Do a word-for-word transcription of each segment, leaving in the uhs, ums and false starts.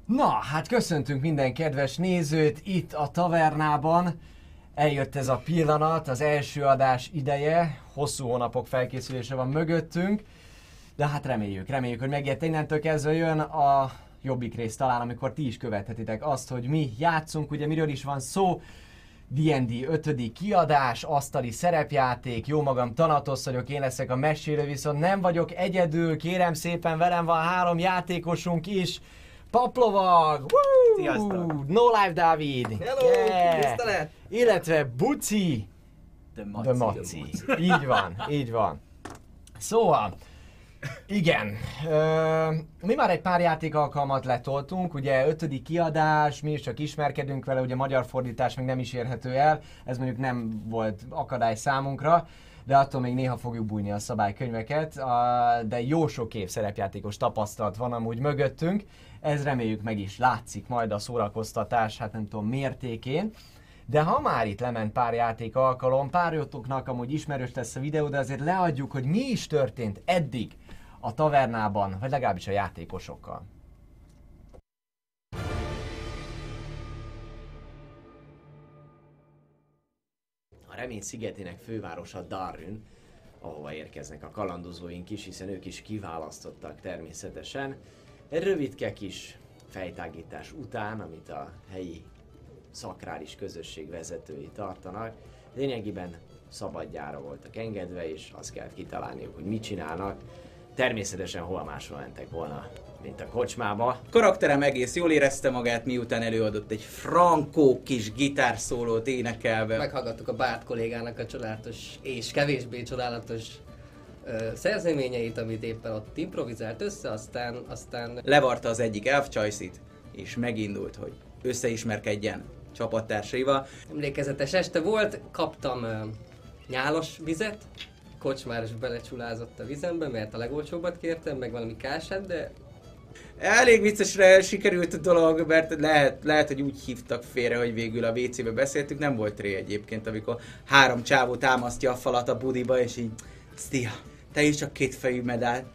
Na, hát köszöntünk minden kedves nézőt itt a tavernában. Eljött ez a pillanat, az első adás ideje, hosszú hónapok felkészülése van mögöttünk, de hát reméljük, reméljük, hogy megjött. Innentől kezdve jön a jobbik rész talán, amikor ti is követhetitek azt, hogy mi játszunk, ugye miről is van szó. dé end dé ötödik kiadás, asztali szerepjáték, jó magam Thanatos vagyok, én leszek a mesélő, viszont nem vagyok egyedül, kérem szépen, velem van három játékosunk is. Paplovag! Sziasztok! No Life Dávid! Hello! Yeah. Illetve Buci! The Maci. The Maci. Így van, így van. Szóval, igen, ö, mi már egy pár játékalkalmat letoltunk, ugye ötödik kiadás, mi is csak ismerkedünk vele, ugye magyar fordítás még nem is érhető el, ez mondjuk nem volt akadály számunkra, de attól még néha fogjuk bújni a szabálykönyveket, de jó sok év szerepjátékos tapasztalat van amúgy mögöttünk, ez reméljük meg is látszik majd a szórakoztatás, hát nem tudom, mértékén. De ha már itt lement pár játék alkalom, párjotoknak amúgy ismerős lesz a videó, de azért leadjuk, hogy mi is történt eddig a tavernában, vagy legalábbis a játékosokkal. A Remény szigetének fővárosa Darryn, ahova érkeznek a kalandozóink is, hiszen ők is kiválasztottak természetesen. Egy rövidke kis fejtágítás után, amit a helyi szakrális közösség vezetői tartanak, lényegében szabadjára voltak engedve, és azt kellett kitalálniuk, hogy mit csinálnak. Természetesen hol máshol mentek volna, mint a kocsmába. Karakterem egész jól érezte magát, miután előadott egy frankó kis gitárszólót énekelve. Meghallgattuk a Bárt kollégának a csodálatos és kevésbé csodálatos ö, szerzeményeit, amit éppen ott improvizált össze, aztán... aztán... Levarta az egyik elfcsajszit, és megindult, hogy összeismerkedjen csapattársaival. Emlékezetes este volt, kaptam ö, nyálos vizet, kocsmáros belecsulázott a vizembe, mert a legolcsóbbat kértem, meg valami kását, de... Elég viccesre sikerült a dolog, mert lehet, lehet, hogy úgy hívtak félre, hogy végül a vé cébe beszéltük, nem volt ré egyébként, amikor három csávó támasztja a falat a budiba, és így... Sztia, te is csak kétfejű medál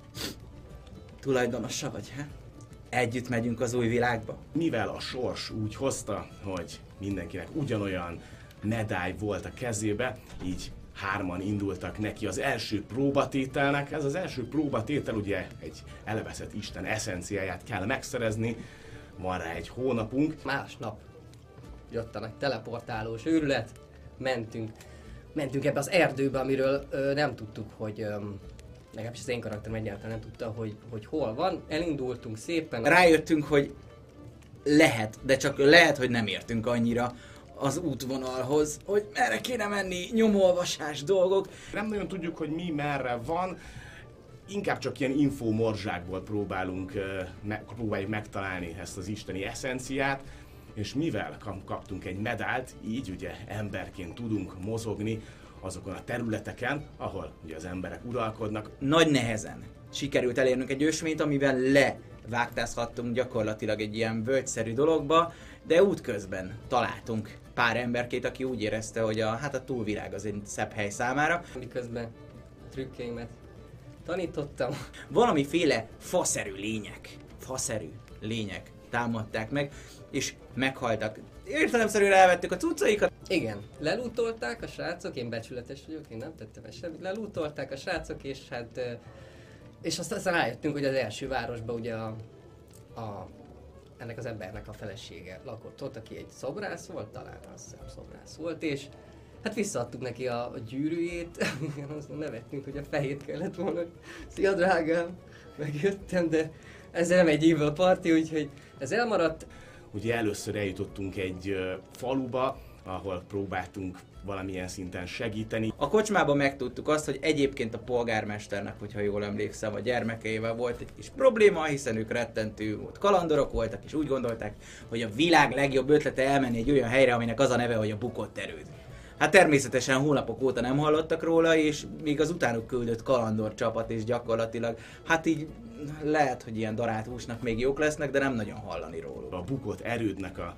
tulajdonosa vagy, he? Együtt megyünk az új világba. Mivel a sors úgy hozta, hogy mindenkinek ugyanolyan medály volt a kezébe, így hárman indultak neki az első próbatételnek. Ez az első próbatétel ugye egy elveszett Isten eszenciáját kell megszerezni, van rá egy hónapunk. Másnap jött a nagy teleportálós őrület, mentünk, mentünk ebbe az erdőbe, amiről ö, nem tudtuk, hogy... Ö, legalábbis az én karakterem egyáltalán nem tudta, hogy, hogy hol van. Elindultunk szépen. Rájöttünk, hogy lehet, de csak lehet, hogy nem értünk annyira az útvonalhoz, hogy merre kéne menni, nyomolvasás dolgok. Nem nagyon tudjuk, hogy mi merre van, inkább csak ilyen infomorzsákból próbálunk, me, próbáljuk megtalálni ezt az isteni eszenciát, és mivel kaptunk egy medált, így ugye emberként tudunk mozogni azokon a területeken, ahol ugye az emberek uralkodnak. Nagy nehezen sikerült elérnünk egy ösvényt, amivel levágtázhattunk gyakorlatilag egy ilyen völgyszerű dologba, de útközben találtunk pár emberkét, aki úgy érezte, hogy a, hát a túlvilág az egy szebb hely számára. Miközben trükkeimet tanítottam. Valamiféle faszerű lények, faszerű lények támadták meg, és meghaltak. Értelemszerűen elvettük a cuccaikat. Igen, lelútolták a srácok, én becsületes vagyok, én nem tettem el semmit, lelútolták a srácok, és hát... És aztán, aztán rájöttünk, hogy az első városban ugye a, a, ennek az embernek a felesége lakott ott, aki egy szobrász volt, talán azt hiszem szobrász volt, és hát visszaadtuk neki a, a gyűrűjét, aztán nevettünk, hogy a fejét kellett volna. Szia drágám, megjöttem, de ezzel nem egy evil party, úgyhogy ez elmaradt. Ugye először eljutottunk egy uh, faluba, ahol próbáltunk valamilyen szinten segíteni. A kocsmában megtudtuk azt, hogy egyébként a polgármesternek, hogyha jól emlékszem, a gyermekeivel volt egy kis probléma, hiszen ők rettentő volt kalandorok voltak, és úgy gondolták, hogy a világ legjobb ötlete elmenni egy olyan helyre, aminek az a neve, hogy a bukott erőd. Hát természetesen hónapok óta nem hallottak róla, és még az utánuk küldött kalandor csapat is gyakorlatilag, hát így lehet, hogy ilyen darált húsnak még jók lesznek, de nem nagyon hallani róla. A bukott erődnek a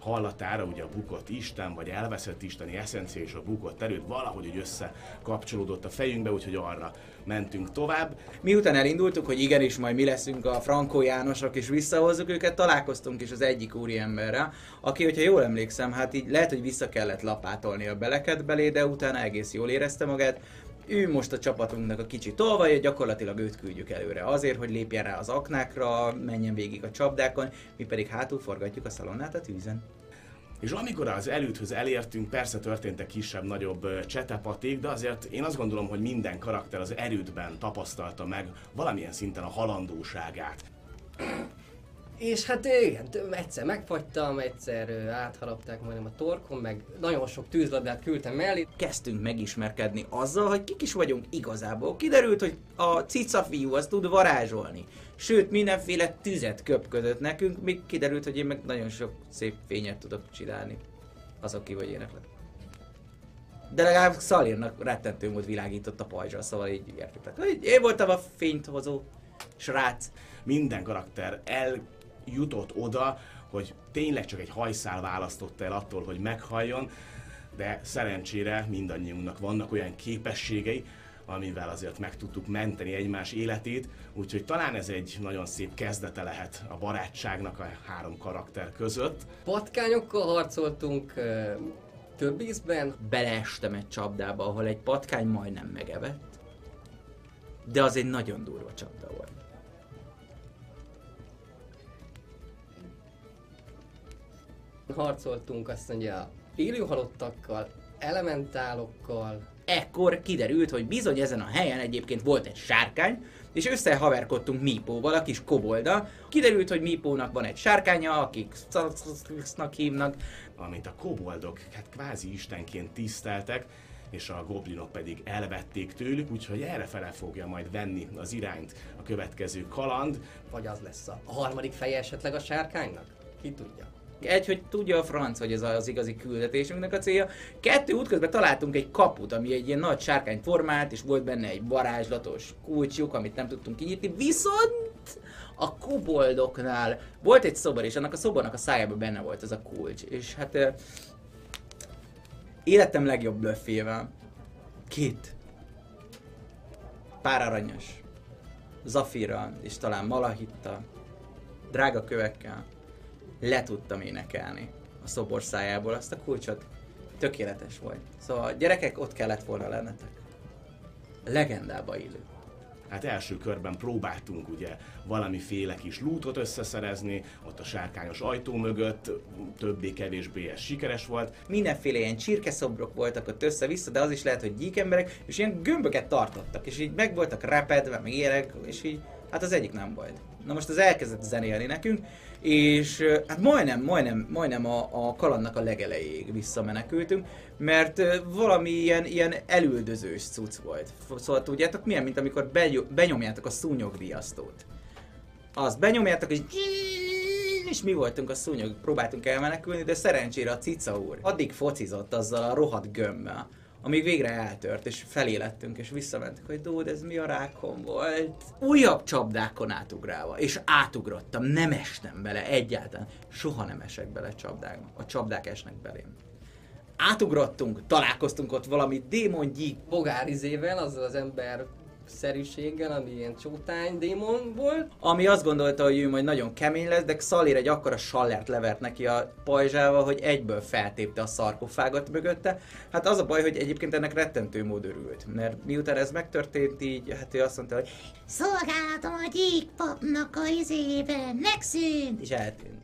hallatára, ugye a bukott Isten, vagy elveszett isteni eszencia és a bukott erőd valahogy úgy összekapcsolódott a fejünkbe, úgyhogy arra mentünk tovább. Miután elindultuk, hogy igenis majd mi leszünk a Frankó Jánosok és visszahozzuk őket, találkoztunk is az egyik úriemberrel, aki, hogyha jól emlékszem, hát így lehet, hogy vissza kellett lapátolni a beleket belé, de utána egész jól érezte magát. Ő most a csapatunknak a kicsi tolvaja, gyakorlatilag őt küldjük előre azért, hogy lépjen rá az aknákra, menjen végig a csapdákon, mi pedig hátul forgatjuk a szalonnát a tűzen. És amikor az elődhöz elértünk, persze történtek kisebb-nagyobb csetepaték, de azért én azt gondolom, hogy minden karakter az erődben tapasztalta meg valamilyen szinten a halandóságát. És hát igen, egyszer megfagytam, egyszer átharapták majdnem a torkon, meg nagyon sok tűzlabdát küldtem mellé. Kezdtünk megismerkedni azzal, hogy kik is vagyunk igazából. Kiderült, hogy a cica fiú az tud varázsolni. Sőt, mindenféle tüzet köpködött nekünk, még kiderült, hogy én meg nagyon sok szép fényet tudok csinálni. Azok ki, hogy éneklek. De legalább Szalírnak rettentő mód világított a pajzsal, szóval így értitek. Én voltam a fényt hozó srác. Minden karakter eljutott oda, hogy tényleg csak egy hajszál választotta el attól, hogy meghalljon, de szerencsére mindannyiunknak vannak olyan képességei, amivel azért meg tudtuk menteni egymás életét, úgyhogy talán ez egy nagyon szép kezdete lehet a barátságnak a három karakter között. Patkányokkal harcoltunk több ízben. Beleestem egy csapdába, ahol egy patkány majdnem megevett, de az egy nagyon durva csapda volt. Harcoltunk azt mondja élőhalottakkal, elementálokkal. Ekkor kiderült, hogy bizony ezen a helyen egyébként volt egy sárkány, és összehaverkodtunk Mípóval, a kis kobolddal. Kiderült, hogy Mípónak van egy sárkánya, akik Szasznak hívnak. Amit a koboldok hát kvázi istenként tiszteltek, és a goblinok pedig elvették tőlük, úgyhogy errefele fogja majd venni az irányt a következő kaland. Vagy az lesz a harmadik feje esetleg a sárkánynak? Ki tudja. Egy, hogy tudja a franc, hogy ez az igazi küldetésünknek a célja. Kettő, útközben találtunk egy kaput, ami egy ilyen nagy sárkány formált, és volt benne egy varázslatos kulcsjuk, amit nem tudtunk kinyitni. Viszont a koboldoknál volt egy szobor, és annak a szobornak a szájában benne volt ez a kulcs. És hát euh, életem legjobb blöffével két pár aranyos zafírral, és talán malahittal, drága kövekkel le tudtam énekelni a szobor szájából azt a kulcsot. Tökéletes volt. Szóval gyerekek, ott kellett volna lennetek. Legendába illő. Hát első körben próbáltunk ugye valamiféle kis lootot összeszerezni, ott a sárkányos ajtó mögött, többé-kevésbé ez sikeres volt. Mindenféle ilyen csirkeszobrok voltak ott össze-vissza, de az is lehet, hogy gyíkemberek, és ilyen gömböket tartottak, és így meg voltak repedve, meg ilyenek, és így, hát az egyik nem volt. Na most az elkezdett zenélni nekünk, és hát majdnem, majdnem, majdnem a, a kalandnak a legelejéig visszamenekültünk, mert valami ilyen, ilyen elüldözős cucc volt. Szóval tudjátok milyen, mint amikor benyomjátok a szúnyogriasztót. Azt benyomjátok, és és mi voltunk a szúnyog, próbáltunk elmenekülni, de szerencsére a cica úr addig focizott azzal a rohadt gömmmel, amíg végre eltört, és felélettünk, és visszamentünk, hogy dód, ez mi a rákon volt. Újabb csapdákon átugrálva, és átugrottam, nem estem bele egyáltalán. Soha nem esek bele csapdákba, a csapdák esnek belém. Átugrottunk, találkoztunk ott valami démongyík Bogárizével, azzal az ember szerűséggel, ami ilyen csótány démon volt. Ami azt gondolta, hogy ő majd nagyon kemény lesz, de Xalir egy akkora sallert levert neki a pajzsával, hogy egyből feltépte a szarkofágot mögötte. Hát az a baj, hogy egyébként ennek rettentő mód örült, mert miután ez megtörtént így, hát ő azt mondta, hogy szolgálatom a gyíkpapnak a izében megszűnt, és eltűnt.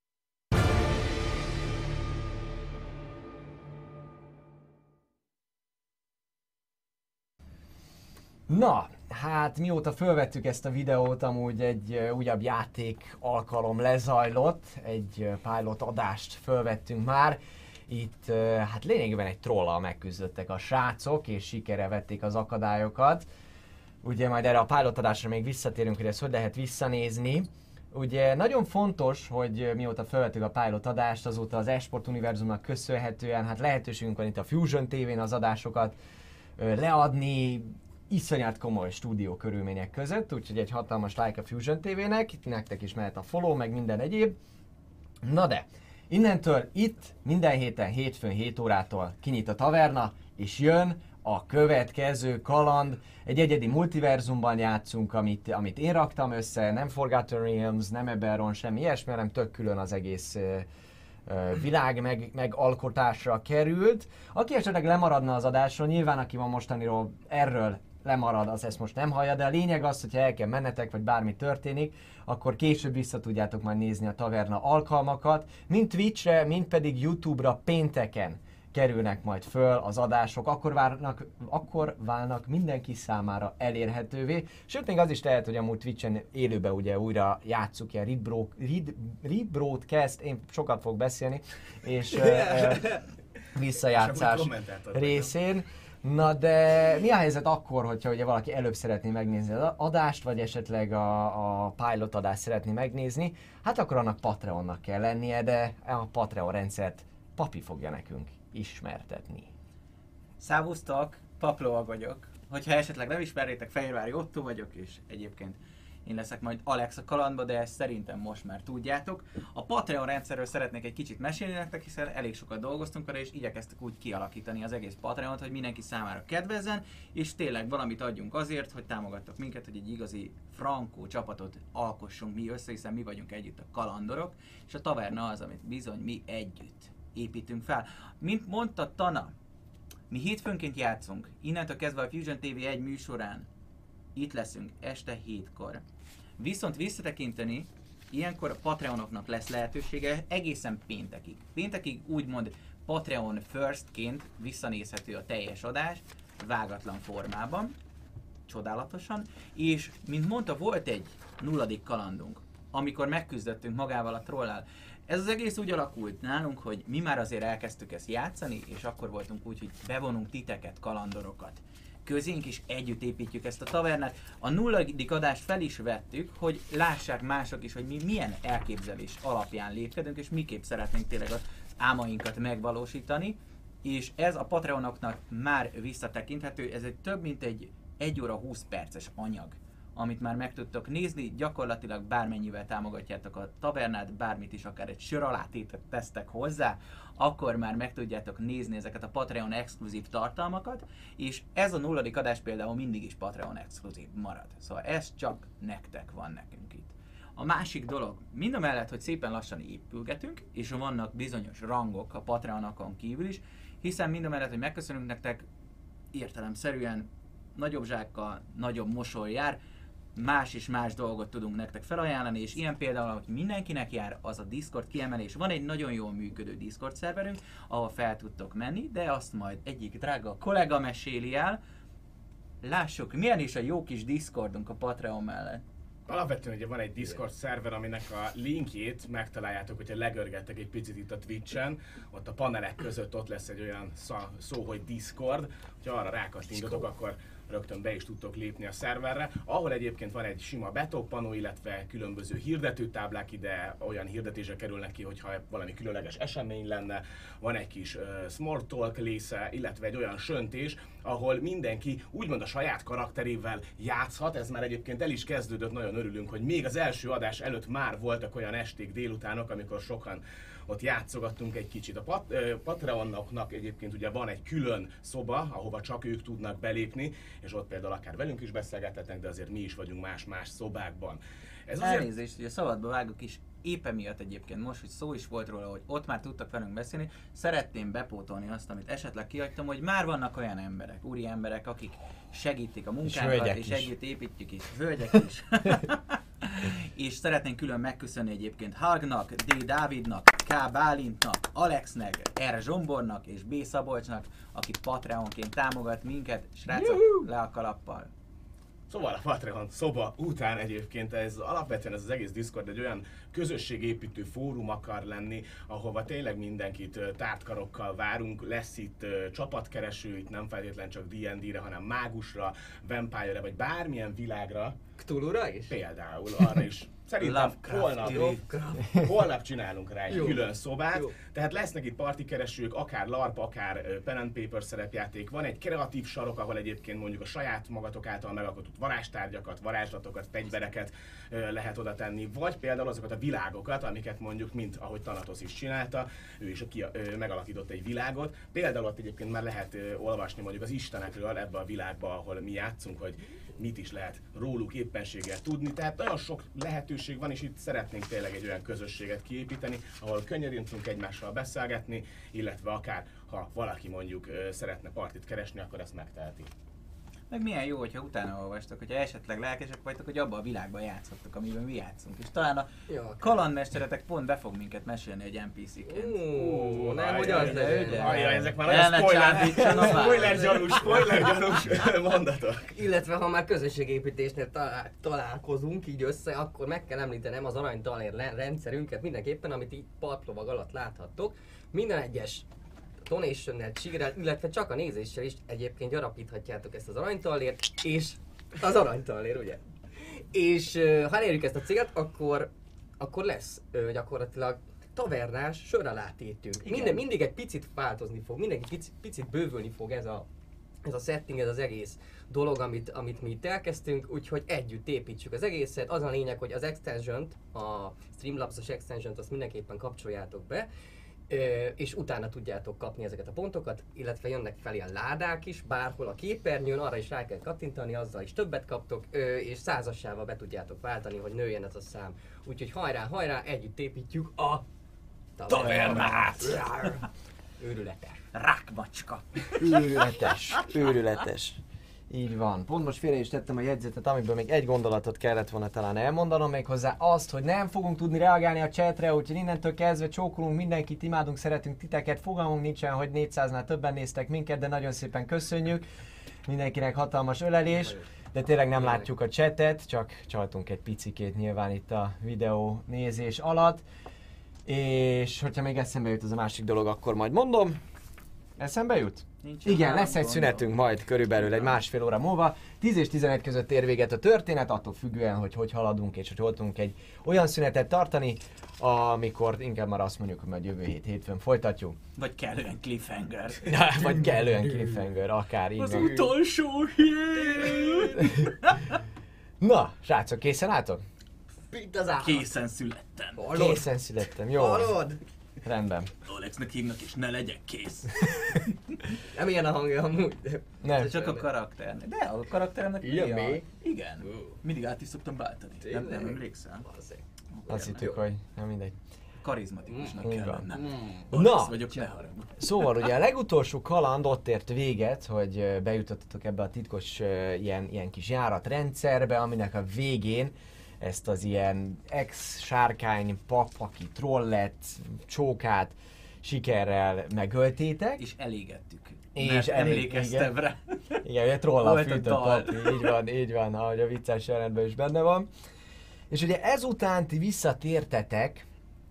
Na, hát mióta fölvettük ezt a videót, amúgy egy uh, újabb játék alkalom lezajlott, egy uh, pilot adást fölvettünk már. Itt uh, hát lényegében egy trollal megküzdöttek a srácok, és sikerre vették az akadályokat. Ugye majd erre a pilot adásra még visszatérünk, hogy ezt hogy lehet visszanézni. Ugye nagyon fontos, hogy mióta felvettük a pilot adást, azóta az eSport univerzumnak köszönhetően hát lehetőségünk van itt a Fusion té vén az adásokat uh, leadni, iszonyat komoly stúdió körülmények között, úgyhogy egy hatalmas like a Fusion té vének, itt nektek is mehet a follow, meg minden egyéb. Na de, Innentől itt minden héten hétfőn hét órától kinyit a taverna, és jön a következő kaland. Egy egyedi multiverzumban játszunk, amit, amit én raktam össze, nem Forgotten Realms, nem Eberron, semmi ilyesmi, hanem tök külön az egész uh, uh, világ meg, megalkotásra került. Aki esetleg lemaradna az adásról, nyilván aki van mostaniról erről lemarad, az ezt most nem hallja, de a lényeg az, hogyha el kell mennetek, vagy bármi történik, akkor később vissza tudjátok majd nézni a taverna alkalmakat, mind Twitchre, mind pedig YouTube-ra pénteken kerülnek majd föl az adások, akkor, várnak, akkor válnak mindenki számára elérhetővé. Sőt, még az is lehet, hogy amúgy Twitchen élőben ugye újra játsszuk ilyen rebro- red- rebroadcast, én sokat fogok beszélni, és uh, uh, visszajátszás részén. Na de mi a helyzet akkor, hogyha ugye valaki előbb szeretné megnézni az adást, vagy esetleg a, a pilot adást szeretné megnézni, hát akkor annak Patreonnak kell lennie, de a Patreon rendszert Papi fogja nekünk ismertetni. Szávusztok, Paplóag vagyok. Hogyha esetleg nem ismernétek, Fehérvári Otto vagyok, és egyébként én leszek majd Alex a kalandba, de ezt szerintem most már tudjátok. A Patreon rendszerről szeretnék egy kicsit mesélni nektek, hiszen elég sokat dolgoztunk vele, és igyekeztek úgy kialakítani az egész Patreont, hogy mindenki számára kedvezzen, és tényleg valamit adjunk azért, hogy támogattok minket, hogy egy igazi frankó csapatot alkossunk mi össze, hiszen mi vagyunk együtt a kalandorok, és a taverna az, amit bizony mi együtt építünk fel. Mint mondta Tana, mi hétfőnként játszunk, innentől kezdve a Fusion té vé egy műsorán itt leszünk este hétkor. Viszont visszatekinteni, ilyenkor a Patreonoknak lesz lehetősége egészen péntekig. Péntekig úgymond Patreon firstként visszanézhető a teljes adás, vágatlan formában, csodálatosan, és mint mondta, volt egy nulladik kalandunk, amikor megküzdöttünk magával a trollal. Ez az egész úgy alakult nálunk, hogy mi már azért elkezdtük ezt játszani, és akkor voltunk úgy, hogy bevonunk titeket, kalandorokat közénk, és együtt építjük ezt a tavernát. A nulladik adást fel is vettük, hogy lássák mások is, hogy mi milyen elképzelés alapján lépkedünk, és miképp szeretnénk tényleg az álmainkat megvalósítani. És ez a Patreonoknak már visszatekinthető, ez egy több mint egy egy óra húsz perces anyag, amit már meg tudtok nézni, gyakorlatilag bármennyivel támogatjátok a tavernát, bármit is, akár egy sör alá tesztek hozzá, akkor már meg tudjátok nézni ezeket a Patreon exkluzív tartalmakat, és ez a nulladik adás például mindig is Patreon exkluzív marad. Szóval ez csak nektek van nekünk itt. A másik dolog, mind a mellett, hogy szépen lassan épülgetünk, és vannak bizonyos rangok a Patreonokon kívül is, hiszen mind a mellett, hogy megköszönünk nektek, értelemszerűen nagyobb zsákkal, nagyobb mosoly jár, más és más dolgot tudunk nektek felajánlani, és ilyen például, hogy mindenkinek jár, az a Discord kiemelés. Van egy nagyon jól működő Discord szerverünk, ahol fel tudtok menni, de azt majd egyik drága kollega meséli el. Lássuk, milyen is a jó kis Discordunk a Patreon mellett. Alapvetően ugye van egy Discord szerver, aminek a linkjét megtaláljátok, hogyha legörgettek egy picit itt a Twitchen, ott a panelek között ott lesz egy olyan szó, hogy Discord, hogyha arra rákattintotok, akkor rögtön be is tudtok lépni a szerverre, ahol egyébként van egy sima betoppanó, illetve különböző hirdetőtáblák, ide olyan hirdetések kerülnek ki, hogyha valami különleges esemény lenne, van egy kis uh, small talk része, illetve egy olyan söntés, ahol mindenki úgymond a saját karakterével játszhat, ez már egyébként el is kezdődött, nagyon örülünk, hogy még az első adás előtt már voltak olyan esték, délutánok, amikor sokan ott játszogattunk egy kicsit. A Pat- uh, Patreonoknak egyébként ugye van egy külön szoba, ahova csak ők tudnak belépni, és ott például akár velünk is beszélgethetnek, de azért mi is vagyunk más-más szobákban. Ez azért... Elnézést, hogy a szabadba vágok is, éppen miatt egyébként most, hogy szó is volt róla, hogy ott már tudtak velünk beszélni, szeretném bepótolni azt, amit esetleg kihagytam, hogy már vannak olyan emberek, úri emberek, akik segítik a munkánkat, és, és együtt építjük is, hölgyek is. És szeretnénk külön megköszönni egyébként Hagnak, D. Dávidnak, K. Bálintnak, Alexnek, R. Zsombornak és B. Szabolcsnak, aki Patreonként támogat minket. Srácok, le a kalappal! Szóval a Patreon szoba után egyébként ez alapvetően ez az egész Discord egy olyan közösségépítő fórum akar lenni, ahova tényleg mindenkit tártkarokkal várunk. Lesz itt uh, csapatkereső, itt nem feltétlenül csak dé end dé-re, hanem mágusra, vampire-re, vagy bármilyen világra. Cthulhu-ra is? Például, arra is. Szerintem holnap, holnap csinálunk rá egy jó, külön szobát, jó. Tehát lesznek itt partikeresők, akár LARP, akár pen and paper szerepjáték, van egy kreatív sarok, ahol egyébként mondjuk a saját magatok által megalkotott varázstárgyakat, varázslatokat, fegyvereket ö, lehet oda tenni, vagy például azokat a világokat, amiket mondjuk, mint ahogy Thanatos is csinálta, ő is ki, ö, megalakított egy világot. Például ott egyébként már lehet ö, olvasni mondjuk az istenekről ebbe a világba, ahol mi játszunk, hogy mit is lehet róluk éppenséggel tudni. Tehát nagyon sok lehetőség van, és itt szeretnénk tényleg egy olyan közösséget kiépíteni, ahol könnyedén tudunk egymással beszélgetni, illetve akár, ha valaki mondjuk ö, szeretne partit keresni, akkor ezt megteheti. Meg milyen jó, hogyha utána olvastak, hogyha esetleg lelkesek vagytok, hogy abban a világban játszottok, amiben mi játszunk. És talán a Ja, kalandmesteretek pont be fog minket mesélni egy en pé cé-ként. Ó, nem, hogy Ajaj, az legyen. Ajaj, ezek már El nagyon ne spoiler, csábítsanak már. spoiler gyanús, spoiler gyanús mondatok. Illetve ha már közösségépítésnél talál, találkozunk így össze, akkor meg kell említenem az aranytalér le- rendszerünket mindenképpen, amit így partlovag alatt láthattok. Minden egyes donationnel, csigrel, illetve csak a nézéssel is egyébként gyarapíthatjátok ezt az aranytallért, és az aranytallér, ugye? És uh, ha elérjük ezt a célt, akkor, akkor lesz uh, gyakorlatilag tavernás söralátétünk. Minden, mindig egy picit változni fog, mindig egy picit, picit bővülni fog ez a, ez a setting, ez az egész dolog, amit, amit mi itt elkezdtünk, úgyhogy együtt építsük az egészet. Az a lényeg, hogy az extension-t, a Streamlabs-os extension-t azt mindenképpen kapcsoljátok be, és utána tudjátok kapni ezeket a pontokat, illetve jönnek fel ilyen ládák is, bárhol a képernyőn, arra is rá kell kattintani, azzal is többet kaptok, és százassával be tudjátok váltani, hogy nőjen ez a szám. Úgyhogy hajrá, hajrá, együtt építjük a Tavernát! Őrületes. Rákmacska! Őrületes, őrületes. Így van. Pont most félre is tettem a jegyzetet, amiből még egy gondolatot kellett volna talán elmondanom, méghozzá azt, hogy nem fogunk tudni reagálni a chatre, úgyhogy innentől kezdve csókolunk mindenkit, imádunk, szeretünk titeket, fogalmunk nincsen, hogy négyszáznál többen néztek minket, de nagyon szépen köszönjük. Mindenkinek hatalmas ölelés, de tényleg nem látjuk a chatet, csak csaltunk egy picikét nyilván itt a videó nézés alatt. És hogyha még eszembe jut az a másik dolog, akkor majd mondom. Eszembe jut? Nincs Igen, lesz egy szünetünk majd körülbelül egy másfél óra múlva. tíz és tizenegy között ér véget a történet, attól függően, hogy hogy haladunk és hogy hol tudunk egy olyan szünetet tartani, amikor inkább már azt mondjuk, hogy majd jövő hét hétfőn folytatjuk. Vagy kellően cliffhanger. Vagy kellően cliffhanger, akár így Az van. utolsó hét! Na, srácok, készen álltok? Itt az állat. Készen születtem. Hallod? Készen születtem, jó. Hallod? Rendben. Alexnek hívnak és ne legyek kész. Nem ilyen a hangja amúgy. Nem. Csak a karakternek. De a karakternek Igen, mi a... mi? Igen. Mindig át is szoktam váltani. Nem, Tényleg? nem emlékszel? Valószínűleg. Azt hittük, hogy nem mindegy. Karizmatikusnak Mm, kell így van. lennem. Mm. Na! Alex vagyok, ne haragudj. Szóval ugye a legutolsó kaland ott ért véget, hogy ö, bejutottatok ebbe a titkos ö, ilyen, ilyen kis járatrendszerbe, aminek a végén ezt az ilyen ex-sárkány, papaki, trollet, csókát sikerrel megöltétek. És elégettük. És Mert elég- emlékeztem igen. rá. Igen, ugye trollal Volt a fűtött dal. papi, így van, így van, ahogy a vicces jelenetben is benne van. És ugye ezután ti visszatértetek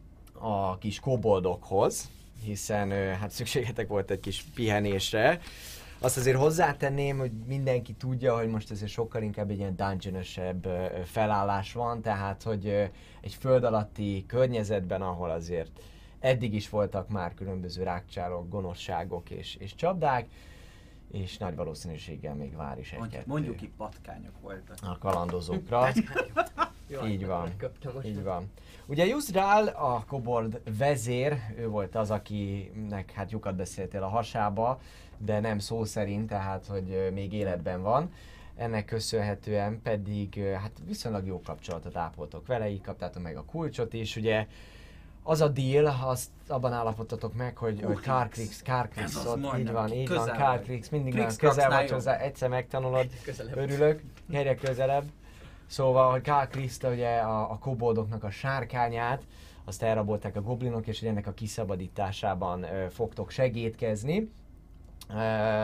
a kis koboldokhoz, hiszen ö, hát szükségetek volt egy kis pihenésre. Azt azért hozzátenném, hogy mindenki tudja, hogy most azért sokkal inkább egy ilyen dungeon-ösebb ö, felállás van, tehát hogy ö, egy föld alatti környezetben, ahol azért eddig is voltak már különböző rákcsálók, gonoszságok és, és csapdák, és nagy valószínűséggel még vár is Mondjuk, egy-kettő mondjuk ki patkányok voltak. a kalandozókra. Jaj, Így van. megköptem most. Így van. Ugye Yusdrael, a kobold vezér, ő volt az, akinek hát lyukat beszéltél a hasába, de nem szó szerint, tehát hogy ö, még életben van. Ennek köszönhetően pedig ö, hát viszonylag jó kapcsolatot ápoltok vele, így kaptátok meg a kulcsot is. Ugye az a deal, azt abban állapottatok meg, hogy, hogy Karkrix, Karkrix Ez az ott, így majdnem van, így van, közel Karkrix, mindig Krix nagyon közel Kraxnál vagy jobb. hozzá, egyszer megtanulod, Közelebb. örülök, egyre közelebb. Szóval, hogy Karkrix ugye a, a koboldoknak a sárkányát, azt elrabolták a goblinok, és hogy ennek a kiszabadításában ö, fogtok segédkezni. Ö,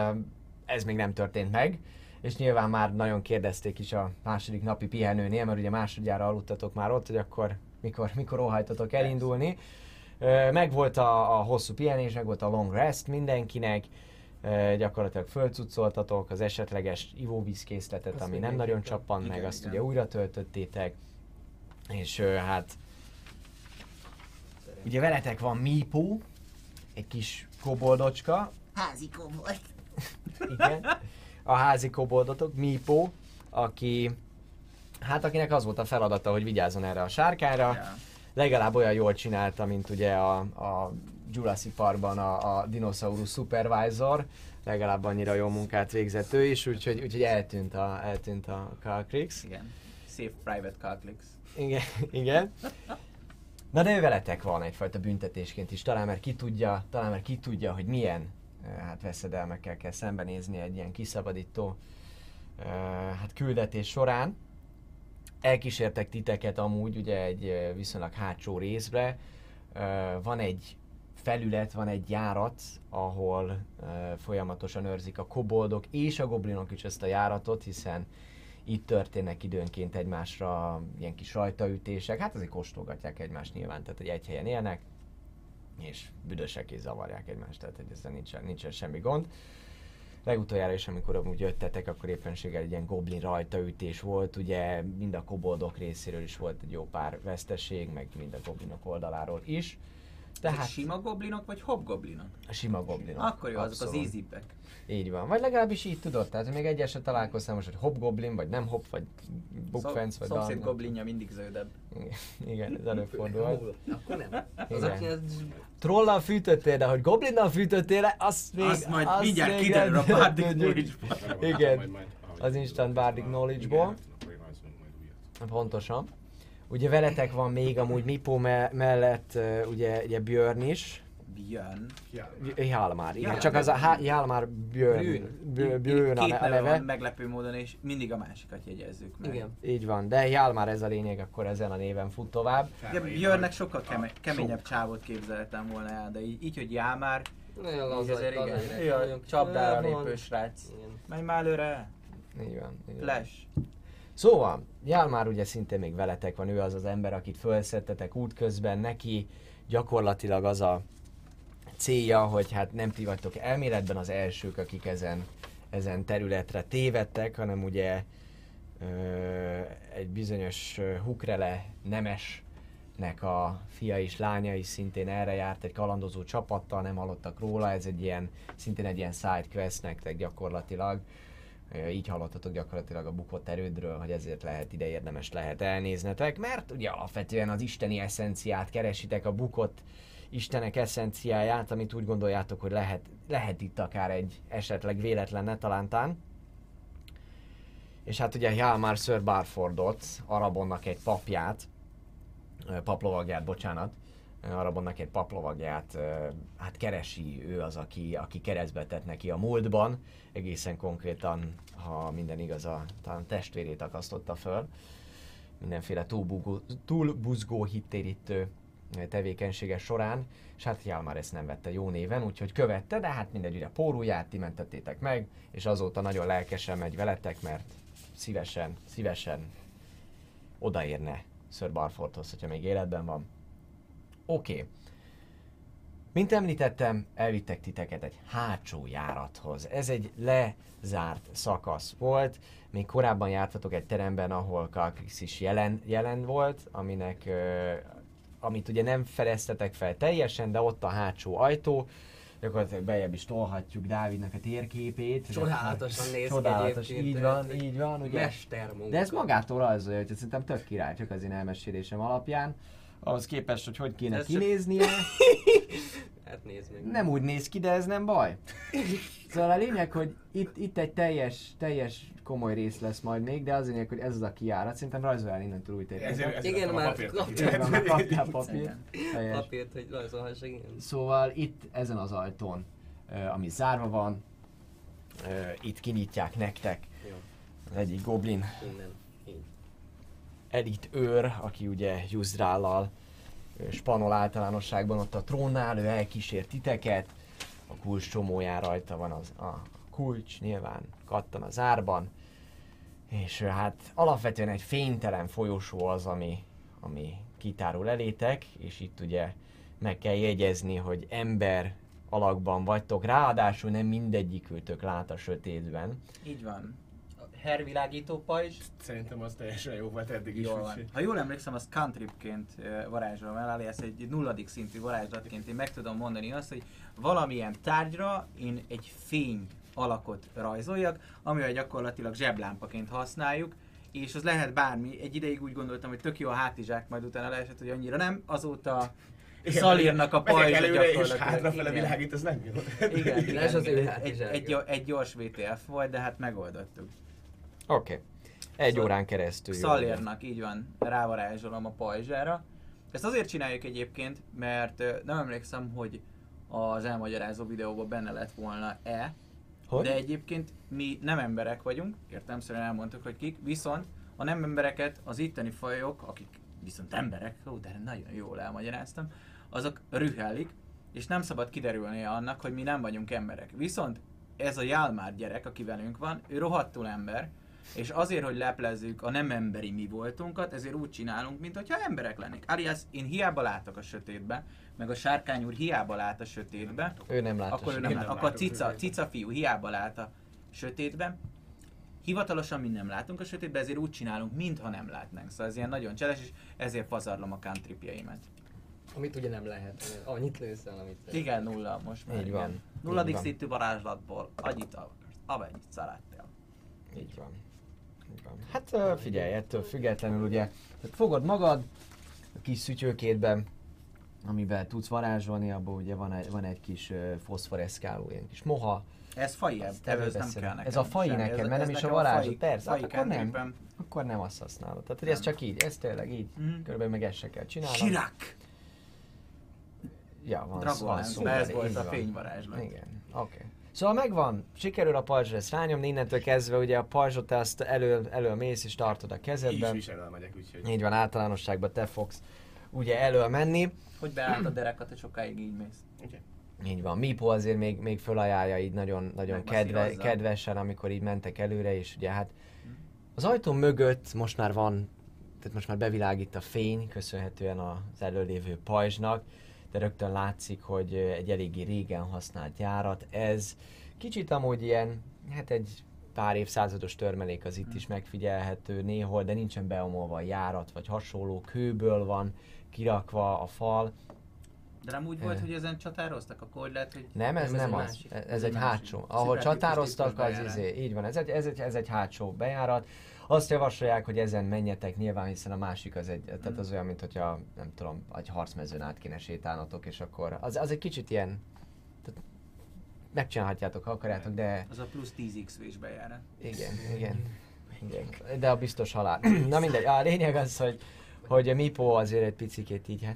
ez még nem történt meg, és nyilván már nagyon kérdezték is a második napi pihenőnél, mert ugye másodjára aludtatok már ott, hogy akkor mikor, mikor óhajtatok elindulni. Ö, meg volt a, a hosszú pihenés, meg volt a long rest mindenkinek, ö, gyakorlatilag fölcuccoltatok az esetleges ivóvízkészletet, Azt ami nem mindenképpen. nagyon csappan meg, Igen, azt igen. ugye újra töltöttétek, és ö, hát ugye veletek van Meepo, egy kis koboldocska, Házi kobold. igen, a házi koboldotok, Meepo, aki, hát akinek az volt a feladata, hogy vigyázzon erre a sárkányra. Ja. Legalább olyan jól csinálta, mint ugye a, a Jurassic Parkban a, a dinoszaurusz supervisor, legalább annyira jó munkát végzett ő is, úgyhogy, úgyhogy eltűnt a, eltűnt a Calcrix. Igen. Safe Private Calclix. Igen, igen. Na de ő veletek van egyfajta büntetésként is, talán mert ki tudja, talán mert ki tudja, hogy milyen hát veszedelmekkel kell szembenézni egy ilyen kiszabadító hát küldetés során. Elkísértek titeket amúgy ugye egy viszonylag hátsó részbre. Van egy felület, van egy járat, ahol folyamatosan őrzik a koboldok és a goblinok is ezt a járatot, hiszen itt történnek időnként egymásra ilyen kis rajtaütések, hát azért kóstolgatják egymást nyilván, tehát hogy egy helyen élnek, és büdösek és zavarják egymást, tehát hogy ezzel nincsen, nincsen semmi gond. Legutoljára is, amikor amúgy jöttetek, akkor éppenséggel egy ilyen goblin rajtaütés volt, ugye mind a koboldok részéről is volt egy jó pár veszteség, meg mind a goblinok oldaláról is. Tehát sima goblinok vagy hobgoblinok? A sima goblinok. Akkor jó, azok az easy-bek. Így van. Vagy legalábbis így tudod, tehát még egyes se találkoztam most, hogy hobgoblin, vagy nem hop, vagy bukfenc, vagy szomszéd goblinja mindig zöldebb. Igen, igen, ez előfordul. Akkor nem. Az Igen. aki ez... Trollal fűtöttél, de hogy goblinnal fűtöttél le, azt még... Azt majd azt mindjárt még kiderül a nem Bardic tudjuk. Knowledge-ból. Igen, az instant Bardic Knowledge-ból. Pontosan. Ugye veletek van még amúgy Mipó me- mellett uh, ugye, ugye Björn is. Björn. Hjalmar, igen. Ja, Csak az a Há- Hjalmar Björn, Björn, Björn a Két ne- a neve neve. van meglepő módon, és mindig a másikat jegyezzük meg. Igen. Így van, de Hjalmar ez a lényeg, akkor ezen a néven fut tovább. Ja, Björnnek sokkal keme- keményebb csávot képzeltem volna el, de így, így hogy Hjalmar, Nagyon így laza, azért laza, igen. nagyon- Olyan csapdára nagyon- lépő srác. Igen. Menj már előre, Így van. Így van. Flash. Szóval, Hjalmar ugye szintén még veletek van, ő az az ember, akit felszettetek útközben, neki gyakorlatilag az a célja, hogy hát nem ti vagytok elméletben az elsők, akik ezen, ezen területre tévedtek, hanem ugye ö, egy bizonyos ö, Hukrele nemesnek a fia és lánya is szintén erre járt egy kalandozó csapattal, nem hallottak róla, ez egy ilyen, szintén egy ilyen side quest nektek gyakorlatilag. Így hallottatok gyakorlatilag a bukott erődről, hogy ezért lehet ide érdemes lehet elnéznetek, mert ugye alapvetően az isteni eszenciát keresitek, a bukott istenek eszenciáját, amit úgy gondoljátok, hogy lehet, lehet itt akár egy esetleg véletlen netalántán. És hát ugye Hjalmar Sir Barfordot, Arabonnak egy papját, paplovagját, bocsánat, Arabonnak egy paplovagját, hát keresi, ő az, aki, aki keresztbe tett neki a múltban, egészen konkrétan, ha minden igaz, a talán testvérét akasztotta föl, mindenféle túlbuzgó, túlbuzgó hittérítő tevékenysége során, és hát Hjalmar ezt nem vette jó néven, úgyhogy követte, de hát mindegy, ugye pórulját ti mentettétek meg, és azóta nagyon lelkesen megy veletek, mert szívesen, szívesen odaérne Sir Barfordhoz, hogyha még életben van. Oké. Okay. Mint említettem, elvittek titeket egy hátsó járathoz. Ez egy lezárt szakasz volt. Még korábban jártatok egy teremben, ahol Calcrix is jelen, jelen volt, aminek, uh, amit ugye nem fedeztetek fel teljesen, de ott a hátsó ajtó. Gyakorlatilag bejebb is tolhatjuk Dávidnak a térképét. Csodálatosan néz ki Csodálatos, egyébként, így van, tehát, így van. Ugye? Mestermunka. De ez magától rajzolja, hogy szerintem tök király, csak az én elmesélésem alapján. Ahhoz képest, hogy hogy kéne Ez kinéznie, Hát nézd meg. nem úgy néz ki, de ez nem baj. Szóval a lényeg, hogy itt, itt egy teljes, teljes komoly rész lesz majd még, de az a lényeg, hogy ez az a kijárat, szerintem rajzoljál innentől új Ezért, térképet. ezért Igen, a már papírt kaptam. Igen, már kaptál papírt. Teljes. Papírt, hogy rajzolhassak, igen. Szóval itt ezen az ajtón, uh, ami zárva van, uh, itt kinyitják nektek Jó, az egyik goblin innen. Így. elit őr, aki ugye Yuzdrállal spanol általánosságban ott a trónnál, ő elkísér titeket, a kulcs csomóján rajta van az, a kulcs, nyilván kattan az árban, és hát alapvetően egy fénytelen folyosó az, ami, ami kitárul elétek, és itt ugye meg kell jegyezni, hogy ember alakban vagytok, ráadásul nem mindegyikültök lát a sötétben. Így van. A hervilágító pajzs. Szerintem az teljesen jó volt eddig is. Jól van. úgyhogy- Ha jól emlékszem, az cantripként uh, varázsolom el, alias egy nulladik szintű varázslatként én meg tudom mondani azt, hogy valamilyen tárgyra én egy fény alakot rajzoljak, amivel gyakorlatilag zseblámpaként használjuk, és az lehet bármi. Egy ideig úgy gondoltam, hogy tök jó a hátizsák, majd utána leesett, hogy annyira nem. Azóta Szalírnak a pajzsa előre és gyakorlatilag. hátrafele világít, ez nem jó. Igen, igen, Ez az ő egy, hátizsákja. egy, egy gyors vé té ef volt, de hát megoldottuk. Oké. Okay. Egy Szóval órán keresztül. jó. Szalérnak, így van, rávarázsolom a pajzsára. Ezt azért csináljuk egyébként, mert ö, nem emlékszem, hogy az elmagyarázó videóban benne lett volna-e, Hogy? de egyébként mi nem emberek vagyunk, értelemszerűen elmondtuk, hogy kik, viszont a nem embereket az itteni fajok, akik viszont emberek, ó, de nagyon jól elmagyaráztam, azok rühellik, és nem szabad kiderülnie annak, hogy mi nem vagyunk emberek. Viszont ez a Jalmár gyerek, aki velünk van, ő rohadtul ember, és azért, hogy leplezzük a nem emberi mi voltunkat, ezért úgy csinálunk, mintha emberek lennék. Alias, én hiába látok a sötétbe, meg a sárkány úr hiába lát a sötétbe, Ő nem lát. akkor ő nem lát. Akkor a cica, cica fiú hiába lát a sötétbe. Hivatalosan mi nem látunk a sötétbe, ezért úgy csinálunk, mintha nem látnánk. Szóval ez ilyen nagyon cseles, és ezért pazarlom a countrypjeimet. Amit ugye nem lehet. Annyit lőszel, amit szeretnél. Igen, nulla most már. Így igen. van. Nulladik Így van. szintű varázslatból annyit akarsz, amennyit szerettél. Így van. Így van. Hát ö, figyelj, ettől függetlenül ugye fogod magad a kis szütyőkédben, amivel tudsz varázsolni, abból ugye van egy, van egy kis ö, foszforeszkáló, ilyen kis moha. Ez fai, Ezt ez nem előveszed. kell nekem. Ez a fai semmi. neked, Ez- mert ez nem is a nekem varázslat. fai- Persze, fai hát akkor nem. cantripem. Akkor nem azt használod. Tehát, hogy ez csak így, ez tényleg így. Mhm. Körülbelül meg ezt se kell csinálni. Sirak! Ja, van, van Dragonlance, szó, ez így volt a van. fényvarázslat. Igen, oké. Okay. Szóval megvan, sikerül a pajzsra ezt rányomni, innentől kezdve ugye a pajzsot azt elő, elő mész és tartod a Így is kezedben. viselel megyek, úgyhogy... Így van, általánosságban te fogsz ugye elől menni. Hogy beállt a derekat, hogy sokáig így mész. Okay. Így van, Mipo azért még, még fölajánlja így nagyon, nagyon kedve, Megmasszírozza. kedvesen, amikor így mentek előre, és ugye hát az ajtó mögött most már van, tehát most már bevilágít a fény, köszönhetően az előlévő pajzsnak, de rögtön látszik, hogy egy eléggé régen használt járat. Ez kicsit amúgy ilyen, hát egy pár évszázados törmelék az itt is megfigyelhető néhol, de nincsen beomolva a járat, vagy hasonló, kőből van kirakva a fal. De nem úgy volt, Eh. hogy ezen csatároztak, akkor hogy lehet, hogy... Nem, ez Nem, ez nem egy az. másik. Ez, Ez ez egy egy másik. hátsó. Ahol Szuper csatároztak, tipikus az bejárat. izé. Így van, ez egy, ez, egy, ez egy hátsó bejárat. Azt javasolják, hogy ezen menjetek nyilván, hiszen a másik az egy, tehát az olyan, mint hogyha nem tudom, egy harcmezőn át kéne sétálnotok, és akkor az, az egy kicsit ilyen, tehát megcsinálhatjátok, ha akarjátok, de Az a plusz tíz iksz vés bejárat. igen, igen, igen, de a biztos halál. Na mindegy, a lényeg az, hogy, hogy a Mipo azért egy picikét így, hát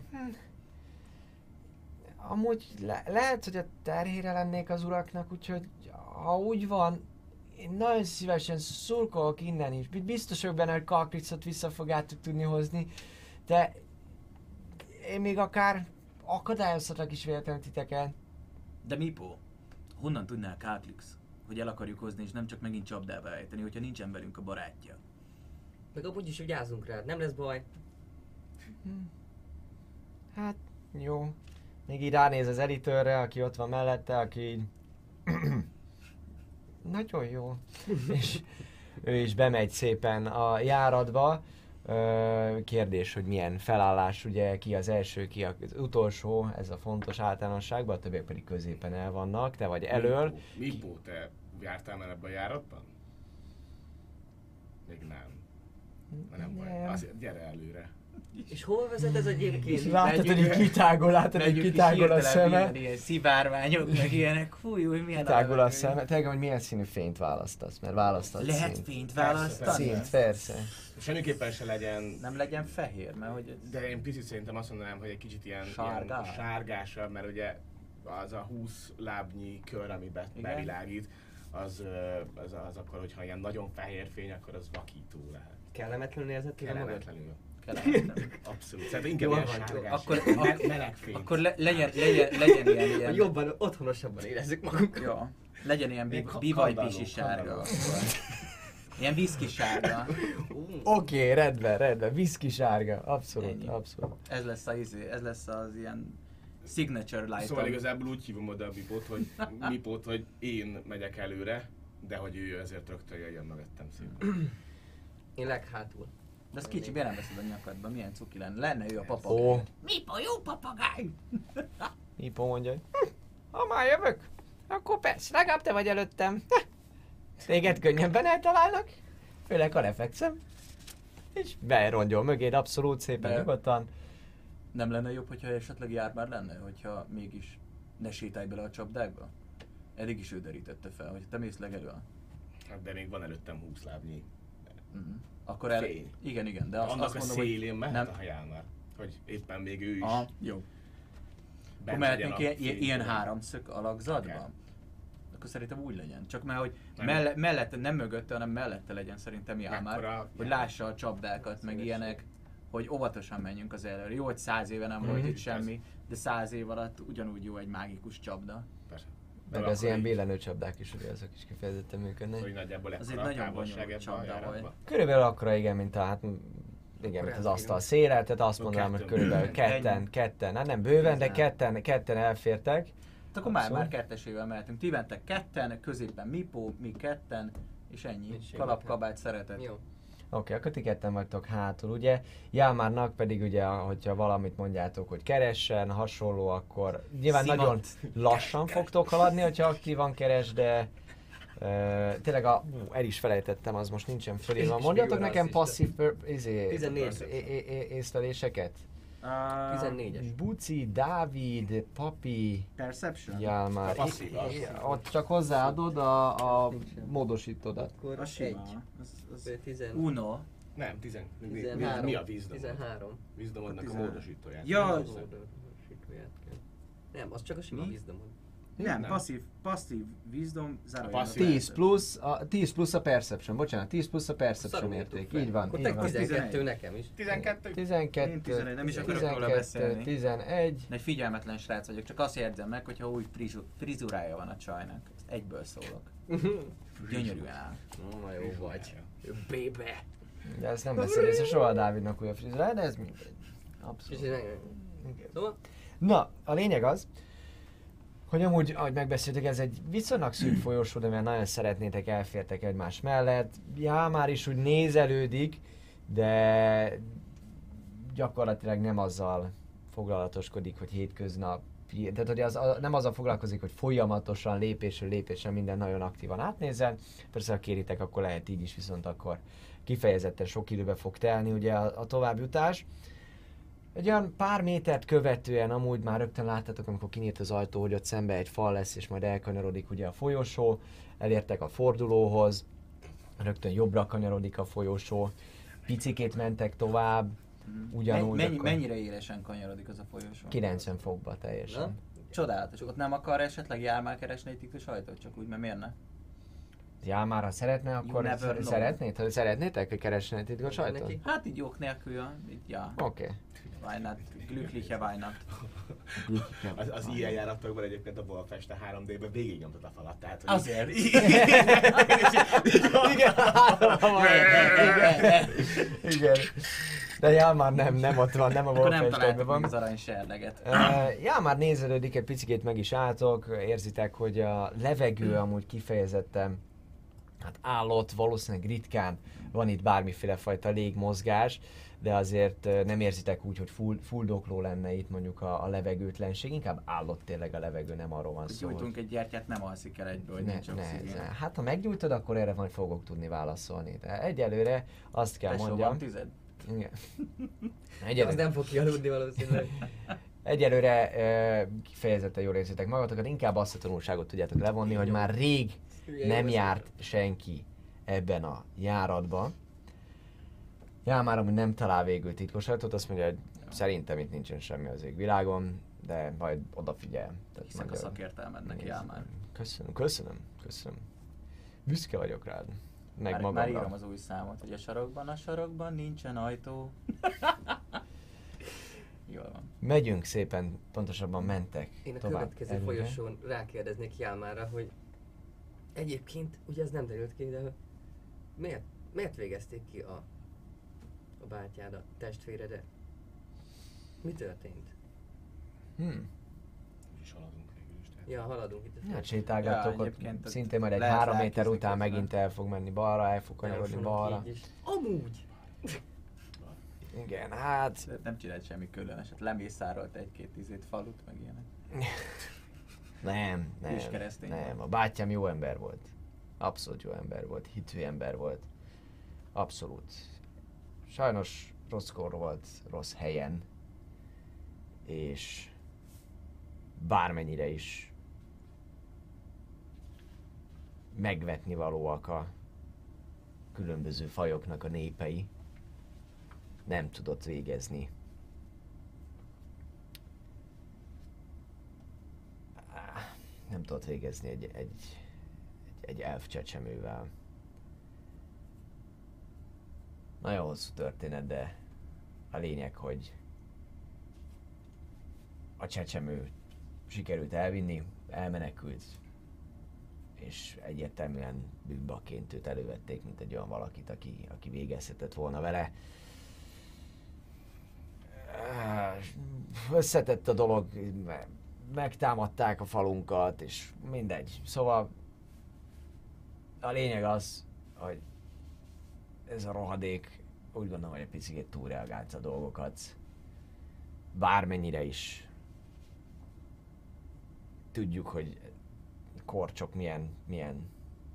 amúgy le- lehet, hogy a terhére lennék az uraknak, úgyhogy ha úgy van, én nagyon szívesen szurkolok innen is. Biztos vagyok benne, hogy Kalkricot vissza fogjátok tudni hozni, de én még akár akadályozhatlak is véletlenül titeket. De Mipo, honnan tudnál Káklix, hogy el akarjuk hozni, és nem csak megint csapdába ejteni, hogyha nincsen velünk a barátja? Meg amúgy is vigyázzunk rá, nem lesz baj. Hát, jó. Még így ránéz az elitőrre, aki ott van mellette, aki így... Nagyon jó. És ő is bemegy szépen a járatba. Ö, Kérdés, hogy milyen felállás, ugye ki az első, ki az utolsó, ez a fontos általánosságban, a többiek pedig középen el vannak, te vagy elől. Mipo, te jártál már ebben a járatban? Még nem. Na nem baj, Nem. azért gyere előre. És hol vezet ez egyébként? És látod, hogy Megyünk- így kitágol, látod, hogy Megyünk is kitágol a hirtelen szeme. Ilyen, ilyen szivárványok, meg ilyenek. Fúj, új, milyen Kitágol a arany. szeme. Tényleg, hogy milyen színű fényt választasz, mert választasz Lehet színt. fényt Persze, választani? Színt, persze. Semmiképpen se legyen, Nem legyen fehér, mert hogy... de én picit szerintem azt mondanám, hogy egy kicsit ilyen, Sárgás. ilyen sárgásabb, mert ugye az a húsz lábnyi kör, ami be, Igen. bevilágít, az, ö, az, az akkor, hogyha ilyen nagyon fehér fény, akkor az vakító lehet. Kellemetlenül érzed tőle magad? Kellemetlenül. Kellemetlen. Abszolút. Szerintem inkább Jó ilyen van, jó. sárgás. Akkor- me- meleg fény. Akkor le, legyen, legyen, legyen ilyen, Hogy ilyen... jobban, otthonosabban érezzük magunkat. Jó. Legyen ilyen Még bi- ka- bivajpisi kandalló, sárga. kandalló. Ilyen viszki sárga. Oké, okay, rendben, rendben. Viszki sárga. Abszolút, Ennyi. abszolút. Ez lesz, a, izé- ez lesz az ilyen signature light. Szóval igazából úgy hívom oda a Mipót, hogy, Mipót, hogy én megyek előre, de hogy ő ezért rögtön jöjjön mögöttem szépen. Én leghátul. De az kicsi, miért nem veszed a nyakadba? Milyen cuki lenne? Lenne ő a papa. Ó, Mipo, jó papagáj! Mipo mondja, hogy "Hm, ha már jövök, Akkor persze, legalább te vagy előttem. Téged könnyebben eltalálnak, főleg ha lefekszem. És berongyol mögéd abszolút szépen De- nyugodtan. Nem lenne jobb, hogyha esetleg jár már lenne, hogyha mégis ne sétálj bele a csapdákba? Eddig is ő derítette fel, hogy te mész legelől. Hát de még van előttem húsz lábnyi. Uh-huh. Akkor el... Fény. Igen, igen, de azt, Annak azt a mondom, szélén hogy mehet nem... a Hajálmár. Hogy éppen még ő is Aha, jó. Akkor bent mehetnénk legyen a ilyen, ilyen, ilyen fényben. háromszög alakzatban? Igen. Akkor szerintem úgy legyen. Csak mert, hogy Nem. melle, mellette, nem mögötte, hanem mellette legyen szerintem jár már, Mekkora- hogy lássa a csapdákat, meg ilyenek, hogy óvatosan menjünk az előre. Jó, hogy száz éve nem volt Mhm. itt semmi, de száz év alatt ugyanúgy jó egy mágikus csapda. Persze. Meg De az akkor ilyen így, billenőcsapdák is, ugye azok is kifejezetten működnek. Hogy nagyjából Az ekkora egy a nagyon távolság bonyolult ebben a csapda volt. járatban. Körülbelül akkora, igen, mint a, hát, igen, mint az asztal széle, tehát azt Ó, mondanám, hogy kettő. körülbelül Ennyi. ketten, ketten, hát nem bőven, de Tizen. ketten, ketten elfértek. Hát akkor már, Abszolút. már kettesével mehetünk. Ti mentek ketten, középen Mipó, mi ketten, és ennyi. Nincs Kalapkabát szeretet. Jó. Oké, okay, akkor ti ketten vagytok hátul, ugye? Jámárnak pedig ugye, hogyha valamit mondjátok, hogy keressen, hasonló, akkor nyilván Szimat. nagyon lassan fogtok haladni, hogyha aktívan keres, de uh, tényleg a, ú, el is felejtettem, az most nincsen fölírva. És Mondjatok még nekem rasszista. passzív per, izé, tizennégy. é- é- é- észleléseket. Uh, tizennégyes. Buci, Dávid, Papi, Perception? Jálmár. A passzív, az. I- i- Ott csak hozzáadod a, a Nincsen. módosítódat. Akkor A sima. egy. Az, az Vagy tizen- Uno. Nem, tizen, mi, mi, tizenhárom. mi a vízdom? tizenhárom. Vízdomodnak a tizenhárom. módosítóját. Ja, Nem, az- Módosítóját kell. Nem, az csak a sima Mi? vízdom. Nem, Nem. passzív, passzív wisdom, zárójelben. passzív- tíz plusz, a, tíz plusz a perception, bocsánat, tíz plusz a perception Szarul érték, írtuk fel. így van, Akkor így te van. tizenkettő nekem is. tizenkettő? tizenkettő, Én tizenegy, nem is akarok róla tizenkettő, beszélni. tizenegy, Egy figyelmetlen srác vagyok, csak azt jegyzem meg, hogyha új frizu- frizurája van a csajnak. Ezt egyből szólok. Gyönyörűen áll. Na jó vagy. Bébe. de ezt nem beszél észre soha Dávidnak új frizurája, de ez mindegy. És Abszolút. én- Igen. Szóval? Na, a lényeg az, hogy amúgy, ahogy megbeszéltük, ez egy viszonylag szűk folyosó, de mert nagyon szeretnétek, elfértek egymás mellett. Já, már is úgy nézelődik, de gyakorlatilag nem azzal foglalatoskodik, hogy hétköznap, tehát hogy az, a, nem azzal foglalkozik, hogy folyamatosan, lépésről lépésre minden nagyon aktívan átnézel. Persze, ha kéritek, akkor lehet így is, viszont akkor kifejezetten sok időbe fog telni ugye a, a továbbjutás. Egy olyan pár métert követően amúgy már rögtön láttátok, amikor kinyílt az ajtó, hogy ott szembe egy fal lesz, és majd elkanyarodik ugye a folyosó. Elértek a fordulóhoz, rögtön jobbra kanyarodik a folyosó. Picikét mentek tovább, ugyanúgy Mennyi, akkor mennyire élesen kanyarodik az a folyosó? kilencven fokba teljesen. Na? Csodálatos. Ott nem akar esetleg jár már keresni egy titkos ajtót? Csak úgy, mert miért ne? Já, már ha szeretne, akkor never sz- know. szeretnéd? Ha szeretnétek, hogy keressen egy titkos Neki? ajtót? Hát így jók nélkül, ja. Így, ja. Oké. Why not? Glückliche Weihnacht. Az, az ilyen járatokban egyébként a Wolfeste három dé-ben végignyomtad a falat, tehát... hogy- Azért. Igen, igen, igen. De já, már nem, nem ott van, nem a Akkor nem Wolfensteinben találtuk meg van. az arany serleget. Uh, já, már nézelődik, egy picit meg is álltok, érzitek, hogy a levegő amúgy kifejezetten hát állott, valószínűleg ritkán van itt bármiféle fajta légmozgás, de azért uh, nem érzitek úgy, hogy full, fuldokló lenne itt mondjuk a, a levegőtlenség, inkább állott tényleg a levegő, nem arról van szó, hogy Gyújtunk egy gyertyát, nem alszik el egyből, hogy ne, nincs ne, oxigén. ne. Hát ha meggyújtod, akkor erre majd fogok tudni válaszolni. De egyelőre azt kell Tesó, mondjam. van tüzed? Igen. Az Egyelőre, nem fog kialudni valószínűleg. egyelőre e, kifejezetten jól érzitek magatokat, inkább azt a tanulságot tudjátok levonni, hogy már rég Hülye nem jó járt senki ebben a járatban. Já, már amúgy nem talál végül titkos ajtót, azt mondja, hogy szerintem itt nincsen semmi az égvilágon, de majd odafigyel. Tehát Hiszek a majd, szakértelmednek, nézd. jár már. Köszönöm, köszönöm, köszönöm. Büszke vagyok rád. Meg Már, magamra. már írom az új számot, hogy a sarokban, a sarokban nincsen ajtó. Jól van. Megyünk szépen, pontosabban mentek Én a tovább következő előre. folyosón rákérdeznék Jálmára, hogy egyébként, ugye ez nem derült ki, de miért, miért végezték ki a, a bátyád, a testvéredet? Mi történt? Hmm. Úgyis haladunk végül is. Tehát. Ja, haladunk itt. Hát sétálgattok Ja, ott, egyébként ott szintén majd egy lehet három méter lelkizni után közben. megint el fog menni balra, el fog kanyarodni balra. Így is. Amúgy! Igen, hát... De nem csinált semmi különöset, lemészárolt egy-két izét falut, meg ilyenek. Nem, nem, És keresztény nem. A bátyám jó ember volt. Abszolút jó ember volt, hitű ember volt. Abszolút. Sajnos rosszkor volt, rossz helyen. És bármennyire is megvetni valóak a különböző fajoknak a népei, nem tudott végezni. Nem tudott végezni egy, egy, egy, egy elf csecsemővel. Nagyon hosszú történet, de a lényeg, hogy a csecsemő sikerült elvinni, elmenekült, és egyértelműen bűnbakként őt elővették, mint egy olyan valakit, aki, aki végezhetett volna vele. Összetett a dolog, megtámadták a falunkat, és mindegy. Szóval a lényeg az, hogy ez a rohadék úgy gondolom, hogy egy picit túlreagált a dolgokat. Bármennyire is tudjuk, hogy korcsok milyen, milyen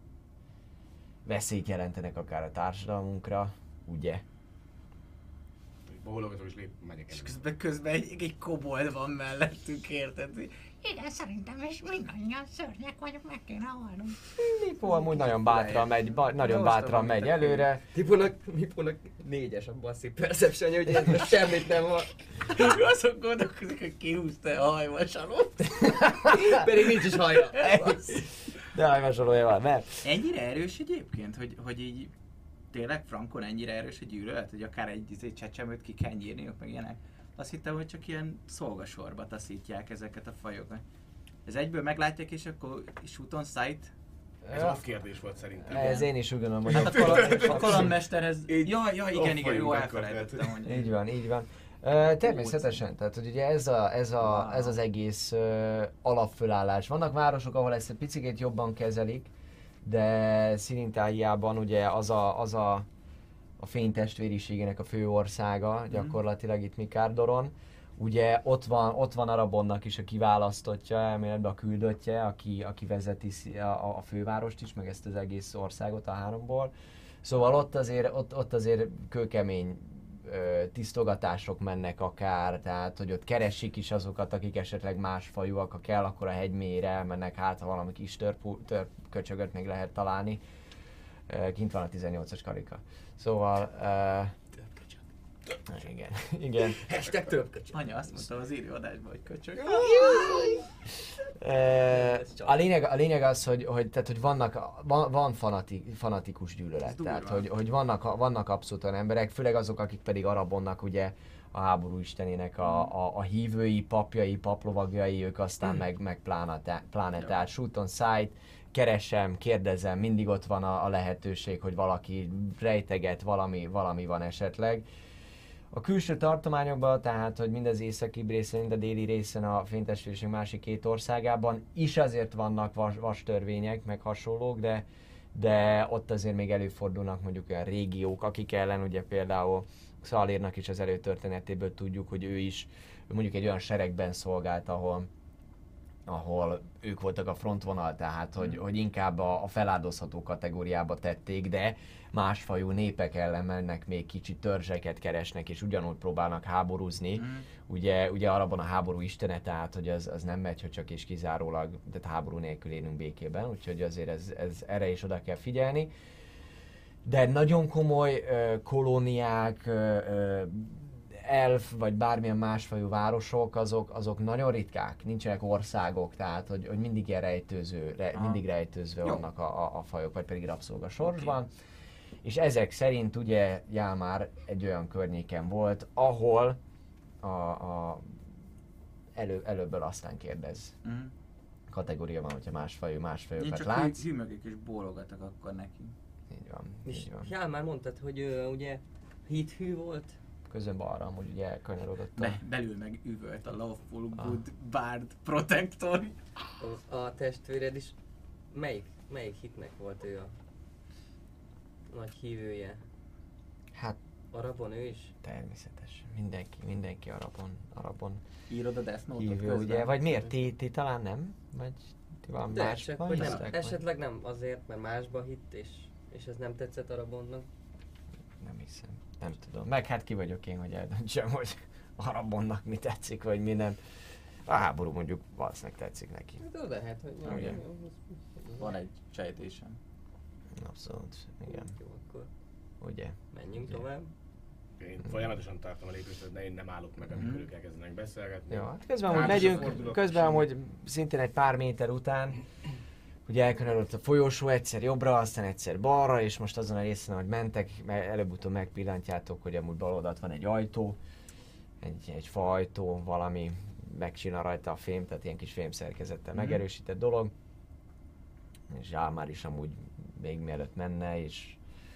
veszélyt jelentenek akár a társadalmunkra, ugye? Bólogatok és lép, megyek És elő. közben, közben egy, egy kobold van mellettünk, érted? Igen, szerintem is mindannyian szörnyek vagyunk, meg kéne halnunk. Mipó amúgy nagyon bátran megy, ba, nagyon bátran megy előre. Tipónak, Mipónak négyes a passzív perception, hogy ez semmit nem van. Azon gondolkozik, hogy kihúzta a hajvasalót. Pedig nincs is haja. De hajvasalója van, nem? Ennyire erős egyébként, hogy, hogy így tényleg frankon ennyire erős a gyűlölet, hogy akár egy izé csecsemőt ki kell nyírniuk, meg ilyenek. Azt hittem, hogy csak ilyen szolgasorba taszítják ezeket a fajokat. Ez egyből meglátják, és akkor shoot on sight. Ez off kérdés volt szerintem. Ez én is úgy gondolom, hogy... Hát a, kaland, a kalandmesterhez... Így Ja, ja, igen, igen, jó, off-vagyunk elfelejtettem, akkor, hogy... Így van, így van. Uh, természetesen, tehát hogy ugye ez, a, ez, a, ez az egész uh, alapfölállás. Vannak városok, ahol ezt egy picit jobban kezelik, de Szirintáhiában ugye az a, az a, a fénytestvériségének a fő országa, gyakorlatilag itt Mikárdoron. Ugye ott van, ott van Arabonnak is a kiválasztottja, elméletben a küldöttje, aki, aki vezeti a, a fővárost is, meg ezt az egész országot a háromból. Szóval ott azért, ott, ott azért kőkemény ö, tisztogatások mennek akár, tehát hogy ott keresik is azokat, akik esetleg más fajúak, ha kell, akkor a hegymélyre elmennek, hát ha valami kis törp, törp köcsögöt még lehet találni. Ö, kint van a tizennyolcas karika. Szóval... Ö, igen, igen. Hashtag többköcsög. Anya azt mondta az írjóadásban, hogy köcsög. Uh, a, lényeg, a lényeg az, hogy, hogy, tehát, hogy vannak, van, van fanati, fanatikus gyűlölet, tehát hogy, hogy vannak, vannak abszolút olyan emberek, főleg azok, akik pedig Arabonnak ugye a háború istenének a, a, a hívői, papjai, paplovagjai, ők aztán mm. meg, meg pláne, pláne tehát shoot on sight, keresem, kérdezem, mindig ott van a, a lehetőség, hogy valaki rejteget, valami, valami van esetleg. A külső tartományokban, tehát hogy mind az északi részen, mind a déli részen a fénytestvériség másik két országában is azért vannak vas, vas törvények, meg hasonlók, de, de ott azért még előfordulnak mondjuk olyan régiók, akik ellen ugye például Szalírnak is az előtörténetéből tudjuk, hogy ő is mondjuk egy olyan seregben szolgált, ahol ahol ők voltak a frontvonal, tehát hogy, mm. hogy inkább a, a feláldozható kategóriába tették, de másfajú népek ellen mennek, még kicsit törzseket keresnek, és ugyanúgy próbálnak háborúzni. Mm. Ugye, ugye Arabon a háború istene, tehát hogy az, az nem megy, hogy csak és kizárólag, tehát háború nélkül élünk békében, úgyhogy azért ez, ez, erre is oda kell figyelni. De nagyon komoly ö, kolóniák, ö, ö, elf vagy bármilyen másfajú városok, azok, azok nagyon ritkák, nincsenek országok, tehát hogy, hogy mindig ilyen rejtőző, re, mindig rejtőzve Jó. vannak a, a, a fajok, vagy pedig rabszolgasorsban. Okay. És ezek szerint ugye Jálmár egy olyan környéken volt, ahol a, a elő, előbből aztán kérdez. Mm. Kategória van, hogyha másfajú, másfajokat látsz. Csak hűmögök és bólogatok akkor neki. Így van, és így van. Jálmár mondtad, hogy uh, ugye hithű volt? Közön balra, amúgy ugye elkanyarodott. Be, belül meg üvölt a Lawful Good ah. Bard Protector. A, a testvéred is, melyik, melyik hitnek volt ő a nagy hívője? Hát Arabon ő is? Természetesen. Mindenki, mindenki arabon, arabon Írod a Death Note-ot hívő, közben? ugye? Vagy miért? Ti, ti talán nem? Vagy ti valami De más? csak, vagy hogy nem, hisztek, vagy? esetleg nem azért, mert másba hitt, és, és ez nem tetszett Arabonnak. Nem hiszem. Nem tudom. Meg hát ki vagyok én, hogy eldöntsem, hogy arabonnak mi tetszik, vagy mi nem. A háború mondjuk valószínűleg tetszik neki. Hát oda lehet, hogy nem. Ugye? Van egy sejtésem. Abszolút, igen. Jó, akkor Ugye? menjünk Ugye. tovább. Én folyamatosan tartom a lépést, de én nem állok meg, amikor ők elkezdenek beszélgetni. Jó, hát közben, hogy Hátra megyünk, fordulok, közben, semmi. hogy szintén egy pár méter után, ugye elkanyarodott a folyosó, egyszer jobbra, aztán egyszer balra, és most azon a részen, hogy mentek, me- előbb-utóbb megpillantjátok, hogy amúgy bal oldalt van egy ajtó, egy, egy faajtó, valami, megcsinál rajta a fém, tehát ilyen kis fémszerkezettel Mhm. megerősített dolog. És Zsálmár is amúgy még mielőtt menne, és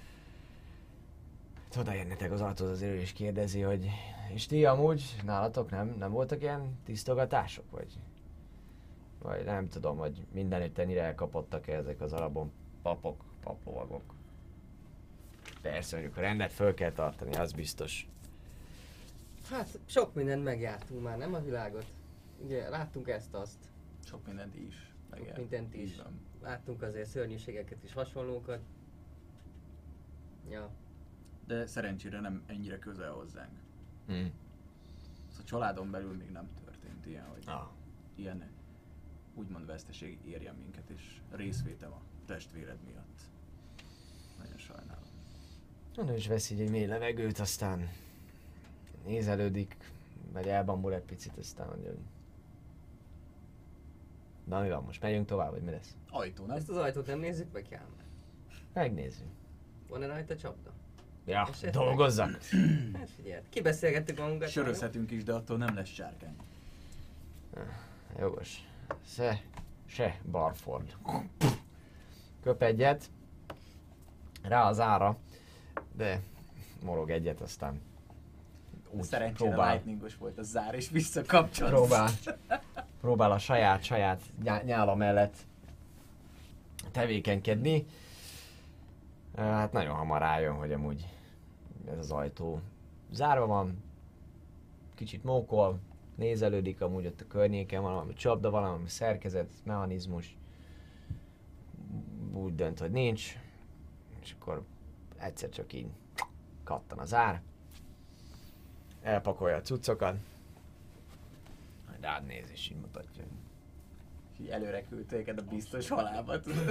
hát odaérnetek az ajtóhoz, azért ő is kérdezi, hogy és ti amúgy nálatok nem, nem voltak ilyen tisztogatások, vagy? Vagy nem tudom, hogy mindenütt ennyire elkapottak -e ezek az arabon papok, paplovagok. Persze, mondjuk a rendet föl kell tartani, az biztos. Hát sok mindent megjártunk már, nem a világot? Ugye láttunk ezt-azt, Sok mindent is. sok Meg mindent így is. van. Láttunk azért szörnyűségeket is, hasonlókat. Ja. De szerencsére nem ennyire közel hozzánk. Hm. A családon belül még nem történt ilyen, hogy Ah. ilyen úgymond veszteség érjen minket, és részvétem a testvéred miatt. Nagyon sajnálom. Na, ő is vesz így egy mély levegőt, aztán nézelődik, vagy elbambul egy picit, aztán mondja, hogy na mi van, most megyünk tovább, vagy mi lesz? Ajtó, nem? Ezt az ajtót nem nézzük meg, Kálmán? Megnézzük. Van-e rajta csapda? Ja, Esetleg? dolgozzak. Hát figyelj, kibeszélgettük magunkat. Sörözhetünk is, de attól nem lesz sárkány. Jogos. Se, se, Barford. Köp egyet. Rá az ára. De morog egyet, aztán úgy Szerencsére próbál, lightningos volt a zár, és visszakapcsolt. próbál, próbál a saját, saját nyá- nyála mellett tevékenykedni. Hát nagyon hamar rájön, hogy amúgy ez az ajtó zárva van, kicsit mókol, nézelődik amúgy ott a környéken, valami csapda, valami szerkezet, mechanizmus. Úgy dönt, hogy nincs, és akkor egyszer csak így kattan a zár. Elpakolja a cuccokat, majd rád néz és így mutatja. És így előre küldték a biztos halálba, tudod.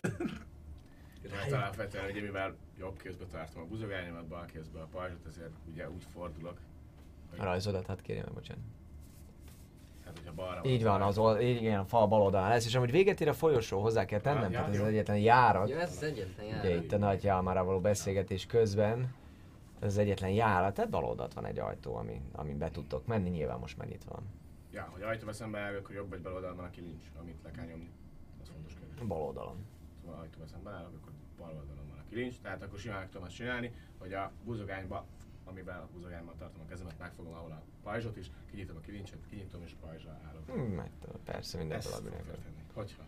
Hát alapvetően, ugye mivel jobb kézbe tartom a buzogányomat, bal kézbe a pajzsot, ezért ugye úgy fordulok. A rajzodat, hát kérjem meg, bocsánat. Hát, hogyha balra Így van, az old, igen, a fal bal oldalán lesz, és amúgy véget ér a folyosó, hozzá kell tennem, Ja, tehát ez jó. az egyetlen járat. Ja, ez az egyetlen jár. Ugye itt a nagy Jalmára való beszélgetés közben, ez az egyetlen járat, tehát bal oldalt van egy ajtó, ami, amin be tudtok menni, nyilván most már nyitva van. Ja, hogy ajtóba szembe állok, akkor jobb vagy bal oldalon van a kilincs, amit le kell nyomni. Az fontos kérdés. Bal oldalon. Ha ajtóba szemben állok, akkor bal oldalon van a kilincs, tehát akkor simán meg tudom azt csinálni, hogy a buzogányba, amiben a buzogányban tartom a kezemet, megfogom ahol a pajzsot is, kinyitom a kilincset, kinyitom és pajzsra állok. Hm, meg tudod, persze, minden Ezt további fog nélkül. történni. Hogyha?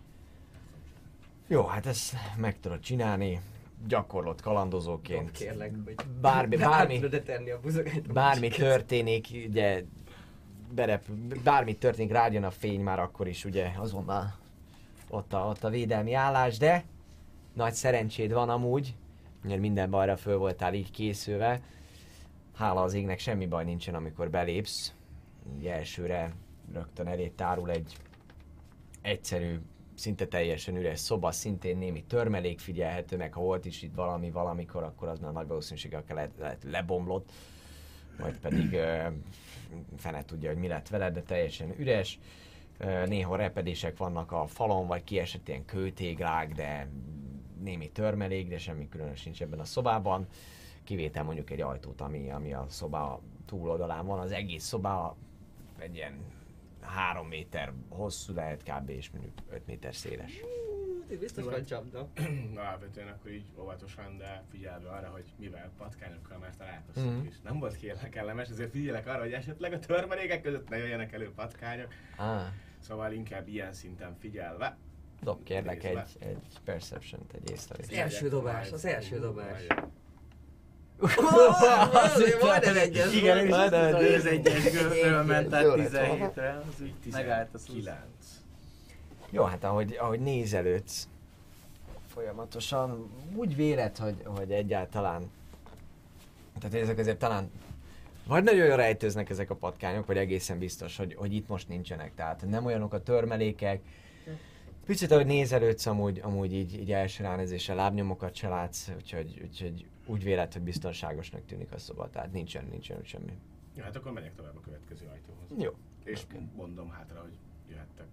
Jó, hát ezt meg tudod csinálni, gyakorlott Dob, kalandozóként. kérlek, hogy Bármi, bármi, tudod tenni a buzogányt. a bármi másiket. történik, ugye, berep, bármi történik, rád jön a fény már akkor is, ugye, azonnal ott a, ott a védelmi állás, de nagy szerencséd van amúgy, mert minden bajra föl voltál így készülve. Hála az égnek semmi baj nincsen, amikor belépsz. Így elsőre rögtön elé tárul egy egyszerű, szinte teljesen üres szoba, szintén némi törmelék figyelhető, meg ha volt is itt valami valamikor, akkor az már nagy valószínűséggel lehet, lehet lebomlott, vagy pedig ö, fene tudja, hogy mi lett veled, de teljesen üres. Ö, néha repedések vannak a falon, vagy kiesett ilyen kőtéglák, de némi törmelék, de semmi különös nincs ebben a szobában. Kivétel mondjuk egy ajtót, ami, ami a szoba túloldalán van. Az egész szoba egy ilyen három méter hosszú lehet kb. És mondjuk öt méter széles. Itt biztos van csapda. Na, alapvetően akkor így óvatosan, de figyelve arra, hogy mivel patkányokkal már találkoztunk Mhm. is. Nem volt kérlek kellemes, ezért figyelek arra, hogy esetleg a törmelékek között ne jöjjenek elő patkányok. Ah, Szóval inkább ilyen szinten figyelve. dob kérlek Nézve. egy, egy perception-t, egy Az észlelést. első dobás, az első dobás. Azért majdnem egyes. Igen, én is Majdnem tudtam, hogy egyes. az egyesből fölment Jó át lett tizenhétre, az úgy megállt a szó. kilenc. Jó, hát ahogy, ahogy nézelődsz folyamatosan, úgy véled, hogy, hogy egyáltalán, tehát ezek azért talán vagy nagyon jól rejtőznek ezek a patkányok, vagy egészen biztos, hogy, hogy itt most nincsenek, tehát nem olyanok a törmelékek. Picit ahogy nézelődsz, amúgy, amúgy így, így első ránézésre lábnyomokat se látsz, úgyhogy, úgyhogy úgy véled, hogy biztonságosnak tűnik a szoba, tehát nincsen, nincsen úgy semmi. Jó, hát akkor megyek tovább a következő ajtóhoz. Jó. És mondom hátra, hogy jöhettek.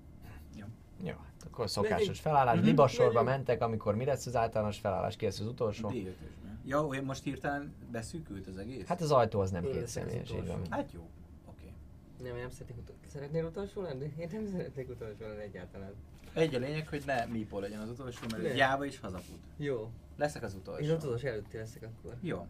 Jó, hát akkor szokásos felállás, Mhm. libasorba mentek, amikor mi lesz az általános felállás, ki lesz az utolsó? dé ötösben. Ja, olyan most hirtelen beszűkült az egész? Hát az ajtó az nem Én két leszek az személyes, így van. utolsó. Hát jó, oké. Nem, nem szeretnék utolsó. Szeretnél utolsó lenni? Én nem szeretnék utolsó lenni egyáltalán. Egy a lényeg, hogy ne Meeple legyen az utolsó, mert Ne. ő gyáva is hazafut. Jó. Leszek az utolsó. Én az utolsó előtti leszek akkor. Jó.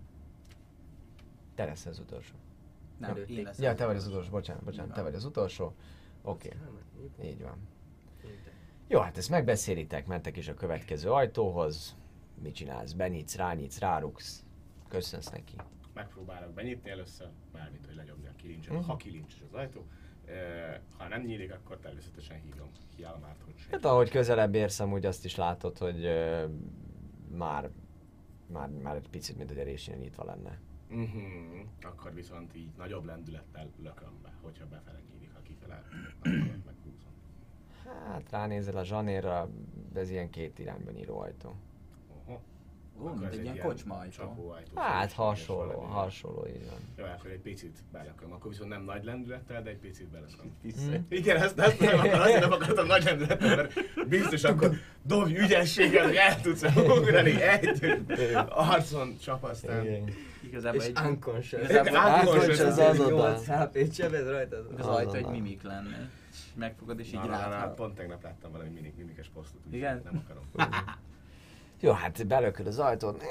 Te lesz az utolsó. Nem, Előttig. én leszek Ja, te vagy az utolsó, bocsánat, bocsánat, te vagy az utolsó. Oké, Okay. így van. Jó, hát ezt megbeszélitek, mentek is a következő ajtóhoz. Mit csinálsz? Benyitsz, rányitsz, rárugsz. Köszönsz neki. Megpróbálok benyitni először, mármint, hogy lenyomni a kilincset, Mhm. ha kilincses az ajtó. E, ha nem nyílik, akkor természetesen hívom Hjalmart, hogy Hát segít. ahogy közelebb érsz, amúgy azt is látod, hogy ö, már, már, már egy picit, mint hogy erésén nyitva lenne. Uh-huh. Akkor viszont így nagyobb lendülettel lököm be, hogyha befele nyílik, ha kifele, akkor meghúzom. Hát ránézel a zsanérra, ez ilyen két irányba nyíló ajtó. Oho. Ó, Akkor mint ez egy ilyen ilyen kocsmaajtó. csapóajtó, Hát szélsőséges hasonló, valami. hasonló, így van. Jó, akkor egy picit belököm. Akkor viszont nem nagy lendülettel, de egy picit belököm. Vissza. Hm. Igen, ezt, ezt nem, akar, azért nem akartam nagy lendülettel, mert biztos akkor dobj ügyességgel, hogy el tudsz ugrani egy arcon csap, aztán... Igen. Igazából És egy... unconscious. Igazából Unconscious az az oda. nyolc há pé-t sebez rajtad. az Azonnal. ajtó egy mimik lenne. És megfogod és így Na, na, na, ráthat. pont tegnap láttam valami mimik, mimikes posztot, úgyhogy Igen? nem akarom. Jó, hát belököd az ajtót.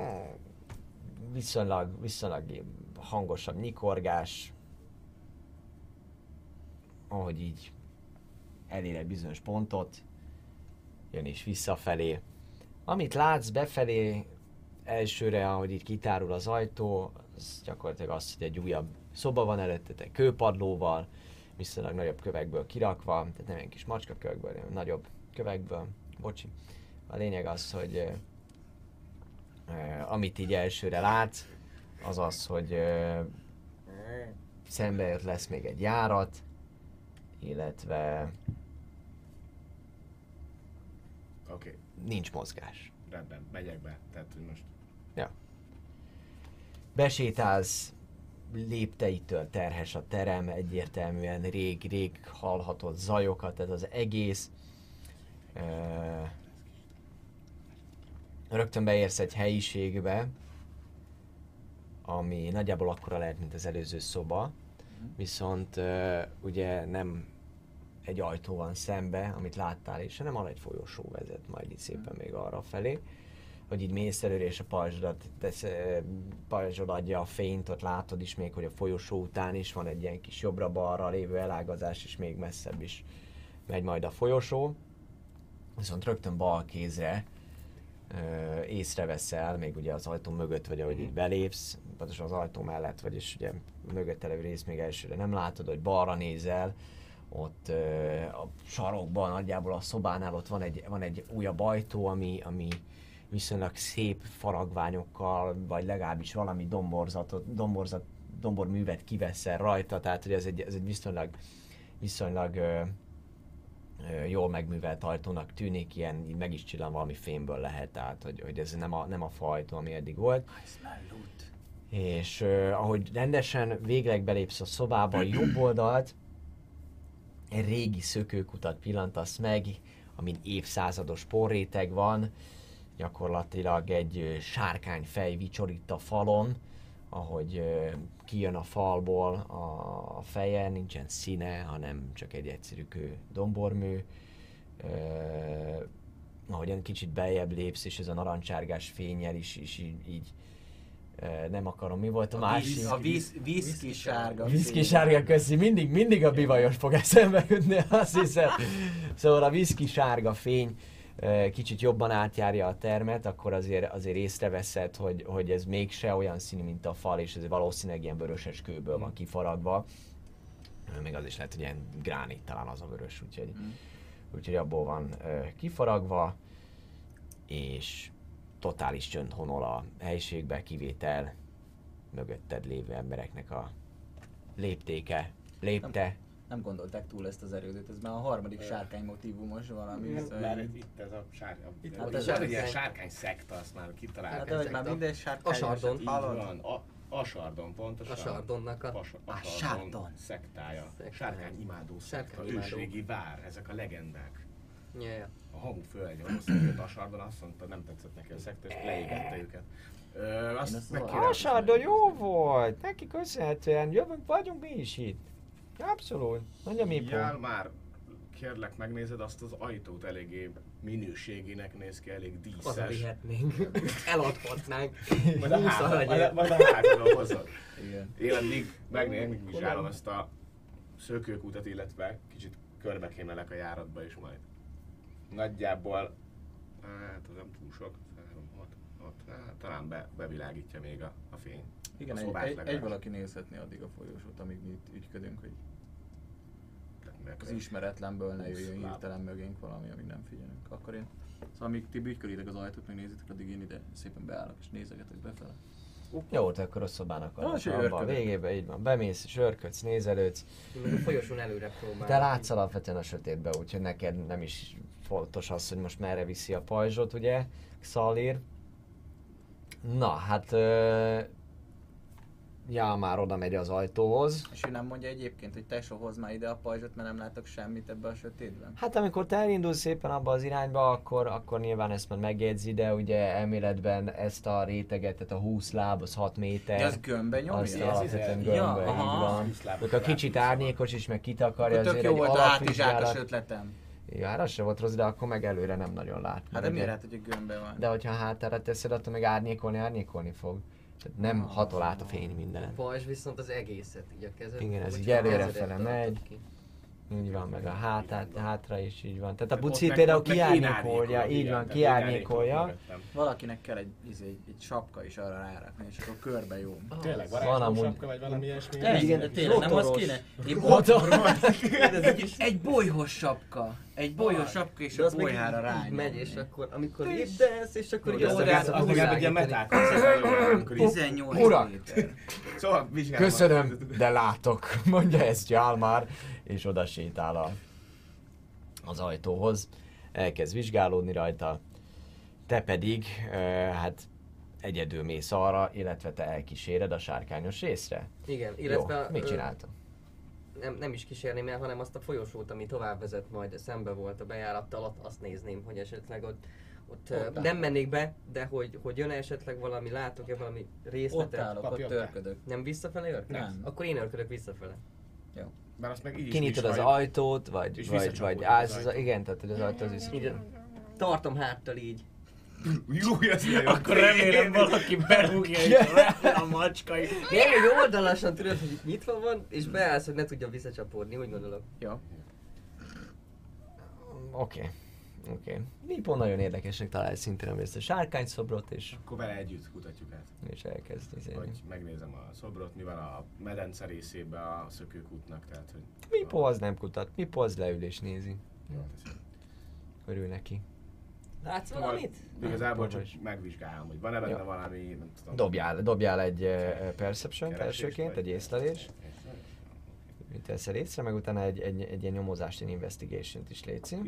Viszonylag, viszonylag hangosabb nyikorgás. Ahogy így elér egy bizonyos pontot, jön is visszafelé. Amit látsz befelé, elsőre, ahogy így kitárul az ajtó, az gyakorlatilag az, hogy egy újabb szoba van előttetek kőpadlóval, viszonylag nagyobb kövekből kirakva, tehát nem ilyen kis macska kövekből, hanem nagyobb kövekből. Bocsi. A lényeg az, hogy eh, eh, amit így elsőre látsz, az az, hogy eh, szembe jött lesz még egy járat, illetve Oké, okay, nincs mozgás. rendben, megyek be, tehát hogy most... Besétálsz, lépteitől terhes a terem, egyértelműen rég-rég hallhatott zajokat, ez az egész. Uh, rögtön beérsz egy helyiségbe, ami nagyjából akkora lehet, mint az előző szoba, viszont uh, ugye nem egy ajtó van szembe, amit láttál, és hanem arra egy folyosó vezet majd itt szépen még arra felé, hogy így mész előre, és a pajzsodat, tesz, pajzsod adja a fényt, ott látod is még, hogy a folyosó után is van egy ilyen kis jobbra-balra lévő elágazás, és még messzebb is megy majd a folyosó. Viszont rögtön bal kézre ö, észreveszel, még ugye az ajtó mögött vagy, ahogy így belépsz, pontosan az ajtó mellett vagy, és ugye mögötte levő rész még elsőre nem látod, hogy balra nézel, ott ö, a sarokban, nagyjából a szobánál ott van egy, van egy újabb ajtó, ami, ami viszonylag szép faragványokkal, vagy legalábbis valami domborzatot, domborzat, domborművet kiveszel rajta, tehát hogy ez egy, ez egy viszonylag, viszonylag ö, ö, jól megművelt ajtónak tűnik, ilyen így meg is csillan valami fémből lehet, tehát hogy, hogy ez nem a, nem a fa ajtó, ami eddig volt. I smell loot. És ö, ahogy rendesen végleg belépsz a szobába, a jobb oldalt, egy régi szökőkutat pillantasz meg, amin évszázados porréteg van, gyakorlatilag egy ö, sárkányfej vicsorít a falon, ahogy ö, kijön a falból a, a feje, nincsen színe, hanem csak egy egyszerű kő dombormű. Ö, ahogyan kicsit beljebb lépsz, és ez a narancsárgás fénnyel is, is így, így ö, nem akarom, mi volt a, A másik? víz, a víz, viszki sárga. Viszki fény. sárga, köszi, mindig, mindig a bivajos fog eszembe jutni, azt hiszem. Szóval a viszki sárga fény kicsit jobban átjárja a termet, akkor azért, azért észreveszed, hogy, hogy ez mégse olyan színű, mint a fal, és ez valószínűleg ilyen vöröses kőből van kifaragva. Még az is lehet, hogy ilyen gránit talán az a vörös, úgyhogy, mm. úgyhogy abból van uh, kifaragva, és totális csönd honol a helyiségbe, kivétel mögötted lévő embereknek a léptéke, lépte. Nem, nem gondolták túl ezt az erődöt, ez már a harmadik sárkány motívumos valami. Már itt ez a sárkány, itt hát van ez egy a- ilyen sárkány szekta, azt már kitalálták. Hát, hogy már minden sárkány. A Sardon. Így van, a, a Sardon pontosan. A Sardonnak a... Pas, a A Sardon Sardon. szektája. Szektája. Sárkány imádó szekta, Sárkány imádó. ősrégi vár, ezek a legendák. Yeah. A hamu földje, valószínűleg a Sardon azt mondta, nem tetszett neki a szekta, és leégette őket. Ö, azt ezt megkérdeztem, A Sardon jó volt, nekik köszönhetően jövünk, vagyunk mi is itt. Abszolút, mondja mi Jár már, kérlek megnézed azt az ajtót, eléggé minőségének néz ki, elég díszes. Hazavihetnénk. Eladhatnánk. Majd a húsz házba, aranyért. majd a házba hozod. Igen. Én addig megné- megvizsgálom ezt a szökőkutat, illetve kicsit körbe kémelek a járatba is majd. Nagyjából, hát az nem túl sok, három, hat, hat, hát, talán be, bevilágítja még a, a fény. Igen, A egy, szobát egy, legalább. egy valaki nézhetné addig a folyosót, amíg mi itt ügyködünk, hogy Tehát meg- az ismeretlenből ne jöjjön Húsz láb. hirtelen mögénk valami, amíg nem figyelünk. Akkor én, szóval amíg ti ügyköditek az ajtót, meg nézitek, addig én ide szépen beállok és nézegetek befele. Jó, te akkor a szobának Ah, a és abban a őrködök. végébe, így van. Bemész, sörködsz, nézelődsz. Meg a folyosón előre próbálunk. Te látsz alapvetően a sötétbe, úgyhogy neked nem is fontos az, hogy most merre viszi a pajzsot, ugye, Xalir. Na, hát... Ö... Ja, már oda megy az ajtóhoz. És ő nem mondja egyébként, hogy tesó, hozd már ide a pajzsot, mert nem látok semmit ebbe a sötétben? Hát amikor te elindulsz szépen abba az irányba, akkor, akkor nyilván ezt már megjegyzi, de ugye elméletben ezt a réteget, tehát a húsz láb, az hat méter. Ja, az gömbbe nyomja? Az Ez alapvetően ez- gömbbe, ja, így aha. van. húsz lábos Akkor kicsit lábos árnyékos is, meg kitakarja Akkor tök azért jó egy volt a hátizsákos alapvizsgálat. ötletem. Ja, hát az se volt rossz, de akkor meg előre nem nagyon lát. Hát de miért hát, hogy a gömbbe van? De hogyha hátára teszed, attól meg árnyékolni, árnyékolni fog. Tehát nem hatol át a fény mindenen. A pajzs viszont az egészet így a kezed. Igen, ez vagy így csak a előrefele kezedet tartod megy. ki. Így van, meg a hátát, hátra is így van. Tehát a Ott bucit meg- például ott meg én kiárnyékolja, árnyékolok, így igen, van, tehát én árnyékolok kiárnyékolja. mögöttem. Valakinek kell egy, izé, egy, egy sapka is arra rárakni, és akkor körbe jó. Tényleg, Van varázsló amúgy- sapka, vagy valami ilyesmi? Tényleg, Igen, de tényleg, nem az rotoros. kéne? Egy, Ez egy kis... egy bolyhos sapka. Egy bolyhos sapka és De a az meg bolyhára így rányomni. megy, és akkor amikor lépdelsz, és akkor így Jó, Az de oda az- legalább az legalább egy ilyen metal amikor így- tizennyolc Urak! méter. Szóval vizsgálom. Köszönöm, de látok, mondja ezt Jálmár, és oda sétál a, az ajtóhoz. Elkezd vizsgálódni rajta. Te pedig, uh, hát egyedül mész arra, illetve te elkíséred a sárkányos részre. Igen, Jó, illetve... mit ö, csináltam? Nem, nem is kísérném el, hanem azt a folyosót, ami tovább vezet majd szembe volt a bejárattal, ott azt nézném, hogy esetleg ott, ott, ott Ott nem mennék be, de hogy, hogy jön esetleg valami, látok-e valami Ott részletet. állok, ott Kapja törködök. Nem visszafele örködsz? Nem. Akkor én örködök visszafele. Bár azt meg így is Kinyitod az vizsgáljuk. ajtót, vagy, És vagy, visszacsapódik vagy az állsz az, ajtó. igen, tehát hogy az ajtó az vissza. Így tartom háttal így. Jó, ez nagyon Akkor remélem valaki berúgja és rá a macska is. Nem, egy oldalasan tudod, hogy itt nyitva van, és beállsz, hogy ne tudja visszacsapódni, úgy gondolom. Jó. Oké, oké. Nipon nagyon érdekesnek talál szintén ezt a sárkányszobrot, és, Akkor vele együtt kutatjuk át. és elkezd izélni. Vagy megnézem a szobrot, mi van a medence részébe a szökőkútnak, tehát hogy... Mipo az nem kutat, Mipo az leül és nézi. Jó, teszi. Örül neki. Látsz Szóval valamit? Igazából csak Is. megvizsgálom, hogy van-e benne Jó. valami, nem tudom... Dobjál, dobjál egy uh, perception keresést, elsőként, vagy- egy észlelés. Mit veszel észre, meg utána egy, egy, egy ilyen nyomozást, egy investigation-t is létszi.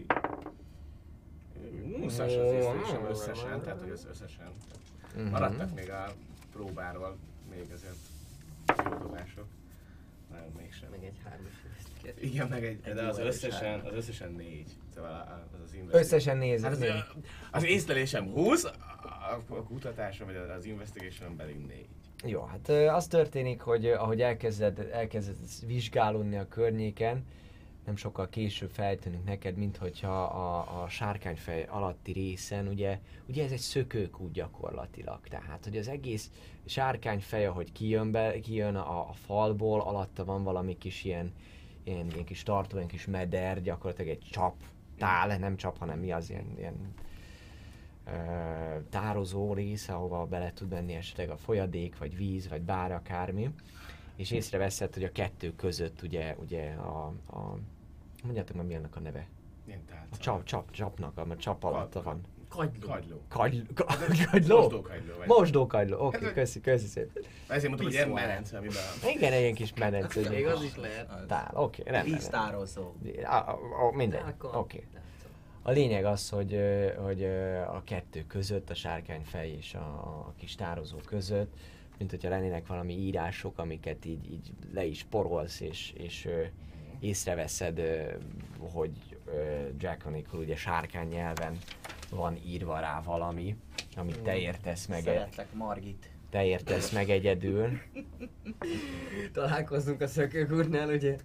húszas az észlelésem összesen, tehát hogy az összesen. Mhm. Maradtak még a próbáról, még azért jó dobások. Nem, mégsem. Meg egy hármas investigation. Igen, meg egy, Egy de jó az és összesen, három. az összesen négy. Szóval a- az az investigation. Összesen nézed. Hát az, négy. az észlelésem húsz, a, a kutatásom, vagy az investigation pedig négy. Jó, hát ö, az történik, hogy ö, ahogy elkezded, elkezded vizsgálódni a környéken, nem sokkal később feltűnik neked, minthogyha a, a sárkányfej alatti részen, ugye, ugye ez egy szökőkút gyakorlatilag, tehát hogy az egész sárkányfej, ahogy kijön, be, kijön a, a falból, alatta van valami kis ilyen, ilyen, ilyen kis tartó, ilyen kis meder, gyakorlatilag egy csap tál, nem csap, hanem mi az ilyen, ilyen ö, tározó része, ahova bele tud menni esetleg a folyadék, vagy víz, vagy bár akármi. És észreveszed, hogy a kettő között ugye, ugye a, a mondjátok meg mi annak a neve? Ilyen tálca. A csap, csap, csapnak, a csap alatt van. Kagyló. Kagyló. Kagy, kagyló? Mosdókagyló. vagy- Mosdókagyló, oké, okay, köszi, köszi szépen. Ezért mondtam, hogy ilyen menence, amiben... Igen, egy ilyen kis medence. Még az is lehet. Tál, oké, okay, rendben. Víztározó. A, a, a, mindegy, Akkor- oké. Okay. A lényeg az, hogy, ö, hogy ö, a kettő között, a sárkányfej és a, a kis tározó között, mint hogyha lennének valami írások, amiket így, így le is porolsz, és, és ö, észreveszed, ö, hogy ö, Draconical ugye sárkány nyelven van írva rá valami, amit te értesz meg, Szeretlek, Margit. te értesz meg egyedül. Találkozzunk a szökőkúrnál, ugye?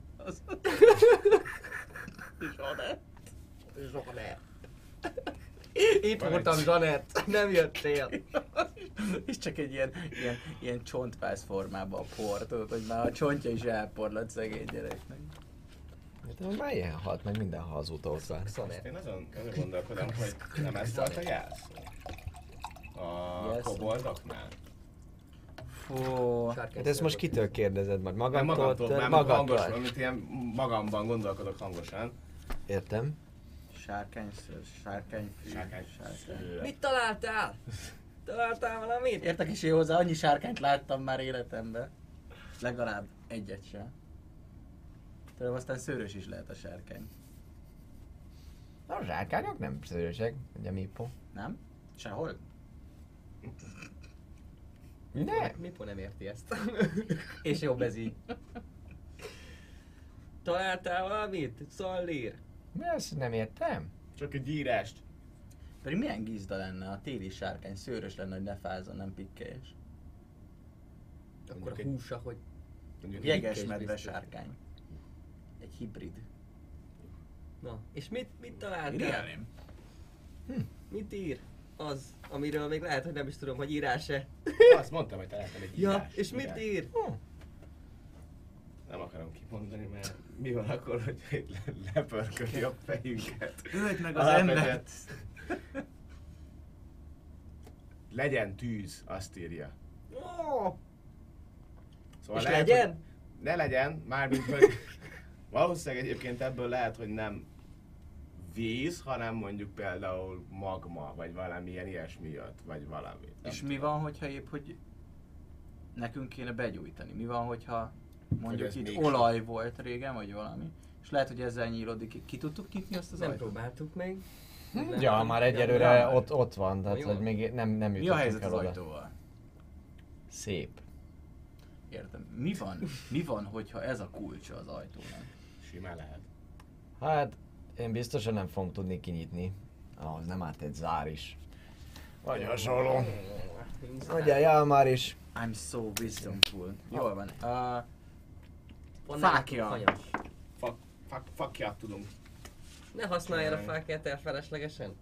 Zsanett. Itt voltam, Zsanett. Nem jöttél. És csak egy ilyen, ilyen, ilyen csontváz formában a por, tudod, hogy már a csontja is elporlott szegény gyereknek. Hát már ilyen halt, meg minden hazudó ott van. Szanett. Én azon, azon gondolkodom, hogy nem ez volt a jelszó. A Jelszó? koboldoknál. Fú, Hát ezt most kitől kérdezed majd? Nem Magamtól? magamtól, Te- már Magadtól? hangosan, amit ilyen magamban gondolkodok hangosan. Értem. sárkány, sárkány, Sárkány. sárkány. Mit találtál? Találtál valamit? Értek is én hozzá, annyi sárkányt láttam már életemben. Legalább egyet sem. Tőlem aztán szőrös is lehet a sárkány. A zsárkányok nem szőrösek, ugye Mipo. Nem? Sehol? Ne? Mipo nem érti ezt. És jobb ez így. Találtál valamit? Szallír? Mi azt nem értem? Csak egy írást. Pedig milyen gizda lenne, a téli sárkány szőrös lenne, hogy ne fázzon, nem pikkelyes. Akkor a egy- húsa, hogy... Mondjuk Jeges pikkelyes medve biztos. sárkány. Egy hibrid. Na, és mit, mit találtál? Irielném. Mit ír? Az, amiről még lehet, hogy nem is tudom, hogy írás-e. azt mondtam, hogy találtam egy Ja, írás. és mit írás. ír? Nem akarom kimondani, mert mi van akkor, hogy le- lepörköli a fejünket. Öld meg az Alapvetően- embert! Legyen tűz, azt írja. Oh, Szóval és lehet, legyen? Hogy ne legyen, mármint, hogy valószínűleg egyébként ebből lehet, hogy nem víz, hanem mondjuk például magma, vagy valamilyen ilyesmi jött, vagy valami. Nem És mi van, hogyha épp, hogy nekünk kéne begyújtani? Mi van, hogyha mondjuk ez itt még olaj volt régen, vagy valami, és lehet, hogy ezzel nyílodik ki. Ki tudtuk nyitni azt az nem ajtót? próbáltuk még. Ja, már egyelőre Ja. ott, ott van, tehát Jó. hogy még nem, nem Mi a jutottunk helyzet el az oda. ajtóval? Szép. Értem. Mi van, mi van, hogyha ez a kulcsa az ajtónak? Simán lehet. Hát, én biztosan nem fogom tudni kinyitni. Ahhoz nem árt egy zár is. Vagy hasonló. Mondja, már is. I'm so wisdomful. Jól van. Uh, Van Fákja. nálunk fanyas. Fak, fak, fakját tudunk. Ne használjad a fákját el feleslegesen.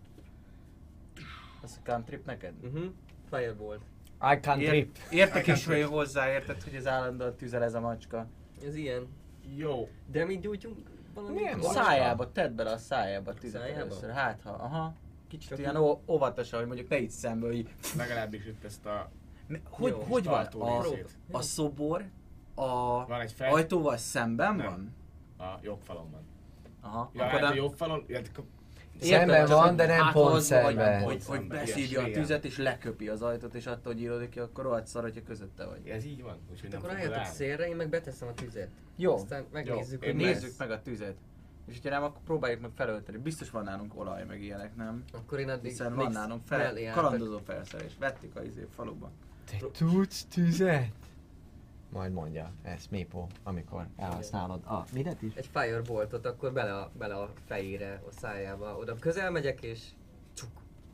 az a cantrip neked? Uh-huh. Firebolt. I can't Ér, trip. értek is vagyok hozzá, érted, hogy ez állandóan tüzel ez a macska. Ez ilyen. Jó. De mi gyújtjunk valami? Milyen A macska? szájába, tedd bele a szájába a tüzet Szájába? először. Hát ha, aha. Kicsit Csak ilyen így- ó- óvatosan, hogy mondjuk ne itt szembe, hogy... Legalábbis itt ezt a Mi- Hogy, Jó, hogy van? tartó A, részét. a szobor a Van egy fel... ajtóval szemben Nem. van? A jobb falon van. Aha. Ja, Akkor hát a nem- jobb falon... Ja, akkor- Szemben Érted, van, csak de nem hát pont hozva, hogy- szemben. Hogy, hogy Szemben, beszívja a ilyesmi, tüzet és leköpi az ajtót, és attól, hogy íródik ki, akkor rohadt szar, hogyha közötte vagy. Ez így van, úgyhogy nem Akkor fogod álljatok állni. szélre, én meg beteszem a tüzet. Jó, Aztán megnézzük, Jó, hogy én mi nézzük lesz. meg a tüzet. És hogyha nem, akkor próbáljuk meg felölteni. Biztos van nálunk olaj, meg ilyenek, nem? Akkor én addig Hiszen még van nálunk mellé fel, álltak. kalandozó felszerelés. Vettük a izé faluban. Te tudsz tüzet? Majd mondja ezt Mipo, amikor elhasználod a midet is. Egy fireboltot, akkor bele a, bele a fejére, a szájába. Oda közel megyek és csuk.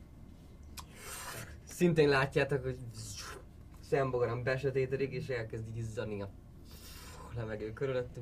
Szintén látjátok, hogy szembogaram besötétedik és elkezd izzani a levegő körülöttem.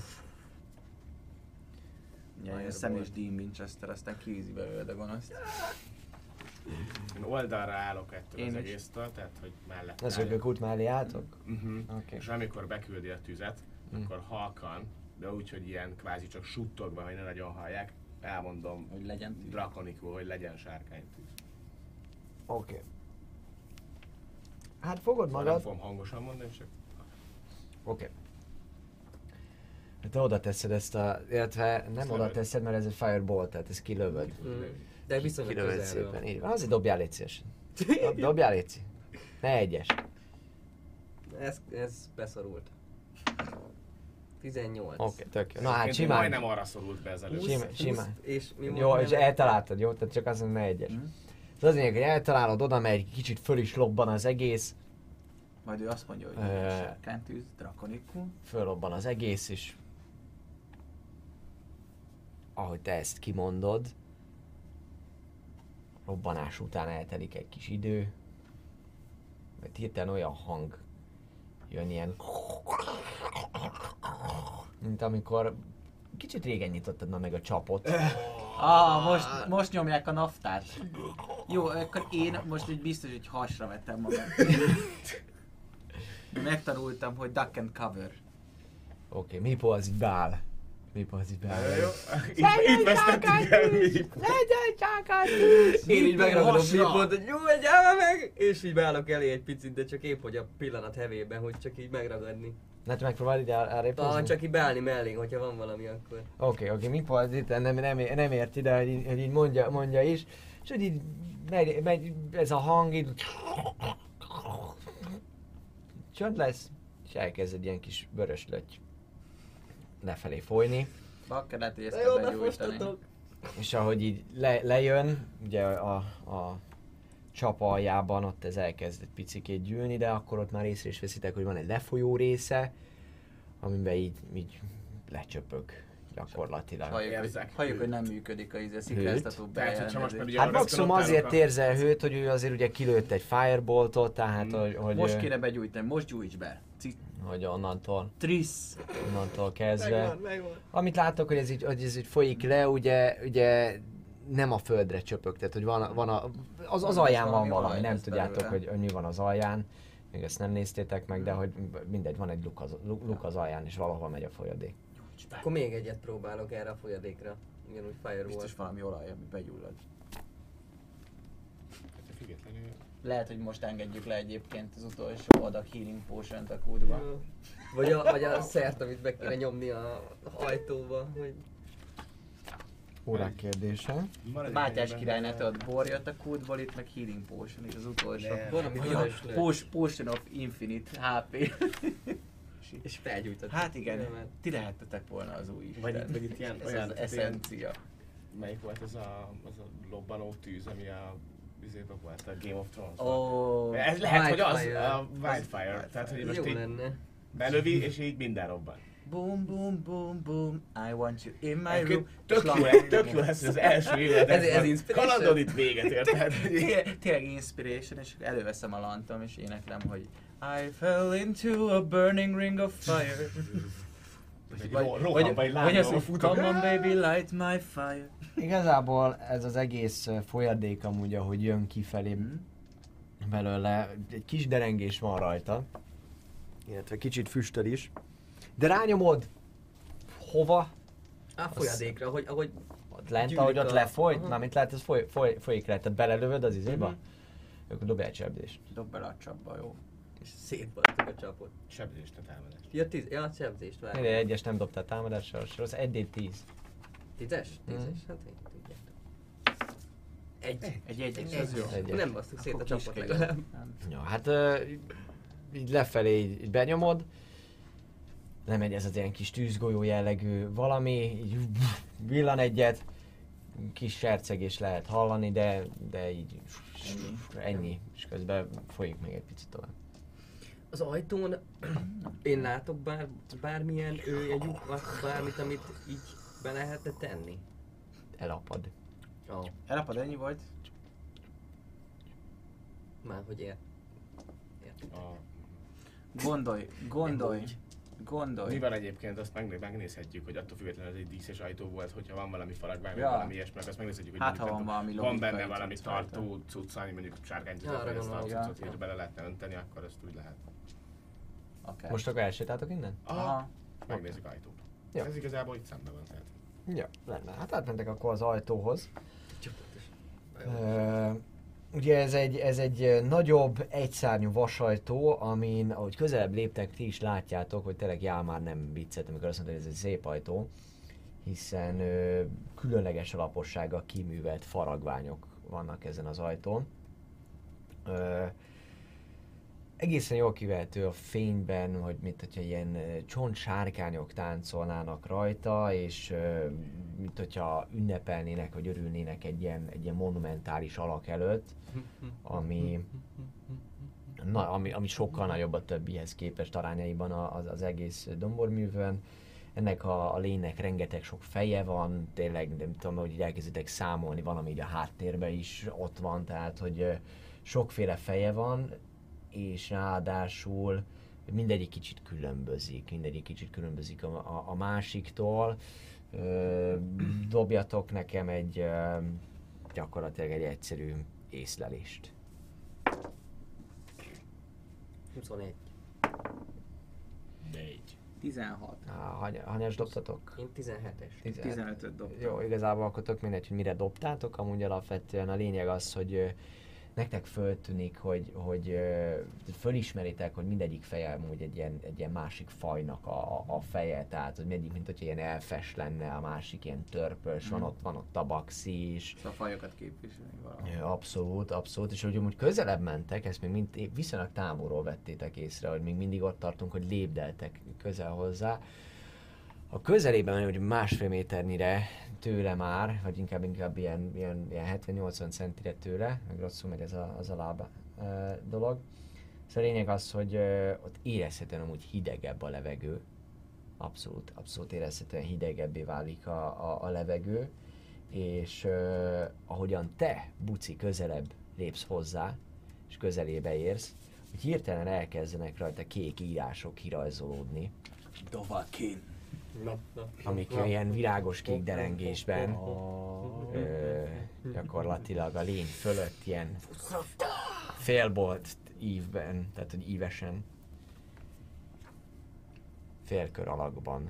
Ja, ilyen Fireball. szemés Dean Winchester, aztán kivízi belőle a gonoszt. Én oldalra állok ettől Én az is. egésztől, tehát hogy mellett Az állok. ökök út mellé álltok? Uh-huh. Oké. És amikor beküldi a tüzet, Mm. akkor halkan, de úgy, hogy ilyen kvázi csak suttogva, hogy ne nagyon hallják, elmondom Hogy legyen tűz. drakonikul, hogy legyen sárkánytűz. Oké. Okay. Hát fogod Szóval nem magad. fogom hangosan mondani, csak Oké. Okay. Hát oda teszed ezt a, illetve nem Ezt oda lövöd. teszed, mert ez egy fireball, tehát ezt kilövöd. Mm. De viszonylag Kilövöd közelről. szépen, így van. Azért dobjál légy szívesen. Dob, dobjál légy szíves. Ne egyes. Ez, ez beszorult. tizennyolc. Oké, okay, tök jó. Na hát Egyébként simán. majdnem arra szorult be ez előtt. Simán. simán. És mi Jó, volt és neve? eltaláltad, jó? Tehát csak azt mondom, ne egyes. Mhm. Ez az lényeg, hogy eltalálod, oda megy, kicsit föl is lobban az egész, Majd ő azt mondja, hogy Ö, legyen sárkánytűz, drakonikul. fölobban az egész, és ahogy te ezt kimondod, robbanás után eltelik egy kis idő, mert hirtelen olyan hang jön, ilyen mint amikor kicsit régen nyitottad már meg a csapot. Ah, most, most nyomják a naftát. Jó, akkor én most így biztos, hogy hasra vettem magam. Megtanultam, hogy duck and cover. Oké, okay, mi az így beáll? Mi az így beáll? Jó, itt, itt vesztettük el mi. Legyen csákánytűz! Én így megragadom Hasra. Flipot, hogy jó, egy állj meg! És így beállok elé egy picit, de csak épp hogy a pillanat hevében, hogy csak így megragadni. Ne te megpróbálj ide arrébb Talán hozni? csak így beállni mellé, hogyha van valami akkor. Oké, oké, mi az itt nem, nem, nem ért ide, hogy így, hogy így mondja, mondja is, és hogy így megy, megy ez a hang, így csönd lesz, és elkezd egy ilyen kis vörös löty lefelé folyni, Bakker, lehet, hogy ezt De jó, kell begyújtani. befosztatok! és ahogy így le, lejön, ugye a, a csap aljában ott ez elkezd egy picikét gyűlni, de akkor ott már észre is veszitek, hogy van egy lefolyó része, amiben így, így lecsöpög gyakorlatilag. Halljuk, hogy, Érzek. halljuk, hogy nem működik a íze szikráztató Tehát, hogyha most már bejelentés. ugye Hát arra maximum szkrottálok azért a- érzel hőt, hogy ő azért ugye kilőtt egy fireboltot, tehát Mm. hogy, hogy, Most ő- kéne begyújtani, most gyújts be. Ci- hogy onnantól, Trisz. onnantól kezdve. Megvan, megvan. Amit látok, hogy ez így, hogy ez így folyik le, ugye, ugye nem a földre csöpög, tehát hogy van, van a, az, az alján van Valami valami, olaj nem lesz tudjátok, belőle. hogy, hogy mi van az alján. Még ezt nem néztétek meg, de hogy mindegy, van egy luk az, luk luk az alján, és valahol megy a folyadék. Akkor még egyet próbálok erre a folyadékra. Ugyanúgy Firewall. Biztos valami olaj, ami begyullad. Ettől függetlenül Lehet, hogy most engedjük le egyébként az utolsó adag healing potion-t a kútba. Jó. Vagy a, vagy a szert, amit be kéne nyomni a ajtóba, hogy... Órák kérdése. maradj Mátyás ennyiben, király ne de- tudod, bor jött a kútból, itt meg healing potion, és az utolsó. Nem. Van, ami Vagy a vörös lő. potion, potion of infinite há pé. És felgyújtott. Hát igen, ti lehettetek volna az új Vagy itt, isten. vagy itt ilyen, Ez olyan, az tehát ilyen, eszencia. melyik volt az a, az a lobbanó tűz, ami a vizében volt, a Game of Thrones. Ó, Ez lehet, hogy az Wildfire. a Wildfire, tehát hogy most Jó így lenne. belövi, és így minden robban. boom, boom, boom, boom, I want you in my room. Egyébként tök jó, Slang- tök jó lesz, hogy az első évad. Ez- ez inspiration? Kalandod itt véget érted. Tényleg- Tényleg inspiration, és előveszem a lantom, és éneklem, hogy I fell into a burning ring of fire. Vagy, Vagy, vagy, vagy, vagy vagy az, lángolva hogy futok. come on baby, light my fire. Igazából ez az egész ö, folyadék amúgy, ahogy jön kifelé Mhm. belőle, egy kis derengés van rajta, illetve kicsit füstöl is. De rányomod hova? A folyadékra, hogy ahogy... Ott lent, Gyűlik ahogy ott a- lefolyt, Aha. mármint lehet, ez foly, foly, folyik le, tehát belelövöd az izéba, Mhm. akkor dobj egy sebzést. Dob bele a csapba, jó? És szétbasztuk a csapot. Sebzést, ne támadást. Ja, tíz, ja, a sebzést Egy várj. egyes nem dobtál támadásra, rossz, egy dé tíz. Tízes? Tízes? Mhm. Hát én tudjátok. Egy. Egy egyes, Egy. az jó. Egyes. Nem basztuk szét a Akkor csapot kis legalább. Nem. Ja, hát ö, így lefelé így benyomod, lemegy ez az ilyen kis tűzgolyó jellegű valami, így villan egyet, kis sercegés lehet hallani, de, de így ennyi, és közben folyik még egy picit tovább. Az ajtón én látok bár, bármilyen ő egy lyukat, bármit, amit így be lehetne tenni. Elapad. Oh, Elapad, ennyi volt? már hogy ért. Értem. A, Gondolj, gondolj, Nem úgy. gondolj. mi van egyébként, azt meg, megnézhetjük, hogy attól függetlenül ez egy díszes ajtó volt, hogyha van valami faragvány, vagy Ja. valami ilyesmi, akkor azt megnézhetjük, hogy Hát, mondjuk, ha nem van tudom, valami van logikai benne valami cucc rajta. tartó cucc, ami mondjuk sárkánytűzet, Arra vagy ezt a gondolok, cuccot, ja. hogy bele lehetne önteni, akkor ezt úgy lehet. Okay. Most akkor elsétáltok innen? Aha. Aha. Megnézzük ajtót. Jó. Ez igazából itt szemben van, tehát. Ja, lenne. Hát átmentek akkor az ajtóhoz. Ö, ugye ez egy, ez egy nagyobb, egyszárnyú vasajtó, amin, ahogy közelebb léptek, ti is látjátok, hogy tényleg Jál már nem viccelt, amikor azt mondta, hogy ez egy szép ajtó, hiszen ö, különleges alapossággal kiművelt faragványok vannak ezen az ajtón. Ö, egészen jól kivehető a fényben, hogy mint hogyha ilyen csontsárkányok táncolnának rajta, és ö, mint hogyha ünnepelnének, vagy örülnének egy ilyen, egy ilyen monumentális alak előtt, ami, na, ami, ami sokkal nagyobb a többihez képest arányaiban az, az egész domborművön. Ennek a, a lénynek rengeteg sok feje van, tényleg nem tudom, hogy így elkezditek számolni, valami így a háttérben is ott van, tehát hogy ö, sokféle feje van, és ráadásul mindegyik kicsit különbözik, mindegyik kicsit különbözik a, a, a másiktól. Ö, dobjatok nekem egy ö, gyakorlatilag egy egyszerű észlelést. huszonegy. Négy. tizenhat. Hany, hanyas dobtatok? Én tizenhetes. tizenötöt dobtam. Jó, igazából akkor tök mindegy, hogy mire dobtátok, amúgy alapvetően a lényeg az, hogy ö, nektek föltűnik, hogy, hogy ö, fölismeritek, hogy mindegyik feje amúgy egy ilyen, egy ilyen másik fajnak a, a feje, tehát hogy mindegyik, mint hogyha ilyen elfes lenne, a másik ilyen törpös, van ott, van ott tabaxi is. Szóval fajokat képviselni valahol. Ö, Abszolút, abszolút, és hogy amúgy közelebb mentek, ezt még mind, viszonylag távolról vettétek észre, hogy még mindig ott tartunk, hogy lépdeltek közel hozzá. A közelében van, hogy másfél méternyire tőle már, vagy inkább, inkább ilyen, ilyen, ilyen hetven-nyolcvan centire tőle, meg rosszul megy ez a, az a lába e, dolog. Szóval a lényeg az, hogy e, ott érezhetően amúgy hidegebb a levegő. Abszolút, abszolút érezhetően hidegebbé válik a, a, a levegő. És e, ahogyan te, Buci, közelebb lépsz hozzá, és közelébe érsz, hogy hirtelen elkezdenek rajta kék írások kirajzolódni. Dovakin. Na, na. Amik ilyen világos kék derengésben ö, gyakorlatilag a lény fölött ilyen félbolt ívben, tehát hogy ívesen, félkör alakban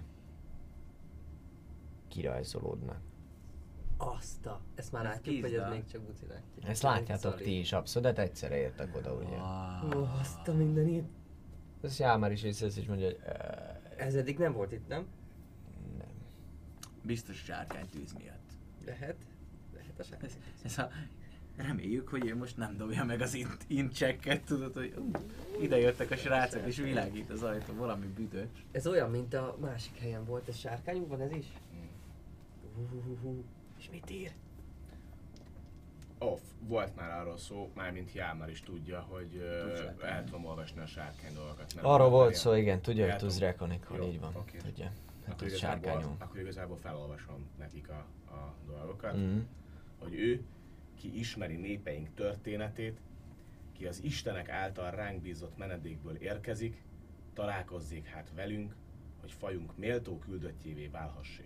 kirajzolódnak. Azt a... Ezt már Ez látjuk, vagy ez pizda. még csak Buci látja? Ezt látjátok ti is abszolút, de egyszerre értek oda, ugye. Ó, azt a mindenit. Ez Jál már is észrevesz, és mondja, hogy ö, Ez eddig nem volt itt, nem? nem. Biztos sárkánytűz miatt. Lehet. Lehet a sárkány. Ez, ez a... Reméljük, hogy ő most nem dobja meg az int, int checket, tudod, hogy uh, ide jöttek a srácok és világít az ajtó, valami büdös. Ez olyan, mint a másik helyen volt. Ez sárkányunk van ez is? Uh, és mit ír? Off, volt már arról szó, mármint Jál már is tudja, hogy uh, el tudom olvasni a sárkány dolgokat. Nem Arról volt ilyen- szó, igen, tudja, hogy El tudsz tudom. Reconic-ol, Jó, így van, oké. tudja. Hát Akkor az igazából, sárkányom. akkor igazából felolvasom nekik a, a dolgokat, Mhm. hogy ő, ki ismeri népeink történetét, ki az Istenek által ránk bízott menedékből érkezik, találkozzék hát velünk, hogy fajunk méltó küldöttjévé válhassék.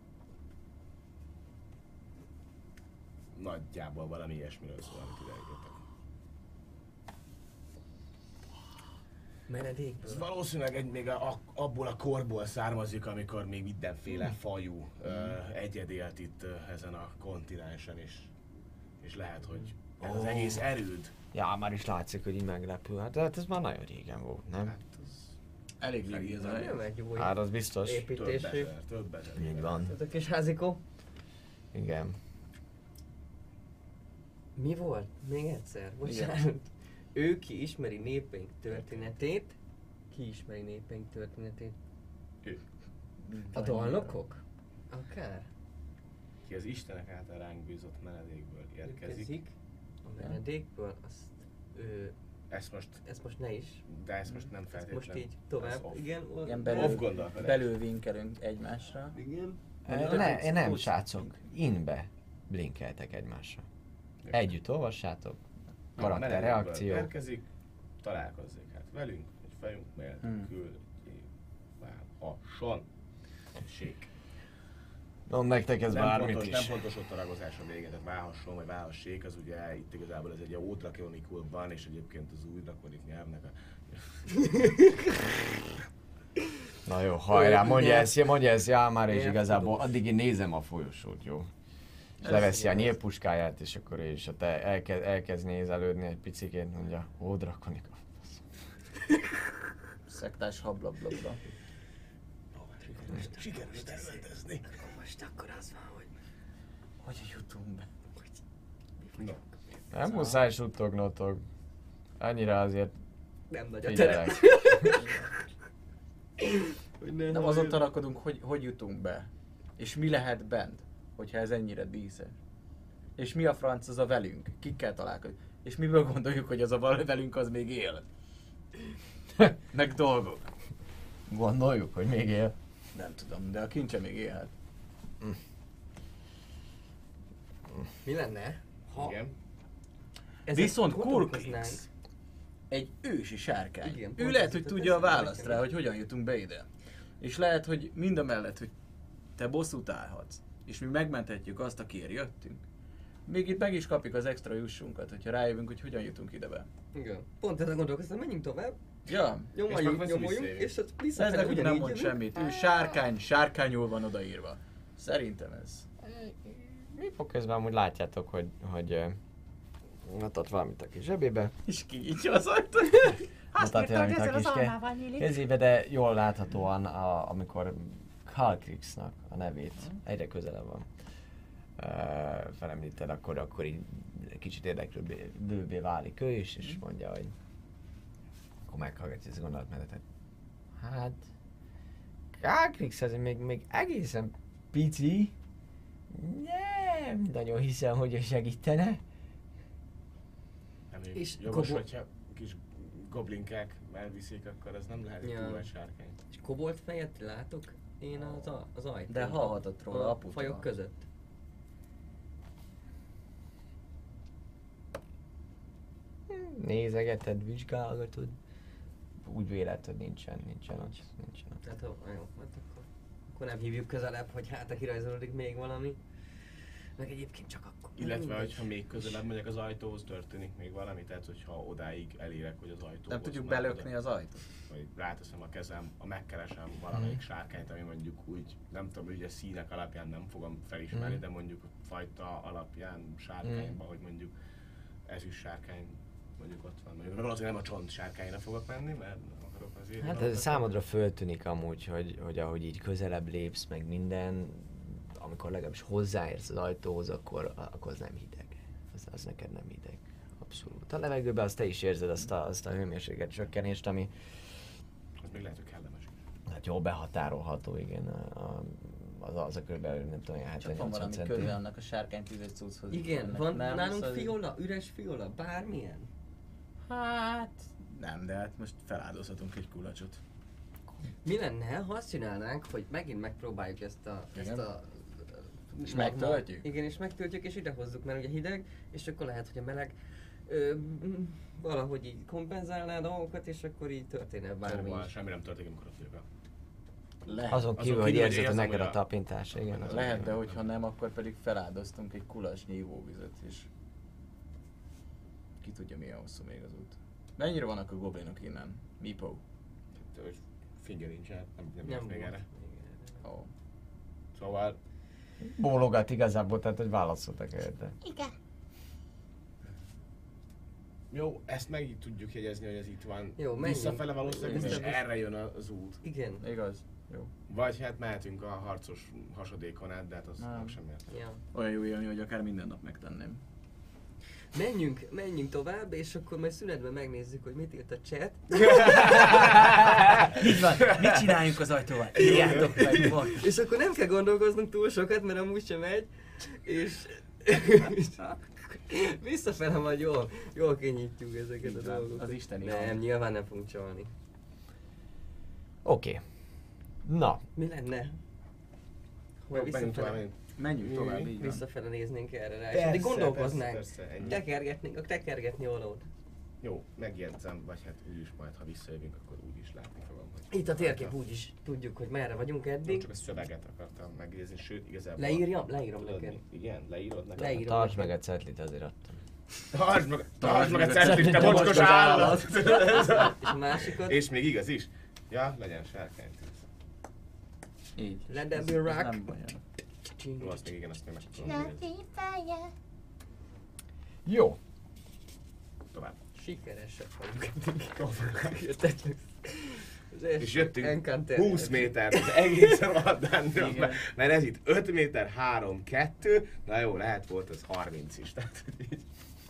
Nagyjából valami ilyesmiről szól, amit ideírtak. Menedékből. Ez valószínűleg egy, még a, abból a korból származik, amikor még mindenféle fajú ö, egyed élt itt ö, ezen a kontinensen is. És lehet, hogy ez az Ó. egész erőd. Ja, már is látszik, hogy így meglepő. Hát, hát ez már nagyon régen volt, nem? Hát az Elég régi ez a hely. Nem egy jó Hát az biztos. több építésű. ezer, több ezer. Így van. Ez a kis házikó. Igen. Mi volt? Még egyszer, bocsánat. Ő ki ismeri népeink történetét. Ki ismeri népeink történetét? Ő. A dalnokok? Akár. Ki az Istenek által ránk bízott menedékből érkezik. Érkezik. A menedékből, azt ő, Ezt most, ezt most ne is. de ezt most nem Ezt feltétlenül. most így Ez tovább. off. Igen. Igen, Off belül, gondolkodás. belül vinkelünk egymásra. Igen. E, ne, én nem, srácok. Inbe blinkeltek egymásra. Együtt olvassátok. A Karakter menedékből reakció. Érkezik, találkozzék hát velünk, hogy fejünk méltó Hmm. küldöttjévé válhasson. Sék. Mondom nektek ez Nem bármit pontos, is. nem pontos ott a ragozás a végén, tehát válhasson vagy válhassék, az ugye itt igazából ez egy ilyen ódrakonikulban, és egyébként az új drakonik nyelvnek a... Na jó, hajrá, mondja ezt, mondja ezt, já már, és Én igazából tudom. addig én nézem a folyosót, jó? És Ez leveszi a igaz. nyílpuskáját, és akkor ő is ott el- elkezd, elkezd nézelődni egy picikét, mondja, ó, drakonika. Szektás hablablabla. Sikerült elrendezni. Most akkor az van, hogy... Hogy jutunk be? No. Nem muszáj suttognotok. Annyira azért Nem nagy a terem. figyelek. Hogy ne Nem azon tanakodunk, hogy hogy jutunk be. És mi lehet bent, hogyha ez ennyire díszes. És mi a franc az a velünk? Kikkel találkozunk? És miből gondoljuk, hogy az a val- velünk az még él? Meg dolgok. Gondoljuk, hogy még él. Nem tudom, de a kincse még élhet. Mi lenne, ha Igen. ezen Viszont gondolkoznánk? Kurkix egy ősi sárkány. Igen, ő pont lehet, ez hogy jutott tudja a eszembe választ nekem rá, is. hogy hogyan jutunk be ide. És lehet, hogy mind a mellett, hogy te bosszút állhatsz, és mi megmenthetjük azt, akiért jöttünk. Még itt meg is kapjuk az extra jussunkat, hogyha rájövünk, hogy hogyan jutunk ide be. Igen. Pont ezen gondolkoztam, menjünk tovább, Ja, nyomoljunk, meg nyomoljunk, visszajövünk. és ott ez visszafele nekünk nem ugyanígy mond jövünk. semmit. Ő sárkány, sárkányul van odaírva. Szerintem ez. Mi fog közben amúgy látjátok, hogy, hogy ö, mutat valamit a kis zsebébe, És kinyitja az ajtót. Azt mutatja írtam, hogy valamit a ezzel az kis ke- almával nyílik. kezébe, de jól láthatóan, a, amikor Kalkrixnak a nevét egyre közelebb van. Uh, felemlíted, akkor, akkor így kicsit érdeklődőbbé válik ő is, és mondja, hogy akkor meghallgatja ezt a gondolatmenetet. Hát, Kalkrix ez még, még egészen pici. Nem nagyon hiszem, hogy ő segítene. Nem, És és jogos, kobo- hogyha kis goblinkák elviszik, akkor ez nem lehet egy Ja. túl nagy sárkány. És kobolt fejet látok én az, a, az ajtón. De hallhatott róla a aputól. fajok között. Nézegeted, vizsgálgatod. Úgy véled, hogy nincsen, nincsen ott, nincsen ott. Tehát, ha, jó, hát akkor, akkor nem hívjuk közelebb, hogy hát a kirajzolódik még valami. Meg egyébként csak akkor. Illetve, mindegy. hogyha még közelebb megyek az ajtóhoz, történik még valami, tehát hogyha odáig elérek, hogy az ajtóhoz Nem tudjuk már belökni oda- az ajtót. Vagy ráteszem a kezem, a megkeresem valamelyik sárkányt, ami mondjuk úgy, nem tudom, hogy a színek alapján nem fogom felismerni, Mhm. de mondjuk a fajta alapján sárkányba, hogy mondjuk ezüst sárkány mondjuk ott van. Mondjuk valószínűleg nem a csont sárkányra fogok menni, mert nem akarok azért. Hát ez számodra föltűnik amúgy, hogy, hogy ahogy így közelebb lépsz, meg minden, amikor legalábbis hozzáérsz az ajtóhoz, akkor, akkor az nem hideg. Az, az neked nem hideg. Abszolút. A levegőben azt te is érzed azt a, azt a hőmérséklet csökkenést, ami Az még lehet, hogy kellemes is. hát jól behatárolható, igen. A, a, az, az a körülbelül nem tudom, ilyen Csak van hetven-nyolcvan valami centi. köze annak a sárkány tűzött cucchoz. Igen, Ennek van nem, nálunk szóval- fiola, üres fiola, bármilyen? Hát... Nem, de hát most feláldozhatunk egy kulacsot. Mi lenne, ha azt csinálnánk, hogy megint megpróbáljuk ezt a... Ezt Igen. a És magma- megtöltjük? Igen, és megtöltjük, és ide hozzuk, mert ugye hideg, és akkor lehet, hogy a meleg ö, mm, valahogy így kompenzálná a dolgokat, és akkor így történne bármi Szóval is. semmi nem történik, amikor ott vagyok. Lehet. Azon Azon kívül, hogy kívül, hogy érzed, hogy érzem, neked a hogy a- tapintás, igen. azon Lehet, kívül. de hogyha nem, akkor pedig feláldoztunk egy kulacsnyi ivóvizet, és ki tudja milyen hosszú még az út. Mennyire vannak a goblinok innen? Meepo? Tehát, hogy finger nincs, hát nem, nem, Nem nem még volt. erre. Oh. Szóval Bólogat igazából, tehát hogy válaszoltak érte. Igen. jó, ezt meg így tudjuk jegyezni, hogy ez itt van. Jó, menjünk. Visszafele valószínűleg, és Vissza- erre jön az út. Igen. Igaz? Jó. Vagy hát mehetünk a harcos hasadékon át, de hát az Nem. nem sem értem. Ja. Olyan jó élni, hogy akár minden nap megtenném. Menjünk, menjünk tovább, és akkor majd szünetben megnézzük, hogy mit írt a chat. Így van, mit csináljunk az ajtóval? Írjátok meg most! És akkor nem kell gondolkoznunk túl sokat, mert amúgy sem megy, és visszafele majd jól, jól kinyitjuk ezeket a Így van, dolgokat. az isteni Nem, hang. nyilván nem fogunk csalni. Oké. Na, Mi lenne? Hogy Jó, menjünk tovább, visszafele, menjünk. Menjünk tovább, így van. visszafele néznénk erre rá, és Persze, addig gondolkoznánk. persze, persze, ennyi. Tekergetnénk, tekergetni ollót. Jó, megjegyzem, vagy hát úgyis majd, ha visszajövünk, akkor úgyis látni fogom, hogy... Itt a térkép úgyis tudjuk, hogy merre vagyunk Nem eddig. csak a szöveget akartam megnézni, sőt, igazából... Leírjam? Leírom Tudod neked. mi? Igen, leírod nekem? Leírom. tartsd meg egy cetlit, azért adtam. Tartsd meg, Tartsd tartsd meg a meg a cetlit, te cetlit, mocskos te állat! És a másikat? És még igaz is. Ja, legyen sárkány tűz. Így. Let Ez- them be ez rock. nem baj. Jó, azt még igen, azt még meg tudom írni. Lati feje. Jó. Tovább. Sikeresek vagyunk. Az első És jöttünk Encanter. húsz méter az egész aladdán, Igen. mert ez itt öt méter, három, kettő, na jó, lehet volt az harminc is, tehát hogy így.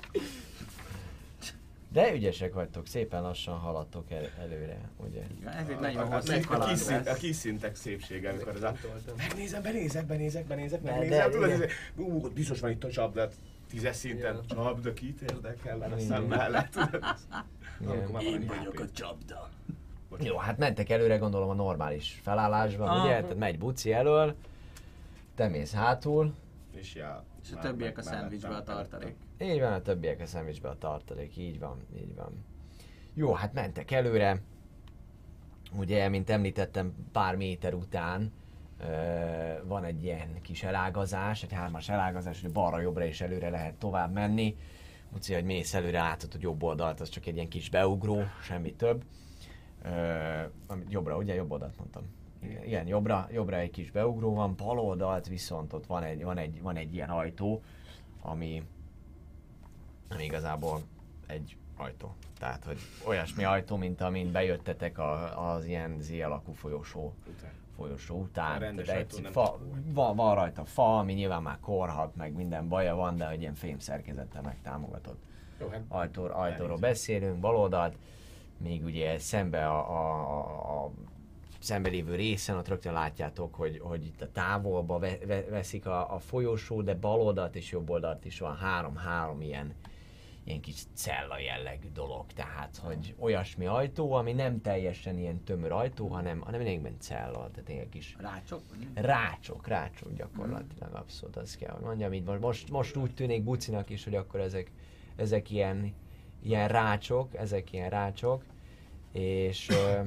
De ügyesek vagytok, szépen lassan haladtok el, előre, ugye? Igen, ez egy A, nagyon a, hosszú a, a, kaland kis szint, a lesz. kis szintek szépsége, amikor az a... Toltam. Megnézem, benézek, benézek, benézek, De- megnézem, de- tudod, igen. ez, ú, ott biztos van itt a csapda, tízes szinten, Ja. csapda, kit érdekel, mert a Igen. szem mellett, tudod? Igen. Amikor már van Én egy vagyok há pé. a csapda. Jó, hát mentek előre, gondolom a normális felállásban, Aha. ugye? Tehát megy Buci elől, te mész hátul, És, ja, És a már többiek a meg- szendvicsbe a mellettem, tartalék. így van, a többiek a szendvicsbe a tartalék, így van, így van. Jó, hát mentek előre, ugye, mint említettem, pár méter után ö, van egy ilyen kis elágazás, egy hármas elágazás, hogy balra-jobbra és előre lehet tovább menni. Úgy hogy mész előre, látod, hogy jobb oldalt, az csak egy ilyen kis beugró, semmi több. Ö, amit jobbra, ugye? Jobb oldalt mondtam. Igen, igen, jobbra, jobbra egy kis beugró van, bal oldalt viszont ott van egy, van egy, van egy ilyen ajtó, ami, ami igazából egy ajtó. Tehát, hogy olyasmi ajtó, mint amin bejöttetek a, az ilyen Z alakú folyosó, Után. folyosó után. A rendes Tehát ajtó egy nem fa, csak volt. van, van rajta fa, ami nyilván már korhat, meg minden baja van, de egy ilyen fém szerkezettel megtámogatott Jó, hát ajtó, ajtóról elnézést. beszélünk, baloldalt, még ugye szembe a, a, a, a szembe lévő részen, ott rögtön látjátok, hogy, hogy itt a távolba ve, ve, veszik a, a folyosó, de baloldalt és jobb oldalt is van három-három ilyen, ilyen kis cella jellegű dolog. Tehát, hogy olyasmi ajtó, ami nem teljesen ilyen tömör ajtó, hanem, hanem lényegben cella, tehát ilyen kis Rácsok? vagy mi? rácsok, rácsok gyakorlatilag, abszolút azt kell, hogy mondjam, így most- most, most úgy tűnik Bucinak is, hogy akkor ezek, ezek ilyen, ilyen rácsok, ezek ilyen rácsok, és ö,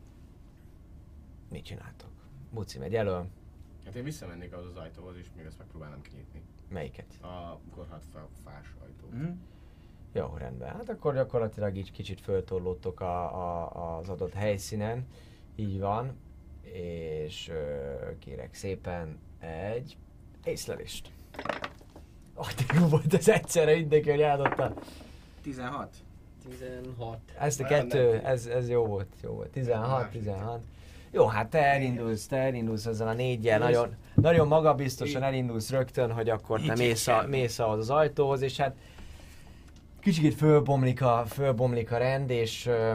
mit csináltok? Buci megy elő, Hát én visszamennék ahhoz az ajtóhoz is, még ezt megpróbálom kinyitni. melyiket? A korhat fás ajtó. Mhm. Jó, rendben. Hát akkor gyakorlatilag így kicsit föltorlódtok a, a, az adott helyszínen, így van, és ö, kérek szépen egy észlelést. Ah, de jó volt ez egyszerre mindenki, hogy áldotta. tizenhat. tizenhat. Ez a Olyan kettő, nem. ez, ez jó volt, jó volt. tizenhat, Másik. tizenhat. Jó, hát te elindulsz, te elindulsz ezzel a négyel, nagyon, nagyon magabiztosan elindulsz rögtön, hogy akkor te mész, a, mész ahhoz az ajtóhoz, és hát kicsit fölbomlik a, fölbomlik a rend, és ö,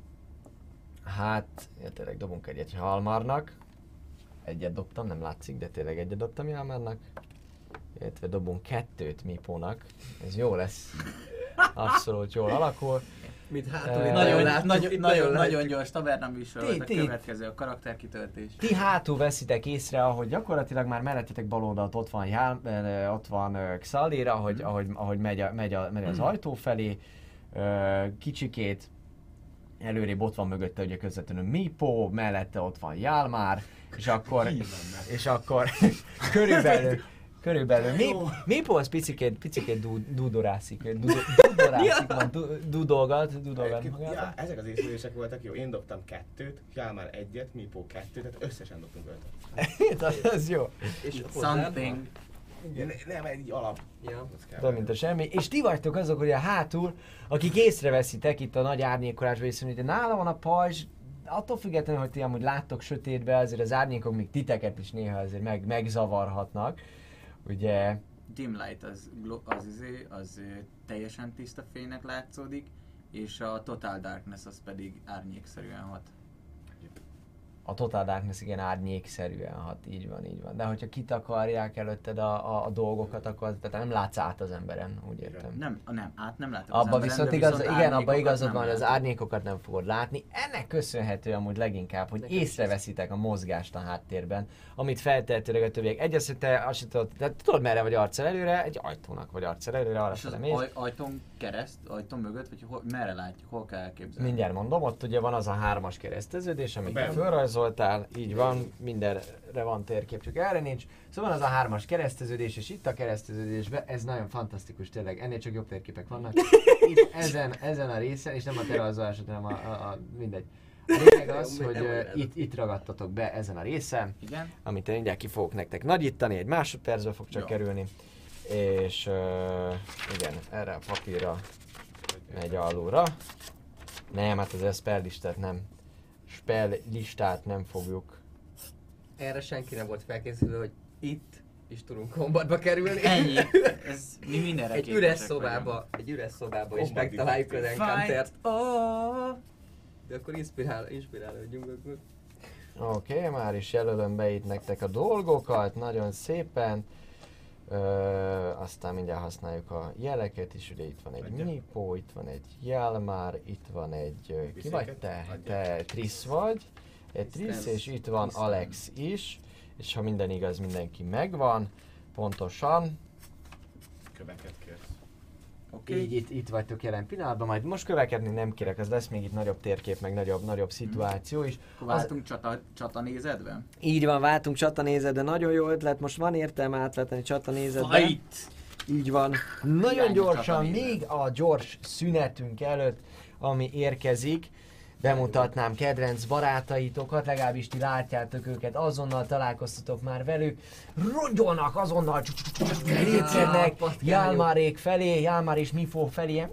hát, ja, tényleg dobunk egyet Halmarnak. Egyet dobtam, nem látszik, de tényleg egyet dobtam Halmarnak. Illetve dobunk kettőt Mipónak. Ez jó lesz. Abszolút jól alakul. Mit Eh, hátul itt Nagyon, látjuk, nagyon, itt nagyon, látjuk. nagyon gyors taverna műsor Ti- volt a ti- következő, a karakterkitöltés. Ti hátul veszitek észre, ahogy gyakorlatilag már mellettetek bal oldalt ott van, Jál, ö, ott van ö, Xalir, ahogy, ahogy, ahogy megy, a, megy, a, megy az ajtó felé. Ö, kicsikét előrébb ott van mögötte ugye közvetlenül Mipo, mellette ott van Jálmár, és akkor, és akkor körülbelül, körülbelül Mi, Mipo az picikét, picikét du, dudorászik, dudo, dudorászik, van, du, dudolgat, dudolgat magát. Ja, ezek az észlelések voltak jó. Én dobtam kettőt, Jálmár egyet, Mipó kettőt, tehát összesen dobtunk ötöt. Az, az jó. És hozzám Something. Ja, ne- Nem, egy alap. van. Ja. Az kell. Több mint a semmi. És ti vagytok azok, hogy a hátul, akik észreveszitek itt a nagy árnyékolásban, hiszen hogy nála van a pajzs, attól függetlenül, hogy ti amúgy láttok sötétbe, azért az árnyékok még titeket is néha azért meg, megzavarhatnak. Ugye, Dim light az, glo- az, izé, az ö, teljesen tiszta fénynek látszódik, és a total darkness az pedig árnyékszerűen hat. a Total Darkness igen árnyékszerűen hat, így van, így van. De hogyha kitakarják előtted a, a, a dolgokat, akkor tehát nem látsz át az emberen, úgy értem. Nem, nem, át nem látok az Abba emberen, viszont de igaz, igen, abba árnyékokat igazad nem van, hogy az látok. árnyékokat nem fogod látni. Ennek köszönhető amúgy leginkább, hogy Nekem is észreveszitek a mozgást a háttérben, amit feltehetőleg a többiek. Egyes, hogy te azt sem tudod, tehát tudod merre vagy arccal előre, egy ajtónak vagy arccal előre, arra És az fele mész. aj, ajtón kereszt, ajtón mögött, vagy hol, merre látjuk, hol kell elképzelni? Mindjárt mondom, ott ugye van az a hármas kereszteződés, amit Ben. fölrajzoltál, így van, mindenre van térkép, csak erre nincs. Szóval az a hármas kereszteződés, és itt a kereszteződésben, ez nagyon fantasztikus tényleg, ennél csak jobb térképek vannak. Itt ezen, ezen a részen, és nem a te rajzolásod, hanem a, a, a mindegy. A lényeg az, Nem hogy ö, magyarázat. itt, itt ragadtatok be ezen a részen, Igen. amit én mindjárt ki fogok nektek nagyítani, egy másodpercbe fog csak Jó. kerülni. És ö, igen, erre a papírra megy alulra. Nem, hát az spell listát nem. Spell listát nem fogjuk. Erre senki nem volt felkészülve, hogy itt is tudunk kombatba kerülni. Ennyi. Ez mi mindenre Egy képesek üres vagyunk. szobába, egy üres szobába is Combat megtaláljuk az detective. encountert. Fight! Oh! De akkor inspirál, inspirálódjunk akkor. Oké, okay, már is jelölöm be itt nektek a dolgokat, nagyon szépen. Ö, aztán mindjárt használjuk a jeleket is, ugye itt van egy Mipó, itt van egy Jelmár, itt van egy, ö, ki vagy te? Te Trisz vagy, egy Trisz, és itt van Alex is, és ha minden igaz, mindenki megvan, pontosan. Köveket kérsz. Oké. Így itt, itt vagytok jelen pillanatban, majd most következni nem kérek, az lesz még itt nagyobb térkép, meg nagyobb, nagyobb szituáció is. Akkor váltunk csata, csata nézedbe? Így van, váltunk csatanézedbe, nagyon jó ötlet, most van értelme átvetni csatanézedbe. Fight! Így van. Nagyon Hiányos gyorsan, csatanézet. még a gyors szünetünk előtt, ami érkezik, bemutatnám kedvenc barátaitokat, legalábbis ti látjátok őket, azonnal találkoztatok már velük, rongyolnak, azonnal lépkednek Jálmárék felé, Jálmár és Mifó felé, ilyen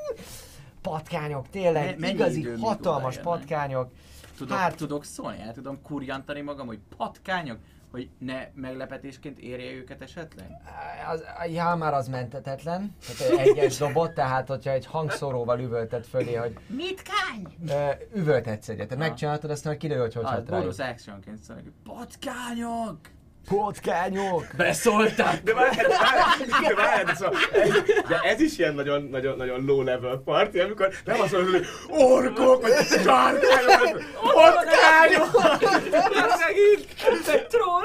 patkányok, tényleg, Me- mennyi igazi idő, míg hatalmas odaérnek? patkányok. Tudok, Hát- hát, tudok szólni, el tudom kurjantani magam, hogy patkányok, hogy ne meglepetésként érje őket esetleg? Az, a Jálmár az mentetetlen, tehát egyes dobott, tehát hogyha egy hangszóróval üvöltet fölé, hogy Mit kány? ö, üvöltetsz egyet, te Ah. megcsináltad, aztán hogy kiderül, hogy hogy Ah, hat rájuk. bonus actionként szólni, hogy patkányok! Potkányok! Beszóltak! De várj, de várj, de szóval, ez, de ez is ilyen nagyon, nagyon, nagyon low level party, amikor nem azt mondod, hogy orkok, vagy sárkányok, patkányok! Egy troll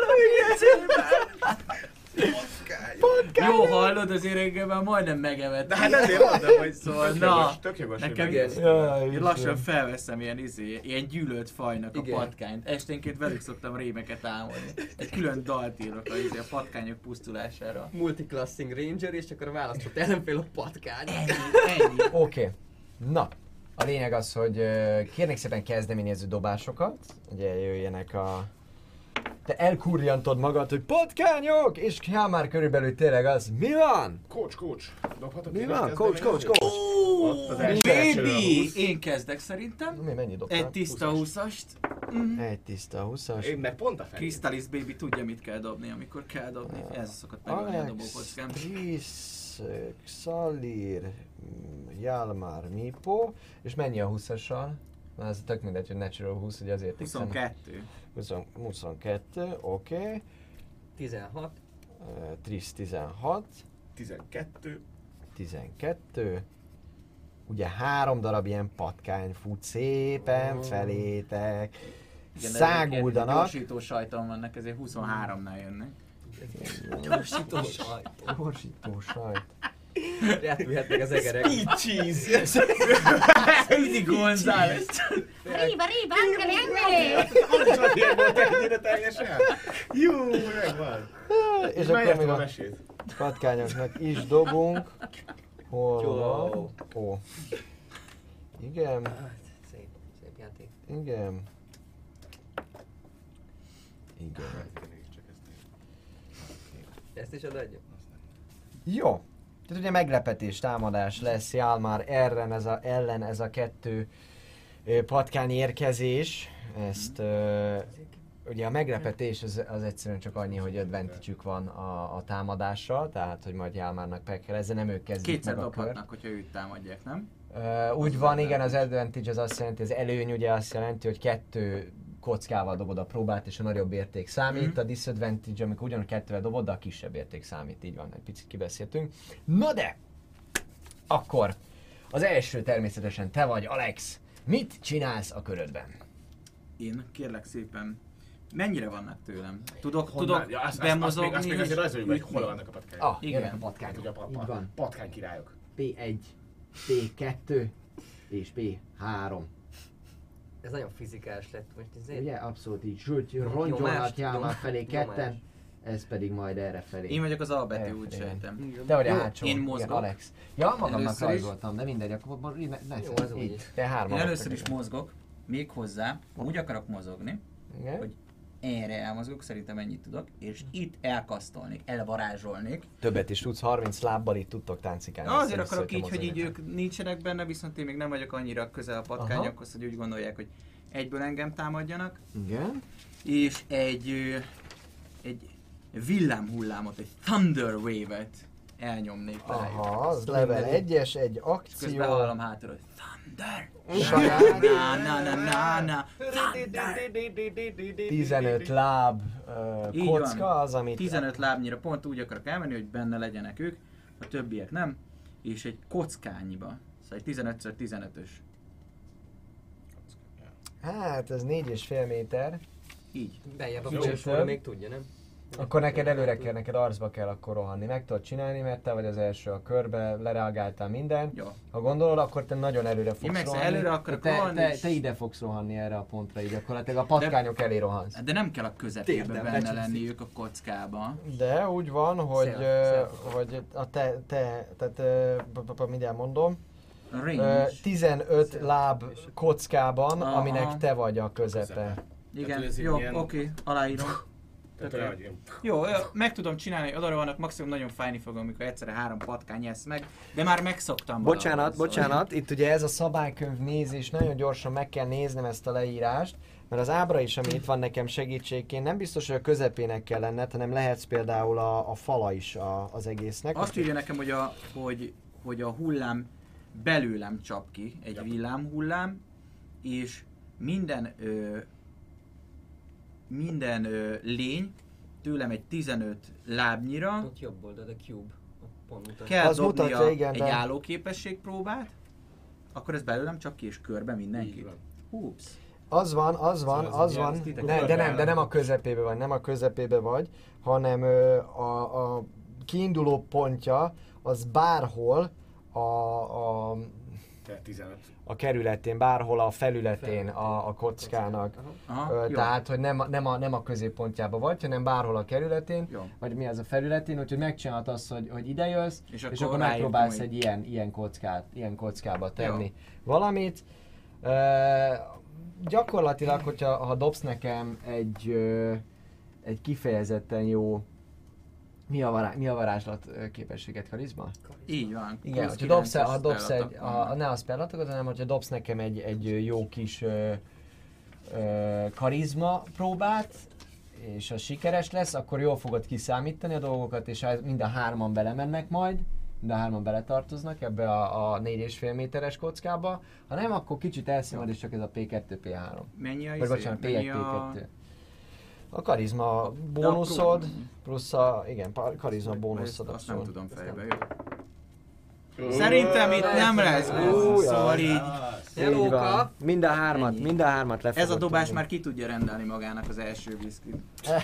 Jó, hallod, azért engem már majdnem megevett. De hát ezért mondom, hogy Szóval, tök na, jogos, tök jogos, hogy nekem megérsz. Jaj, én lassan felveszem ilyen izé, ilyen gyűlölt fajnak Igen. a patkányt. Esténként velük szoktam rémeket álmodni. Egy külön dalt írok a, izé, a patkányok pusztulására. Multiclassing ranger, és akkor a választott ellenfél a patkány. Ennyi. Oké, okay. Na, a lényeg az, hogy ö, kérnék szépen kezdeményező dobásokat, ugye jöjjenek a... Te elkurjantod magad, hogy patkányok, és Jálmár körülbelül tényleg az, mi van? Coach, coach, dobhatok Mi én van? egy Coach, coach, kezdeményezőt? coach! Ott az első első Baby! húsz. Én kezdek szerintem. Mi, mennyi dobtál? Egy tiszta húszast. Mm. Egy tiszta húszas. Én meg pont a felé. Crystallis Baby tudja, mit kell dobni, amikor kell dobni. Ez szokott megölni a Alex, dobókockám. Trisz, Xalir, Jálmár, Mipó, és mennyi a húszassal? Na ez tök mindegy, hogy natural húsz, ugye azért huszonkettő. huszonkettő, oké. Okay. tizenhat. Trisz tizenhat, tizenkettő. tizenkettő. Ugye három darab ilyen patkány fut szépen felétek. Száguldanak. Gyorsító sajton vannak, ezért huszonháromnál jönnek. Gyorsító sajt. Gyorsító sajt. Repülhetnek az egerek. Speed cheese! Speedy González! Arriba, arriba, angele, angele! Ilyen volt ennyire teljesen? Jó, megvan. És Már akkor értem még a a mesét. patkányoknak is dobunk. Hol Jó. van? Ó. Igen, Szép, szép játék. igen. Igen. Ezt is odaadja? Jó. Tehát ugye meglepetés, támadás lesz Jálmár ellen ez a, ellen ez a kettő ö, patkány érkezés. Ezt ö, ugye a meglepetés az, az egyszerűen csak annyi, hogy advantage-ük van a, a támadással, tehát hogy majd Jálmárnak meg kell, ezzel nem ők kezdik Kétszer meg a kört. dobhatnak, hogyha őt támadják, nem? Uh, úgy van, igen, az advantage az azt jelenti, az előny ugye azt jelenti, hogy kettő kockával dobod a próbát, és a nagyobb érték számít. Mhm. A disadvantage, amikor ugyanúgy kettővel dobod, de a kisebb érték számít. Így van, egy picit kibeszéltünk. Na de! Akkor az első természetesen te vagy, Alex. Mit csinálsz a körödben? Én kérlek szépen, mennyire vannak tőlem? Tudok, Honnan? tudok Ja, azt, azt, azt, még, bemozogni azt még és azért rajzoljuk, hogy ütni? hol vannak a patkányok. Ah, Igen. jönnek a patkányok. Ugye a pa- Így pa- van. patkány királyok. P egy, P kettő és P három. Ez nagyon fizikális lett most. Ez Ugye? Abszolút így. Sőt, rongyolnak Nyomást, Jálmár nyom- felé nyomás. ketten, ez pedig majd erre felé. Én vagyok az A betű, Erre úgy felé. sejtem. Te vagy a Jó, hátsó, én igen, mozgok. Alex. Ja, magamnak Először is. rajzoltam, de mindegy, akkor ne, ne Jó, az úgy így. is. Te hárman Én először vagytok, is igen. mozgok. még hozzá úgy akarok mozogni, Igen. hogy erre elmozgok, szerintem ennyit tudok, és itt elkasztolnék, elvarázsolnék. Többet is tudsz, harminc lábbal itt tudtok táncikálni. Na, azért össze-vissza akarok így, hogy mozogni. így ők nincsenek benne, viszont én még nem vagyok annyira közel a patkányokhoz, hogy úgy gondolják, hogy egyből engem támadjanak. Igen. És egy, ö, egy villámhullámot, egy Thunder Wave-et elnyomnék rájuk. Aha, az level egyes, egy És közben akció. hallom hátulról, hogy Thunder! Saját. Na, na, na, na, na, Thunder! tizenöt láb uh, Így kocka van. az, amit... tizenöt lábnyira pont úgy akarok elmenni, hogy benne legyenek ők, a többiek nem, és egy kockányiba, szóval egy tizenöt tizenötös. Hát, ez négy és fél méter. Így. Bejebb a Jó. folyosóra még tudja, nem? Akkor neked előre kell, neked arcba kell akkor rohanni. Meg tudod csinálni, mert te vagy az első a körbe, lereagáltál minden. Jó. Ha gondolod, akkor te nagyon előre fogsz Én meg rohanni. előre akarok te, rohanni, te, és- te ide fogsz rohanni erre a pontra, így gyakorlatilag a patkányok elé rohansz. De nem kell a közepében Térdem, benne lecsúszik. lenni ők a kockába. De úgy van, hogy, Szél, ö, szél. hogy a te, te, tehát ö, p- p- p- mindjárt mondom, A ö, range. tizenöt láb kockában, Aha. aminek te vagy a közepe. Közepe. Igen, Tehát ez jó, ilyen- oké, aláírom. Tehát Oké. olyan, hogy ilyen- Jó, ö, meg tudom csinálni, hogy oda rohanok, maximum nagyon fájni fogom, amikor egyszerre három patkány esz meg, de már megszoktam Bocsánat, valahol, szóval- bocsánat, itt ugye ez a szabálykönyv nézés, nagyon gyorsan meg kell néznem ezt a leírást, mert az ábra is, ami itt van nekem segítségként, nem biztos, hogy a közepének kell lenned, hanem lehetsz például a, a fala is a, az egésznek. Azt írja nekem, hogy a, hogy, hogy a hullám belőlem csap ki, egy villámhullám, és minden ö, minden ö, lény tőlem egy tizenöt lábnyira Ott jobb oldal, a cube. A pont mutat. kell Az dobnia mutatja, igen, egy de- állóképesség próbát, akkor ez belőlem csap ki és körbe Így mindenkit. van. Húps. Az van, az van, Szóval ez az egy ilyen- van, ez titek- ne, de nem, de nem a közepébe vagy, nem a közepébe vagy, hanem ö, a, a kiinduló pontja az bárhol a, a, Te tizenöt. a kerületén, bárhol a felületén a, a kockának. Aha. Aha, Ö, jó. tehát, hogy nem, a- nem, a, nem a középpontjába vagy, hanem bárhol a kerületén, Jó. vagy mi az a felületén, úgyhogy megcsinálod azt, hogy, hogy ide jössz, És és akkor akkor, akkor ráírtam, megpróbálsz hogy- egy ilyen, ilyen, kockát, ilyen kockába tenni valamit. Ö, gyakorlatilag, hogyha ha dobsz nekem egy, ö, egy kifejezetten jó mi a, vará, mi a varázslat ö, képességet, karizma? Így van. Igen, Plusz hogyha dobsz, kilences ha dobsz egy, spell a, a, ne a spellatokat, hanem hogyha dobsz nekem egy, egy jó kis ö, ö, karizma próbát, és az sikeres lesz, akkor jól fogod kiszámítani a dolgokat, és ha ez- mind a hárman belemennek majd, mind a hárman beletartoznak ebbe a, a négy és fél méteres kockába, ha nem, akkor kicsit elszimad, és csak ez a pé kettő, pé három. Mennyi a Vagy izé? bocsánat, pé egy, Mennyi pé a... kettő. A karizma De a bónuszod, próba- plusz a, igen, pa- karizma Ezt- bónuszod Azt nem abszolút. tudom fejbe, jó. Szerintem itt nem lesz gond, szóval így. Így Helóka! van. Mind a hármat, Ennyi. mind a hármat le Ez a fogod dobás tudni. már ki tudja rendelni magának az első viszkit.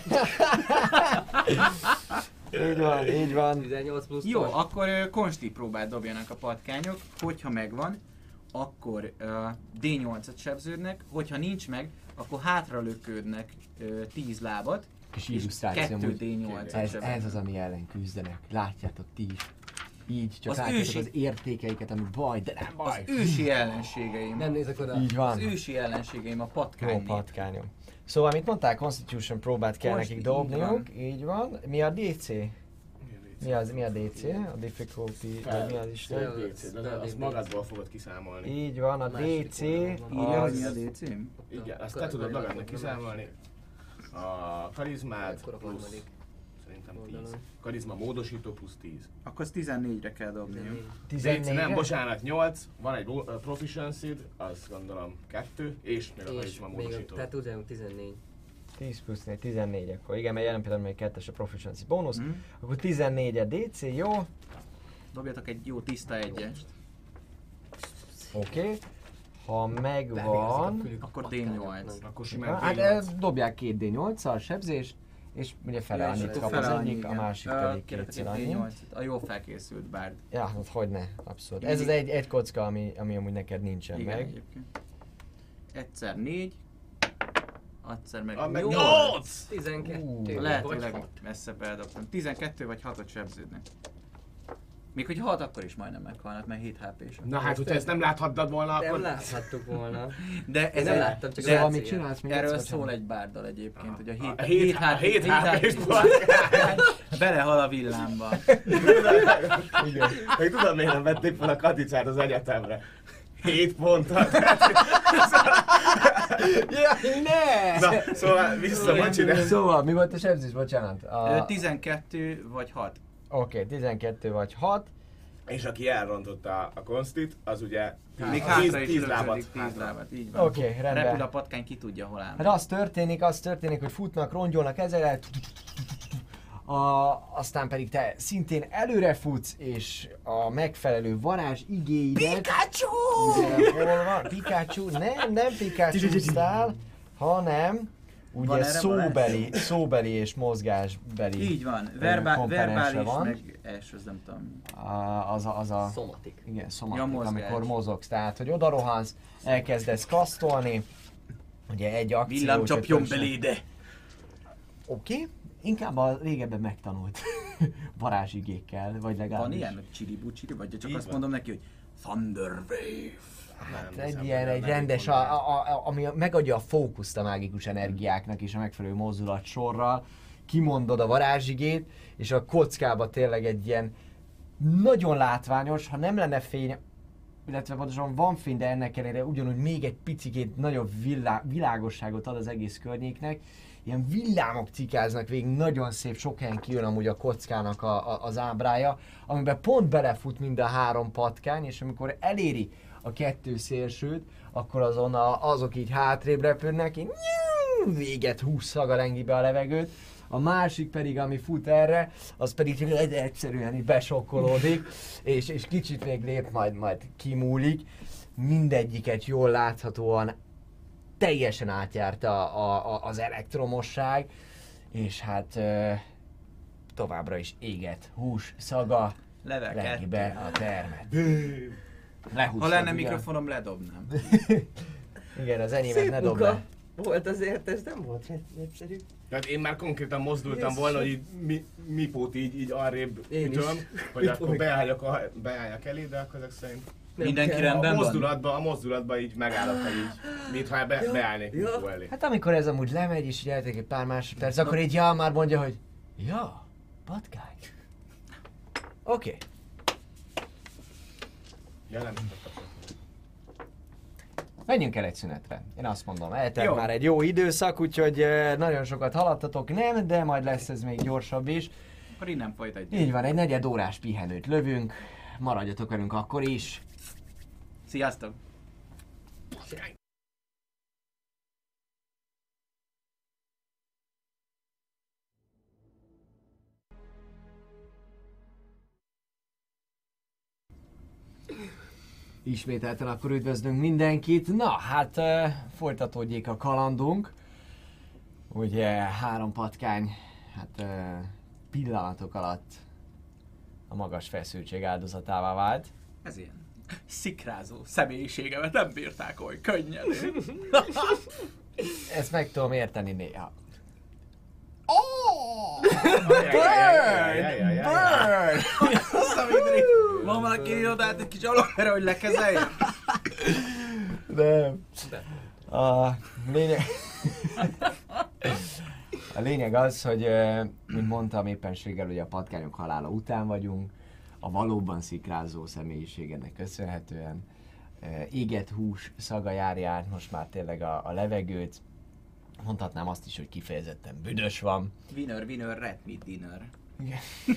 Így van, így van. tizennyolc plusz Jó, tol. akkor ö, konsti próbát dobjanak a patkányok, hogyha megvan, akkor uh, dé nyolcat sebződnek, hogyha nincs meg, akkor hátra lökődnek uh, tíz lábat, És és illusztráció kettő amúgy. dé nyolcat Ez, sebződnek. ez az, ami ellen küzdenek. Látjátok ti is. Így, csak Az látjátok ősi- az értékeiket, ami baj, de nem Az baj. ősi ellenségeim. Nem nézek oda. Így van. Az ősi ellenségeim a Jó patkány. patkányom. Szóval, amit mondtál, Constitution próbát kell Most nekik így dobniuk. Így van. Mi a dé cé? Mi az, mi a dé cé? A difficulty, vagy mi az is? Spell. dé cé, de azt magadból fogod kiszámolni. Így van, a Másik dé cé Írja, hogy mi a az... dé cém? Igen, azt te tudod magadnak kiszámolni. A karizmád Akkor a plusz, harmadik szerintem oldalon. tíz. Karizma módosító plusz tíz. Akkor az tizennégyre kell dobniuk. dé cé, tizennégy. nem, bocsánat, nyolc, van egy ro- uh, proficiency-d, az gondolom kettő, és még a És karizma még, módosító. a- tehát ugyanúgy tizennégy. tíz plusz négy, tizennégy akkor. Igen, mert jelen pillanatban még kettes a proficiency bónusz. Hm? Akkor tizennégy a dé cé, jó? Dobjatok egy jó tiszta egyest. Oké. Okay. Ha Bevégezik a megvan... fülük a Akkor dé patkányoknak. nyolc. Akkor simán Hát dé nyolc. eh, dobják két dé nyolc-szal sebzés, és ugye fele Ja, és annyit akkor kap fele az annyi, egyik, a igen. másik Ö, pedig kérlek kétszer egy dé annyit. nyolcat, a jól felkészült bárd. Ja, hát hogyne, abszolút. Ez az egy, egy kocka, ami, ami amúgy neked nincsen Igen, meg. egyébként. Egyszer négy, egyszer meg Ah, meg nyolc. nyolc! tizenkettő. A lehető vagy hat. legmesszebb eldobtam. tizenkettő vagy hatot sebződnek. Még hogy hat, akkor is majdnem meghalnak, mert hét há pé-sek. Na hát, hogyha ezt nem láthattad volna, Nem akkor... láthattuk volna. De Én ez nem egy- láttam, csak de Szóval az mit cél. csinálsz még Erről egyszer, szól bocsánat? egy bárdal egyébként, hogy a A hét, hét há- hét há pés belehal a villámba. Igen. Meg tudod, miért nem vették fel a Katicát az egyetemre? Hét ponttal. Jaj, ne! Na, szóval vissza, bocsi, de... Szóval, mi volt a sebzés, bocsánat? Ö, A... tizenkettő vagy hat. Oké, okay, tizenkettő vagy hat. És aki elrontotta a konstit, az ugye Még tíz- hátra is tíz lábat. rögződik, tíz hátra. lábat, így van. Oké, okay, rendben. Repül a patkány, ki tudja hol áll. Hát az történik, az történik, hogy futnak, rongyolnak ezzel, a, aztán pedig te szintén előre futsz, és a megfelelő varázs igéidet... Pikachu! Ugye, hol van? Pikachu? Nem, nem Pikachu-sztál, hanem Van ugye erre szóbeli, szóbeli és mozgásbeli Így van, ö, Verbá- komponense verbális, van. meg es, az nem tudom. A, az a, az a Szomatik. igen, Ja, szomatik, mozgás. amikor mozogsz, tehát hogy oda rohansz, elkezdesz kasztolni, ugye egy akció... Villám csapjon hogyha- beléde! Oké, okay. Inkább a régebben megtanult varázsigékkel, vagy legalábbis... Van ilyen, hogy csiri-bucsiri, vagy csak Így azt van. mondom neki, hogy Thunder Wave. Hát Nem egy hiszem, ilyen, hogy egy nem rendes, így a, mondaná. a, a, ami megadja a fókuszt a mágikus energiáknak és a megfelelő mozdulat sorral, kimondod a varázsigét, és a kockába tényleg egy ilyen nagyon látványos, ha nem lenne fény, illetve pontosan van fény, de ennek ellenére ugyanúgy még egy picikét nagyobb vilá, világosságot ad az egész környéknek. Ilyen villámok cikáznak végig, nagyon szép, sok helyen kijön amúgy a kockának a, a, az ábrája, amiben pont belefut mind a három patkány, és amikor eléri a kettő szélsőt, akkor azon a, azok így hátrébb repülnek, így nyúú, véget húsz szaga lengi be a levegőt. A másik pedig, ami fut erre, az pedig csak egy- egyszerűen így besokkolódik, és, és kicsit még lép, majd, majd kimúlik. Mindegyiket jól láthatóan teljesen átjárta a, a, az elektromosság, és hát ö, továbbra is éget hús szaga Level lengi kettő. be a termet. Lehúztad, Ha lenne igen? mikrofonom, ledobnám. Igen, az enyémet Szép ne dob munka le. volt azért, ez nem volt egyszerű. Tehát én már konkrétan mozdultam Jézus. volna, hogy így mi, Mipót így, így arrébb Én is. ütöm, hogy akkor Mipó. beálljak, a, beálljak elé, de akkor ezek szerint Nem Mindenki kell. rendben a van? mozdulatba, a mozdulatba így megállok, hogy így, mintha be, Ja. beállnék Ja. Mipó elé. Hát amikor ez amúgy lemegy, és így eltelik egy pár másodperc, akkor így ja, már mondja, hogy ja, patkány. Oké. Okay. Ja, nem. Menjünk el egy szünetre. Én azt mondom, eltelt Jó. már egy jó időszak, úgyhogy eh, nagyon sokat haladtatok, nem, de majd lesz ez még gyorsabb is. Akkor innen folytatjuk. Így van, egy negyed órás pihenőt lövünk, maradjatok velünk akkor is. Sziasztok! Ismételten akkor üdvözlünk mindenkit. Na, hát uh, folytatódjék a kalandunk. Ugye három patkány, hát uh, pillanatok alatt a magas feszültség áldozatává vált. Ez ilyen szikrázó személyiségemet nem bírták oly könnyedén. Ezt meg tudom érteni néha. Burn! Burn! Van valaki irodát egy kis alapra, hogy lekezeljem? Nem. A lényeg... A lényeg az, hogy, ö, mint mondtam, éppenséggel ugye a patkányok halála után vagyunk, a valóban szikrázó személyiségednek köszönhetően. ö, Égett hús szaga járja át most már tényleg a, a levegőt. Mondhatnám azt is, hogy kifejezetten büdös van. Winner, winner, red meat dinner. Igen.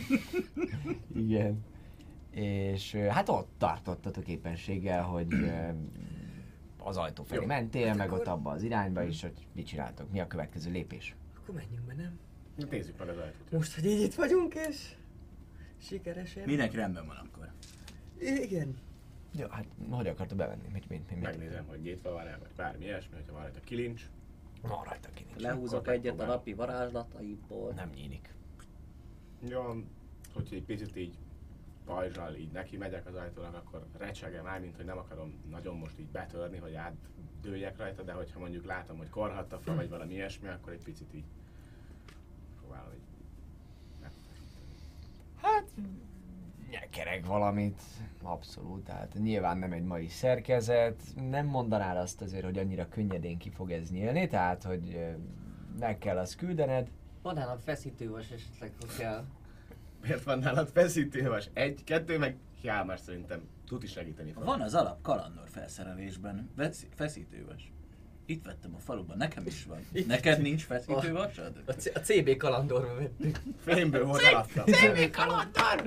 Igen. És ö, hát ott tartottatok éppenséggel, hogy ö, az ajtó felé Jó. mentél, meg ott abba az irányba is, hogy mit csináltok, mi a következő lépés. Akkor menjünk be, nem? Nézzük meg az ajtót. Most, hogy így itt vagyunk, és sikeresen. Mindenki rendben van akkor. Igen. Jó, hát hogy akartok bevenni? Mit, mit, mit, mit? Megnézem, hogy nyitva van-e, vagy bármi ilyesmi, hogyha van rajta kilincs. Van rajta ki nincs. Lehúzok Akkor egyet a megpróbálom. napi varázslataiból. Nem nyílik. Jó, hogyha egy picit így pajzsal így neki megyek az ajtónak, akkor recsegem el, mint hogy nem akarom nagyon most így betörni, hogy átdőljek rajta, de hogyha mondjuk látom, hogy korhatta fel, vagy valami ilyesmi, akkor egy picit így próbálom így megfeszíteni. Hát, nyekereg valamit, abszolút, tehát nyilván nem egy mai szerkezet, nem mondanád azt azért, hogy annyira könnyedén ki fog ez nyílni, tehát hogy ö, meg kell azt küldened. Van nálam feszítővas esetleg, hogy kell. Miért van nálad feszítővas? Egy, kettő, meg Hjálmár szerintem tud is segíteni. Fog. Van az alap kalandor felszerelésben vesz- feszítővas. Itt vettem a faluban, nekem is van. Neked nincs feszítővasad? A, C- a cé bé kalandorba vettük. Fényből volt alatta. cé bé kalandor!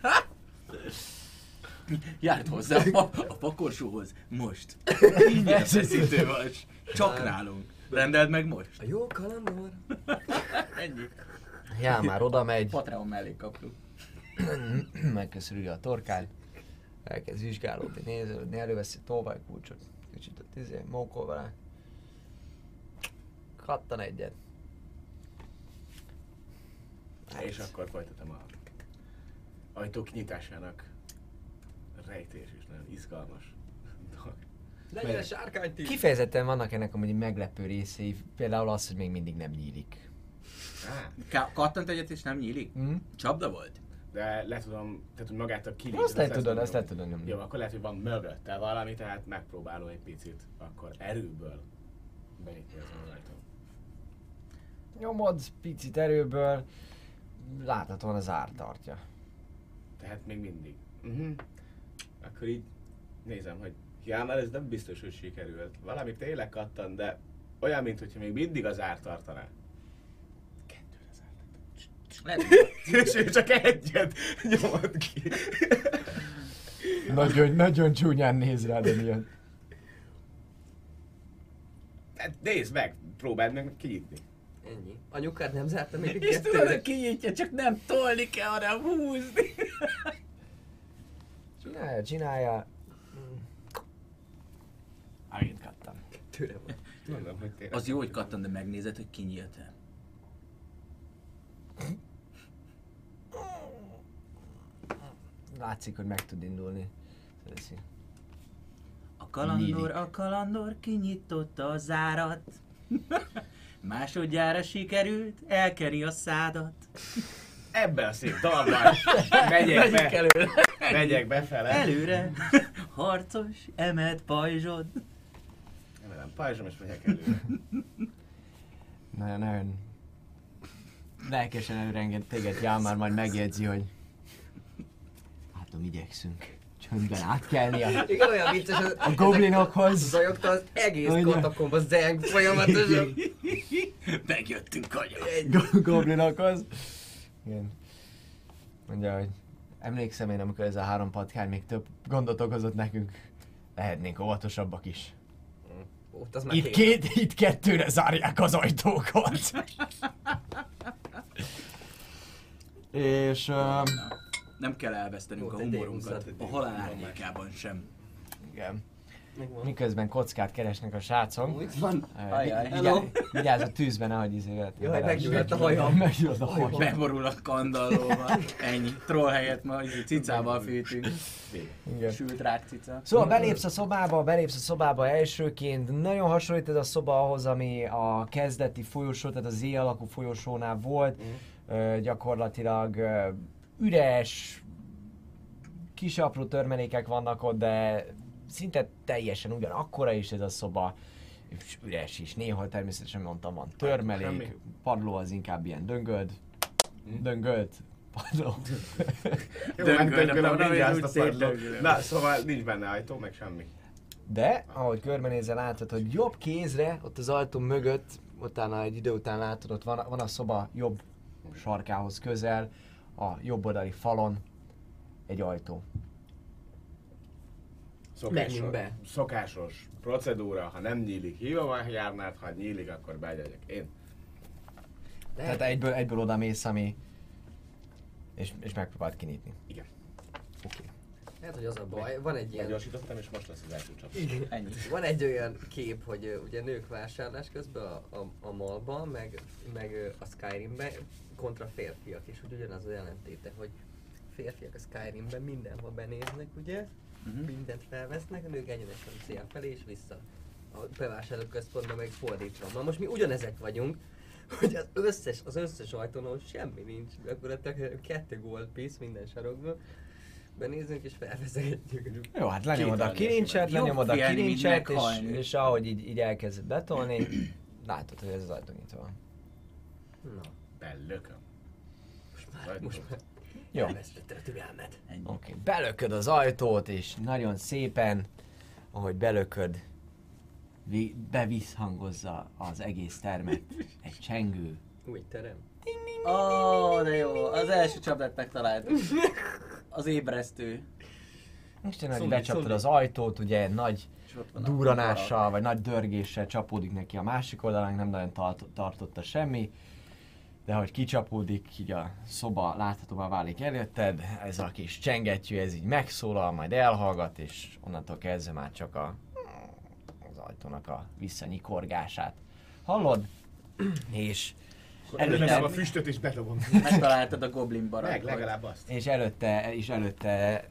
Járt hozzá a, pa- a pakorsóhoz most. Ingyen feszítővas. Csak nálunk. Rendeld meg most. A jó kalandor. Ennyi. Já, már oda megy, Patreon mellé kaptuk. megköszörüli a torkát, elkezd vizsgálódni, nézelődni, előveszi a tolvajkulcsot, kicsit a izé, mókol vele. Kattan egyet. És akkor folytatom a ajtók nyitásának rejtés és nagyon izgalmas dolog. Legyen a sárkány tíz. Kifejezetten vannak ennek amúgy meglepő részei, például az, hogy még mindig nem nyílik. Á, Ka- kattant egyet és nem nyílik? Mm? Csapda volt? de le tudom, tehát hogy magát a kilét. Azt le tudod, azt le tudod nyomni. Jó, akkor lehet, hogy van mögötte valami, tehát megpróbálom egy picit akkor erőből benyitni az ajtót. Nyomod picit erőből, láthatóan az ár tartja. Tehát még mindig. Uh-huh. Akkor így nézem, hogy ja, már ez nem biztos, hogy sikerült. Valami tényleg kattan, de olyan, mint hogyha még mindig az ár tartaná. Kettőre zártak. És ő csak egyet nyomod ki. Nagyon, nagyon csúnyán néz rád, de milyen. Hát nézd meg, próbáld meg kinyitni. Ennyi. Anyukád nem zárta még És tudod, kettőre? hogy kinyitja, csak nem tolni kell, hanem húzni. Csinálja, csinálja. Megint kattam. Tőle van. Mondom, hogy tényleg. Az jó, hogy kattan, de megnézed, hogy kinyílt-e. Látszik, hogy meg tud indulni. Teszi. A kalandor, Nyílik. a kalandor kinyitotta a zárat. Másodjára sikerült, elkeri a szádat. Ebben a szép dalban megyek be, előre. megyek befele. Előre, harcos, emelt pajzsod. Emelem pajzsom és megyek előre. Nagyon-nagyon lelkesen előrenged téged, Hjálmár majd megjegyzi, hogy látom, igyekszünk csöndben átkelni a, Igen, olyan vicces, az, a goblinokhoz. zajogta az egész Ugye? katakomba zeng folyamatosan. Megjöttünk, kanya. Go- goblinokhoz. Igen. Mondja, hogy emlékszem én, amikor ez a három patkány még több gondot okozott nekünk, lehetnénk óvatosabbak is. Ott az már Itt, két, itt kettőre zárják az ajtókat. És uh, Nem kell elvesztenünk Volt a egy humorunkat, D húsz, a halál árnyékában sem. igen, Megvan. miközben kockát keresnek a srácok. Itt van. Uh, Ajaj. vigyázz, vigyázz a tűzben, ahogy izélet. Jaj, meggyulladt a hajam. Meggyulladt a hajam. Beborul a kandallóba. Ennyi. Troll helyett ma izé cicával fűtünk. Igen. Sült rák cica. Szóval belépsz a szobába, belépsz a szobába elsőként, nagyon hasonlít ez a szoba ahhoz, ami a kezdeti folyosó, tehát az Z alakú folyosónál volt. Ö, gyakorlatilag ö, üres, kis apró törmelékek vannak ott, de szinte teljesen ugyanakkora is ez a szoba. És üres is, néha természetesen mondtam, van törmelék, Semmi. padló az inkább ilyen döngöld, döngölt, padló. Jó, Döngöl, megdöngölöm de mindjárt úgy azt a padlót. szétdöngölöm. Na, szóval nincs benne ajtó, meg semmi. De, ahogy körbenézel, látod, hogy jobb kézre, ott az ajtó mögött, utána egy idő után látod, ott van, van a szoba jobb sarkához közel, a jobb oldali falon egy ajtó. Menjünk Szokásos, be. szokásos procedúra, ha nem nyílik, hívom a Hjálmárt, ha nyílik, akkor begyegyek én. Tehát egyből, egyből oda mész, ami... És, és megpróbáld kinyitni. Igen. Oké. Hát, hogy az a baj, van egy ilyen... Meggyorsítottam, és most lesz az első csap. Ennyi. Van egy olyan kép, hogy ö, ugye nők vásárlás közben a, a, a malban, meg, meg ö, a Skyrimben kontra férfiak, és hogy ugyanaz a jelentéte, hogy férfiak a Skyrimben mindenhol benéznek, ugye? Mhm. Mindent felvesznek, a nők egyenesen szél felé és vissza. A bevásárlóközpontban meg fordítva. Na most mi ugyanezek vagyunk, hogy az összes, az összes ajtónál semmi nincs, gyakorlatilag kettő gold piece minden sarokban. benézünk és felvezetjük. Jó, hát lenyomod a Két kilincset, Jobb lenyomod a félni, mint kilincset, és, meghalni. és ahogy így, így elkezded betolni, látod, hogy ez az ajtó nyitva van. Na, Bellököm. most már, most már Jó. elvesztetted a türelmed. Ennyi. Oké, okay. Belököd az ajtót, és nagyon szépen, ahogy belököd, vi- bevisszhangozza az egész termet egy csengő. Új terem. Ó, oh, de jó, az első csapdát megtaláltuk. Az ébresztő. Isten, hogy Szombi, becsaptad szombi. az ajtót, ugye nagy És ott van a duranással, vagy nagy dörgéssel csapódik neki a másik oldalán, nem nagyon tart- tartotta semmi. De hogy kicsapódik, így a szoba láthatóvá válik előtted, ez a kis csengettyű, ez így megszólal, majd elhallgat, és onnantól kezdve már csak a, az ajtónak a visszanyikorgását hallod, és Előttem a előtte, füstöt és bedobom. Megtaláltad a goblin Meg, barakkot. legalább azt. és előtte, és előtte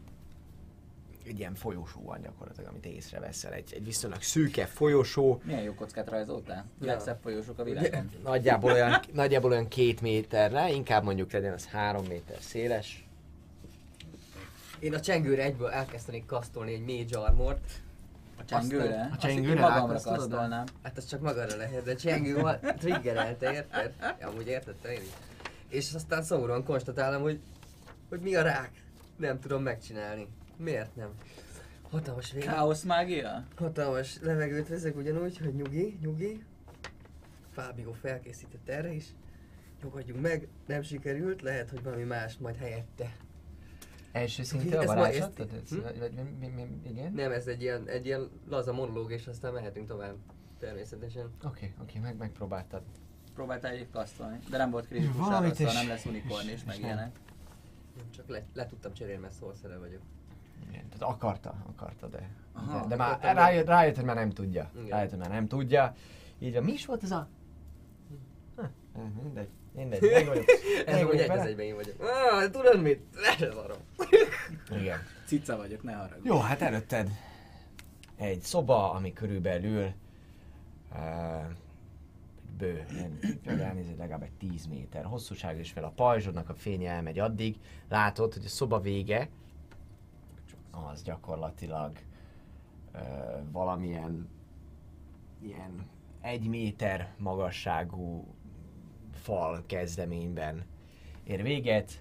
egy ilyen folyosó van gyakorlatilag, amit észreveszel, egy, egy viszonylag szűke folyosó, Milyen jó kockát rajzoltál? Ja. Legszebb folyósok a világon. nagyjából olyan, nagyjából olyan két méterre, inkább mondjuk legyen az három méter széles. Én a csengőre egyből elkezdenék kasztolni egy mage armort. A csengőre? Aztán- A csengőre Azt én magamra rákasztolod? kasztolnám. Hát az csak magára lehet, de csengő ma triggerelte, érted? Ja, amúgy értettem én is. És aztán szomorúan konstatálom, hogy, hogy mi a rák. Nem tudom megcsinálni. Miért nem? Hatalmas vég. Káosz mágia? Hatalmas levegőt veszek ugyanúgy, hogy nyugi, nyugi. Fábio felkészített erre is. Nyugodjunk meg, nem sikerült, lehet, hogy valami más majd helyette. Első Ez szintű a ma- varázslat? ezt- Tehát ez- hm? vagy- vagy mi- mi- mi- igen? Nem, ez egy ilyen, egy ilyen laza monológ, és aztán mehetünk tovább. Természetesen. Oké, oké, meg megpróbáltad. Próbáltál egyéb kasztolni, de nem volt kritikus Valamit arra, szóval is- nem lesz unikorn és- és meg és nem. ilyenek. Nem, csak le, le tudtam cserélni, mert sorcerer vagyok. Igen, tehát akarta, akarta, de, Aha, de, de már akartam, rájött, rájött, hogy már nem tudja. Igen. Rájött, hogy már nem tudja. Így van, mi is volt ez a... Ha, mindegy, mindegy, meg vagyok. Ez meg úgy vagyok egy az vele. egyben én vagyok. Ah, tudod mit? Le se varom. Igen. Cica vagyok, ne haragudj. Jó, hát előtted egy szoba, ami körülbelül uh, bő, nem, elnézést, legalább egy tíz méter hosszúság, és mivel a pajzsodnak a fénye elmegy addig, látod, hogy a szoba vége az gyakorlatilag uh, valamilyen ilyen egy méter magasságú fal kezdeményben ér véget,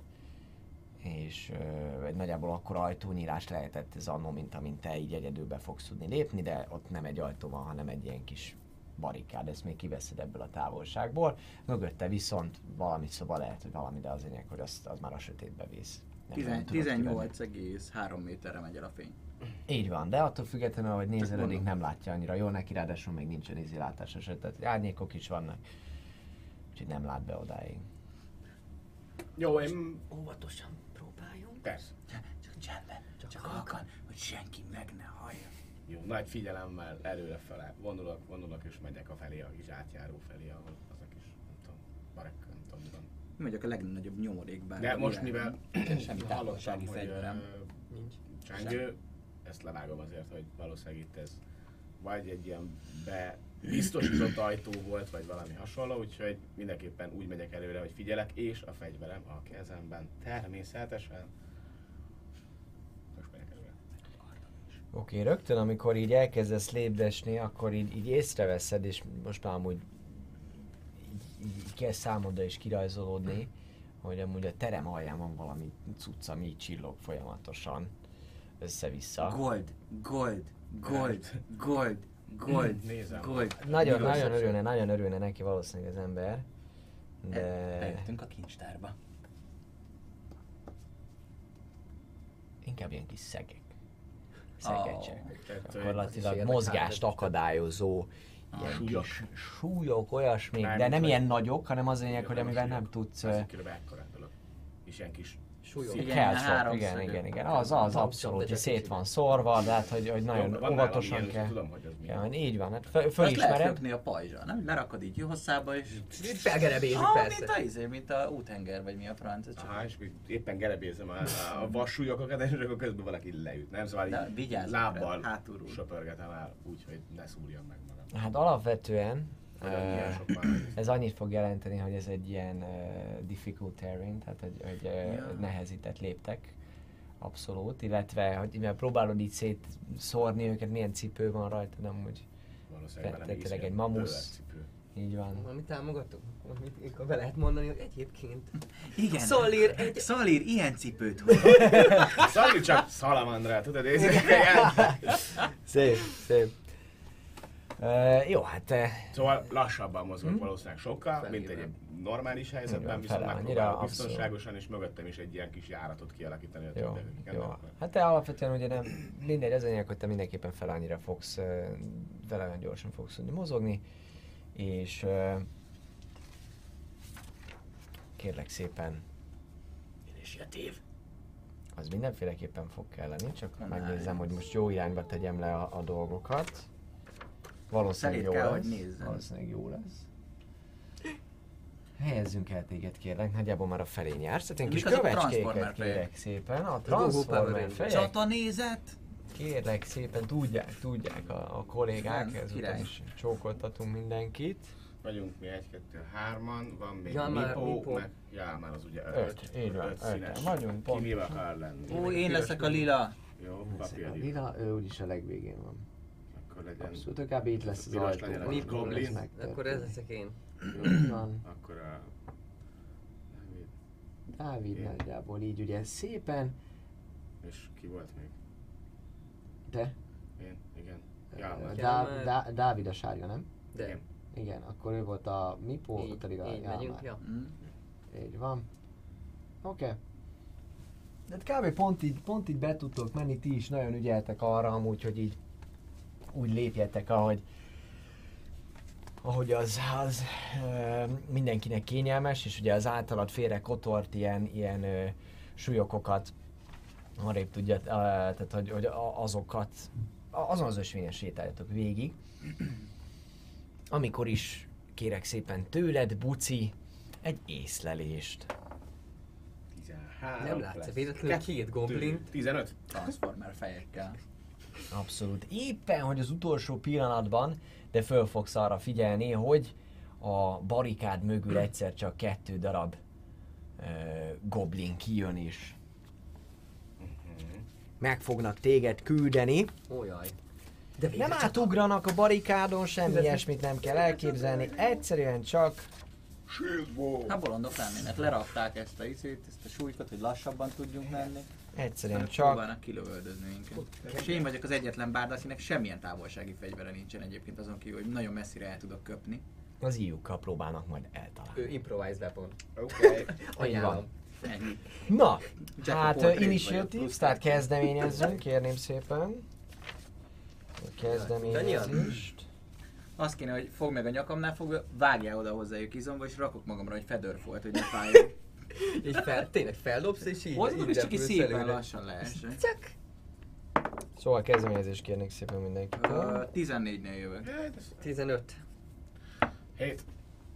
és ö, egy nagyjából akkor ajtónyílás lehetett ez annó, mint amint te így egyedül be fogsz tudni lépni, de ott nem egy ajtó van, hanem egy ilyen kis barikád, ezt még kiveszed ebből a távolságból. Mögötte viszont valami szoba lehet, hogy valami, de az lényeg, hogy az, az már a sötétbe vész. Nem Tizen- nagyon tudod tizennyolc egész három méterre megy el a fény. kivenni. Így van, de attól függetlenül, ahogy nézelődik, mondom. nem látja annyira jól neki, ráadásul még nincsen ízilátása se, tehát árnyékok is vannak, úgyhogy nem lát be odáig. Jó, én... Óvatosan próbáljunk. Persze. Csak csendben, csak, csak halkan, hogy senki meg ne hallja. Jó, nagy figyelemmel előre fele vonulok, vonulok és megyek a felé, a kis átjáró felé, ahol az a kis, nem tudom, barekk, nem tudom, mi van. Mi vagyok a legnagyobb nyomorékbár. De a most világon. mivel Semmi hallottam, távolsági hogy fegyverem. ö, Nincs. csengő, ezt levágom azért, hogy valószínűleg itt ez vagy egy ilyen be biztosított ajtó volt, vagy valami hasonló, úgyhogy mindenképpen úgy megyek előre, hogy figyelek, és a fegyverem a kezemben. Természetesen. Most megyek előre. Oké, okay, rögtön amikor így elkezdesz lépdesni, akkor így, így észreveszed, és most már amúgy így, így kezd számodra is kirajzolódni, hogy amúgy a terem alján van valami cucc, ami így csillog folyamatosan össze-vissza. Gold, gold, gold, gold, gold, Nézem. gold. Nagyon, Igaz, nagyon szép. örülne, nagyon örülne neki valószínűleg az ember, de Bejöttünk a kincstárba. inkább ilyen kis szegek. Szegecsek. Tehát, Gyakorlatilag is mozgást érdekes. akadályozó ilyen súlyok. kis súlyok, olyasmik, Mármint, de nem hogy- ilyen nagyok, hanem az a lényeg, hogy nem amivel súlyok. nem tudsz... Ez ö, körülbelül ekkora dolog. És ilyen kis Súlyok. Igen, Kell ilyen sok, háromszögök. igen, igen, igen. Az, az Van, abszolút, de hogy csak szét kicsit. van szórva, de hát, hogy, hogy nagyon Van nálam óvatosan ilyen, kell. Tudom, hogy az mi. Ja, így van, hát föl, Azt lehet fölismered. lökni a pajzsal, nem? Lerakod így hosszába és... Felgerebézzük Ah, persze. mint a izé, mint a úthenger, vagy mi a franc. ez csak- Aha, és akkor éppen gerebézem a, a vassúlyokat, és akkor közben valaki leüt. Nem, szóval De így vigyázz lábbal rá, hátulról. söpörgetem el, úgyhogy ne szúrjam meg magam. Hát alapvetően Hogy ö, milyen sok van. ez annyit fog jelenteni, hogy ez egy ilyen uh, difficult terrain, tehát hogy, hogy uh, Ja. nehezített léptek abszolút, illetve hogy mivel próbálod így szétszórni őket, milyen cipő van rajta, nem úgy. Valószínűleg velem Tényleg egész egy ilyen mamusz. bőrcipő. Így van. Valamit támogatok? Valamit akkor be lehet mondani, hogy egyébként. Igen. Szalír egy... Szalír ilyen cipőt hoz. Szalír csak szalamandrát, tudod, érzik? Szép, szép. Uh, jó, hát... Uh, Szóval lassabban mozgok Hmm? valószínűleg sokkal, mint egy normális helyzetben, Igen, viszont fele megpróbálok annyira, biztonságosan, és mögöttem is egy ilyen kis járatot kialakítani. hogy jó, tudják, hogy jó. ennek- Hát te alapvetően ugye nem, mindegy, az a lényeg, hogy te mindenképpen fel annyira fogsz, uh, vele olyan gyorsan fogsz tudni mozogni, és uh, kérlek szépen, initiatív. Az mindenféleképpen fog kelleni, csak Na, megnézem, nice. hogy most jó irányba tegyem le a, a dolgokat. Valószínűleg Szerint jó kell, lesz. hogy nézzem. Valószínűleg jó lesz. Helyezzünk el téged, kérlek, nagyjából már a felén jársz. Tehát én Mik kis azok a kövecskéket Transformer fejek? kérek szépen. A Power Transformer Ranger. fejek, Csatanézet? kérlek szépen, tudják, tudják a, a kollégák, Nem, ezután király. is csókoltatunk mindenkit. Vagyunk mi egy, kettő, hárman, van még Ja, már Mipo, Mipo. meg ja, már az ugye Öt, öt. így van, öt öten színes. vagyunk, Ki mi pontosan. akar lenni? Ó, én leszek a lila. Jó, kapja A a lila. lila, ő úgyis a legvégén van. Akkor legyen. Abszolút, ő kb. Itt lesz az Piros ajtó. legyen a most kis fog goblin. lesz megtörténni. Akkor ez leszek én. Így van. Akkor a... Dávid Én. nagyjából így ugye szépen, És ki volt még? te? Én? Igen. Ö, Ja, már. Dá- Dá- Dávid a sárga, nem? De Igen. Igen, akkor ő volt a Mipo, ott így, pedig a így megyünk, Jálmár. ja. Mm. Így van. Oké. Okay. De kb. Pont így, pont így be tudtok menni, ti is nagyon ügyeltek arra amúgy, hogy így úgy lépjetek, ahogy ahogy az, az ö, mindenkinek kényelmes, és ugye az általad félre kotort ilyen, ilyen ö, súlyokokat arrébb tudja, ö, tehát hogy, hogy a- azokat, a- azon az ösvényen sétáljatok végig. Amikor is kérek szépen tőled, Buci, egy észlelést. tizenhárom Nem látsz, lesz. véletlenül két goblint. tizenöt? Transformer fejekkel. Abszolút. Éppen, hogy az utolsó pillanatban, de föl fogsz arra figyelni, hogy a barikád mögül egyszer csak kettő darab uh, goblin kijön és meg fognak téged küldeni. Ó jaj. De Nem végre csak átugranak a barikádon, semmi ilyesmit nem kell elképzelni, egyszerűen csak Hát bolondok lennének, lerakták ezt a izét, ezt a súlykot, hogy lassabban tudjunk menni. egyszerűen Aztán csak próbálnak kilövöldözni minket. És én vagyok az egyetlen bárd, akinek semmilyen távolsági fegyvere nincsen egyébként, azon kívül, hogy nagyon messzire el tudok köpni. az íjukkal próbálnak majd eltalálni. Ő improvise weapon. Oké. Ajánlom. Ennyi. Na, Jack a hát Portrait uh, initiatív, tehát kezdeményezzünk, kérném szépen. A kezdeményezést. Azt kéne, hogy fogd meg a nyakamnál fogva, vágjál oda hozzájuk izomba, és rakok magamra egy fedőrfolt, hogy ne fájjon. Így fel, tényleg feldobsz és így. Mozgok, és csak így repülsz szépen előre. lassan leesek. Csak. Szóval kezdeményezést kérnék szépen mindenkitől. Ö, tizennégynél jövök. tizenöt. hét.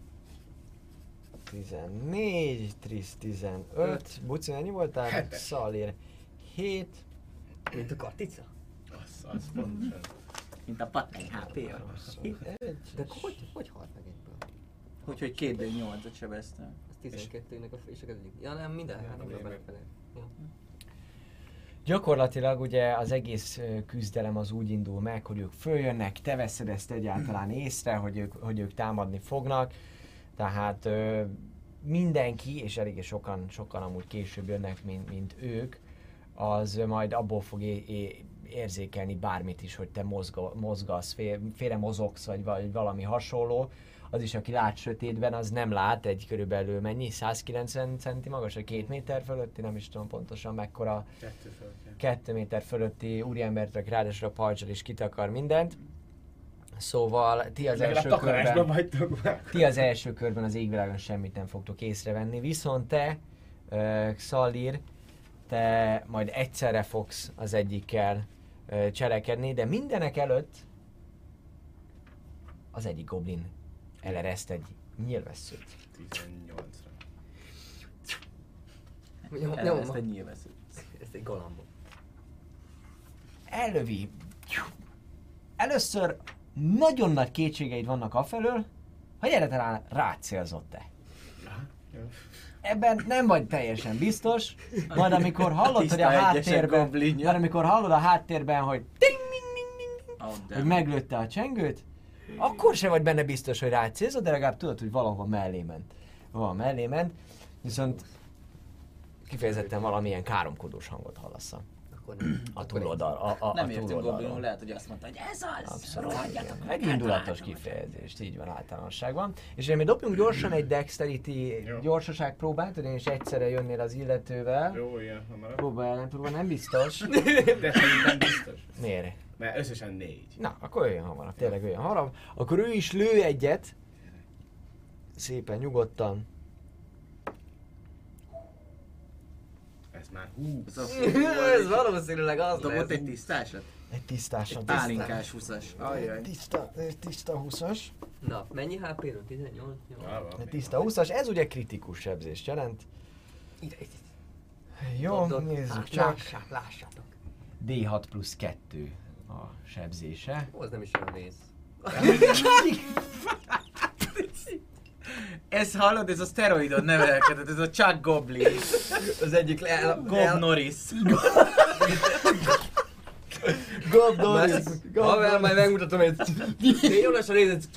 tizennégy, Trisz tizenöt, Buci ennyi voltál? Hetes. Szalér hét, Mint a katica? Az, az pontosan. Mint a patkány há pé-a. egy, De hogy, hogy halt meg egyből? Hogy, hogy két dé nyolcat sebeztem. Az tizenkettőnek a és a kezdődik. Ja nem, minden háromra belefele. Ja. Gyakorlatilag ugye az egész ö, küzdelem az úgy indul meg, hogy ők följönnek, te veszed ezt egyáltalán észre, hogy ők, hogy ők támadni fognak. Tehát ö, mindenki, és eléggé sokan, sokan amúgy később jönnek, mint, mint ők, az majd abból fog é- é- érzékelni bármit is, hogy te mozga, mozgasz, fél, félre mozogsz, vagy, vagy valami hasonló. Az is, aki lát sötétben, az nem lát, egy körülbelül mennyi? száz kilencven centi magas, vagy két méter fölötti, nem is tudom pontosan mekkora. Kettő fel kell. Kettő méter fölötti úriembert, aki ráadásul a pajzsal is kitakar mindent. Szóval ti az első takarásban körben, vagytok már. ti az első körben az égvilágon semmit nem fogtok észrevenni, viszont te, uh, Xalir, te majd egyszerre fogsz az egyikkel uh, cselekedni, de mindenek előtt az egyik goblin elereszt egy nyílvesszőt. tizennyolcra. Nyom, Ez nyomom. egy nyilvesző. Ezt egy galambot. Ellövi. Először nagyon nagy kétségeid vannak afelől, hogy eredetileg rád célzott-e. Aha, jó. ebben nem vagy teljesen biztos, majd amikor hallod, hogy a Tiszta egyesek háttérben, goblinja. majd amikor hallod a háttérben, hogy ting, ding, ding, ding, Oh, hogy meglőtte a csengőt, akkor se vagy benne biztos, hogy rácélzod, de legalább tudod, hogy valahol mellé ment. Valahol mellé ment, viszont kifejezetten valamilyen káromkodós hangot hallasz Akkor nem. a túloldal. A, a, Nem a értünk túloldalról. Goblinul, lehet, hogy azt mondta, hogy ez az! Abszolút. rohadjatok igen. meg, Egy indulatos általában. kifejezést, így van általánosságban. És ugye mi dobjunk gyorsan egy dexterity Jó. gyorsaság próbát, hogy én is egyszerre jönnél az illetővel. Jó, ilyen hamarabb. Próba ellen próba, nem biztos. De szerintem biztos. Miért? Mert összesen négy. Na, akkor jöjjön hamarabb, tényleg jöjjön hamarabb. Akkor ő is lő egyet. Szépen, nyugodtan. Ez már hú. Ez, a, Ez valószínűleg az dobott lesz. egy tisztásat? Egy tisztásan. Pálinkás húszas. Ajjaj. Tiszta, tiszta húszas. Na, mennyi há pé-ről? tizennyolc? Jó. Egy tiszta húszas, ez ugye kritikus sebzést jelent. Ide, ide. Jó, Dobd, nézzük hát, csak. Lássátok, lássátok. dé hat plusz kettő a sebzése. Ó, az nem is olyan rész. Ez hallod, ez a szteroidon nevelkedett, ez a Chuck Goblin. Az egyik le... Gob Norris. Gob Norris! Haver, majd megmutatom egy... Tényleg a részt...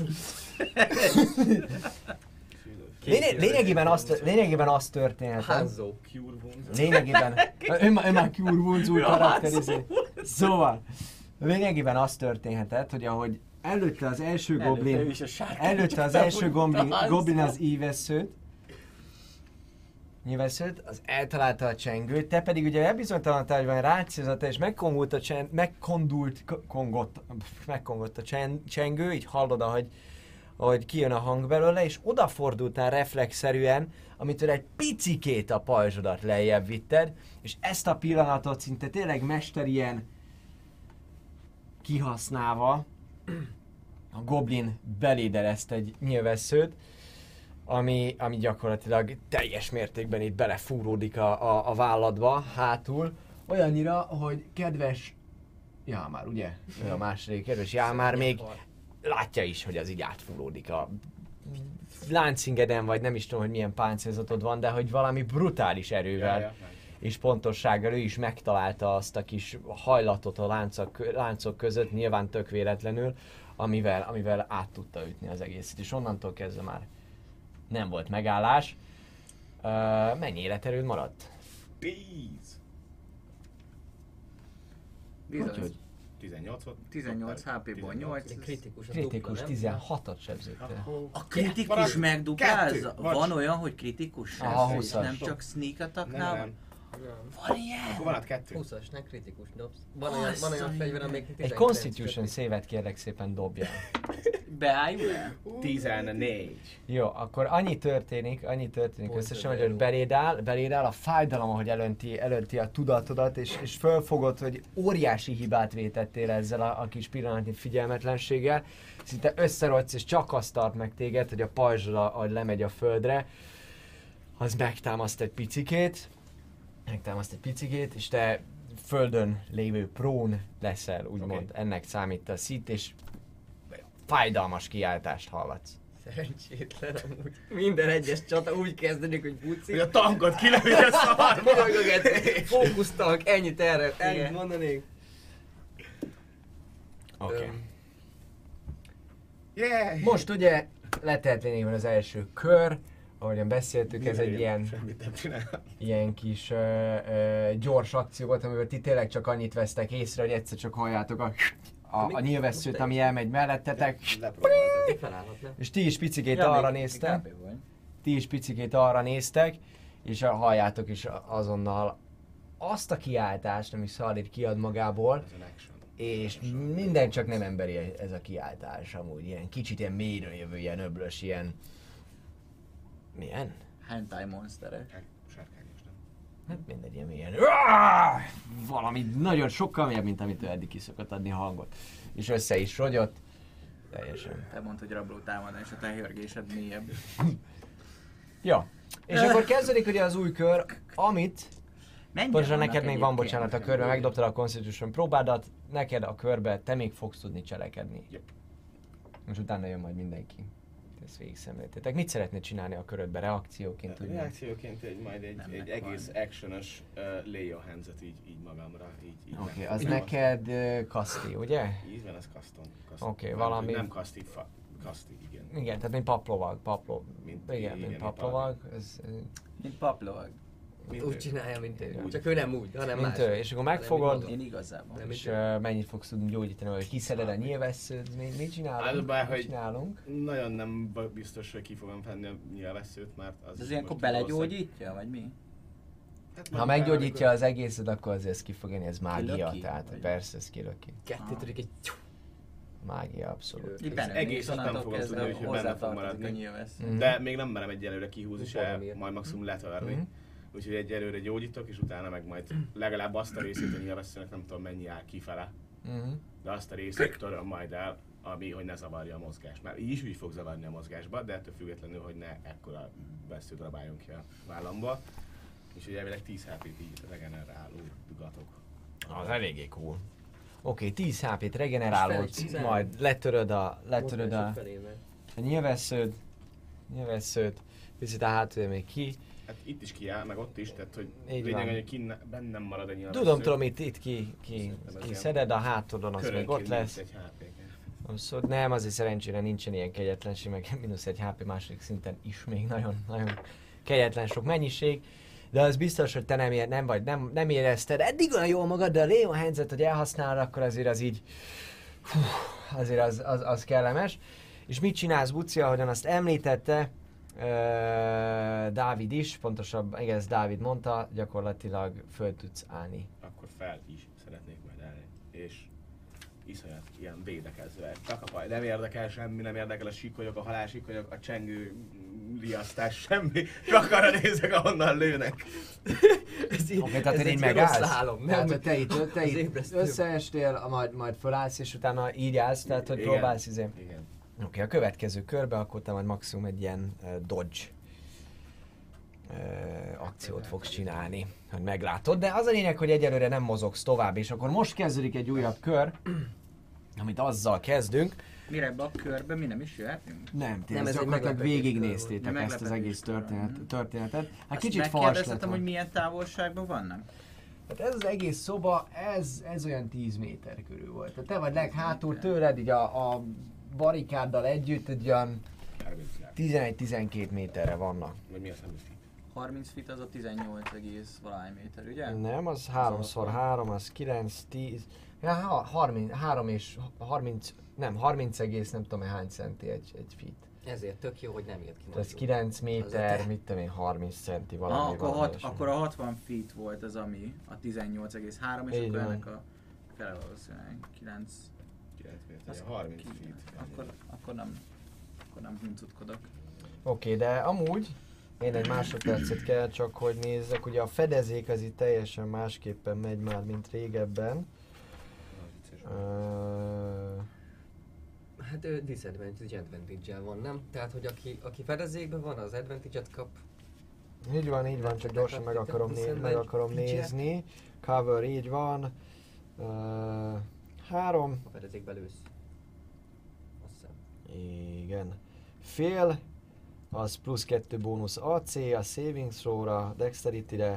Lényeg, lényegében, azt, lényegében az történhet. Hanzo. Cure Wounds. Lényegében, ő, már- ő már Cure Wounds új karakterizé. Szóval, lényegében az történhetett, hogy ahogy előtte az első Előtte ő goblin, is a sárkány előtte az csapta, első úgy goblin, tanz. goblin az íveszőt, nyilvesszőt, az eltalálta a csengőt, te pedig ugye elbizonytalanításban rácélzott és megkongult a csen, megkondult, k- kongott, pff, megkongott a csen, csengő, így hallod, ahogy, ahogy kijön a hang belőle, és odafordultál reflexzerűen, amitől egy picikét a pajzsodat lejjebb vitted, és ezt a pillanatot szinte tényleg mesterien kihasználva a goblin beléd ereszt egy nyilvesszőt, ami, ami gyakorlatilag teljes mértékben itt belefúródik a, a, a válladba, hátul, olyannyira, hogy kedves Jámár, ugye? Ő a második kedves Jámár még látja is, hogy az így átfúródik a láncingeden, vagy nem is tudom, hogy milyen páncélzatod van, de hogy valami brutális erővel Ja, ja, és pontossággal ő is megtalálta azt a kis hajlatot a láncok, láncok között, nyilván tök véletlenül, amivel, amivel át tudta ütni az egészet, és onnantól kezdve már nem volt megállás. Uh, mennyi életerőd maradt? tíz. Bizony. Úgyhogy tizennyolc volt. tizennyolc há pé-ból nyolc. Kritikus, a kritikus dupla, nem? tizenhatot sebződtél. A kritikus Marad- megduplázza? kettő, bocs. Van olyan, hogy kritikus Aha, sebzés, huszas. nem csak sneak Nem, attacknál? nem. Van ilyen? Akkor van kettő. húszas, ne kritikus dobsz. Van olyan, van olyan Azt a fegyver, amelyik Egy tizenkilenc Constitution csak- szévet kérlek szépen dobjál. Beálljul el? tizennégy. Jó, akkor annyi történik, annyi történik Pont összesen, ez hogy jó. beléd áll, beléd áll a fájdalom, ahogy elönti, elönti a tudatodat, és, és fölfogod, hogy óriási hibát vétettél ezzel a, a kis pillanatnyi figyelmetlenséggel. Szinte összerodsz, és csak azt tart meg téged, hogy a pajzsod, ahogy lemegy a földre, az megtámaszt egy picikét, megtámaszt egy picikét, és te földön lévő prón leszel, úgymond. Oké. Okay. Ennek számít a szit, és fájdalmas kiáltást hallatsz. Szerencsétlen amúgy. Minden egyes csata úgy kezdődik, hogy buci. Hogy a tankot kilövi a szarba. Fókusztank, ennyit erre, ennyit Igen. mondanék. Oké. Okay. Öm, Yeah. Most ugye letelt lényegében az első kör, ahogyan beszéltük, ez egy ilyen, Semmit nem csinál. ilyen kis ö, ö, gyors akció volt, amivel ti tényleg csak annyit vesztek észre, hogy egyszer csak halljátok a, a, a nyilvesszőt, ami elmegy mellettetek, Lepróbáltad. felállhatna. és ti is picikét Ja, arra még- még néztek, há pé vagy. ti is picikét arra néztek, és a- halljátok is azonnal azt a kiáltást, ami Szalid kiad magából, Ez an action. és minden csak nem emberi ez a kiáltás amúgy, ilyen kicsit ilyen mélyről jövő, ilyen öblös, ilyen... Milyen? Hentai monsterek. Sárkányos, nem? Hát mindegy, ilyen ilyen... Uáááá! Valami nagyon sokkal mélyebb, mint amit ő eddig ki szokott adni hangot. És össze is rogyott. Teljesen. Te mondd, hogy rabló támadás, a te hörgésed mélyebb. Ja. És akkor kezdődik ugye az új kör, amit... Mennyire Pontosan vannak neked még van egyébként? bocsánat a körben, megdobtad a Constitution próbádat, neked a körbe te még fogsz tudni cselekedni. Yep. És utána jön majd mindenki. ezt végig szemléltétek. Mit szeretnéd csinálni a körödbe reakcióként? A reakcióként egy, majd egy, egy egész actionos uh, lay a hands-et így, így magamra. Így, így Oké, okay, megfogom. az neked uh, kaszti, ugye? Így van, ez custom. Oké, okay, nem, valami... Nem kaszti, fa, kaszti, igen. Igen, tehát mint paplovag, paplov... Mint- igen, igen, mint mint paplovag. Ez, uh, Mint paplovag. Mint Úgy ő. csinálja, mint ő. Úgy. Csak ő nem úgy, hanem mint más. ő, és akkor megfogod, Én igazából. Nem és így. uh, mennyit fogsz tudni gyógyítani, hogy kiszeded a nyilvesszőt, mi, mit csinálunk? Az baj, Mit hogy- csinálunk? Nagyon nem b- biztos, hogy ki fogom venni a nyilvesszőt, mert az Ez is ilyenkor most belegyógyítja, vagy mi? Hát Ha mondjuk meggyógyítja amikor- az egészet, akkor azért ez ki fog jönni, ez mágia, Kilöki? tehát Vagy- persze ez kilöki. Kettőt tudjuk egy tyú. Mágia, abszolút. Így Az benne egész és azt nem onnantól fogom kezdve tudni, hogy benne fog hozzátartozik a maradni. nyilvesz. Mhm. De még nem merem egyelőre kihúzni se, Valamiért. majd maximum letörni. Mhm. Úgyhogy egyelőre gyógyítok, és utána meg majd legalább azt a részét a nyilvesszőnek nem tudom mennyi áll kifele. Mhm. De azt a részét töröm majd el, ami, hogy ne zavarja a mozgást. Már így is úgy fog zavarni a mozgásba, de ettől függetlenül, hogy ne ekkora veszőt rabáljon ki a vállamból. Úgyhogy elvileg tíz há pét így regenerálódgatok. Az eléggé cool. Oké, tíz há pét regenerálódsz, És fel- majd letöröd a, letöröd a, Mozgások felével. a nyilvessződ, nyilvessződ, viszed a hátulja még ki. Hát itt is kiáll, meg ott is, tehát hogy Így lényeg, van. hogy kinn, bennem marad a nyilvessző. Tudom, tudom, itt, itt ki, ki, Szerintem ez ki ilyen szeded a hátodon, az még Körönként ott lesz. mínusz egy há pé. Abszolút nem, azért szerencsére nincsen ilyen kegyetlenség, meg mínusz egy há pé második szinten is még nagyon, nagyon kegyetlen sok mennyiség. De az biztos, hogy te nem, ér, nem vagy, nem, nem érezted eddig olyan jól magad, de a Leon Hands-et, hogy elhasználod, akkor azért az így, hú, azért az, az, az kellemes. És mit csinálsz, Buci, ahogyan azt említette, uh, Dávid is, pontosabb, egész Dávid mondta, gyakorlatilag föl tudsz állni. Akkor fel is szeretnék majd állni. És iszonyat ilyen védekezve. Takapaj, nem érdekel semmi, nem érdekel a sikolyok, a halálsikolyok, a csengő riasztás, semmi. Csak arra nézek, ahonnan lőnek. Ez így- Oké, tehát ez te így egy megállsz? rossz álom, Tehát, nem? hogy te itt, te Az itt ébresztő. összeestél, majd, majd fölállsz, és utána így állsz, tehát hogy Igen. próbálsz izé. Igen. Oké, okay, a következő körbe akkor te majd maximum egy ilyen uh, dodge uh, akciót fogsz csinálni, hogy meglátod. De az a lényeg, hogy egyelőre nem mozogsz tovább, és akkor most kezdődik egy újabb kör, amit azzal kezdünk. Mire ebbe a körbe mi nem is jöhetünk? Nem, ti Nem, nem, ez egy gyakorlatilag meglepetés végignéztétek kör volt. ezt az egész történet, Mhm. történetet. Hát Azt kicsit fals lett megkérdeztetem, hogy volna. milyen távolságban vannak? Hát ez az egész szoba, ez, ez olyan tíz méter körül volt. Tehát te vagy leghátul tőled, így a, a barikáddal együtt, egy olyan harminc tizenegy-tizenkét méterre vannak. Vagy mi a számít? harminc feet az a tizennyolc egész valahány méter, ugye? Nem, az három szor három, az kilenc, tíz, ja, ha- harminc, három és harminc, nem, harminc egész nem tudom hány centi egy, egy feet. Ezért tök jó, hogy nem jött ki. Tehát ez nagyon. kilenc méter, te. mit tudom én, harminc centi, Ah, valami. akkor, valami hat, ilyesmi. akkor a hatvan feet volt az, ami a tizennyolc egész három, és Így akkor van. ennek a fele valószínűleg kilenc. kilenc méter, Az harminc ki- feet. Akkor, akkor nem, akkor nem huncutkodok. Oké, de amúgy én egy másodpercet kell csak, hogy nézzek, ugye a fedezék az itt teljesen másképpen megy már, mint régebben. Uh, Hát ő disadvantage advantage-el van, nem? Tehát, hogy aki, aki fedezékben van, az advantage-et kap. így van, így van, csak gyorsan meg akarom, né- meg akarom nézni. Cover, így van. Uh, három. A fedezékbe lősz. Azt hiszem. Igen. Fél, az plusz kettő bónusz á cé, a saving throw-ra, dexterity-re.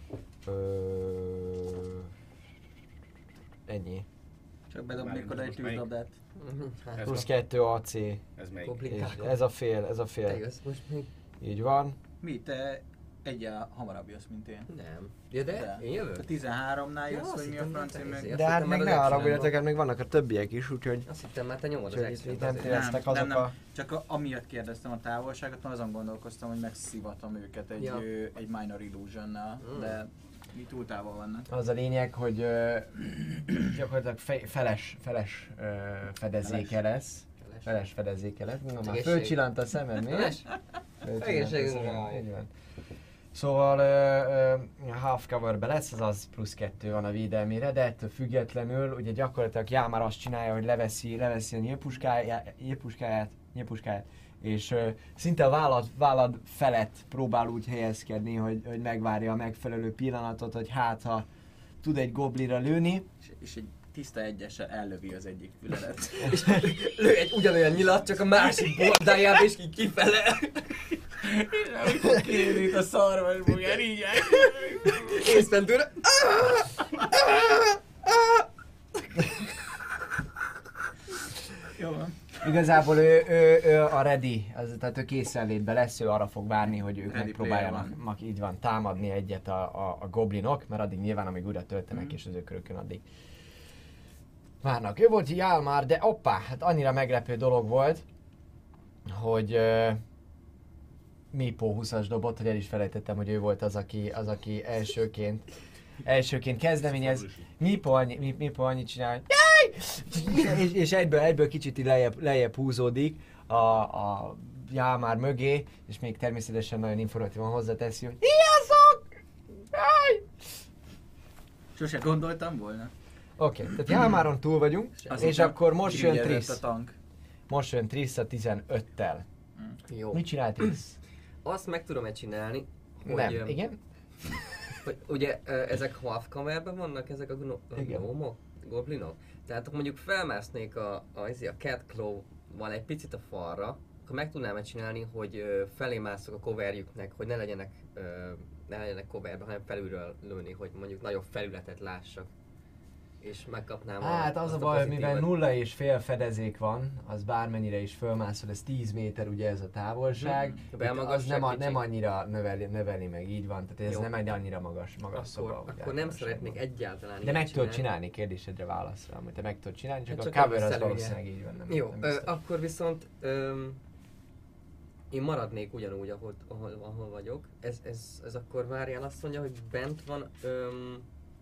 Ö... Ennyi. Csak bedobnék oda egy Most melyik? tűzlabdát. Hát, Ez Plusz van. kettő á cé, Ez melyik? és komplikálok. ez a fél, ez a Te fél. jössz most még? Így van. Mi, te egyel hamarabb jössz, mint én. Nem. Ja, de? De. Én jövök? A tizenháromnál Ja, jössz, azt vagy mi a hittem, francia te meg? ezért. De Azt hát hittem, még már ne az arra action-ben. gondoljatok, hát még vannak a többiek is, úgyhogy... Azt hittem már te nyomod az Úgyhogy extra itt nem azért. téreztek azok nem, nem. a... Csak a, amiatt kérdeztem a távolságot, mert azon gondolkoztam, hogy megszivatom őket egy, Ja. ö, egy minor illusionnal, Mm. de mi túl távol vannak. Az a lényeg, hogy ö, gyakorlatilag fe, feles, feles ö, fedezéke lesz. Feles. Feles fedezéke lesz. Mondom, már Egészség. fölcsillant a szemed, mi? Feles? Fölcsillant a Egészségünkre szemed, hajt. így van. Szóval ö, ö, half coverbe lesz, azaz plusz kettő van a védelmére, de ettől függetlenül ugye gyakorlatilag Já már azt csinálja, hogy leveszi, leveszi a nyílpuskáját, nyílpuskáját, nyílpuskáját, és ö, szinte a vállad, vállad felett próbál úgy helyezkedni, hogy, hogy megvárja a megfelelő pillanatot, hogy hát ha tud egy goblinra lőni. És, és egy tiszta egyessel ellövi az egyik füledet. És lő egy ugyanolyan nyilat, csak a másik bordájába, és így kifele. És ahogy kirít a szarvasbogár, így áll. Észben tőle. Jó van. Igazából ő, ő, ő a ready, az, tehát ő készenlétben lesz, ő arra fog várni, hogy ők Ready megpróbáljanak, player mag, így van, támadni egyet a, a, a goblinok, mert addig nyilván, amíg újra töltenek, mm. és az ő körükön addig várnak. Ő volt Hjalmar, de oppá, hát annyira meglepő dolog volt, hogy uh, Mipó húszas dobott, hogy el is felejtettem, hogy ő volt az, aki, az, aki elsőként, elsőként kezdeményez. Mipó annyi, Mipó annyit csinál, hogy és, és egyből, egyből kicsit így lejjebb, lejjebb húzódik a, a Hjalmar mögé, és még természetesen nagyon informatívan hozzáteszi, hogy Ijászok! Jaj! Sose gondoltam volna. Oké, okay, tehát Hjalmaron túl vagyunk, Az és akkor most jön irigyezett Triss. a tank. Most jön Triss a tizenöttel. Jó. Mit csinál Triss? Azt meg tudom-e csinálni, hogy... Nem, öm, igen? Hogy, ugye ö, ezek half kamerában vannak, ezek a gno- a Igen. gnomok, goblinok? Tehát akkor mondjuk felmásznék a, a, a, a cat claw-val egy picit a falra, akkor meg tudnám-e csinálni, hogy ö, felé mászok a coverjüknek, hogy ne legyenek, ö, ne legyenek coverben, hanem felülről lőni, hogy mondjuk nagyobb felületet lássak. És megkapnám Hát az azt a baj, hogy mivel pozitívat. nulla és fél fedezék van, az bármennyire is fölmászol, ez tíz méter ugye ez a távolság, Mhm. itt Belmagasság az nem, a, kicsi. nem annyira növeli, növeli meg, így van, tehát ez Jó. nem egy annyira magas, magas Akkor, szoba. akkor ugye, nem általánosságban. szeretnék egyáltalán De ilyet meg tudod csinálni, kérdésedre válaszra, amit te meg tudod csinálni, csak, Hát a csak cover az előszerű, valószínűleg így van, nem, Jó, nem ö, biztos. akkor viszont öm, én maradnék ugyanúgy, ahol, ahol, ahol vagyok. Ez, ez, ez akkor várjál, azt mondja, hogy bent van öm,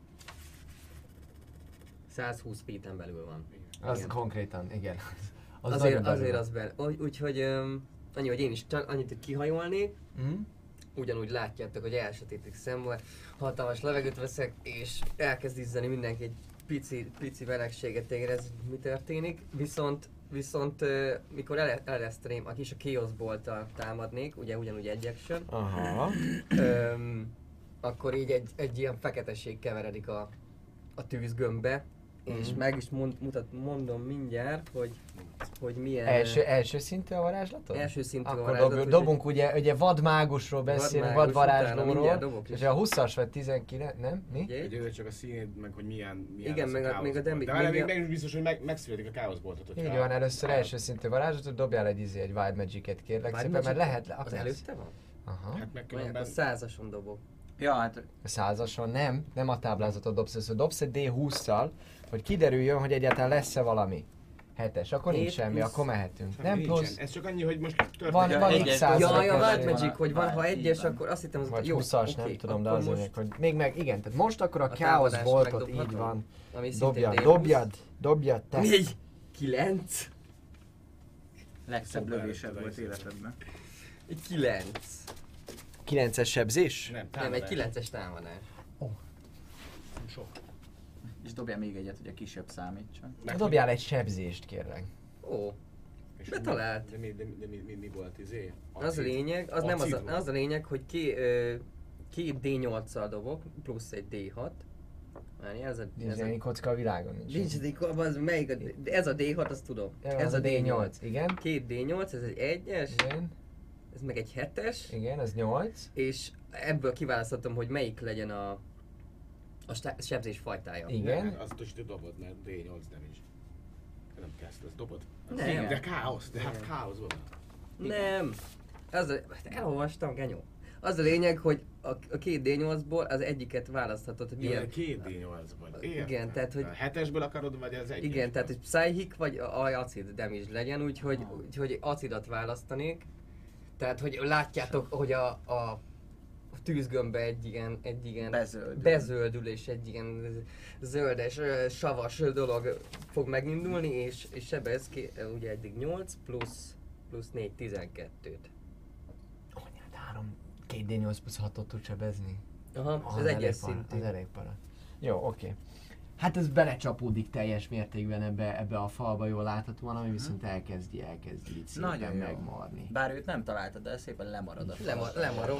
százhúsz feet-en belül van. Az Igen. konkrétan, igen. Az azért nagyon azért belül az benne. Úgy- Úgyhogy öm, annyi, hogy én is csak annyit, hogy kihajolnék, van. Mhm. ugyanúgy látjátok, hogy elsötétik szembe, hatalmas levegőt veszek, és elkezd izzani mindenki egy pici, pici velegséget érez, mi történik. Viszont, viszont uh, mikor ele- eleszteném, a kis a Chaos Bolt-tal támadnék, ugye ugyanúgy egy action, Aha. um, akkor így egy, egy ilyen feketesség keveredik a, a tűzgömbbe, és Mhm. meg is mond, mutat, mondom mindjárt, hogy, hogy milyen... Első, első szintű a varázslatod? első szintű Akkor varázslat, dob, úgyhogy- dobunk ugye, ugye vadmágusról beszélünk, Vadmágus, utána vadvarázslóról, mindjárt dobok és is. a húszas vagy tizenkilenc, nem? Mi? Ugye? Hogy ez csak a színét, meg hogy milyen, milyen Igen, lesz meg a- Chaos még a Bolt. demi- De várjál, még még a- nem is biztos, hogy meg, megszületik a Chaos Boltot, hogyha... Így van, először első szintű varázslatot, dobjál egy izé, egy Wild Magic-et kérlek Wild szépen, mert Magic? lehet le... Az előtte van? Aha. Hát meg Vagy különben... akkor százason dobok. Ja, hát A százason nem, nem a táblázatot dobsz, először dobsz egy dé hússzal, hogy kiderüljön, hogy egyáltalán lesz-e valami. Hetes, akkor nincs Hét semmi, plusz- akkor mehetünk. Hát Nem nincsen. plusz, Ez csak annyi, hogy most történik. van, Ja, van egyes x százalékos. Ja, ja, Százalékos Wild van Magic, a- hogy van, ha így egyes, van. akkor azt hittem, az Vagy jó, húszas, oké, nem tudom, de akkor az most, lényeg, hogy még meg, igen, tehát most akkor a, A Chaos támadást Boltot megdobhatom? így van. ami szintén Dobjad, D húsz. dobjad, dobjad, te. Négy, kilenc, legszebb Szuper, lövésed ez volt az életedben. egy kilenc. kilences sebzés? Nem, Nem, egy támadás. kilences támadás. Sok. És dobjál még egyet, hogy a kisebb számítson. Meg- Dobjál egy sebzést, kérlek. Ó, És betalált. De mi, de, mi- de mi, mi, mi volt, izé? az a Acid? lényeg, az nem az, Acid a, volt. az a lényeg, hogy ki, ö, két dé nyolccal dobok, plusz egy dé hat. Várj, ez a... Nincs Ez a ennyi kocka a világon. nincs dé az melyik a, de ez a dé hat, azt tudom. Ja, Ez az a a dé dé nyolc. nyolc, igen. Két dé nyolc, ez egy egyes, Igen, ez meg egy hetes, igen, az nyolc. és ebből kiválaszthatom, hogy melyik legyen a, a stá- sebzés fajtája. Igen. Nem, azt is te dobod, mert dé nyolc nem is. Nem kezd, azt dobod. Nem. De káosz, de hát Nem. káosz volt. Nem. Az a, elolvastam, genyó. Az a lényeg, hogy a, a két dé nyolcból az egyiket választhatod, hogy Milyen? milyen... Két dé nyolc vagy. Értem. Igen, tehát, hogy- A hetesből akarod, vagy az egy? Igen, tehát hogy Psychic vagy a, a acid damage legyen, úgyhogy, Ah. úgyhogy acidat választanék. Tehát, hogy látjátok, hogy a, a a tűzgömbbe egy igen, egy igen Bezöldül. bezöldül és egy igen zöldes, ö, savas dolog fog megindulni, és, és sebez ki, ö, ugye eddig nyolc plusz, plusz négy, tizenkettőt. Anyád, három, két dé nyolc plusz hatot tud sebezni. Aha, Az ez egyes elég para, szintű. Az elég para. Jó, oké. Hát ez belecsapódik teljes mértékben ebbe, ebbe a falba, jól láthatóan, ami viszont elkezdi, elkezdi így szépen Nagyon jó. megmarni. Bár őt nem találtad, de szépen lemarad a Lema, falra. lemarom.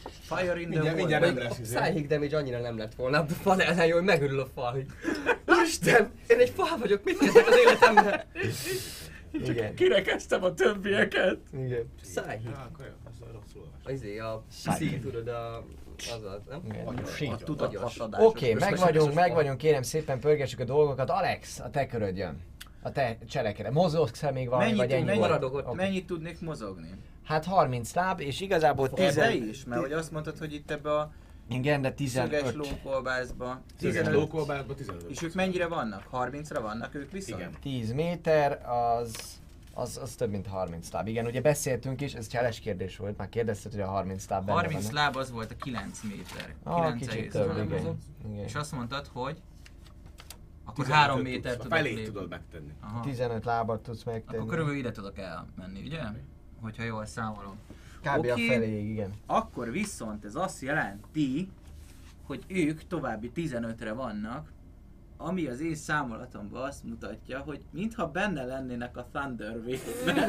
Fire in the Mindjárt, mindjárt wall. nem lesz izé. Psychic damage annyira nem lett volna a panelen, hogy megörül a fal, hogy Isten, én egy fal vagyok, mit kezdek az életemben? Igen. Kirekeztem a többieket. Igen. Psychic. Ah, akkor jó, ez a rosszul olvas. Az izé, a Psychic. szív, tudod, a... az az, nem? Igen. A tudathasadás. Oké, okay, meg vagyunk, meg vagyunk, kérem szépen pörgessük a dolgokat. Alex, a te köröd jön. A te cselekere. Mozogsz-e még valami, Mennyit, vagy ennyi mennyit, volt? maradok ott. Okay. mennyit tudnék mozogni? Hát harminc láb, és igazából Ebbe tizen... is, mert hogy azt mondtad, hogy itt ebbe a Igen, de szöges tizenöt. lókolbászba. Szöges tizenöt. lókolbászba tizenöt. És ők mennyire vannak? harmincra vannak ők viszont? Igen. tíz méter, az, az, az több mint harminc láb. Igen, ugye beszéltünk is, ez cseles kérdés volt, már kérdezted, hogy a harminc láb benne harminc van. láb az volt a kilenc méter. Ah, kilenc kicsit egész több, valami. igen. igen. És azt mondtad, hogy akkor tizenötöt három tudsz, méter a tudok felét lépni. tudod megtenni. Aha. tizenöt lábat tudsz megtenni. Akkor körülbelül ide tudok elmenni, ugye? Hogyha jól számolom. Kb. Oké. a feléig, igen. Akkor viszont ez azt jelenti, hogy ők további tizenötre vannak, ami az én számolatomban azt mutatja, hogy mintha benne lennének a Thunder Wave-ben.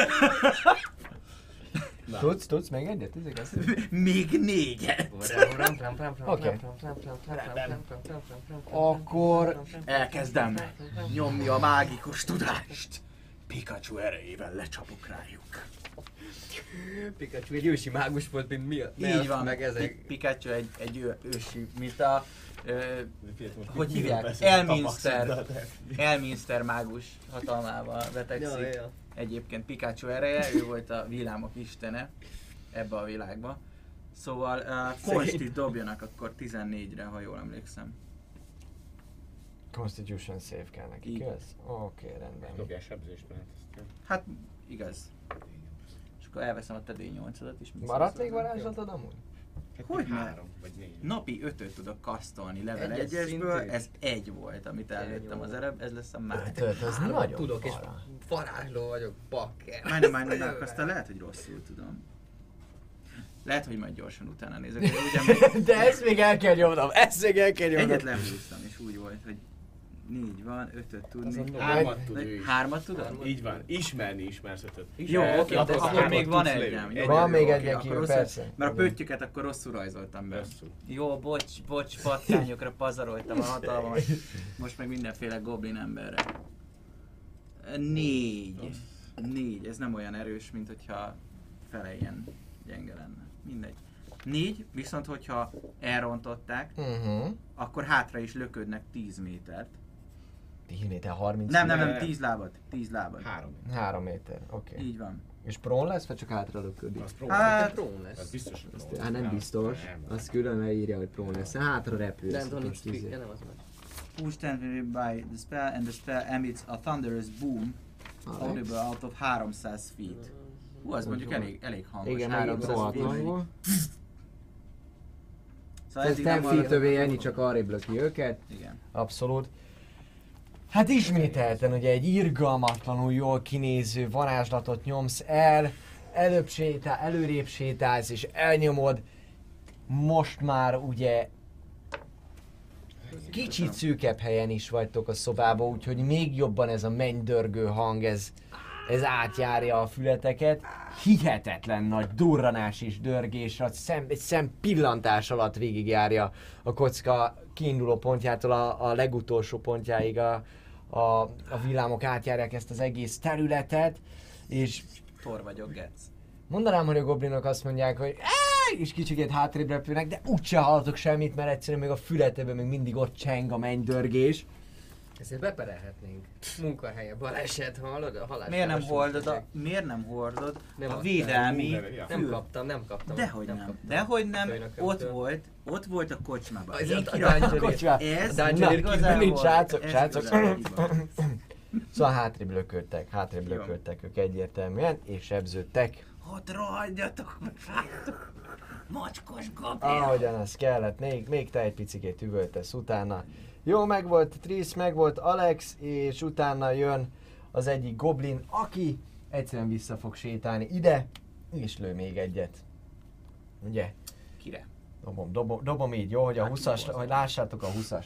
Tudsz, tudsz még egyet? Ezek azt? Még négyet. Oké. Akkor Elkezdem nyomni a mágikus tudást. Pikachu erejével lecsapok rájuk. Pikachu egy ősi mágus volt, mint mi a... Így van, Meg ezek. Pi- Pikachu egy, egy ő, ősi, mint a... Ö, hogy Miről hívják? beszélünk Elminster, tapasztalat? Elminster mágus hatalmával vetekszik. Ja, ja. Egyébként Pikachu ereje, ő volt a villámok istene ebbe a világba. Szóval uh, konstit dobjanak akkor tizennégyre, ha jól emlékszem. Constitution save kell neki, Igen. igaz? Oké, okay, rendben. Dobjál sebzést, mert ezt... Hát igaz. És akkor elveszem a te dé nyolcadat is. mint Maradt szóval még varázslatod amúgy? Hát Hogy még ne? három, vagy négy. Napi ötöt tudok kasztolni level Egyes egyesből, szintű? ez egy volt, amit elvettem az előbb, ez lesz a második. Ötöt, az Hármat nagyon tudok, és para. varázsló vagyok, bakker. Majdnem, majdnem, de aztán lehet, hogy rosszul tudom. Lehet, hogy majd gyorsan utána nézek, de ugye még De ezt még el kell nyomnom, ezt még el kell nyomnom. egyet lehúztam, és úgy volt, hogy négy van, ötöt tudni. Hármat tud ő is. Hármat tudod? Így van, ismerni ismersz ötöt. Jó, oké, Akkor akkor, hármat még van tudsz egyem. lőni. Jó, Van jó, még oké, egy akkor kívül, rosszul- persze. Mert a Igen. pöttyöket akkor rosszul rajzoltam be. Rosszul. Jó, bocs, bocs, patkányokra pazaroltam a hatalmat. Most meg mindenféle goblin emberre. Négy. Négy, ez nem olyan erős, mint hogyha fele ilyen gyenge lenne. Mindegy. Négy, viszont hogyha elrontották, Uh-huh. akkor hátra is löködnek tíz métert. tíz méter, harminc Nem, nem, nem, Nem. tíz lábat. tíz lábat. Három. három méter, oké. Okay. Így van. És prón lesz, vagy csak hátra löködik? Az próbál. Hát, Prón Az lesz. biztos, hogy Azt- próbál. Hát nem biztos, Nem. azt külön leírja, hogy prón lesz. Hátra repülsz. Nem tudom, azt nincs izé. ja, nem az már. push ten by the spell and the spell emits a thunderous boom audible out of háromszáz feet. Hú, az mondjuk elég, elég hangos. Igen, meg háromszáz rohadt feet. hangol. Szóval Ez eddig ten nem feet van- övé, ennyi csak arrébb löki őket. Igen. Abszolút. Hát ismételten ugye egy irgalmatlanul jól kinéző varázslatot nyomsz el, előbb sétál, előrébb sétálsz és elnyomod. Most már ugye kicsit szűkebb helyen is vagytok a szobában, úgyhogy még jobban ez a mennydörgő hang, ez, ez átjárja a fületeket. Hihetetlen nagy durranás és dörgés, a szem, egy szem pillantás alatt végigjárja a kocka kiinduló pontjától a, a legutolsó pontjáig a, a, a villámok átjárják ezt az egész területet, és Tor vagyok, Getz. mondanám, hogy a goblinok azt mondják, hogy "Áj!" és kicsikét hátrébb repülnek, de úgyse hallatok semmit, mert egyszerűen még a fületében még mindig ott cseng a mennydörgés. Ezért beperelhetnénk. Munkahelye, baleset, hallod? A halás Miért nem kereső hordod a, ügyek. miért nem hordod Nem a adtál. védelmi Ja. Nem fül- kaptam, nem kaptam. Dehogy nem, kaptam. dehogy nem, Főnökömtől. ott volt, ott volt a kocsmában. Ez Én a- a kiraktam. dungeon- Kocsmá. Ez A dungeon- Na, igazából- nincs, srácok, ez srácok. igazából így van. Szóval hátrébb lököltek, hátrébb Jó. lököltek ők egyértelműen, és sebződtek. Ott rohadjatok meg, rátok! Mocskos goblin! Ahogyan az kellett, még, még te egy picikét üvöltesz utána. Jó, megvolt Triss, megvolt Alex, és utána jön az egyik goblin, aki egyszerűen vissza fog sétálni ide, és lő még egyet. Ugye? Kire? Dobom, dobom, dobom így, jó, hogy a húszas, hogy lássátok a húszas.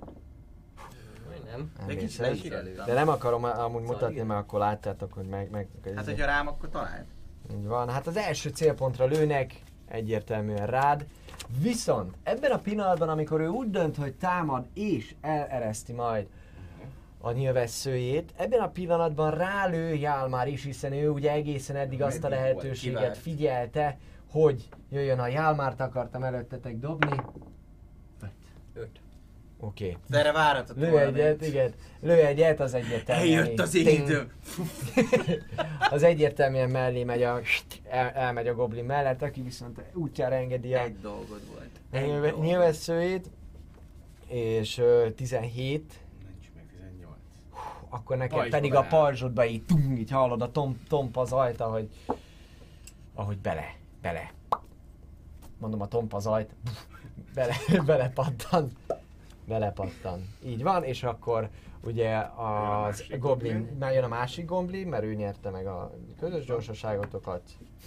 Nem. Nem De kicsit észre. le is lőttem. De nem akarom amúgy mutatni, igen. mert akkor látjátok, hogy meg... meg Hát, hogyha rám, akkor talált. így van. Hát az első célpontra lőnek, egyértelműen rád. Viszont ebben a pillanatban, amikor ő úgy dönt, hogy támad és elereszti majd a nyilvesszőjét, ebben a pillanatban rálő Hjalmar is, hiszen ő ugye egészen eddig azt a lehetőséget figyelte, hogy jöjjön a Hjalmart, akartam előttetek dobni. Öt. Oké. Okay. De erre váratott Lő volna egyet, még. igen. Lő egyet, az egyértelműen. Eljött az Ting. idő. Az egyértelműen mellé megy a, el, elmegy a goblin mellett, aki viszont útjára engedi a Egy dolgod volt. a Egy nyilve- dolgod. nyilvesszőjét, és uh, tizenhét, Nincs meg tizennyolc. akkor neked Pajzsba pedig a bele. pajzsodba így, tung, így hallod a tom, tompa zajt, ahogy, ahogy bele, bele. Mondom a tompa zajt, bele, belepattan. Belepattan. Így van, és akkor ugye az másik goblin, goblin. már jön a másik goblin, mert ő nyerte meg a közös gyorsaságotokat.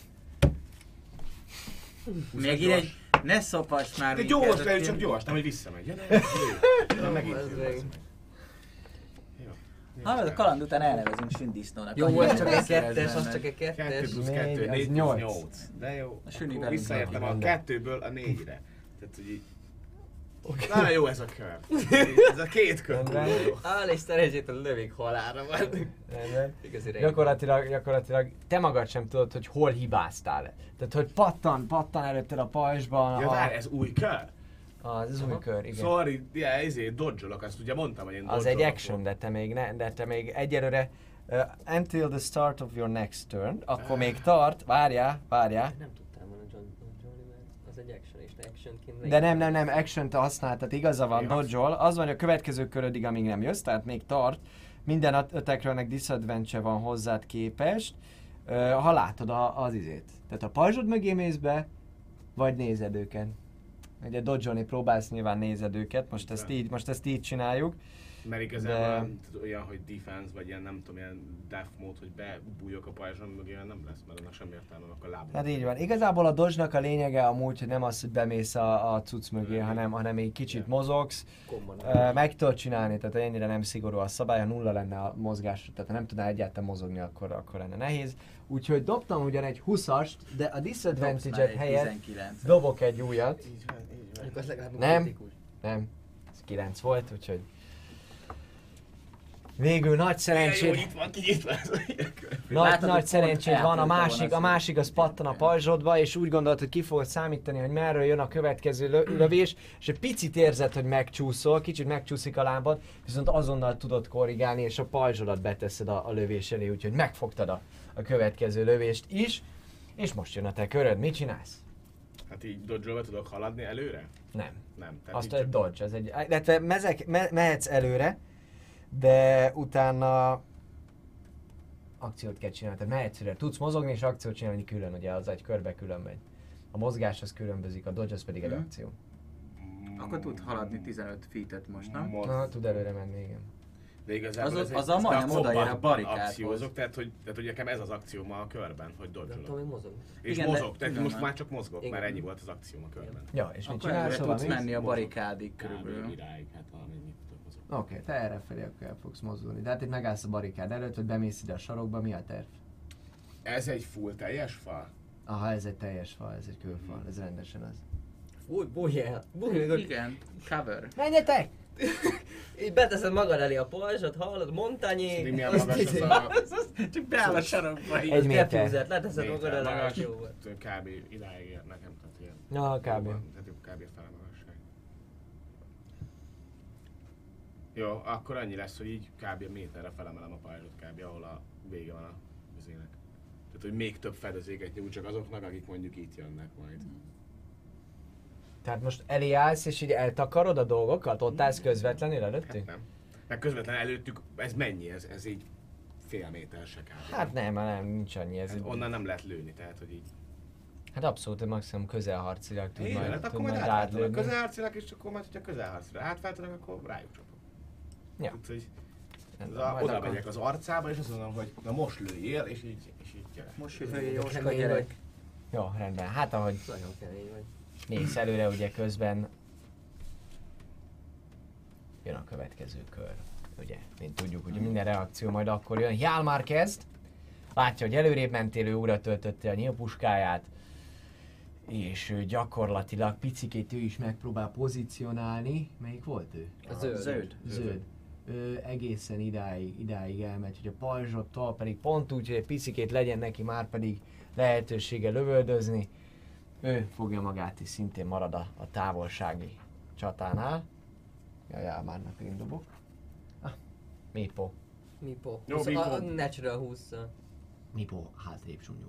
Még így egy... Ne szopass már De minket, gyors, ott lejön, ilyen- csak gyors, nem, hogy visszamegy. Ja, nem, nem, nem, megint az jön, meg. az meg. Jó. Hallod, a kaland után elnevezünk sündisznónak. Jó, Annyi volt csak egy lesz kettes, benne. az csak egy Kettő kettes. plusz Négy, kettő, az négy plusz nyolc. nyolc. De jó, A süni akkor velünk visszaértem van. a kettőből a négyre. Tehát, hogy így... Nagyon jó ez a kör. Ez a két kör. Rendben. Hál' és szerencsét a lövik halára van. Rendben. Igazi rég. Gyakorlatilag, gyakorlatilag te magad sem tudod, hogy hol hibáztál. Tehát, hogy pattan, pattan előtted a pajzsban Ja, a, várj, ez új kör? az új kör, igen. Sorry, ja, ezért dodge-olok, azt ugye mondtam, hogy én Az egy dodge-olok action, de te még, ne, de te még egyelőre uh, until the start of your next turn, akkor még tart, várjál, várjál. Nem tudtam volna John Johnny, mert az egy action és actionként De nem, nem, nem, action-t használtad, igaza van, Ja. dodge-ol. Az van, hogy a következő körödig, amíg nem jössz, tehát még tart. Minden attack-rolnek disadvantage van hozzád képest, uh, ha látod a, az izét. Tehát a pajzsod mögé mész be, vagy nézed őket. Ugye dodge-olni próbálsz, nyilván nézed őket, most ezt így, most ezt így csináljuk. Mert igazából De- nem tud- olyan, hogy defense, vagy ilyen nem tudom, ilyen death mód, hogy bebújok a pajzson, meg ilyen nem lesz, mert annak semmi értelme, akkor lábam. Hát így van. Igazából a dodge-nak a lényege amúgy, hogy nem az, hogy bemész a, a cucc mögé, hanem, hanem egy kicsit mozogsz. Kombon. Ö, meg tudod csinálni, tehát ennyire nem szigorú a szabály, ha nulla lenne a mozgás, tehát ha nem tudnál egyáltalán mozogni, akkor, akkor lenne nehéz. Úgyhogy dobtam ugyan egy húszast, de a Dobsz már disadvantage-et egy helyett tizenkilencet. dobok egy újat. Így van, így van. Az legalább Nem. kritikus. Nem, ez kilenc volt, úgyhogy... Végül nagy Jó, szerencsét, itt van, kinyitva ez a ilyen kör. nagy, Látod, nagy hogy pont szerencsét van, a eltűnt volna másik, a az, másik az pattan a pajzsodba, és úgy gondolt, hogy ki fogod számítani, hogy merről jön a következő lö- lövés, és egy picit érzed, hogy megcsúszol, kicsit megcsúszik a lábad, viszont azonnal tudod korrigálni, és a pajzsodat beteszed a, a lövés elé, úgyhogy megfogtad a, a következő lövést is, és most jön a te köröd, mit csinálsz? Hát így dodge-olva tudok haladni előre? Nem. Nem. Tehát Azt így egy dodge, az egy, illetve mezek, me, mehetsz előre, de utána akciót kell csinálni, tehát mehetsz előre, tudsz mozogni és akciót csinálni külön, ugye az egy körbe külön megy. A mozgás az különbözik, a dodge az pedig egy Mhm. akció. Akkor tud haladni tizenöt feet-et most, nem? Most. Na, tud előre menni, igen. De igazából Az- ez egy- az a majdnem de odaér a combat barikádhoz. akciózok, tehát hogy, tehát hogy nekem ez az akcióm a körben, hogy Nem tudom, dodge-olok. hogy mozog. És Igen, de mozog, tehát külön most már. már csak mozgok, Igen. mert ennyi volt az akcióm a körben. Ja, és mit Akkor csinálsz? előre Szóval tudsz mész? menni a Mozog. barikádig Kb. körülbelül. Iráig, hát valamennyit tudok mozogni. Oké, okay, te errefelé akkor el fogsz mozdulni. De hát itt megállsz a barikád előtt, hogy bemész ide a sarokba, mi a terv? Ez egy full teljes fal? Aha, ez egy teljes fal, ez egy kőfal, ez rendesen az. Fúj, bújj el. Bújj, hogy Igen, cover. Menjetek! így beteszed magad elé a pajzsot, hallod, Montagné. Szerintem milyen azt magas az így- a... Csak beáll a sarokba így. Egy méter. Diffúzert, leteszed magad méter elé, magas, és jó volt. kb. Idáig ér nekem, tehát ilyen. Na, kb. Tehát kb. Fele magasság. Jó, akkor annyi lesz, hogy így kb. Méterre felemelem a pajzsot kb. Ahol a vége van a vizének. Tehát, hogy még több fedezéket nyújt csak azoknak, akik mondjuk itt jönnek majd. Tehát most elé állsz és így eltakarod a dolgokat? Ott állsz közvetlenül Hát előttünk? nem. Meg közvetlen előttük, ez mennyi? Ez, ez így fél méter se kb. Hát nem, nem, nincs annyi. Ez Ez onnan nem lehet lőni, tehát hogy így. Hát abszolút, maximum közelharcilag tud Igen, majd, hát tud akkor majd majd átváltanak rád lőni. közelharcilag, és akkor majd, hogyha közelharcra átváltanak, akkor rájuk csapok. Ja. Úgyhogy Rendben, az a- majd oda akkor- megyek az arcába, és azt mondom, hogy na most lőjél, és így, és így gyere. Most jöjjön Jóska Kemény gyerek. vagy. Jó, rendben. Hát ahogy Nagyon kemény vagy. mész előre, ugye közben jön a következő kör. Ugye, mint tudjuk, hogy minden reakció majd akkor jön. Hjalmar kezd, látja, hogy előrébb mentél, ő újra töltötte a nyílpuskáját, és ő gyakorlatilag picikét ő is megpróbál pozícionálni. Melyik volt ő? A zöld. Zöld. Zöld. Ő egészen idáig, idáig elmegy, hogy a pajzsottól pedig pont úgy, hogy egy picikét legyen neki már pedig lehetősége lövöldözni. Ő fogja magát is, szintén marad a, a távolsági csatánál. Jajjá, már napig dobok. Ah, Mipo. Mipo. Jó, Az Mipo. A, a natural húsz. Mipo hátrébb sunyú.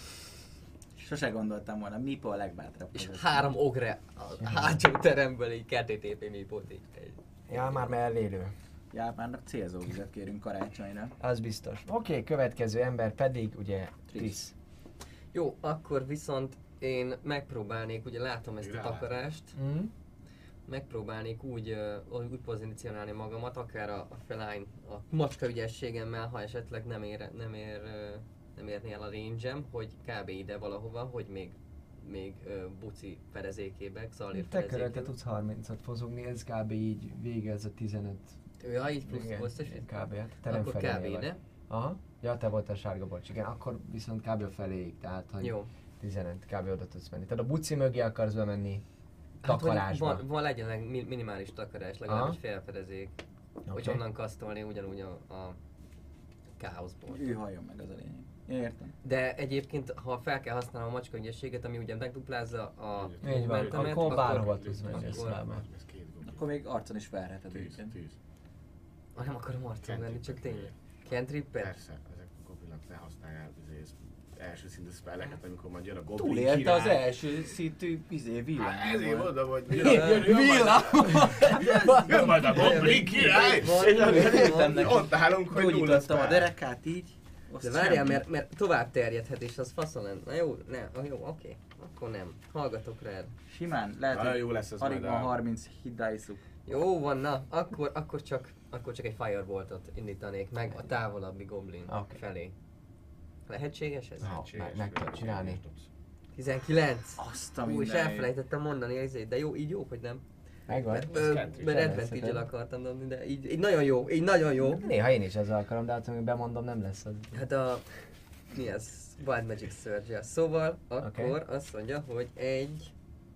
Sose gondoltam volna, Mipo a legbátrabb. És között. három ogre a hátsó teremből így ketté tépi Mipót így. Ja, már mellélő. Jápánnak célzóvizet kérünk karácsonyra. Az biztos. Oké, okay, következő ember pedig ugye Trisz. Jó, akkor viszont én megpróbálnék, ugye látom ezt a Rálát. takarást, Mm. megpróbálnék úgy, uh, úgy pozícionálni magamat, akár a, a feline, a macska ügyességemmel, ha esetleg nem ér, nem ér, uh, nem érné el a range-em, hogy kb. Ide valahova, hogy még, még uh, buci fedezékébe, Xalir Te körül te fedezékébe. tudsz harmincat fozogni, ez kb. Így vége ez a tizenöt. Ja, így plusz Igen, összesít? kb. Hát terem Akkor felé kb. vagy. ide. Aha. Ja, te voltál sárga bocs, igen. Akkor viszont kb. A feléig, tehát hogy Jó. tizenöt kb. Oda tudsz menni. Tehát a buci mögé akarsz bemenni Hát, hogy takarásba. van, van legyen leg- mi- minimális takarás, legalább Aha. egy félfedezék. Oké. Hogy onnan kasztolni ugyanúgy a, a káoszból. Ő halljon meg, az a lényeg. Én értem. De egyébként, ha fel kell használnom a macska ügyességet, ami ugye megduplázza a Így van, momentumet, akkor bárhova akkor, tudsz menni, akkor- ezt látom. Ez két goblin. Akkor még arcon is verheted Tíz, őket. tíz. ah, nem akarom arcon venni, csak tényleg. Cantrippet? Persze, ezek a goblinok ne használják az első szintű spelleket, amikor majd jön a goblin Túlélte az király. első szintű izé villám. Hát ezért mondom, hogy jön, Villa! jön, jön, majd- jön majd a goblin király! Van, És van, akkor van. neki. ott állunk, hogy nulla Gyógyítottam a spell. derekát így. azt De várjál, semmi. mert, mert tovább terjedhet, és az faszon lenne. Na jó, ne, ah, jó, oké. Akkor nem. Hallgatok rád. Simán, lehet, Nagyon hogy jó lesz ez alig majd van a... harminc hit dice-uk. Jó van, na, akkor, akkor, csak, akkor csak egy fireboltot indítanék meg a távolabbi goblin Oké. felé. Lehetséges ez? Ha, meg, meg kell csinálni. tizenkilenc. Azt a Ú, és mindenit. elfelejtettem mondani ezért, de jó, így jó, hogy nem. Megvan. Mert, ö, cantrip. mert Sem advantage-el leszed. akartam dobni, de így, így nagyon jó, így nagyon jó. Néha én is ezzel akarom, de hát amíg bemondom nem lesz az. Hát a... Mi ez? Wild Magic Surge. Szóval akkor Oké. azt mondja, hogy egy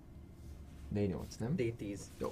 dé nyolc, nem? dé tíz. Jó.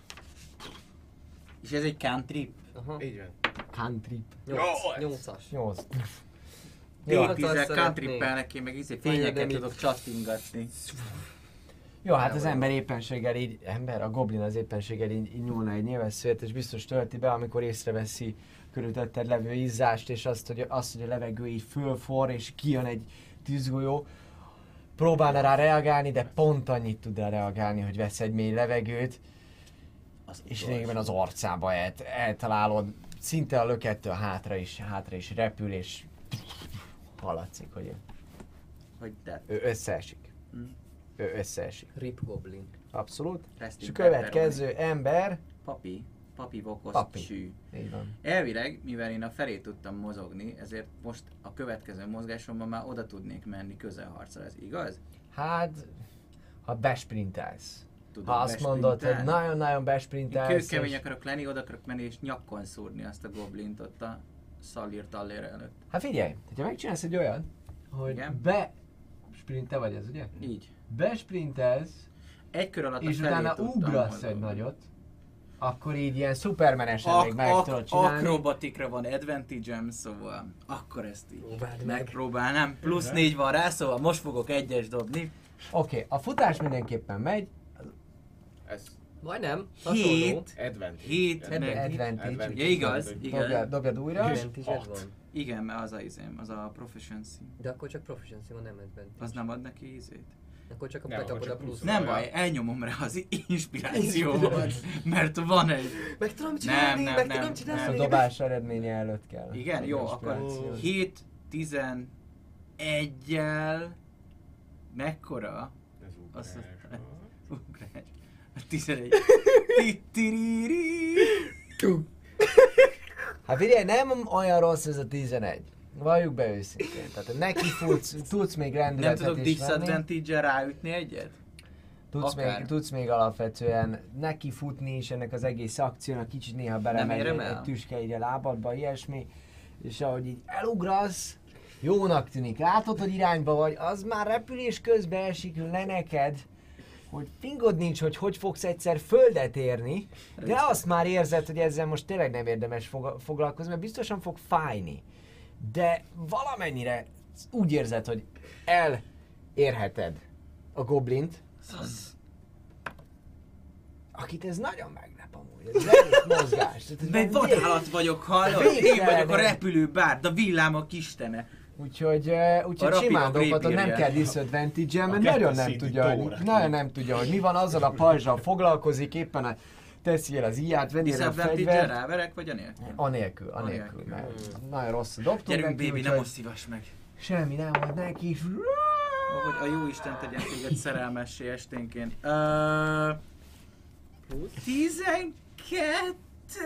És ez egy cantrip. Aha. Így van. Cantrip. Nyolc. Nyolcas. nyolc. Jó, Jó, hát tízek azt szeretnék. cantrippelnek, én meg izé Nagyon fényeket nem tudok csattingatni. Jó, hát az Elvan. ember éppenséggel így, ember, a goblin az éppenséggel így, így nyúlna egy nyilvás szőt, és biztos tölti be, amikor észreveszi körülötted levő izzást, és azt, hogy, azt, hogy a levegő így fölforr, és kijön egy tűzgolyó. Próbálna rá reagálni, de pont annyit tud rá reagálni, hogy vesz egy mély levegőt, Az és lényegében az arcába el, eltalálod, szinte a lökettől hátra is, hátra is repül, és hallatszik, hogy Hogy de. ő összeesik. Hm. Ő összeesik. Rip Goblin. Abszolút. Rest És in a következő ember... Papi. Papi vokos Papi. csű. Így van. Elvileg, mivel én a felé tudtam mozogni, ezért most a következő mozgásomban már oda tudnék menni közelharcra, ez igaz? Hát, ha besprintelsz. Tudom Ha azt mondod, hogy besprintelni. nagyon-nagyon Én besprintelsz, kőkemény és... akarok lenni, oda akarok menni és nyakkon szúrni azt a goblint ott a Szalír Tallér előtt. Hát figyelj, hogyha megcsinálsz egy olyan, hogy Igen. be... Sprint te vagy ez, ugye? Így. Besprintelsz, Egy kör alatt és a felé utána tudtam ugrasz mozogni. egy nagyot, akkor így ilyen szupermenesen még Ak- meg ak- tudod csinálni. akrobatikra van advantage-em, szóval akkor ezt így Próbáld meg. megpróbálnám. Plusz négy van rá, szóval most fogok egyes dobni. Oké, okay, a futás mindenképpen megy, Ez Majdnem. Hasonló. Hét. advantage. Hét, Ad- meg... advantage. Ja, igaz, Dobjad, igen. dobjad újra. Advantage-ed van. Igen, mert az a izém, az a proficiency. De akkor csak proficiency van, nem advantage. Az nem ad neki ízét? Akkor csak a Nem, betakod akkor a csak plusz. plusz. Nem Olyan. baj, elnyomom rá az inspirációmat, mert van egy... Meg tudom Nem, csinálni, nem, meg nem, tudom A csinálni. dobás eredménye előtt kell. Igen, jó, akkor Inspiráció. hét tizenegyel mekkora? Ez Azt ugrás. ugrás. A tizenegy. Titiriri. Hát figyelj, nem olyan rossz ez a tizenegy. Valljuk be őszintén. Tehát neki futsz, tudsz még Nem rendületet tudok is venni. disadvantage-el ráütni egyet? Tudsz akár. még, tudsz még alapvetően neki futni is ennek az egész akciónak, kicsit néha belemegy érem egy, el? egy tüske így a lábadba, ilyesmi. És ahogy így elugrasz, jónak tűnik. Látod, hogy irányba vagy, az már repülés közben esik le neked, hogy fingod nincs, hogy hogy fogsz egyszer földet érni, de azt már érzed, hogy ezzel most tényleg nem érdemes fog- foglalkozni, mert biztosan fog fájni. De valamennyire úgy érzed, hogy elérheted a goblint, akit ez nagyon meglep amúgy, ez egész mozgás. Tehát ez Meg már vadállat vagyok, hallod? Végtelen. Én vagyok a repülő bárd, a villámok istene. Úgyhogy, uh, úgyhogy rapid simán of dobhatod, nem rapier-jel. kell disadvantage-el, mert A nagyon nem, kettős tudja, szintű hogy, tóra. nagyon nem tudja, hogy mi van, azzal a pajzsal foglalkozik, éppen a, teszi el az íját, venni el a Disadvantage-el fegyvert. ráverek, vagy a nélkül? Anélkül, anélkül, Anélkül. mert nagyon rosszul dobtunk Gyerünk, neki, baby, nem úgyhogy most szívas meg. semmi nem volt neki. Hogy a jó Isten tegyen téged szerelmessé esténként. Uh, tizenkettő?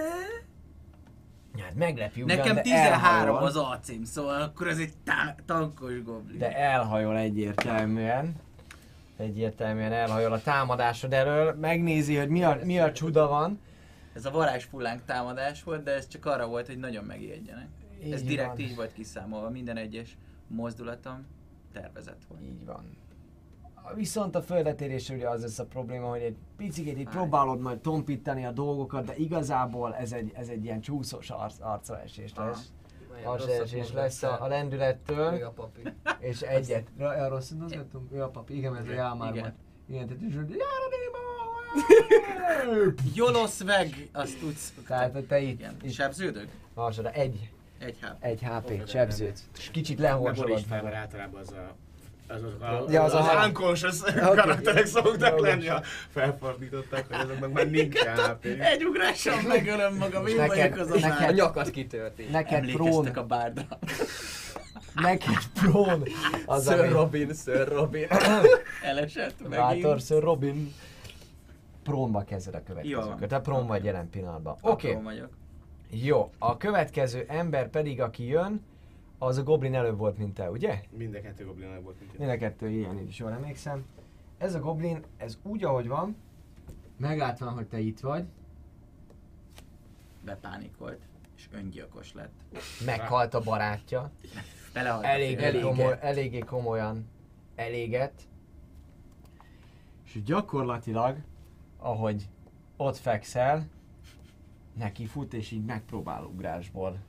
Hát meglepi ugyan, Nekem de tizenhárom elhajol, az acím, szóval akkor ez egy tá- tankos goblin. de elhajol egyértelműen. Egyértelműen elhajol a támadásod elől, megnézi, hogy mi a, mi a csuda van. Ez a varázsfullánk támadás volt, de ez csak arra volt, hogy nagyon megijedjenek. Ez Így direkt van. így volt kiszámolva, minden egyes mozdulatom tervezett volt. Így van. Viszont a földetérésre ugye az lesz a probléma, hogy egy picit itt Fáj. próbálod majd tompítani a dolgokat, de igazából ez egy, ez egy ilyen csúszós arc, arcra esés Aha. lesz. Olyan Arcra rosszat esés mondtál. lesz a, a Ő lendülettől, a papi. és egyet. Ja, rosszat mondhatunk? Ja, papi, igen, ez a Jámár Igen. volt. Igen, tehát is, hogy jár a Néma! Jolosz meg, azt tudsz. Tehát hogy te itt, Igen. itt Sebződök? alsóra egy, Egy háp. egy há pé, Oké, sebződsz. És kicsit Megvan lehorsolod is fel, mert magad. általában az a az, az, a, Ja, az az, a- az unconscious karakterek szoktak Jogos. lenni, ha felfordítottak, hogy azoknak már nincs há pé. Egy ugrással megölöm magam, És én neked- vagyok az a neked- A már. nyakat kitörti. Neked prón, Emlékeztek a bárdra. neked prón az, Sir ami... Robin, Sir Robin. Elesett Bátor megint. Sir Robin. Prónba kezded a Jó következőket. van. Te prón vagy jelen pillanatban. Oké, Apró vagyok. jó. A következő ember pedig, aki jön, az a goblin előbb volt, mint te, ugye? Mind a kettő goblin volt, mint Mind a kettő ilyen, így is jól emlékszem. Ez a goblin, ez úgy, ahogy van, meglátva, hogy te itt vagy, Bepánikolt, és öngyilkos lett. meghalt a barátja. Belehalt a Elég, félre. komoly, eléggé komolyan eléget. És gyakorlatilag, ahogy ott fekszel, neki fut és így megpróbál ugrásból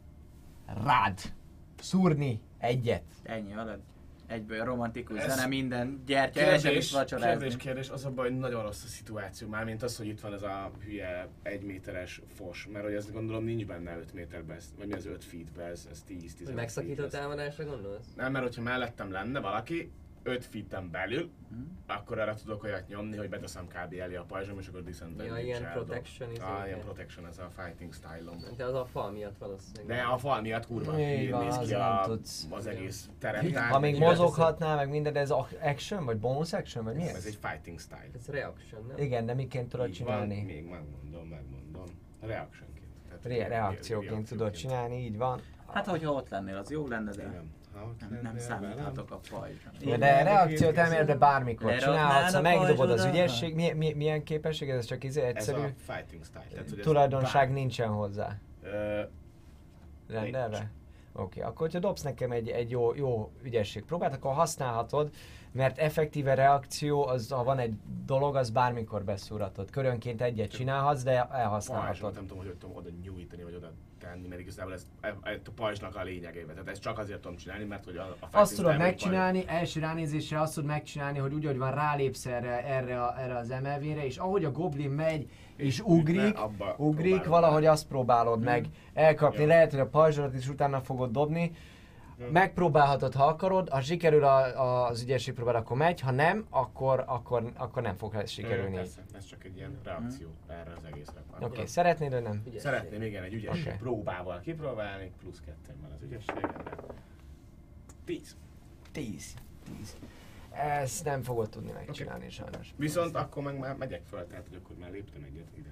rád szúrni egyet. Ennyi alatt. Egyből romantikus Ez- zene, minden gyertya, el sem is Kérdés, vacsorázni. kérdés, kérdés, az a baj, hogy nagyon rossz a szituáció, mármint az, hogy itt van ez a hülye egy méteres fos, mert hogy azt gondolom nincs benne öt méterbe, ez- vagy mi az öt feetbe, ez, ez tíz tizenöt Megszakított feet lesz. támadásra gondolsz? Nem, mert hogyha mellettem lenne valaki, öt feeten belül, Hm? akkor erre tudok olyat nyomni, hogy beteszem kb. Elé a pajzsom, és akkor disadvantage Ja, ilyen protection is. Ah, ilyen protection, ez a fighting style-om. De az a fal miatt valószínűleg. De a fal miatt kurva Így hülyén van, néz az ki nem a, tudsz. az egész teremtár. Ha még Meg mozoghatnál, meg minden, de ez ac- action, vagy bonus action, vagy mi Ez ez? egy fighting style. Ez reaction, nem? Igen, de miként tudod Így van, csinálni? még megmondom, megmondom. Reactionként. Tehát Re- reakcióként tudod csinálni, így van. Hát, hogyha ott lennél, az jó lenne, de Igen. Ha ott nem, lennél nem velem. számíthatok a pajzsra. De, de reakciót elméletben bármikor Leraknád csinálhatsz, ha a megdobod az pajzsodat? ügyesség, mi, mi, milyen képesség, ez csak izé Ez egyszerű, a fighting style. Tehát, hogy ez tulajdonság bár- nincsen hozzá. Ö, Rendelve? Oké, akkor hogyha dobsz nekem egy, egy jó, jó ügyesség próbát, akkor használhatod, mert effektíve reakció, az, ha van egy dolog, az bármikor beszúrhatod. Körönként egyet csinálhatsz, de pajzsot, elhasználhatod. nem tudom, hogy hogy tudom oda nyújtani, vagy oda tenni, mert igazából ez e- e- a pajzsnak a lényegében. Tehát ezt csak azért tudom csinálni, mert hogy a, a fighting Azt tudod style, hogy megcsinálni, első ránézésre azt tudod megcsinálni, hogy úgy, hogy van, rálépsz erre, erre, a, erre az em el vé-re, és ahogy a goblin megy, és ugrik, ütne, abba ugrik, próbálod valahogy meg. azt próbálod meg elkapni. Jó. Lehet, hogy a pajzsodat is utána fogod dobni. Megpróbálhatod, ha akarod, ha sikerül a, a, az ügyesség próbál, akkor megy, ha nem, akkor, akkor, akkor nem fog ez sikerülni. Ö, Persze, ez csak egy ilyen reakció erre az egészre. Oké, okay, szeretnéd, vagy nem? Ügyesség. Szeretném igen egy ügyesség Oké. próbával kipróbálni, plusz kettőmmel az ügyességemre. Tíz. Tíz. Tíz. Ezt nem fogod tudni megcsinálni okay. sajnos. Viszont akkor meg már megyek föl, tehát hogy akkor már léptem egyet ide.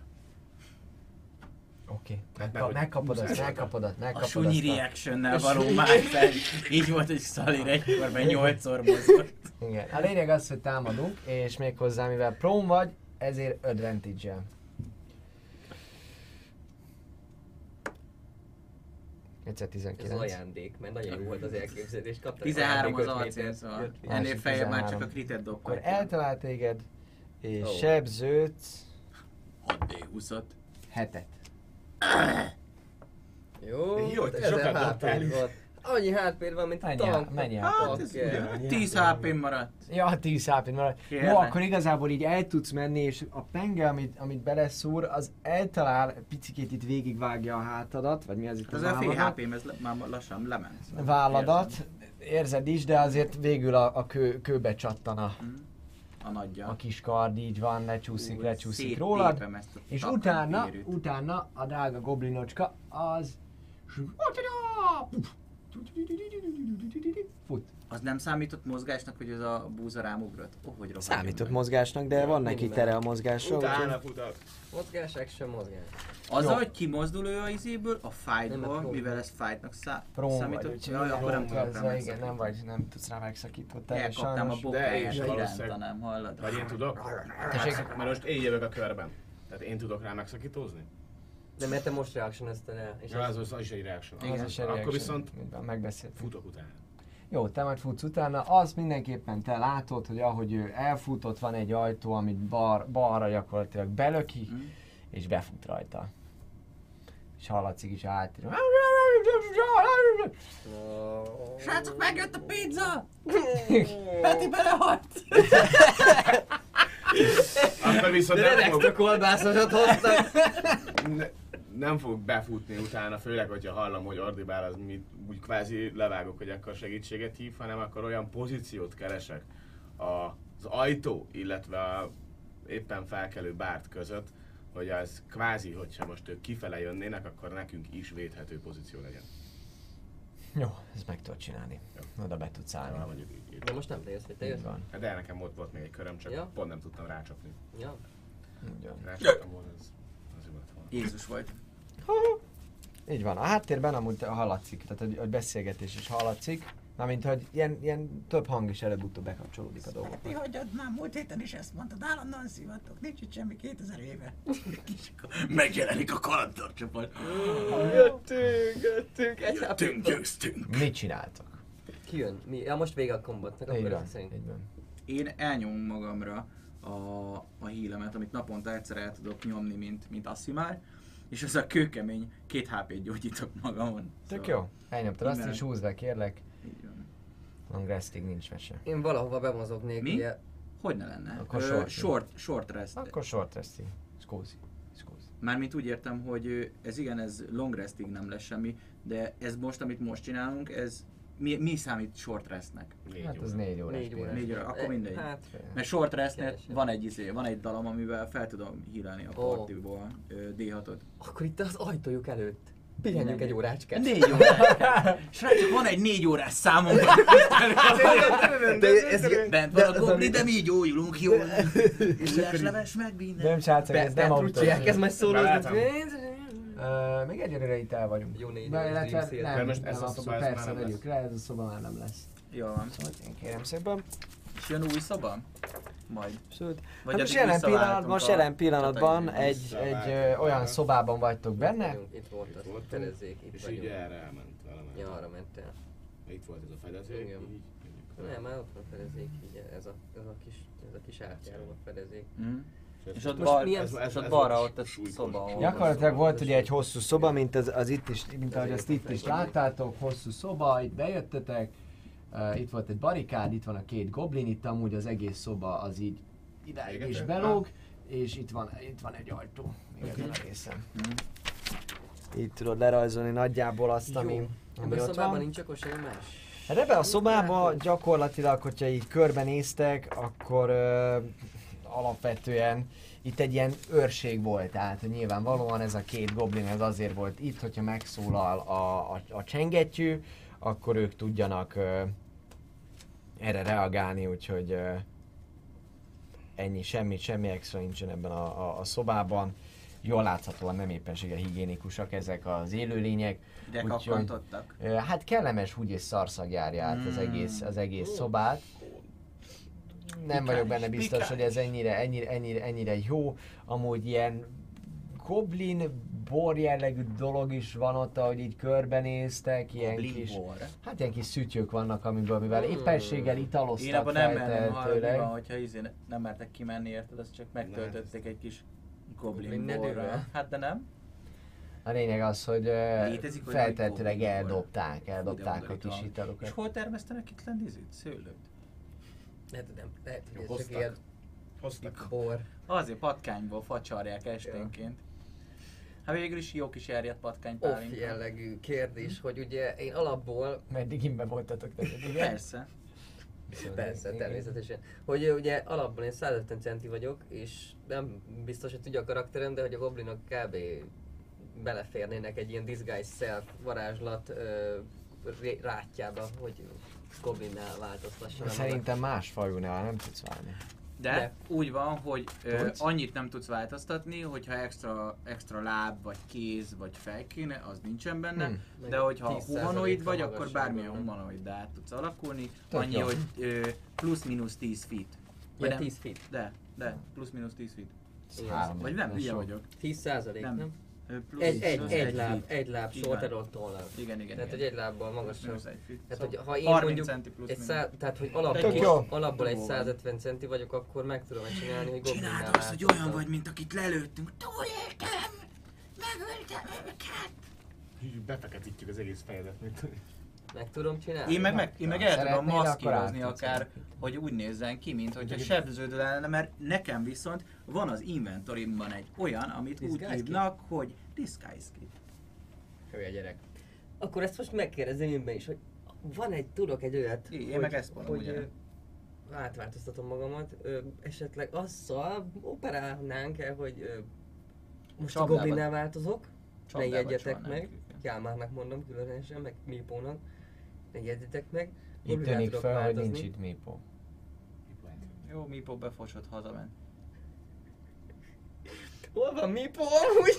Oké, Hát okay. nehogy megkapod azt, muszáj megkapod azt, A megkapod sunyi azt. reactionnel való mászás. Így volt, hogy Szalir egykorban nyolcszor mozgott. Igen. A lényeg az, hogy támadunk, és méghozzá, mivel prone vagy, ezért advantage-el. egyszer Ez tizenkilenc. ajándék, mert nagyon jó volt az elképzelés. Kaptam tizenhárom az ajándékot, alcím, méter. szóval Jött ki. ennél Másik feljebb már csak tizenhárom. a kritet Akkor dobhatja. eltalált téged, és Ó. sebződsz hat dé huszot. hetet. Jó, Jó, hát te ezer sokat há dobtál pé-d is. volt. Annyi há pé-d van, mint a Mennyi, tank. mennyi Hát hát, ez Oké. ugye, tíz há pé maradt. Ja, tíz há pé marad. Kérlek. Jó, akkor igazából így el tudsz menni, és a penge, amit, amit beleszúr, az eltalál, picikét itt végigvágja a hátadat, vagy mi az itt a Az a fél há válladat. pém, ez le, már lassan lement. szóval Válladat, érzem. érzed is, de azért végül a, a kő, kőbe csattan a, A nagyja. a kis kard, így van, lecsúszik, Ú, lecsúszik széttépem rólad. ezt a És takar utána, bérűt. utána a drága goblinocska az fut. Az nem számított mozgásnak, hogy ez a búza rámugrott? Ó, hogy rohadt Számított meg. mozgásnak, de van neki minimum. tere a mozgásra, Utána úgyhogy futat. Mozgás, action, mozgás. Azzal, Jó. hogy kimozdul ő a izéből, a Nem, fightból, mert prón. mivel ez fightnak szá- próm vagy, számított, úgyhogy jaj, akkor nem tudok rá ezzel, igen, megszakítani. nem vagy, nem tudsz rá megszakítani, te Elkaptam a sajnos. De bokáját, is valószínűleg- irántanám, hallod? Vagy én tudok? Tessék? Mert most én jövök a körben. Tehát én tudok rá megszakítózni? De mert te most reaction ezted el. És Ja, az- az, az is egy reaction. Az is egy Akkor reaction, viszont mindben megbeszéltünk. futok utána. Jó, te majd futsz utána, az mindenképpen te látod, hogy ahogy ő elfutott, van egy ajtó, amit bar, balra gyakorlatilag belöki, Mm. és befut rajta. És hallatszik is át. Srácok, megjött a pizza! Peti belehalt! Akkor viszont De nem extra fogok, kolbászosat hoztak. ne, nem fogok befutni utána, főleg, hogyha hallom, hogy ordibál, az mi úgy kvázi levágok, hogy akkor segítséget hív, hanem akkor olyan pozíciót keresek az ajtó, illetve a éppen felkelő bárt között, hogy az kvázi, hogyha most ők kifele jönnének, akkor nekünk is védhető pozíció legyen. Jó, ezt meg tudod csinálni. Oda be tudsz Ja, állni. mondjuk így. így. De most nem te jössz, hogy te Így jössz. van. Hát de nekem volt, volt még egy köröm, csak Ja. pont nem tudtam rácsapni. Ja. Így van. Rácsaptam volna, az, az jó lett volna. Jézus volt. Így van, a háttérben amúgy hallatszik, tehát hogy, hogy beszélgetés is hallatszik. Mármint, hogy ilyen, ilyen több hang is előbb-utóbb bekapcsolódik a Ti dolgokba. hagyjad már, múlt héten is ezt mondtad, állandóan szivatok, nincs itt semmi kétezer éve. Megjelenik a kalandorcsapat. Jöttünk, jöttünk, egy há pé. Jöttünk, győztünk. Mit csináltak? Ki jön? Mi? Ja, most vége a kombatnak, Így akkor van, ezek szerint. így van. Én elnyomom magamra a, a hílemet, amit naponta egyszer el tudok nyomni, mint, mint Asszimár, és az a kőkemény két há pét gyógyítok magamon. Tök jó, elnyomtad azt Innen. is, húzd le kérlek. Így van. Long restig nincs mese. Én valahova bemozognék, Mi? ugye. Hogy ne lenne? Akkor Ö, short. short, short rest. Akkor short restig. Scusi. Scusi. Mármint úgy értem, hogy ö, ez igen, ez long restig nem lesz semmi, de ez most, amit most csinálunk, ez mi, mi számít short restnek? Négy Hát az óra. négy órás. Négy pihenés. órás. Négy óra, akkor E, mindegy. Hát, Mert short restnél Kevesebb. van egy izé, van egy dalom, amivel fel tudom hílelni a Ó. partiból ö, dé hatot. akkor itt az ajtójuk előtt. Pihenjünk egy órácskát. Négy órás. Srácok, van egy négy órás számom. De ez, Bent van a gobli, de mi gyógyulunk jól. Leves meg minden. Nem srácok, ez nem autó. elkezd majd Belátom. szólozni. Uh, még egyelőre itt el vagyunk. Jó négy Be, óra illetve stream nem, De most nem, ez a abszolút, szoba, ez már persze, nem vegyük le, ez a szoba már nem lesz. Jó van. Szóval én kérem szépen. És jön új szoba? Majd. Abszolút. Vagy Hát most addig jelen visszaváltunk pillanatban, most a jelen pillanatban csatai egy, egy ö, olyan szobában vagytok benne. Itt, itt volt Itt az voltunk, fedezék, itt És vagyunk. így erre elment valamelyik. Ja, arra mentél. Itt volt ez a fedezék, Igen. így. Nem, már ott van a fedezék, így ez a, ez a kis, ez a kis átjáró a fedezék. Mm. ez- És ott, Most bal, milyen- ez, ez- és ott ez balra volt ott a súlykos. szoba. ahol- Gyakorlatilag volt ugye egy hosszú szoba, mint az, az itt is, mint ahogy azt itt is láttátok, hosszú szoba, itt bejöttetek. Uh, itt volt egy barikád, itt van a két goblin, itt amúgy az egész szoba az így idáig is Végetek? belóg, és itt van, itt van egy ajtó, még ezen a részen. Mm. Így tudod lerajzolni nagyjából azt, ami, Jó. ami Ebben a ott szobában van. nincs akkor semmi más? Hát ebben a szobában gyakorlatilag, hogyha így körbenéztek, akkor ö, alapvetően itt egy ilyen őrség volt, tehát hogy nyilvánvalóan ez a két goblin ez azért volt itt, hogyha megszólal a, a, a csengettyű, akkor ők tudjanak ö, erre reagálni, úgyhogy ö, ennyi, semmi, semmi extra nincsen ebben a, a, a szobában. Jól láthatóan nem éppenséggel higiénikusak ezek az élőlények. De Úgyhogy- kakkantottak. Ö, Hát kellemes húgy és szarszag járja át az Mm. egész, az egész szobát. Nem vagyok benne biztos, hogy ez ennyire, ennyire, ennyire, ennyire jó. Amúgy ilyen goblin bor jellegű dolog is van ott, ahogy így körbenéztek, ilyen kis, Bor. hát ilyen kis szütyők vannak, amiből, mivel éppenséggel Én italoztak abban nem mernem hallani, feltehetőleg. van, hogyha izé nem mertek kimenni, érted, azt csak megtöltötték egy kis goblin Minden borral. idővel. Hát de nem. A lényeg az, hogy ö, Létezik, hogy feltehetőleg goblin bor. eldobták, eldobták a Ide-oda kis van. italokat. És hol termesztenek itt lent izét? Szőlőt? Lehet, nem, lehet, hogy ez csak Hoztak. ilyen Hoztak. bor. Azért patkányból facsarják esténként. Hát végül is jó kis erjedt patkány Off pálinka. jellegű kérdés, hogy ugye én alapból, Meddig imbe voltatok neked, igen? Persze. persze, Igen. természetesen, hogy ö, ugye alapból én száz ötven centi vagyok, és nem biztos, hogy tudja a karakterem, de hogy a goblinok kb. Beleférnének egy ilyen disguise self varázslat ö, ré- rátjába, hogy goblinnál változtassanak. Szerintem más fajúnál nem tudsz válni. De, De. úgy van, hogy ö, Tudsz? annyit nem tudsz változtatni, hogyha extra, extra láb, vagy kéz, vagy fej kéne, az nincsen benne. Hmm. De hogyha tíz százalékkal humanoid vagy, akkor magasságban bármilyen van. humanoid át tudsz alakulni. Tök Annyi, jó. hogy ö, plusz-minusz tíz feet. Vagy Ja, nem? tíz feet. De, de, plusz-minusz tíz feet. Igen. Három Vagy nem, méter hülye sok. vagyok. tíz százalék, Nem. nem? Ö, plusz, Egy, egy, plusz egy láb, feet. egy láb, Így shorter tollal. Igen, igen, Tehát, hogy igen. egy lábbal magasabb. Plusz egy feet. Tehát, Szóval hogy ha én harminc mondjuk centi plusz egy minusz. szá... Tehát, hogy Tök alapból, jó. alapból egy Dobó van. száz ötven centi vagyok, akkor meg tudom ezt csinálni, hogy goblinnál Csináld azt, hogy olyan változtam. vagy, mint akit lelőttünk. Túléltem! Megöltem őket! Így befeketítjük az egész fejedet, mint... Meg tudom csinálni? Én meg, meg, én meg el tudom Szeretnél, akkor maszkírozni át tudsz akár, alakítani. hogy úgy nézzen ki, mint hogyha sebződő lenne, mert nekem viszont van az inventorimban egy olyan, amit úgy Disguise kit? hívnak, hogy Disguise Kit. Hülye gyerek. Akkor ezt most megkérdezem én be is, hogy van egy, tudok egy olyat, Én hogy, meg ezt mondom, hogy ugye. ö, átváltoztatom magamat, ö, esetleg azzal operálnánk el, hogy ö, most a Csapdába- goblinnál változok, ne csapdába jegyetek csalnánk meg, őket. Kálmárnak mondom különösen, meg Mipónak, ne jegyetek meg, Itt goblinnál tűnik tudok fel, hogy változni. nincs itt Mipo. Jó, Mipo befosott, hazament. Hol van Mipó amúgy?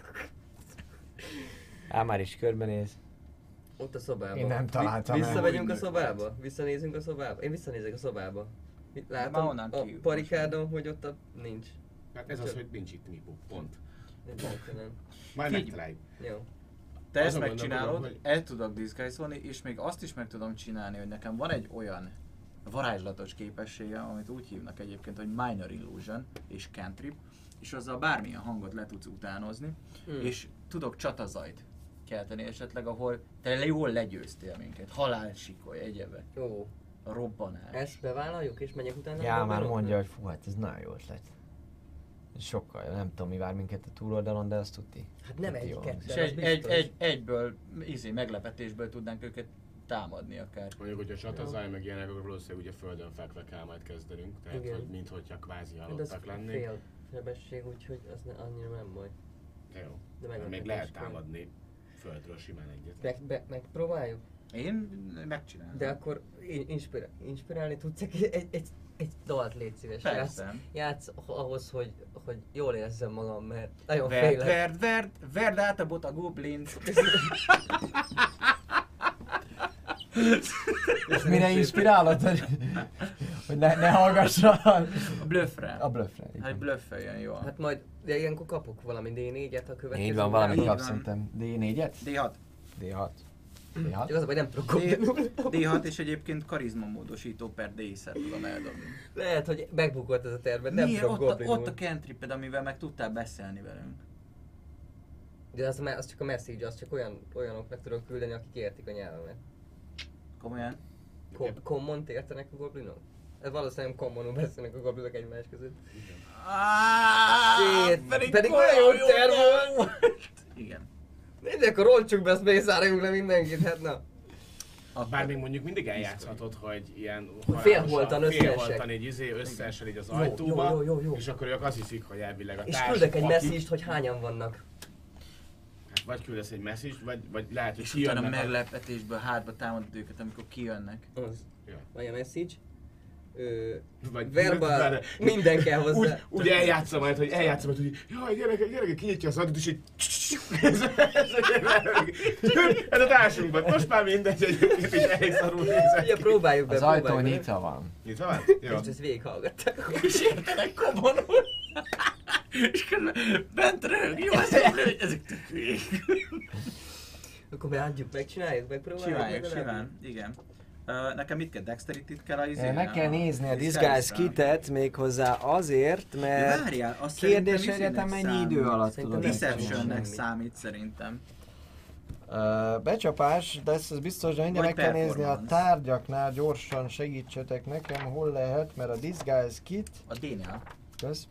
Á, már is körbenéz. Ott a szobában. Én nem találtam Vi- el. Visszamegyünk a Úgynak szobába? Visszanézünk a szobába? Én visszanézek a szobába. már Látom onnan a kijut parikádon, hogy ott a... nincs. Hát ez az, hogy nincs itt Mipo, pont. Nem, nem, nem. Majd Figyelj. megtaláljuk. Jó. Te ezt Azon megcsinálod, gondolkodom, hogy- el tudok disguise-olni, és még azt is meg tudom csinálni, hogy nekem van egy olyan varázslatos képessége, amit úgy hívnak egyébként, hogy Minor Illusion és Cantrip, és azzal bármilyen hangot le tudsz utánozni, Hmm. és tudok csatazajt kelteni esetleg, ahol te jól legyőztél minket, halálsikoly, egyebek, Jó. robbanás. Ezt bevállaljuk és megyek utána? Já, a már gobloknak? mondja, hogy fú, hát ez nagyon jó ötlet. Sokkal jó, nem tudom mi vár minket a túloldalon, de azt tudti. Hát nem Tudti egy, jól. kettő, És az egy, egy, biztos. egy, egyből, izé, meglepetésből tudnánk őket támadni akár. Mondjuk, hogy a csatazaj meg ilyenek, akkor valószínűleg ugye földön fekve kell majd kezdenünk. Tehát, Igen. hogy minthogyha kvázi Hát az halottak lennénk. fél sebesség, úgyhogy az ne, annyira nem baj. De jó. De De meglepetés még lehet kell. támadni földről simán egyet. Meg, be, megpróbáljuk? Én megcsinálom. De akkor in- inspira- inspirálni tudsz egy, egy, egy, egy dalt, légy szíves. Játsz, Persze. játsz ahhoz, hogy, hogy jól érezzem magam, mert nagyon Verd, félek. verd, verd, verd át a bot a goblint. És mire inspirálod, hogy, hogy ne, ne hallgass a, A bluffre. a bluffre. így Hát van. bluffeljen jól. Hát majd, de ilyenkor kapok valami dé négyet a következő Így van, valamit órában. kapsz van. szerintem. dé négyet? dé hat. dé hat. dé Csak hat? az a baj, nem tudok goblin. dé hat és egyébként karizma módosító per dé-szer tudom eldobni. Lehet, hogy megbukott ez a terved, nem Miért? tudok Ott, a, goblinul. ott a cantriped, amivel meg tudtál beszélni velünk. De az, az csak a message, az csak olyan, olyanoknak tudok küldeni, akik értik a nyelvemet. Komolyan? Kom- Common-t értenek a goblinok? Ez valószínűleg commonul beszélnek a goblinok egymás között. Ah, Shit, pedig olyan jó terv volt! Igen. Mindegy, akkor roncsuk be, ezt beszároljunk le mindenkit, hát na. Bár még mondjuk mindig eljátszhatod, hogy ilyen Félholtan összeesek. félholtan így izé összeesel így az Jó, ajtóba, jó, jó, jó, jó. és akkor ők azt hiszik, hogy elvileg a És társ, küldök egy akik- message hogy hányan vannak. Hát vagy küldesz egy message, vagy, vagy lehet, hogy És utána kijönnek a- meglepetésből hátba támadod őket, amikor kijönnek. Az. Ja. Vagy a message. Ö, Vagy- verbal, várj. minden kell hozzá. Úgy, úgy eljátszom majd, hogy eljátszom majd, hogy jaj, gyerekek, gyerekek, kinyitja az ajtót, és így... Ez, ez, ez a társunkban. Most már mindegy, egyébként így elég szarul nézek Ugye ki. próbáljuk be, Az ajtó próbáljuk be. nyitva van. Nyitva van? Jó. És ezt végighallgatták. És értenek komonul. És közben bent röhög, jó, azt mondja, hogy ezek tök hülyék. Akkor beadjuk, megcsináljuk, megpróbáljuk? Csináljuk, legalább? simán, igen. Uh, nekem mit kell, Dexterity-t kell a izére? Meg kell nézni a Disguise Disguise-ra. kitet méghozzá azért, Ja, mert várjál, azt kérdés szerintem egyetem izének mennyi számít. idő alatt Szerintem tudod Deceptionnek megcsinálni. számít szerintem. Uh, becsapás, de ezt az biztos, hogy mindjárt Vagy meg kell nézni a performance. tárgyaknál, gyorsan segítsetek nekem, hol lehet, mert a Disguise kit, A D-nél. kösz.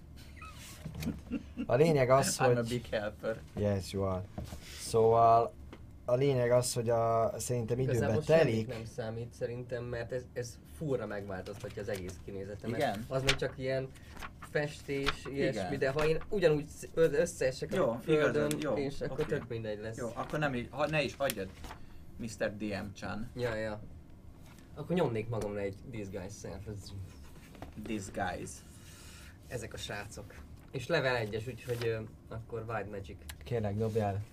A lényeg az, I'm a hogy... big helper. Yes, you are. Szóval a lényeg az, hogy a, szerintem időben Igazából semmit telik. nem számít szerintem, mert ez, ez furra megváltoztatja az egész kinézetemet. Igen? Az még csak ilyen festés, ilyesmi, Igen. de ha én ugyanúgy összeesek Jó, a földön, igazad, jó, és akkor oké. tök mindegy lesz. Jó, akkor nem így, ha, ne is hagyjad, miszter dé em-chan. Ja, ja. Akkor nyomnék magamra egy Disguise self. Ez- Disguise. Ezek a srácok. És level egyes, úgyhogy ö, akkor Wild Magic. Kérlek, dobjál.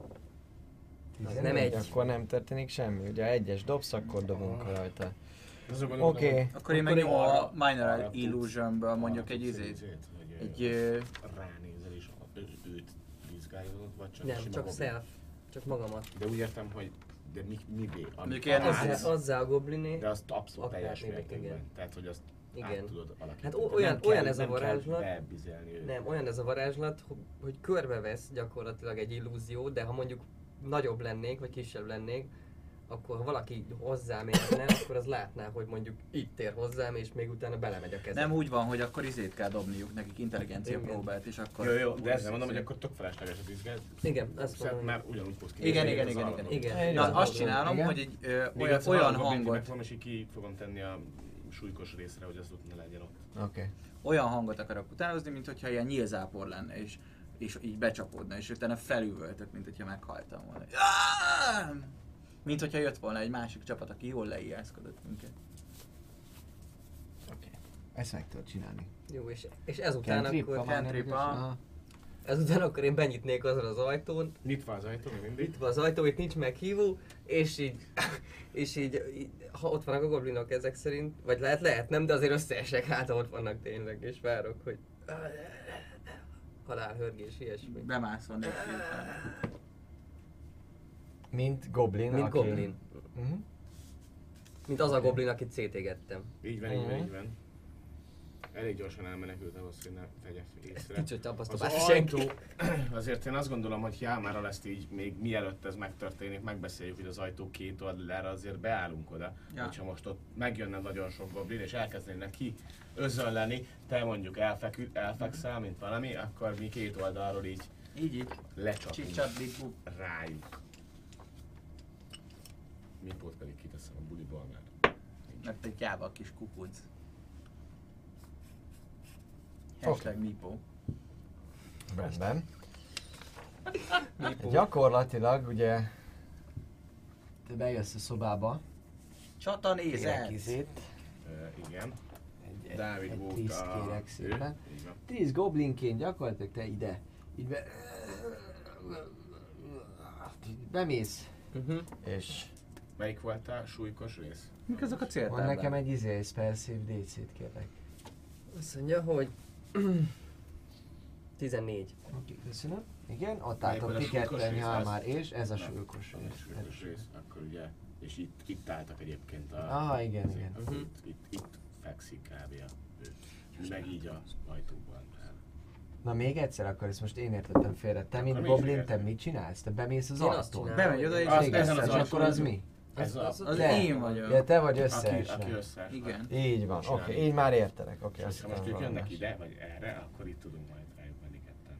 Az nem egy. Akkor nem történik semmi. Ugye egyes dobsz, akkor dobunk rajta. Azon Oké. gondolkodom, Okay. Akkor én Akkor megnyomom én a arra- Minor arra tudsz- Illusionből mondjuk arra egy tudsz izét. hogy Egy... ö, ö, ránézel és a- ő- őt disguise-olod, vagy csak Nem, sima csak goblin? self. Csak magamat. De úgy értem, hogy de mi, mivé? Mondjuk ilyen látsz, Ez- Azzal, azzal a gobliné. de azt abszolút akár teljes még mértékben. igen. Tehát, hogy azt Igen. át tudod alakítani. Hát Tehát olyan- nem kell- olyan ez a nem kell varázslat. bebizelni őt. Nem, olyan ez a varázslat, ho- hogy körbevesz gyakorlatilag egy illúzió, de ha mondjuk nagyobb lennék, vagy kisebb lennék, akkor ha valaki hozzám érne, akkor az látná, hogy mondjuk itt ér hozzám, és még utána belemegy a kezem. Nem úgy van, hogy akkor izét kell dobniuk nekik, intelligencia Igen. próbált, és akkor... Jó, jó, de ezzel mondom, hogy akkor tök felesleges a disguise. Igen, azt Szóval mondom. már ugyanúgy fogsz ki. Igen, igen, igen, igen. Igen. Na, Igen. azt csinálom, Igen. hogy egy ö, Még olyan, egyszer olyan hallom, hogy hangot, megfogom, és így ki fogom tenni a súlykos részre, hogy az ott ne legyen ott. Oké. Okay. olyan hangot akarok utánozni, mint hogyha ilyen nyílzápor lenne, és, és így becsapódna, és utána felüvöltök, mint hogyha meghaltam volna. Áááá! Mint hogyha jött volna egy másik csapat, aki jól leijeszkodott minket. Oké. Okay. Ezt meg tudod csinálni. Jó, és, és ezután Cantrip, akkor, ha már cantrip, nem- aha. aha. ezután akkor én benyitnék azon az ajtón, Nyitva az ajtó, még mindig. itt van az ajtó, itt nincs meghívó, és így, és így, így, ha ott vannak a goblinok ezek szerint, vagy lehet, lehet nem, de azért összeesek, hát ha ott vannak tényleg, és várok, hogy halálhörgés, ilyesmi. Bemászol neki. Mint goblin, Mint aki... goblin. Uh-huh. Mint az a goblin, akit szétégettem. Így van, így van, Mhm. így van. Elég gyorsan elmenekült ahhoz, hogy ne vegye észre. Kicsit tapasztal Az már ajtó, senki. azért én azt gondolom, hogy Jámára ezt így még mielőtt ez megtörténik, megbeszéljük, hogy az ajtó két oldalára azért beállunk oda. Ja. Hogyha most ott megjönne nagyon sok goblin és elkezdenének ki özönleni, te mondjuk elfekü, elfekszel, mint valami, akkor mi két oldalról így Így, így. lecsapunk Csicsat, bip, bup. rájuk. Mipót pedig kiteszem a buliból, mert Mert egy gyáva a kis kukuc. Oké. Hashtag Mipo. Rendben. Gyakorlatilag ugye te bejössz a szobába, Csata kérek nézet! izét, uh, igen. egy, egy, Dávid egy volt tiszt a... kérek szépen. Ő, így van. Tíz goblinként gyakorlatilag te ide, így be, bemész, Uh-huh. és Melyik volt a súlykos rész? Mik azok a van céltáblák? nekem egy izé, spellsave dé cét kérlek. Azt mondja, hogy tizennégy. Oké, köszönöm. Igen, ott Melyik álltok volt a ti ketten, súlykos rész? Hámár és ez a Nem, súlykos az a rész. súlykos rész, akkor ugye, és itt, itt álltak egyébként a... Ah, igen, igen. Akkor itt, itt, itt fekszik kb. a ő. Meg így a ajtóban. Na még egyszer, akkor ezt most én értettem félre. Te, mint mi is goblin, te értem. mit csinálsz? Te bemész az Én azt ajtón? csinálom. Bemegy oda és Az- Még ezen egyszer, az és akkor az ajtón- mi? Ez a, Az- Az Te. én vagyok. Ja, te vagy aki, összeesve. aki összees. Igen. Így van, oké, Csinálni. így már értelek. Oké, És azt ha most hittem ők jönnek valami ide, vagy erre, akkor itt tudunk majd rájuk menni ketten.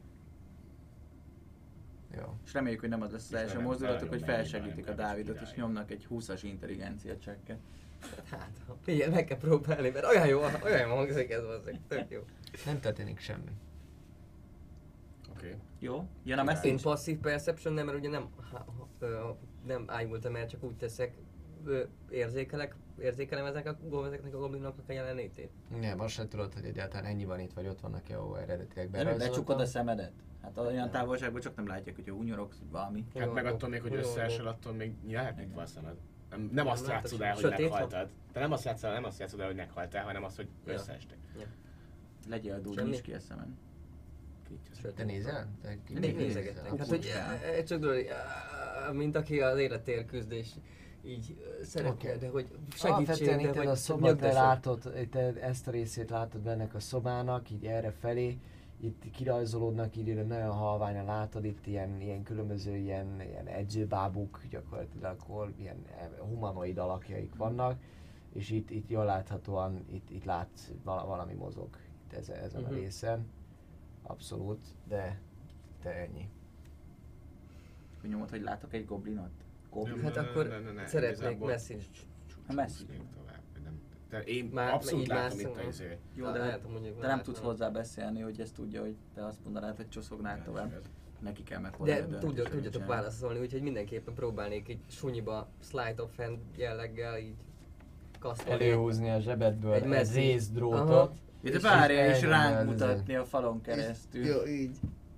más. Jó. És reméljük, hogy nem az lesz az És első nem- mozdulatok, nem hogy nagyon felsegítik a menni, Dávidot, nem és kell nyomnak egy húszas intelligencia csekket. Hát, figyelj, meg kell próbálni, mert olyan jó, olyan jó hangzik ez hozzá, tök jó. Nem történik semmi. Oké. Okay. Jó? Jön a Én message? passzív perception nem, mert ugye nem, ha, ha, ö, nem ájultam el, csak úgy teszek, ö, érzékelek, érzékelem ezek a, ezeknek a goblinoknak a jelenlétét. Nem, azt sem tudod, hogy egyáltalán ennyi van itt, vagy ott vannak-e, ahol eredetileg Nem, berajzoltam. becsukod a szemedet? Hát olyan távolságban csak nem látják, hogy unyorogsz, vagy valami. Hát Jó, meg jó, attól még, hogy jó, összeesel, jó. attól még nyilván nyitva a szemed. Nem, nem azt Nem játszod látok el, hogy sötét van? meghaltad. Te nem azt játszol, nem azt játszod el, hogy meghaltál, hanem azt, hogy Ja. összeestek. Legyél a dúd, Semmi? nyisd ki a szemed. Sőt, Te nézel? Te ki- Mindig ki nézegettek. nézel? Hát, hogy eh, eh, csak tudod, eh, mint aki az életéért küzd, és így eh, szeretne, Oké. de hogy Alapvetően segítség, itt de a hogy szoba, te nyugtasson. látod, itt ezt a részét látod ennek a szobának, így erre felé, itt kirajzolódnak, így nagyon halványan látod, itt ilyen, ilyen különböző ilyen, ilyen edzőbábuk, gyakorlatilag hol ilyen humanoid alakjaik vannak, és itt, itt jól láthatóan, itt, itt látsz vala- valami mozog itt ezen, ezen Mhm. a részen, abszolút, de, de ennyi. Hogy nyomod, hogy látok egy goblinot? Goblin? Hát akkor szeretnék message. A message. Tovább, vagy nem. De én Már- abszolút így látom mászom. itt a izé. Jó, Na, de, lehet, mondjuk de nem lehet, tudsz nem. hozzá beszélni, hogy ezt tudja, hogy te azt mondanád, hogy csoszognál tovább. Neki kell meghozni De a döntést, tudja, hogy tudjatok csinálni. válaszolni, úgyhogy mindenképpen próbálnék egy sunyiba slide of hand jelleggel így kasztolni. Előhúzni a zsebedből Egy egy message. részdrótot. Aha. Ja, de És várjál, így és elnyomja ránk az mutatni a falon keresztül. Jó, így.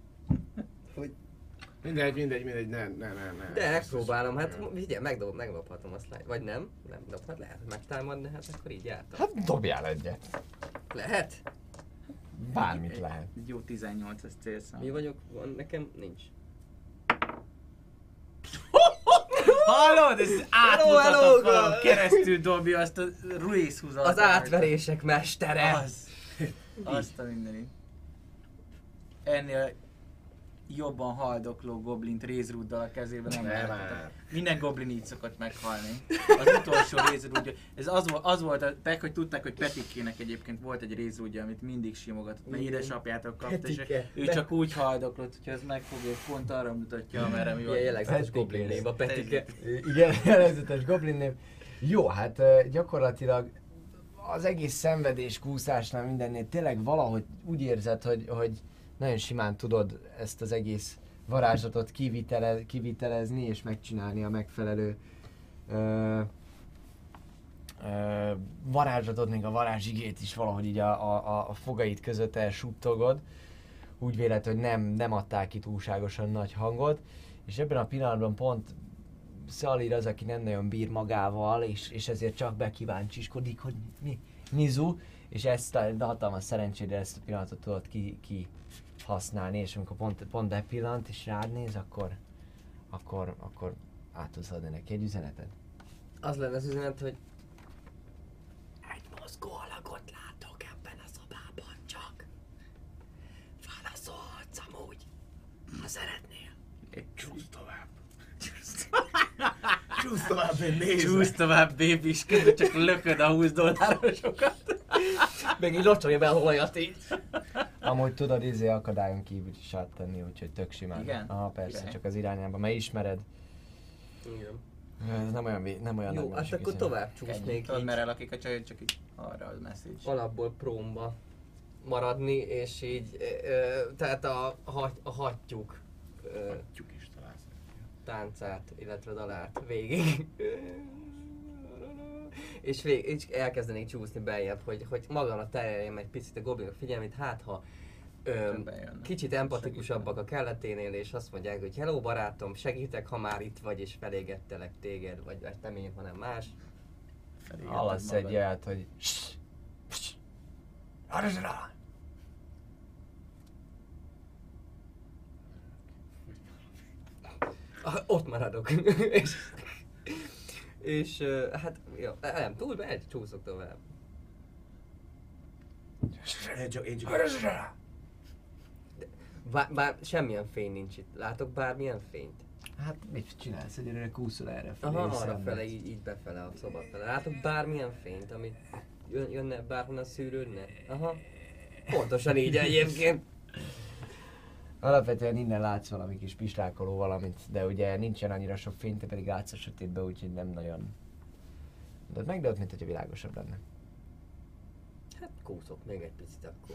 Mindegy, mindegy, mindegy, ne, ne, ne, ne. De megpróbálom, hát figyelj, megdob, megdobhatom a slide. Vagy nem, nem dobhat, lehet, hogy megtámadni, hát akkor így jártam. Hát dobjál egyet. Lehet? Bármit lehet. Egy jó tizennyolcas célszám. Mi vagyok? Van, nekem nincs. Hallod? Ez Hello, átmutat hello, a falon girl. keresztül dobja azt a Ruiz húzatot. Az átverések mestere! Az. Azt a mindenit. Ennél jobban haldokló goblint rézrúddal a kezében nem Nem láthatok. már. Minden goblin így szokott meghalni. Az utolsó rézrúdja, ez az, volt- az volt a tek, hogy tudták, hogy Petikének egyébként volt egy rézrúdja, amit mindig simogatott, mert Igen. édesapjától kapta, és Petike. ő csak úgy haldoklott, hogyha ez megfogja, és pont arra mutatja, amerre mi Ilyen vagyunk. jellegzetes Petike. goblin név a Petike. Igen, jellegzetes goblin név. Jó, hát ö, gyakorlatilag az egész szenvedés kúszásnál mindennél tényleg valahogy úgy érzed, hogy, hogy nagyon simán tudod ezt az egész varázslatot kivitele, kivitelezni és megcsinálni a megfelelő ö, ö, varázslatot, még a varázsigét is valahogy így a, a, a fogait között elsuttogod. Úgy véled, hogy nem, nem adták ki túlságosan nagy hangot, és ebben a pillanatban pont Szalir az, aki nem nagyon bír magával, és, és ezért csak bekíváncsiskodik, hogy mi, Nizu, és ezt a hatalmas szerencsére ezt a pillanatot tudod ki, ki használni, és amikor pont, pont bepillant és rád néz, akkor, akkor, akkor át tudsz adni neki egy üzenetet. Az lenne az üzenet, hogy Egy mozgó alagot látok ebben a szobában csak. Válaszolhatsz amúgy, ha szeretnél. Csúsz tovább. Csúsz tovább, én nézek. Csúsz tovább, bébis, közben csak lököd a húsz dollárosokat. meg így locsolja be a olajat így. Amúgy tudod izé akadályon kívül is áttenni, úgyhogy tök simán. Igen? Aha, persze, Király. csak az irányába, mert ismered. Igen. Ez nem olyan, vé- nem olyan Jó, nagy hát másik akkor üzenet. tovább Ennyi. csúsznék Tudod, így. merre lakik a csaj, csak így arra a message. Alapból prómba maradni, és így, ö, ö, tehát a, a, a hattyúk ö, Tyuk is találsz. táncát, illetve dalát végig. és, vég, és elkezdenék csúszni beljebb, hogy, hogy magamra tereljem egy picit a goblinok figyelmét, hát ha ö, Többen jönnek. kicsit empatikusabbak a kelleténél, és azt mondják, hogy hello barátom, segítek, ha már itt vagy, és felégettelek téged, vagy vagy nem én, hanem más. Felégeted Hallasz magad. egy jelet, hogy Ssss! Ssss! Arzsra! Ah, ott maradok. és, és ö, hát, jó, nem, túl megy, csúszok tovább. Én csak, én csak Arzsra! Bár, bár semmilyen fény nincs itt. Látok bármilyen fényt? Hát mit csinálsz? Egyelőre kúszol erre felé. Aha, és arra szenvedsz. fele, így, így befele, a szoba fele. Látok bármilyen fényt, ami jön, jönne, bárhonnan szűrődne? Aha. Pontosan így egyébként. Alapvetően innen látsz valami kis pislákoló valamit, de ugye nincsen annyira sok fény, te pedig látsz a sötétbe, úgyhogy nem nagyon... De megdölt, mint hogyha világosabb lenne. Hát kúszok még egy picit akkor.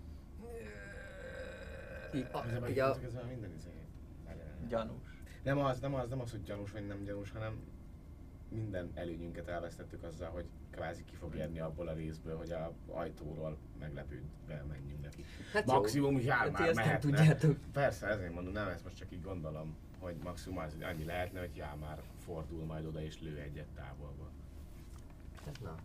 Így, a, Ez a így a, ez a minden izé. Gyanús. Nem az, nem az, nem az, hogy gyanús vagy nem gyanús, hanem minden előnyünket elvesztettük azzal, hogy kvázi ki fog érni abból a részből, hogy a ajtóról meglepődve menjünk neki. hát jó. Maximum jár Hát ti már ezt nem mehetne. tudjátok. Persze, ezért mondom, nem, ezt most csak így gondolom, hogy maximum az, hogy annyi lehetne, hogy já már fordul majd oda és lő egyet távolba. Hát na.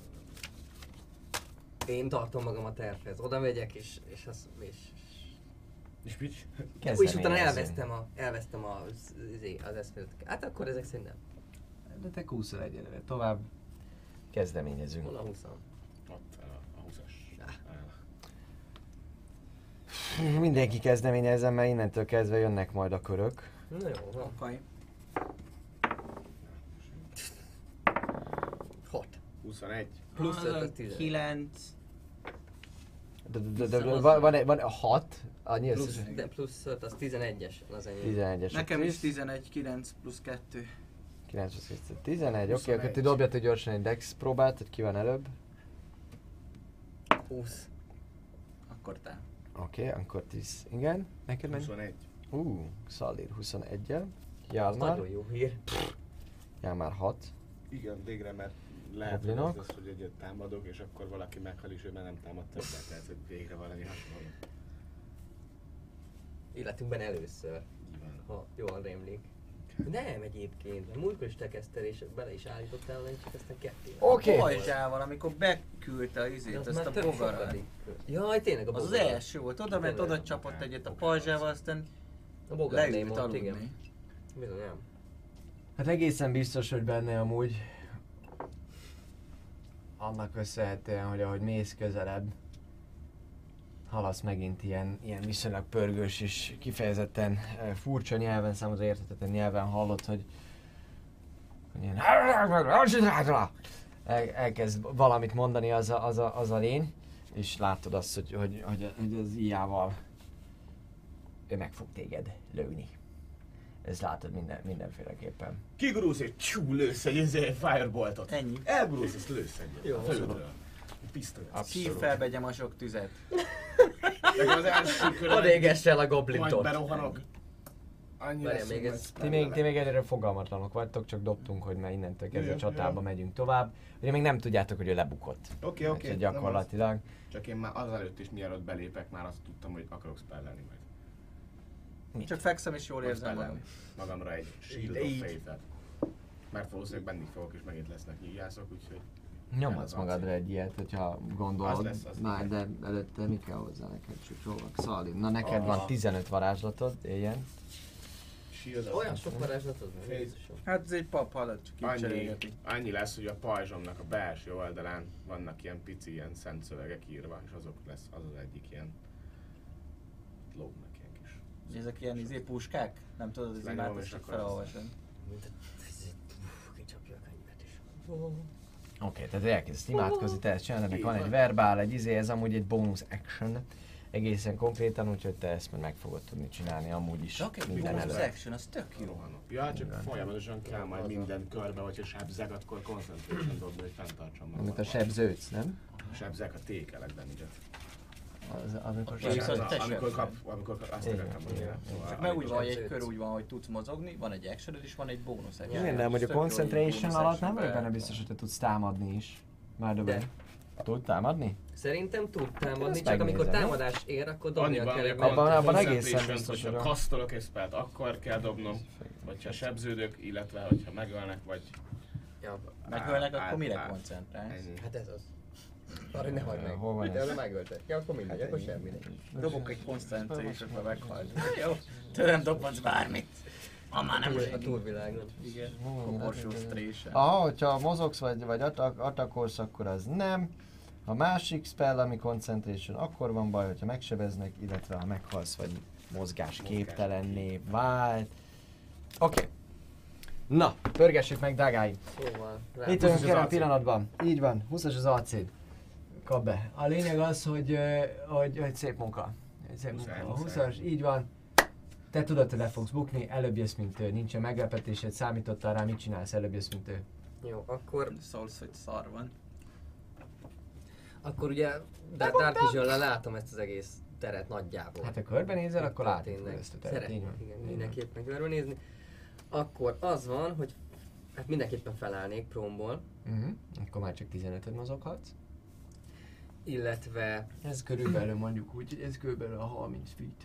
Én tartom magam a tervhez. Oda megyek és, és, az, és És mit? És utána Kezdeményezzünk. elvesztem, a, elvesztem a, az, az eszmélet. Hát akkor ezek szerint nem. De te kúszol egyelőre. Tovább kezdeményezünk. Hol a húszam? Ott a, a húszas. Mindenki kezdeményezzen, mert innentől kezdve jönnek majd a körök. Na jó, van. Okay. Hat. huszonegy. Plusz öt, az tizenegy. kilenc. De, de, de, de van, van, van a hat, annyi Plusz, összesen? de plusz öt, az tizenegyes az enyém. tizenegyes. Nekem is tizenegy, kilenc plusz kettő. kilenc plusz kettő, tizenegy, oké, huszonegy. akkor ti dobjatok gyorsan egy dex próbát, hogy ki van előbb. húsz. Akkor te. Oké, akkor tíz. Igen, neked mennyi? huszonegy. Ú, Szalír huszonegyel. Az Jálmár, nagyon jó hír. Jálmár hat. Igen, végre, mert lehet, hogy Goblinok. az, az, hogy egyet támadok, és akkor valaki meghal, és ő már nem támad többet, tehát hogy végre valami hasonló. Életünkben először, Így van. ha jól rémlik. Nem egyébként, mert múltkor is te kezdted és bele is állítottál, én csak aztán ketté. Oké. Pajzsával, amikor beküldte a De izét, az azt már a több bogarat. sokadik. Jaj, tényleg a Az az bogarat. első volt, oda ment, oda csapott egyet a pajzsával, aztán A bogarat leült volt, igen. aludni. Bizonyám. Hát egészen biztos, hogy benne amúgy annak köszönhetően, hogy ahogy mész közelebb, hallasz megint ilyen, ilyen viszonylag pörgős és kifejezetten eh, furcsa nyelven, számodra érthetetlen nyelven hallod, hogy, hogy ilyen el, elkezd valamit mondani az a, az, a, az a lény, és látod azt, hogy, hogy, hogy, hogy az íjával ő meg fog téged lőni. Ezt látod minden, mindenféleképpen. Kigurulsz és csú, lősz egy izé, fireboltot. Ennyi. Elgurulsz, azt lősz egyet. Jó. A fölülről. Pisztolyt. Szívfelbegyem a sok tüzet. Nekem az első körben Hadd égess el a majd goblintot. berohanok. Annyi Várjál, lesz, még hogy ez- ezt Ti még, ti még egyre fogalmatlanok vagytok, csak dobtunk, hogy már innentől kezdve Jó, csatába jó. megyünk tovább. Ugye még nem tudjátok, hogy ő lebukott. Oké, oké. Úgyhogy gyakorlatilag. Csak én már azelőtt is mielőtt belépek, már azt tudtam, hogy akarok spellelni majd. Mit? Csak fekszem és jól Vagy érzem spellelni magam. magamra egy Shield Így. of Faith-et. Mert valószínűleg benni fogok és megint lesznek nyíjászok, úgyhogy... Nyomadsz Ez az magadra cél. egy ilyet, hogyha gondolod. Az lesz, az Na, lesz. de előtte mi kell hozzá neked? Csúcsóvak, Szalin. Na neked Ah. van tizenöt varázslatod, éljen. Shield of Olyan sok varázslatod van, Fél- Jézusom. Hát ez egy pap halad, csak így Annyi, cserélgeti. annyi lesz, hogy a pajzsomnak a belső oldalán vannak ilyen pici ilyen szent szövegek írva, és azok lesz, az az egyik ilyen lógnak ilyen kis. Ezek ilyen izé puskák? Nem tudod, az Lenyomom, imát, és csak akkor felolvasod. Mint a... Uff, kicsapja a könyvet is. Oké, tehát elkezdesz imádkozni, te ezt csinálod, ennek Így van van. egy verbál, egy izé, ez amúgy egy bonus action. Egészen konkrétan, úgyhogy te ezt majd meg fogod tudni csinálni amúgy is. Csak egy minden bonus előtt. action, az tök jó. Rohanok. Ja, csak folyamatosan kell majd minden körbe, hogyha sebzek, akkor concentration dobni, hogy fenntartsam magam. Amit a sebzőc, nem? Sebzek a tékelek damage-et. Az, amikor És viszont Na, te amikor sebzed. kap, amikor kap, azt Igen, akartam mondani. igen, igen. Szóval Csak mert úgy van, hogy egy sebződsz. kör úgy van, hogy tudsz mozogni, van egy actioned és van egy bonus action. Igen, de amúgy a Tök jó, hogy concentration bonus alatt nem actionbe vagyok benne lehet. biztos, hogy te tudsz támadni is. Már De. de Tudod támadni? Szerintem tud támadni, Ezt csak amikor megnézem, támadás ér, akkor dobnia Annyiban, kell hogy egy a Abban- abban egészen concentration-t, biztos, hogyha hogy a- kasztolok egy spellt, akkor kell dobnom, vagy ha sebződök, illetve hogyha megölnek, vagy... Ja, Megölnek, Á- akkor mire á- koncentrálsz? ennyi. hát ez az. Arra ne hagyd meg. Hol van De ez? arra megöltek. Ja, akkor mindegy, akkor semmi. Dobok egy concentration-ba meghalsz. Jó, tőlem dobhatsz bármit. Ha már nem Túl, a segít. túlvilágon. Igen, komorsó strésen. Aha, hogyha mozogsz vagy, vagy atak, atakolsz, akkor az nem. Ha másik spell, ami concentration, akkor van baj, hogyha megsebeznek, illetve ha meghalsz, vagy mozgás képtelenné vált. Oké. Okay. Na, pörgessük meg, drágáim. Szóval, rá. Itt húszas vagyunk az jelen acid. pillanatban. Így van, húszas az acid. Kap be. A lényeg az, hogy, ö, hogy, hogy szép munka. Hogy Szép munka. A húszas, így van. Te tudod, hogy le fogsz bukni, előbb jössz, mint ő. Nincsen meglepetésed, számítottál rá, mit csinálsz, előbb jössz, mint ő. Jó, akkor, Szólsz, hogy szar van. akkor ugye de Dark Vision-lel látom ezt az egész teret nagyjából. Hát ha körbenézel, akkor látod Történnek. ezt a teret. Így Szeretnék, van. igen, Így van. mindenképpen körbenézni. Akkor az van, hogy hát mindenképpen felállnék prómból, Uh-huh. Akkor már csak tizenötöt mozoghatsz. illetve Ez körülbelül mondjuk úgy, hogy ez körülbelül a harminc feet.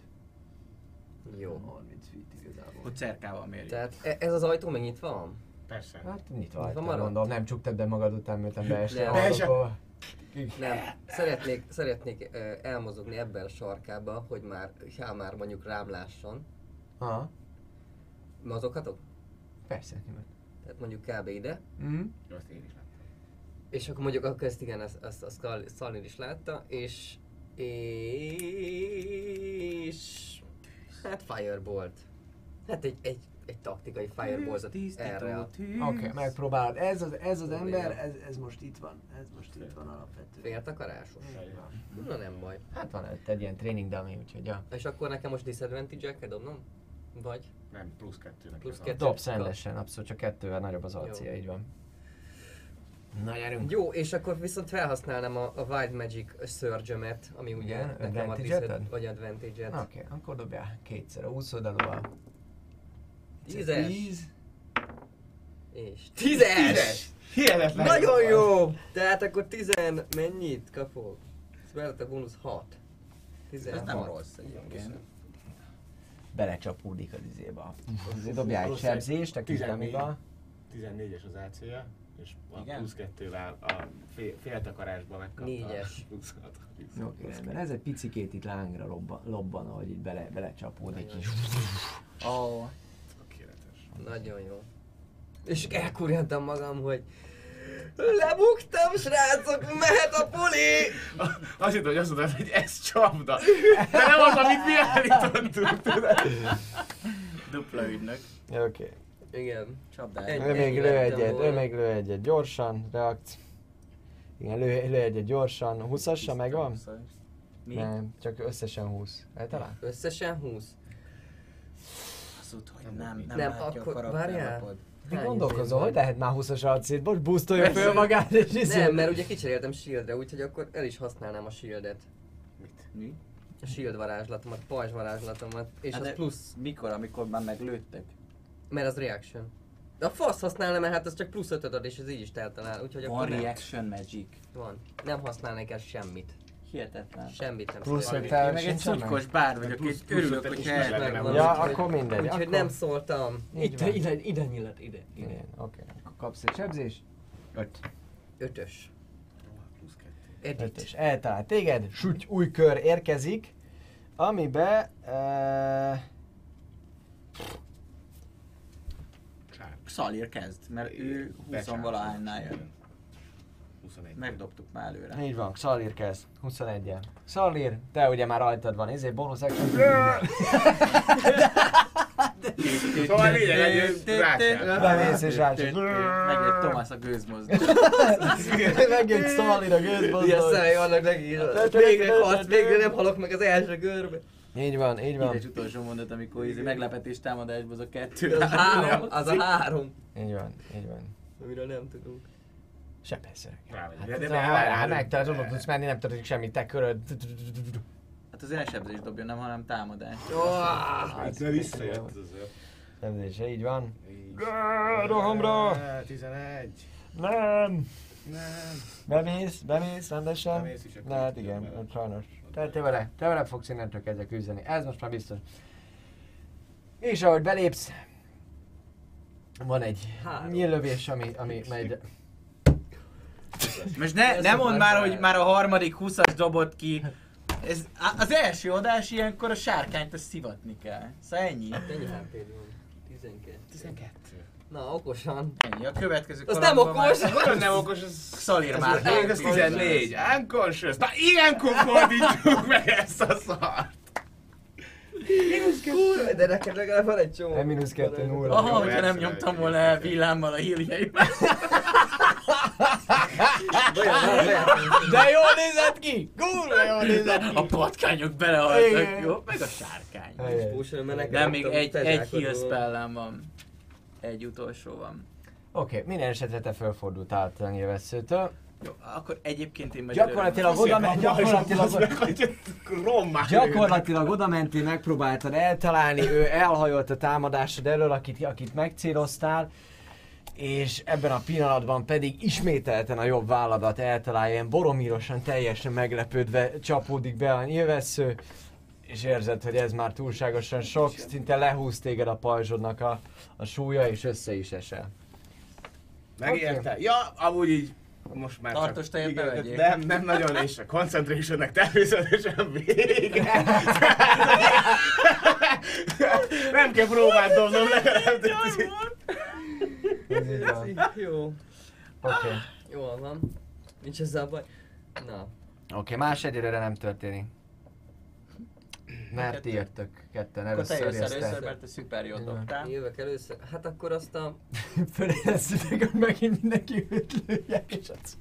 jó. harminc feet igazából. Hogy cerkával mérjük. Tehát e- ez az ajtó még nyitva van? Persze. Hát nyitva Nyitva hagytad, maradt? gondolom, nem csuktad be magad után, miután beestél Nem. a Beesett. hallgatóba. Nem, szeretnék, szeretnék ö, elmozogni ebben a sarkába, hogy már, ha már mondjuk rám lásson. Aha, Mozoghatok? persze, nyilván. Tehát mondjuk kb. Ide. Mhm. Jó, azt én is láttam. És akkor mondjuk akkor ezt igen, ezt, ezt a Szal- Szalin is látta, és... És... Hát Firebolt. Hát egy, egy, egy taktikai Fireboltot erre a Oké, okay, megpróbálod. Ez az, ez az Probléma. ember, ez, ez most itt van. Ez most itt van alapvetően. féltakarásos. Na nem baj. Hát van egy, egy ilyen training dummy, úgyhogy ja. És akkor nekem most disadvantage-el kell dobnom? Vagy? Nem, plusz kettőnek. Plusz ez a- kettő. Dobsz rendesen, abszolút csak kettővel nagyobb az arcia, Jó. így van. Na gyerünk! Jó, és akkor viszont felhasználnám a, a Wild Magic Surge-emet, ami ugye Igen, nekem a advantage-eted? diszed, vagy advantage-et. Oké, okay, akkor dobjál kétszer a húsz oldalúval. Tízes. Tíz. És tízes! Hihetetlen! Nagyon jó! Tehát akkor tizen mennyit kapok? Spelltek bónusz hat. tizenhat. Ez nem rossz egyébként. Belecsapódik az izébe. Azért dobjál egy sebzést, a kis tizennégy. damiba. tizennégyes az á cé-je, és a Igen? plusz kettővel a fél, féltakarásba megkapta. Négyes. Plusz hat. Oké, rendben. Ez egy picikét itt lángra lobban, lobban ahogy itt bele, belecsapódik. Nagyon. Így. Ó, Tökéletes. Nagyon jó. És elkurjantam magam, hogy lebuktam, srácok, mehet a puli! Azt hittem, hogy azt mondod, hogy ez csapda. De nem az, amit mi állítottunk, tudod? dupla ügynök. Oké. Okay. Igen. Csapdál. Egy- Ő még ennyi lő lettem egyet, ő volna. még lő egyet gyorsan, reakció. Igen, lő, lő egyet gyorsan. húszasra megvan? Mi? Nem, csak összesen húsz. Eltalán? Összesen húsz. Azut, hogy nem, nem, Nem, látja akkor a várjál. karakterlapod. Mi Hány gondolkozol, izé hogy van? lehet már húszas arcét? Most boostolja föl magát és izé. Nem, mert ugye kicseréltem shieldre, úgyhogy akkor el is használnám a shieldet. Mi? A shield varázslatomat, pajzs varázslatomat, és Hát az de plusz, Mikor, amikor már meglőttek? mert az reaction. De a fasz használna, mert hát az csak plusz ötöt ad, és ez így is teltalál, úgyhogy Van akkor nem. reaction magic. Van. Nem használnék el semmit. Hihetetlen. Semmit nem Plusz szeretnék. öt Én fel meg egy sincsen szutykos meg? bár vagyok, Plusz- és plusz örülök, öt hogy is el meg meg nem van. Ja, Úgyhogy- akkor mindegy. Úgyhogy akkor... nem szóltam. Így Itt, van. ide, ide nyílt, ide. ide. Igen, oké. Akkor kapsz egy sebzés. Öt. Ötös. Plusz kettő. Edit. Ötös. Eltalált téged, süty, új kör érkezik, amibe... Uh, Csár. Szalir kezd, mert ő húsz valahánynál jön. huszonegy. Megdobtuk már előre. így van, Szalir kezd. huszonegyen. Szalir, te ugye már rajtad van, ezért bónusz action. Szóval lényeg egy rácsál. Bemész és rácsál. Megjött Tomás a gőzmozdul. Megjött Szalir a Ilyen gőzbozdon. száj vannak neki. Végre halt, végre nem halok meg az első körbe. Így van, így van. Egy utolsó mondat, amikor izé meglepetés támadásban az a kettő. Az a három, az a három. Így van, így van. Amiről nem tudunk. Se persze. Rámegy. Hát, De- de- de, de- hát de- megtalálod, oda tudsz menni, nem történik semmi, te köröd. Hát az elsebzés dobjon, nem, hanem támadás. Hát ne visszajött az ő. Sebzése, így van. Így. Rohamra! tizenegy. Nem! Nem. Bemész, bemész rendesen. Bemész is, akkor Na hát tudod igen, vele. sajnos. Te, te vele, te vele fogsz innentől kezdve küzdeni. Ez most már biztos. És ahogy belépsz, van egy Három. nyíllövés, ami, ami megy. Most ne, ne mondd már, hogy már a harmadik húszas dobott ki. Ez, az első adás ilyenkor a sárkányt azt szivatni kell. Szóval ennyi. Ennyi há pé-d van? tizenkettő. tizenkettő. Na, okosan. Ennyi. A következő Az nem kalandban okos! már- Nagyon nem okos, ez... Szalir már. Még az tizennégy. Unconscious. Na ilyenkor fordítsuk meg ezt a szart. Kurva, de neked legalább van egy csomó. Nem, mínusz kettő, nulla. Aha, Jó, hogyha nem persze, nyomtam jó, volna el persze. villámmal a hírjeimet. De jól nézett ki! Kurva jól nézett ki! A patkányok belehaltak, Igen. jó? Meg a sárkány. Igen. Pusolom, mert neked Nem, még adtam egy, egy tezsákot heal volna. spellem van. Egy utolsó van. Oké, okay, minden esetre te fölfordultál a nyilvesszőtől. Jó, akkor egyébként én majd Gyakorlatilag oda, me- gyakorlatilag, Rommá. gyakorlatilag oda mentél, megpróbáltad eltalálni, ő elhajolt a támadásod elől, akit, akit megcéloztál, és ebben a pillanatban pedig ismételten a jobb válladat eltalálja, ilyen boromírosan, teljesen meglepődve csapódik be a nyilvessző, és érzed, hogy ez már túlságosan sok, szinte lehúz téged a pajzsodnak a, a súlya, és össze is esel. Megérte? Ja, amúgy így Most már Tartos csak, tejet igen, bevegyél. nem, nem nagyon, és a Concentrationnek természetesen vége. Nem kell próbált dobnom, legalább. Ez így van. Jó. Oké. Jól van. Nincs ezzel baj. Na. Oké, más egyelőre nem történik. Mert Kettő. ti jöttök ketten, Akkor te először jössz először, jössz mert te szuper jót Igen. dobtál. Én jövök először. Hát akkor azt a... Föléreztetek, hogy megint mindenki ötlőjek, és az...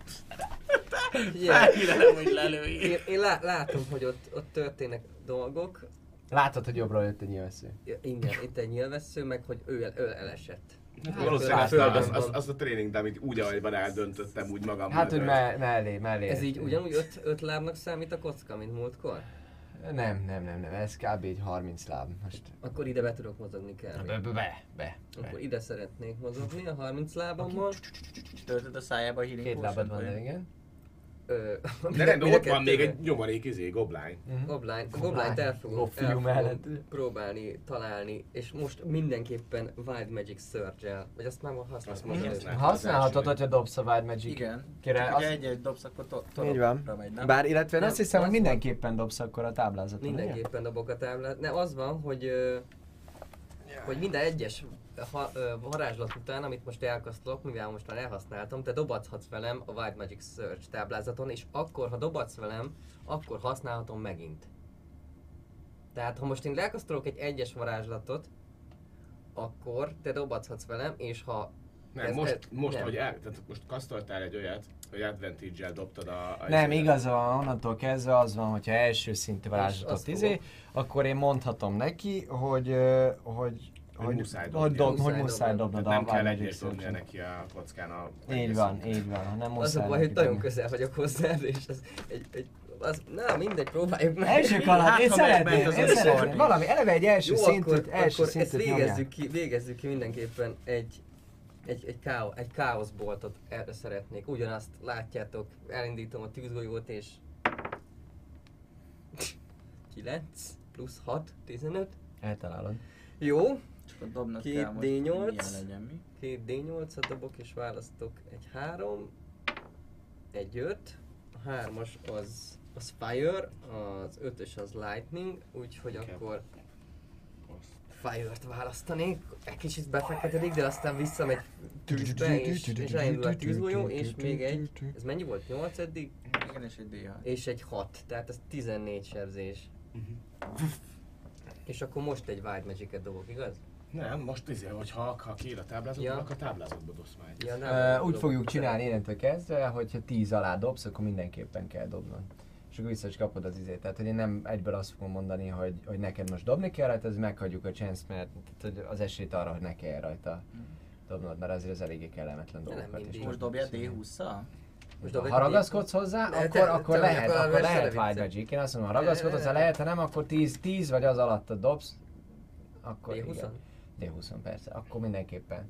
Felhívem, hogy lelőjék. Én, én lá, látom, hogy ott, ott történnek dolgok. Látod, hogy jobbra jött egy nyilvessző. Ja, igen, itt egy nyilvessző, meg hogy ő, el, ő elesett. Valószínűleg azt, Földön az, az, van. az a tréning, amit úgy, ahogy van, eldöntöttem úgy magammal. Hát, hogy me- mellé, mellé. Ez így ugyanúgy öt, öt lábnak számít a kocka, mint múltkor? Nem, nem, nem, nem, ez kb. Egy harminc láb. Most... Akkor ide be tudok mozogni kell. Be, be, be, be. Akkor ide szeretnék mozogni a harminc lábammal. Töltöd a szájába a healing Két lábad van, potion-t, de igen. Ö, De nem, mind a ott van még kettőre. egy nyomorék izé, goblány. Gobline, Gobline. Gobline-t el fogom, Gobfiú el mellett. fogom próbálni, találni, és most mindenképpen Wild Magic Surge-el, vagy azt már ma használtam. Azt most előtt. használtam. Használhatod, hogyha dobsz a Wild Magic. Igen. Kire, Csak az... ugye egy-egy dobsz, akkor to- Így van. torokra megy, nem? Bár, illetve én Nem, azt hiszem, hogy az van. mindenképpen dobsz akkor a táblázaton, ugye? Mindenképpen dobok a táblát. Ne, az van, hogy, ö, hogy minden egyes ha, ö, varázslat után, amit most elkasztolok, mivel most már elhasználtam, te dobadhatsz velem a Wild Magic Surge táblázaton, és akkor, ha dobadsz velem, akkor használhatom megint. Tehát, ha most én elkasztolok egy egyes varázslatot, akkor te dobadhatsz velem, és ha... Nem, ez- most, ez- most nem. hogy el, tehát most kasztoltál egy olyat, hogy advantage-el dobtad a... a Nem, izédet. igaza van, onnantól kezdve az van, hogyha első szintű varázslatot azt izé, fogok. akkor én mondhatom neki, hogy, ö, hogy, Hogy hogy, muszáj hogy, dobni. dob, Muszáj hogy muszáj dobni. dobnod Tehát a nem kell Wild egyért Magic dobnia Surge-t. neki a kockán a... Így van, így van, ha nem Az muszáj a baj, hogy neki nagyon dobni. közel vagyok hozzá, és ez egy, egy az, na mindegy, próbáljuk meg. Első kaland, Hát, én ha szeretném, megment az én összes szeretném, parti. valami, eleve egy első Jó, szintűt, akkor, első akkor ezt szintűt végezzük nyomjál. ki, végezzük ki mindenképpen egy, egy, egy, káo, egy káoszboltot erre szeretnék. Ugyanazt látjátok, elindítom a tűzgolyót és... kilenc plusz hat, tizenöt. Eltalálod. Jó, Csak a dobnod Két kell most, D nyolc. hogy milyen legyen mi. két D nyolcat dobok és választok egy három, egy öt, a hármas az, az Fire, az ötös az Lightning, úgyhogy akkor Fire-t választanék, egy kicsit befeketedik, de aztán visszamegy tűzbe, és, és elindul a tűzgolyó, és még egy, ez mennyi volt? nyolc eddig? Igen, és egy D hat. És egy hat, tehát ez tizennégy sebzés. És akkor most egy Wild Magic-et dobok, igaz? Nem, most izé, hogy ha, ha kiír a táblázatban, Ja. akkor a táblázatba dobsz már egyet. Ja, Ö, úgy dobok. fogjuk csinálni innentől kezdve, hogyha tíz alá dobsz, akkor mindenképpen kell dobnod. És akkor vissza is kapod az izét. Tehát, hogy én nem egyből azt fogom mondani, hogy, hogy neked most dobni kell rajta, ez meghagyjuk a chance, mert tehát, hogy az esélyt arra, hogy ne kelljen rajta dobnod, mert azért az eléggé kellemetlen De nem dolgokat mindig. is. Most dobja D húsz-szal? Most dobok Ha egy ragaszkodsz hozzá, Ne, akkor, te- akkor te lehet, vagyok a akkor lehet verseny Wild vicce. Magic. Én azt mondom, ha ragaszkodsz hozzá, Ne, ne, ne. lehet, ha nem, akkor tíz, tíz vagy az alatt dobsz, akkor D húsz? igen. D húsz persze, akkor mindenképpen.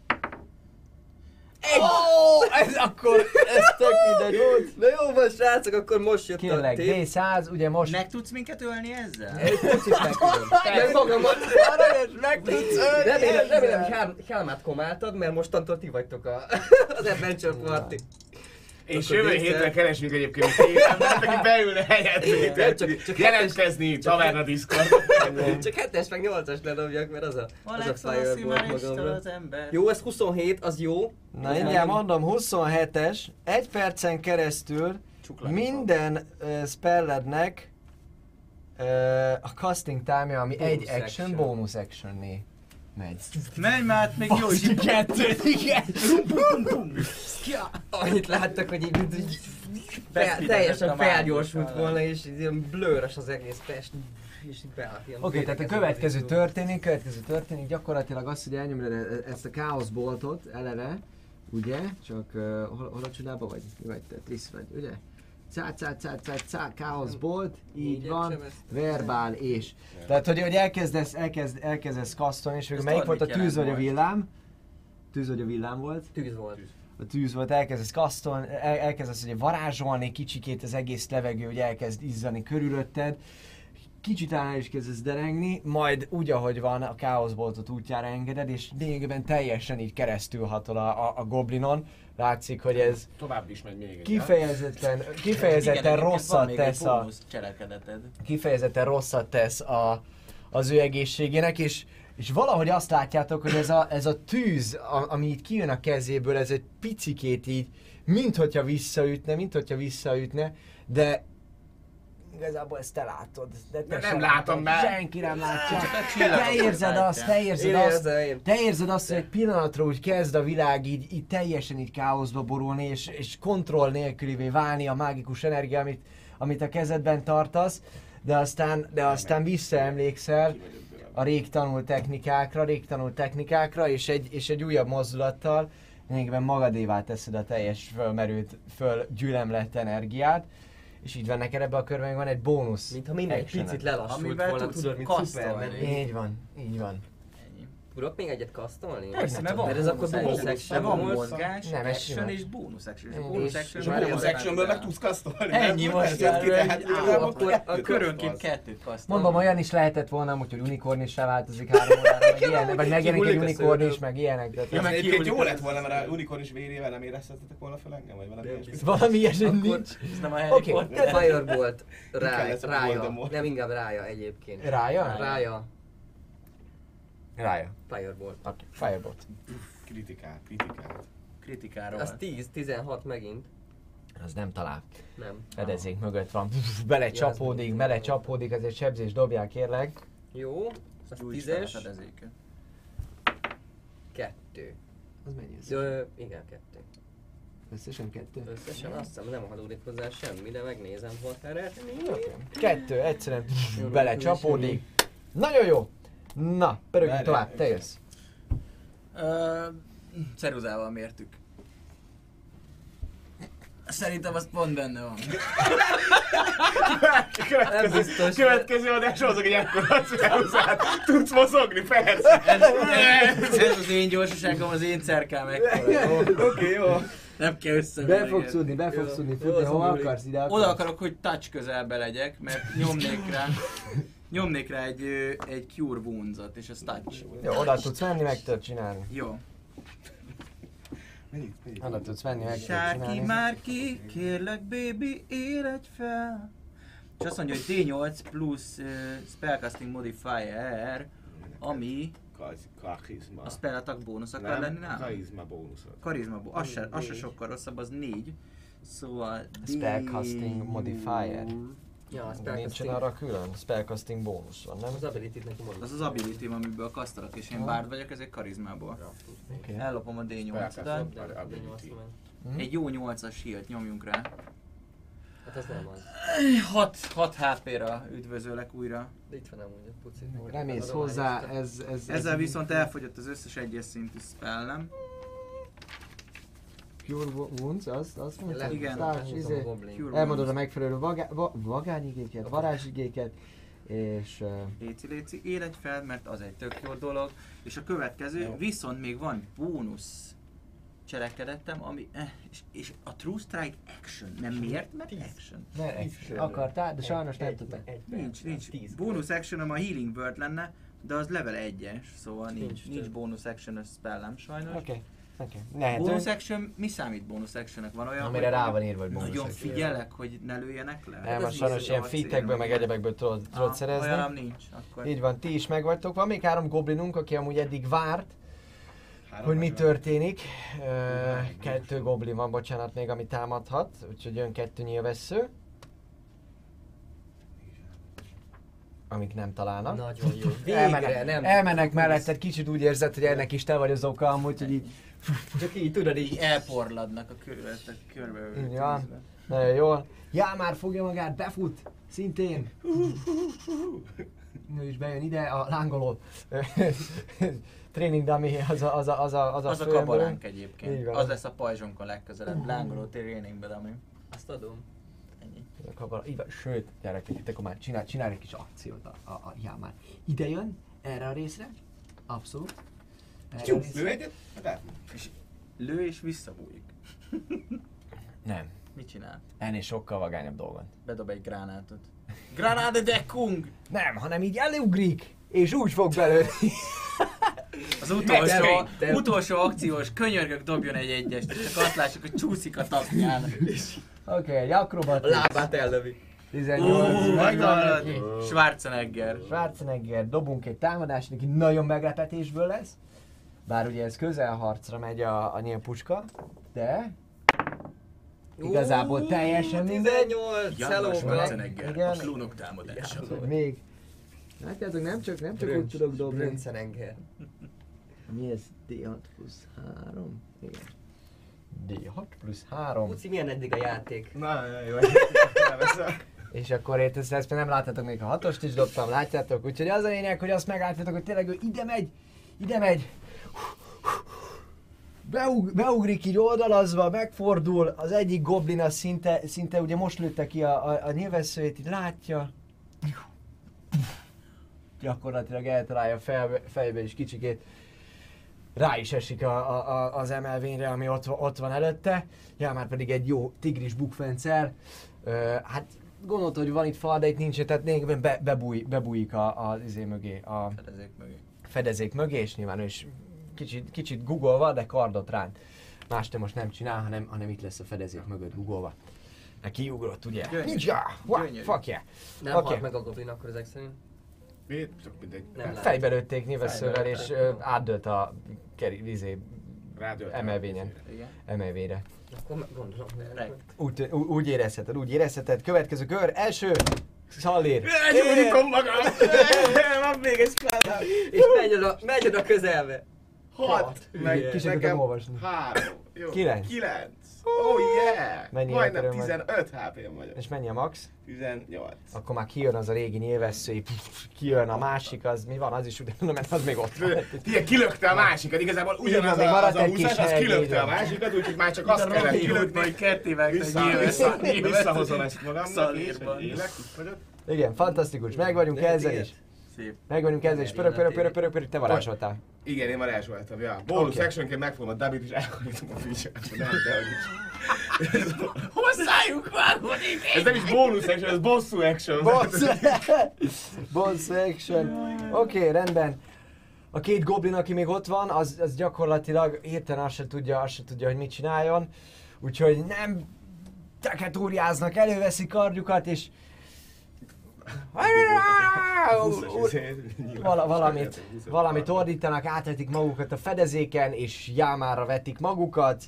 Oh, ez akkor, ez tök mindegy volt. Na jó van srácok, akkor most jött Kérlek, a tép. D száz, ugye most... Meg tudsz minket ölni ezzel? Egy picit meg tudom. Meg magamat. Meg tudsz ölni. Remélem, remélem, hogy Hel- Helmát komáltad, mert mostantól ti vagytok a, az Adventure Party. És Akkor jövő Dave-szel- héten keresünk egyébként egy embert, aki beülne helyett, Nem, csak- csak jelentkezni csak- Taverna Discord. Csak hetes meg nyolcas ledobjak, mert az a, az a Alex Firebolt magamra. az ember. Jó, ez huszonhét, az jó. Na mindjárt mondom, huszonhetes, egy percen keresztül Csuklani minden uh, spellednek uh, a casting time-ja, ami Bonus egy action, action. bonus action-né megy. Menj már, át, még jó is. Kettő, igen! Annyit láttak, hogy így, így fel, Beszédezett teljesen a mágus felgyorsult alá. volna, és így ilyen blőrös az egész test. És így beállt ilyen Oké, tehát a védekező következő izé. történik, következő történik gyakorlatilag az, hogy elnyomod e- ezt a Chaos Boltot eleve, ugye? Csak uh, hol, hol a csodában vagy? Mi vagy te? Trisz vagy, ugye? Cá, cá, cá, cá, cá, Chaos Bolt, így Négyet van, sebeztem. verbál és. Tehát, hogy, hogy elkezdesz, elkezd, elkezdesz kasztolni, és Ez melyik volt a tudod, mit tűz vagy a jelent villám? Tűz vagy a villám volt? Tűz volt. A tűz volt, elkezdesz kasztolni, el, elkezdesz ugye varázsolni kicsikét, az egész levegő ugye elkezd izzani körülötted. kicsit rá is kezdesz derengni, majd úgy, ahogy van, a káoszboltot útjára engeded, és lényegében teljesen így keresztül hatol a, a, a goblinon. Látszik, hogy ez Tovább is megy még egy. kifejezetten, kifejezetten rosszat tesz a... cselekedeted. Kifejezetten rosszat tesz a, az ő egészségének, és, és valahogy azt látjátok, hogy ez a, ez a tűz, a, ami itt kijön a kezéből, ez egy picikét így, minthogyha visszaütne, minthogyha visszaütne, de igazából ezt te látod. De te Nem sem látom, látod. mert- Senki nem látja. csillagok Te érzed látják. azt, te érzed Én azt, érzem, én. te érzed azt, hogy egy pillanatra úgy kezd a világ így, így teljesen így káoszba borulni, és, és kontroll nélkülivé válni a mágikus energia, amit, amit a kezedben tartasz, de aztán, de aztán visszaemlékszel a rég tanult technikákra, rég tanult technikákra, és egy, és egy újabb mozdulattal lényegében magadévá teszed a teljes fölmerült, fölgyülemlett energiát, és így van neked ebbe a körben van egy bónusz. Mintha minden egy actioned. picit lelassult Amivel volna, tudsz tudod, mint kasztolni. Superman. Így van, így van. Ennyi. Tudok még egyet kasztolni? Persze, mert van Mert ez akkor bonus bonus action, action van volt. mozgás, Nem, ez action simán. és bonus action. És a És- bonus action És a már nem bonus az actionből meg benne. tudsz kasztolni. Ennyi, nem? most Ez jött ki, erről tehát egy- igazából akkor- kettőt A körönként kapsz. kettőt kasztolni. Mondom, olyan is lehetett volna, úgyhogy unikornissá változik három órára, meg ilyenek, vagy megjelenik egy Kimúlik a unikornis, szőröm. meg ilyenek. Tehát Ja, Ez meg egyébként kiúlik jó az- lett volna, mert a unikornis vérével nem éreztetek volna fel engem, vagy valami ilyesmi. valami ilyesmi Akkor- nincs. Ez nem a Harry Oké. Potter. Firebolt rá, kellett a rája. Voldemort. Nem, inkább rája egyébként. Rája? Rája. Rája. Firebolt. Oké, Firebolt. Kritikál, kritikál. Kritikára Az van. tíz, tizenhat megint. Az nem talál. Nem. Fedezék mögött van. Bele csapódik, bele csapódik, ezért sebzés dobjál kérlek. Jó. Az Gyújts fel a tízes. fedezéket. Kettő. Az mennyi ez? Ö, igen, kettő. Összesen kettő? Összesen azt hiszem nem adódik hozzá semmi, de megnézem, hol eredmény. Kettő, egyszerűen bele csapódik. Nagyon jó! Na, pörögjünk Várjál. tovább, te jössz. Ö, Ceruzával mértük. Szerintem az pont benne van. Nem biztos. Következő adás hozok egy ekkora ceruzát. Tudsz mozogni, persze. Ez, ez, ez az én gyorsaságom, az én cerkám ekkora. Oké, jó. Nem kell Be összemérni. fogsz tudni, be fogsz Jó. tudni Jó, futni, az hova ugrik. akarsz, ide akarsz. Oda akarok, hogy touch közelbe legyek, mert nyomnék rá, nyomnék rá egy, ö, egy Cure Wounds-ot, és az touch. Jó, oda tudsz menni, meg tudod csinálni. Jó. Menjünk, menjünk. Oda tudsz menni, meg tudod Sárki csinálni. már ki, kérlek baby, éledj fel. És azt mondja, hogy dé nyolc plusz uh, Spellcasting Modifier, ami Kaz- Karizma. a spell attack bónusz akar lenni Nem, nálam? karizma bónuszod. Karizma bónusz, az se, az se sokkal rosszabb, az négy. Szóval... Spellcasting Modifier. Ja, az De nincsen arra külön? Spellcasting bónusz van, nem? Az ability-t neki mondom. Az az ability amiből kasztalok, és én bárd vagyok, ezek karizmából. Oké. Ellopom a dé nyolcat. Spellcasting. De- de nyolc meg. Hm? Egy jó nyolcas shield nyomjunk rá. Hát az nem az. hat há pé-ra üdvözöllek újra. De itt van amúgy a puci. Remész hozzá, ez... ez Ezzel ez viszont elfogyott az összes egyes szintű spellem. Cure Wounds, azt, azt mondtad? Igen. Starch, izé, Cure elmondod a Wounds. megfelelő vagá, va, vagányigéket, varázsigéket, és... Uh, Léci, léci, éledj fel, mert az egy tök jó dolog. És a következő, Jó. viszont még van bónusz cselekedettem, ami... Eh, és, és a True Strike action. Nem miért? Mert action. ne, akartál, de sajnos nem tudtál. Nincs, nincs. Bónusz action a Healing Word lenne, de az level egyes, szóval nincs, Nincs nincs több. bónusz action spellem sajnos. Oké, oké. Lehető, Bónusz action, mi számít bónusz actionnek? Van olyan, amire hogy rá van írva, hogy bónusz nagyon action. figyelek, hogy ne lőjenek le? Nem, Ez most sajnos biztos ilyen a fitekből, célom. meg egyebekből tudod, tudod Ah, szerezni. Olyanam nincs, akkor... Így van, ti is megvagytok. Van még három goblinunk, aki amúgy eddig várt, Három hogy mi megvan. történik. Ö, kettő goblin van, bocsánat, még ami támadhat, úgyhogy jön kettő nyilvessző. Amik nem találnak. Nagyon jó. Végre, Elmennek, nem. elmennek melletted, kicsit úgy érzed, hogy ennek is te vagy az oka amúgy, hogy így... Csak így tudod, így elporladnak a körülöttek körbe. Így van. Nagyon jól. Já, már fogja magát, befut! Szintén! Ő is bejön ide, a lángoló training dummy, az a, az a, az a, az a, Az a főemberünk. kabaránk Így egyébként. van. Az lesz a pajzsonkon legközelebb. Lángoló trainingben, ami... Azt adom. Ennyi. Ez a kabara. Így van. Sőt, gyerekek, itt akkor már csinál, csinál egy kis akciót a, a, a já már. Ide jön, erre a részre. Abszolút. Erre a Jó, részre. lő egyet? Hát És lő és visszabújik. Nem. Mit csinál? Ennél sokkal vagányabb dolgon. Bedob egy gránátot. Granade de Kung! Nem, hanem így elugrik, és úgy fog belőle. Az utolsó, Te- te- utolsó akciós könyörgök dobjon egy egyest, és csak azt lássuk, hogy csúszik a tapján. Oké, okay, egy akrobat. Lábát ellövi. tizennyolc. Ó, megvan megvan! neki. Schwarzenegger. Schwarzenegger, dobunk egy támadást, neki nagyon meglepetésből lesz. Bár ugye ez közelharcra megy a, a nyílpuska, de igazából teljesen mindegy. tizennyolc, Janna szelóka. Schwarzenegger, Igen. a klónok támadása. Még. Látjátok, nem csak, nem csak úgy tudok dobni. Brüncenenger. Mi ez? dé hat plusz három? Igen. dé hat plusz három. Uci, milyen eddig a játék? Na, jó, elveszem. És akkor itt ezt, ezt nem láttátok, még a hatost is dobtam, látjátok? Úgyhogy az a lényeg, hogy azt meglátjátok, hogy tényleg ő ide megy, ide megy. Beug, beugrik így oldalazva, megfordul, az egyik goblin az szinte, szinte ugye most lőtte ki a, a, a nyilvesszőjét, így látja. Gyakorlatilag eltalálja fejbe, fejbe is kicsikét. Rá is esik a, a, a, az emelvényre, ami ott, ott van előtte. Ja, már pedig egy jó tigris bukfencer. Ö, hát gondolta, hogy van itt fal, de itt nincs, tehát lényegében be, bebúj, bebújik a, az izé mögé, a Fedezék mögé. fedezék mögé, és nyilván ő is kicsit, kicsit googolva, de kardot ránt. Más te most nem csinál, hanem, hanem itt lesz a fedezék mögött googolva. Neki ugrott, ugye? Gyönyörű. Ninja! Wow, Gyönyörű. fuck yeah! Nem Oké. halt meg a goblin akkor ezek szerint? Miért? Csak mindegy. Nem lát. Fejbe lőtték nyilvesszővel, Fejbe és ö, átdőlt a keri, izé, Rádölt. emelvényen. Igen. Emelvényre. Akkor meg gondolom. Rekt. Úgy, ú- úgy érezheted, úgy érezheted. Következő kör, első, Szallér. Gyújtom magam! Van még egy spell. És megy oda, megy oda közelbe. Hat. Meg Kicsit nekem tudom olvasni. három. Jó. Kilenc. Kilenc. Oh yeah! Mennyi Majdnem elterem vagy? tizenöt há pé-m vagyok. És mennyi a max? tizennyolc. Akkor már kijön az a régi nyilvessző, így kijön a másik, az mi van, az is ugyanúgy, mert az még ott van. Igen, kilökte a másikat, igazából ugyanaz még a, maradt az a egy kis húszás, az hely, így kilökte a van. másikat, úgyhogy már csak azt kellett Kilökni, kilökni. hogy ketté vágta Vissza, egy vissza, nyilván. visszahozom ezt magamnak, és Szalírban. hogy élek, itt vagyok. Igen, fantasztikus, meg vagyunk ezzel is. Szép. Meg vagyunk ezzel is, pörög, pörög, pörög, pörög, pörög, te varázsoltál. Igen, én varázsoltam, ja. Bonus Oké. actionként megfogom a Dabit és elhajítom a feature-t, nem, de hogy is. Hosszájuk vágódik! Ez nem is bonus action, ez bosszú action. Boss! Boss action. Oké, okay, rendben. A két goblin, aki még ott van, az, az gyakorlatilag hirtelen azt se tudja, azt se tudja, hogy mit csináljon. Úgyhogy nem teketóriáznak, előveszik kardjukat és... Vala, valamit, valamit ordítanak, átvetik magukat a fedezéken, és jámára vetik magukat.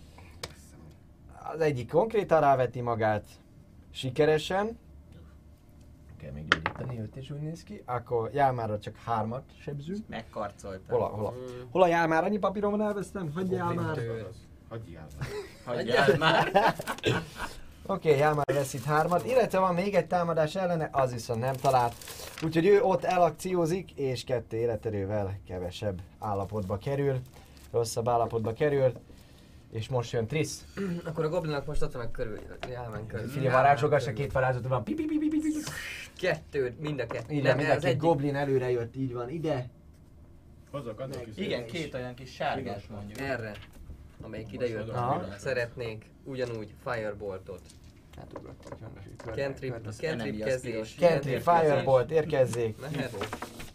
Az egyik konkrétan ráveti magát, sikeresen. Kell még gyógyítani, őt is úgy néz ki. Akkor jámára csak hármat sebzünk. Megkarcoltam. Hol a, hol a, hol a jálmár? Annyi papíron van, elvesztem? Hagyjál már. Hagyjál. Hagyjál már. Oké, okay, Jámár vesz itt hármat, illetve van még egy támadás ellene, az viszont nem talált. Úgyhogy ő ott elakciózik, és kettő életerővel kevesebb állapotba kerül. Rosszabb állapotba kerül. És most jön Trisz. Akkor a goblinok most ott vannak körül, elmen körül. Figyelj, varázsolgassa, két varázslat van. Pi, pi, pi, pi, pi, pi. Kettő, mind a kettő. Így Nem, van, mind a az két egyik- goblin előre jött, így van, ide. Hozok, adok is. Igen, két olyan kis sárgás mondjuk. Erre, amelyik ide jött. Aha. Szeretnénk ugyanúgy Fireboltot. Hát ugrok, hogy van a Cantrip, az cantrip enemy, az kezés. piros. Cantrip, Firebolt, érkezzék. Mehet.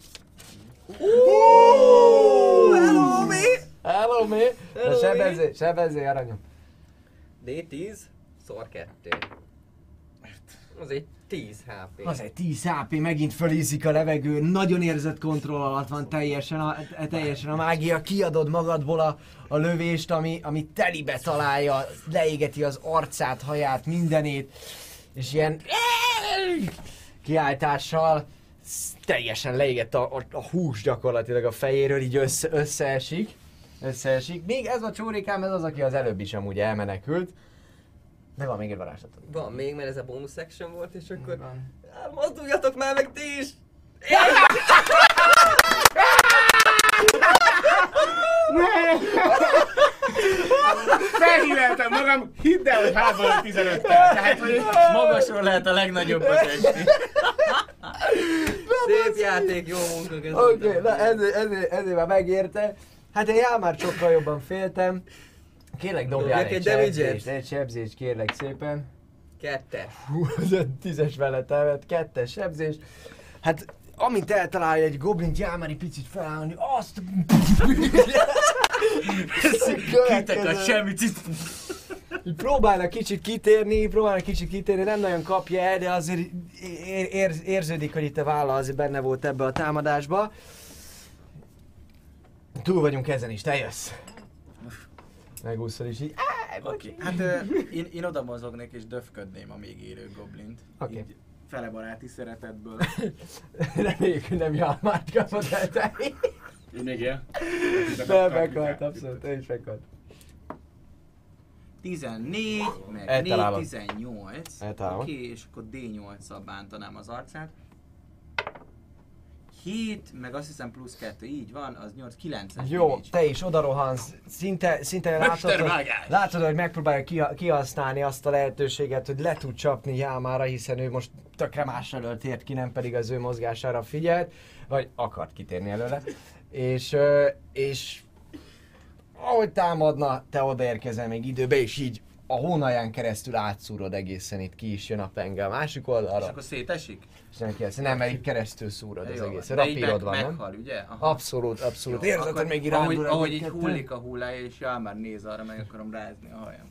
Hello, me! Hello, me! Hello, Na sebezé, sebezé, aranyom. dé tíz, szor kettő. Az egy tíz há pé. Az egy tíz há pé, megint fölízik a levegő, nagyon érzett kontroll alatt van teljesen a, teljesen a mágia, kiadod magadból a, a lövést, ami, ami telibe találja, leégeti az arcát, haját, mindenét, és ilyen kiáltással teljesen leégett a, a, a hús gyakorlatilag a fejéről, így össze, összeesik. Összeesik. Még ez a csórikám, ez az, aki az előbb is amúgy elmenekült. De van még egy varázslatom. Van még, mert ez a bonus action volt, és akkor... Mozduljatok már meg ti is! Felhíveltem magam, hidd el, hogy hátban vagy tizenöttel. Tehát, hogy Magasról lehet a legnagyobbat esni. Szép játék, jó munka között. Oké, okay, na ezért, ezért, ezért már megérte. Hát én já már sokkal jobban féltem. Kérlek dobjál Dobjak egy egy damage-et? sebzést, egy sebzést kérlek szépen. Kettes. Hú, az egy tízes vele tevet, kettes sebzés. Hát, amint eltalálja egy goblint, Jámari picit felállni, azt... Kitek a semmit. Próbálnak kicsit kitérni, próbálnak kicsit kitérni, nem nagyon kapja el, de azért ér, ér, érződik, hogy itt a válla azért benne volt ebbe a támadásba. Túl vagyunk ezen is, te jössz. Megúszol is így. Oké, hát ö, én, én oda mozognék és döfködném a még élő goblint. Oké. Így fele baráti szeretetből. Reméljük, hogy nem Jalmárt kapod el, te. Ő még él? Nem, meghalt, abszolút, ő is meghalt. tizennégy, meg Eltalálod. négy, tizennyolc. Eltalálod. Oké, és akkor dé nyolccal bántanám az arcát. hét, meg azt hiszem plusz kettő, így van, az nyolc, kilences. Jó, te is odarohansz, szinte, szinte látod, hogy, látod, hogy megpróbálja ki, kihasználni azt a lehetőséget, hogy le tud csapni Jámára, hiszen ő most tökre más elől tért ki, nem pedig az ő mozgására figyelt, vagy akart kitérni előle. És, ö, és ahogy támadna, te odaérkezel még időbe, és így a hónaján keresztül átszúrod egészen, itt ki is jön a penge a másik És oldalra. akkor szétesik? És nem kell, nem, mert így keresztül szúrod az Jó, egész. de így Rapírod meg, van, nem? meghal, ugye? Aha. Abszolút, abszolút. Jó, Érzed, akkor hogy még ahogy, irándul ahogy így egy-kettő? hullik a hullája, és Jál már néz arra, meg akarom rázni a hajam.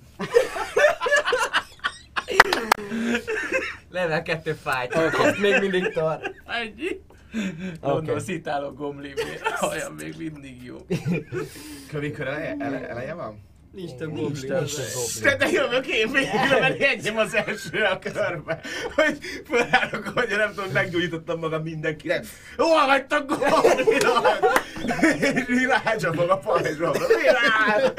Level kettő fájt. Oké, még mindig tart. Ennyi. Oké. Mondom, szitálok gomlimért, a hajam még mindig jó. Kövinkör eleje, ele, eleje van? Nincs több Nincs goblin. több De, de jövök én végre, mert egyem az első a körbe. Hogy felállok, hogy nem tudom, meggyógyítottam magam mindenkinek. Hol vagytok gomlinok? És így rácsapok a pajzsomra. Világ!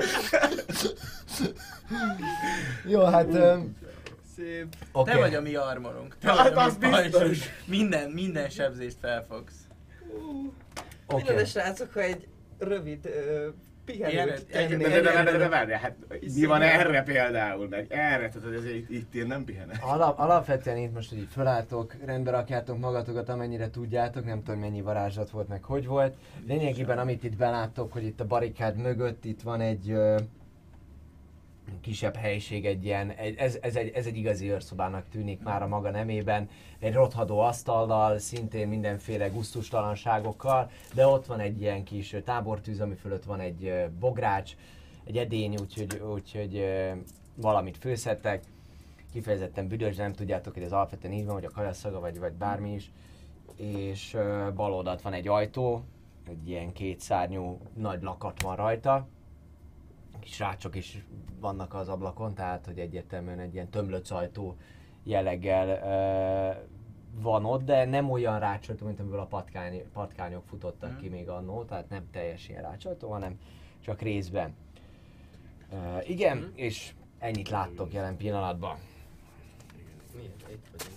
Jó, hát... Um, Szép. Oké. Te vagy a mi armorunk. Te Hát vagy a az mi pajzsunk. biztos. Minden, minden sebzést felfogsz. Oké. Minden srácok, ha egy rövid ö, pihenőt Ilyen- De, de, tennék. de, de, de, de, várjál, hát mi van erre például, meg erre, tehát hogy azért itt én nem pihenek. Alap, alapvetően itt most, hogy így fölálltok, rendbe rakjátok magatokat, amennyire tudjátok, nem tudom mennyi varázslat volt, meg hogy volt. Lényegében, amit itt beláttok, hogy itt a barikád mögött itt van egy ö, kisebb helység, egy ilyen, egy, ez, ez, egy, ez egy igazi őrszobának tűnik már a maga nemében, egy rothadó asztallal, szintén mindenféle gusztustalanságokkal, de ott van egy ilyen kis ö, tábortűz, ami fölött van egy ö, bogrács, egy edény, úgyhogy, úgyhogy ö, valamit főzhettek. Kifejezetten büdös, de nem tudjátok, hogy ez alapvetően így van, hogy a kajaszaga vagy, vagy bármi is. És ö, bal oldalt van egy ajtó, egy ilyen kétszárnyú nagy lakat van rajta. Kis rácsok is vannak az ablakon, tehát hogy egyértelműen egy ilyen tömlöc ajtó jelleggel ö, van ott, de nem olyan rácsajtó, mint amiből a patkány, patkányok futottak Mm. ki még annó, tehát nem teljes ilyen rácsajtó, hanem csak részben. Ö, igen, Mm. és ennyit láttok jelen pillanatban. Milyen? Itt vagyunk.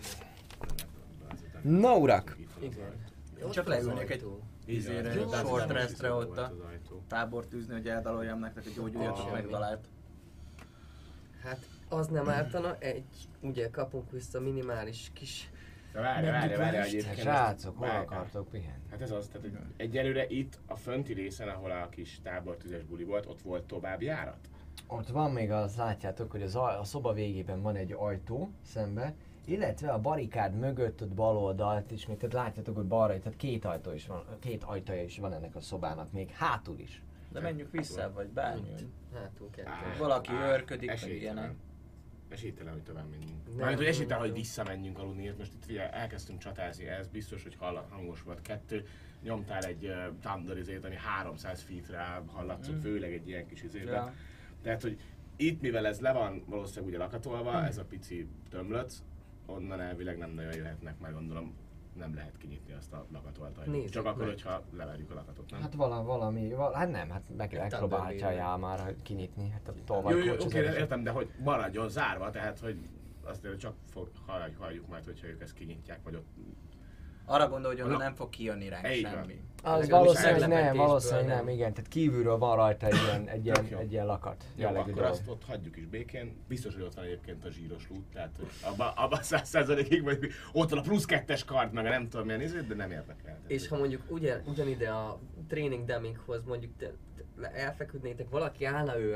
Na urak! Igen. Csak leülnék egy izére, Jó, egy az short nem is restre izé ott volt a az ajtó. tábort tűzni, hogy eldaloljam nektek, hogy gyógyuljatok Ah. meg talált. Hát az nem ártana, egy, ugye kapunk vissza minimális kis... De várj, várj, várj, egyébként. Srácok, hol várj. akartok pihenni? Hát ez az, tehát hogy egyelőre itt a fönti részen, ahol a kis tábortüzes buli volt, ott volt tovább járat. Ott van még az, látjátok, hogy az a, a szoba végében van egy ajtó szembe, illetve a barikád mögött ott bal oldalt is, még tehát látjátok, hogy balra, tehát két ajtó is van, két ajtaja is van ennek a szobának, még hátul is. De menjünk vissza, vagy bármi. hogy Hátul kettő. Á, Valaki á, őrködik, meg esélytelen. ilyenek. Esélytelen, hogy tovább menjünk. Nem, Mármint, hogy esélytelen, nem, hogy nem. visszamenjünk aludni, és most itt figyelj, elkezdtünk csatázni, ez biztos, hogy hall, hangos volt kettő, nyomtál egy uh, thunderizét, ami háromszáz feetre hallatszott, Mm. főleg egy ilyen kis izében. Ja. Tehát, hogy itt, mivel ez le van valószínűleg ugye lakatolva, ez a pici tömlöc, onnan elvileg nem nagyon jöhetnek, meg gondolom nem lehet kinyitni azt a lakatolt ajtót. Nézzük Csak akkor, meg. hogyha leverjük a lakatot, nem? Hát vala, valami, val, hát nem, hát meg Egy megpróbálhatja Thunderbird. já már hogy kinyitni, hát a Jó, jó, tolvajkulcs oké, értem, de hogy maradjon zárva, tehát hogy azt csak fog, halljuk, halljuk majd, hogyha ők ezt kinyitják, vagy ott... Arra gondolj, hogy onnan Na. nem fog kijönni ránk Így van. semmi. Az Legalábbis valószínűleg nem, meglepetésből valószínűleg nem, nem. igen, tehát kívülről van rajta egy ilyen, egy ilyen, Tök jó. egy ilyen lakat. Jó, jellegű akkor dolog. azt ott hagyjuk is békén. Biztos, hogy ott van egyébként a zsíros lút, tehát hogy abban abba száz százalékig vagy ott van a plusz kettes kard, meg a nem tudom milyen izét, de nem érdekel. És ha mondjuk ugyan, ugyanide a training dumminghoz mondjuk te, te elfeküdnétek, valaki állna őrt,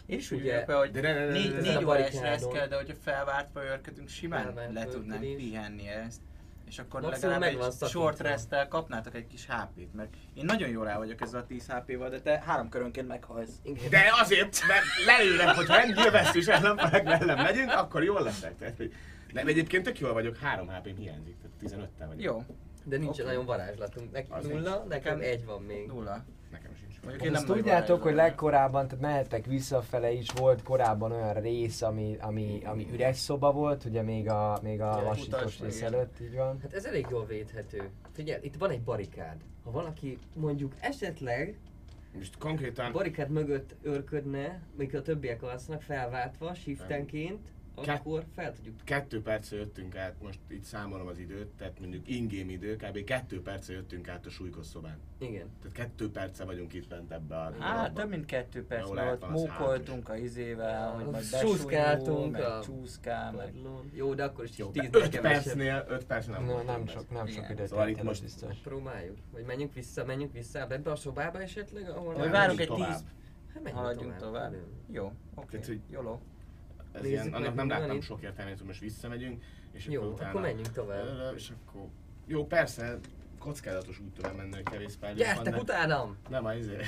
És Ugye- ugye, be, hogy De ne, ne, ne, négy, ne, ne, négy ne. órás barikádon. lesz kell, de hogyha felváltva örködünk, simán Felvált le tudnánk örködés. pihenni ezt. És akkor Maximum legalább meg van egy szakítva. short rest-tel kapnátok egy kis há pét, mert én nagyon jól el vagyok ezzel a tíz há péval, de te három körönként meghalsz. Igen. De azért, mert lelőnek, hogyha endgyilvesztős ellenfelek ellen megyünk, akkor jól leszek. Tehát, hogy nem, egyébként tök jól vagyok, három há pém hiányzik, tehát tizenöttel vagyok. Jó, De nincs Oké. nagyon varázslatunk. Neki Az nulla, nincs. nekem egy van még. nulla. Nekem sincs. Mondjuk Hát én azt nem tudjátok, nagyon hogy varázsolom. legkorábban, tehát mehettek visszafele is, volt korábban olyan rész, ami, ami, ami üres szoba volt, ugye még a, még a Ja, lassítós mutasd meg, rész igen. előtt, így van. Hát ez elég jól védhető. Figyelj, itt van egy barikád. Ha valaki mondjuk esetleg Most konkrétan barikád mögött örködne, mikor a többiek alszanak felváltva, shiftenként, Kett- akkor fel tudjuk. kettő percre jöttünk át, most itt számolom az időt, tehát mondjuk in-game idő, kb. kettő percre jöttünk át a súlykos szobán. Igen. Tehát kettő perce vagyunk itt bent ebbe a... Hát több mint kettő perc, Jó, mert lehet ott van az mókoltunk a izével, hogy majd Csúszkáltunk besúlyul, a meg csúszkál, meg... Padlón. Jó, de akkor is Jó, tíz de öt kevesebb. percnél, öt percnél nem No, volt nem több sok, ez. nem Igen. sok időt Szóval telt itt el, az most- biztos. Próbáljuk. Vagy menjünk vissza, menjünk vissza ebbe a szobába esetleg, ahol... Vagy Nem, várunk egy tovább. tíz, Hát menjünk haladjunk tovább. Jó, oké, Tehát, hogy- jóló. Ez Nézzük ilyen, meg, annak nem mi van láttam itt. sok értelmét, hogy most visszamegyünk, és Jó, akkor utána... akkor menjünk tovább. Ö, És akkor... Jó, persze, kockázatos úgy tudom menni, hogy kevés pálya Gyertek utánam! Nem, az izé...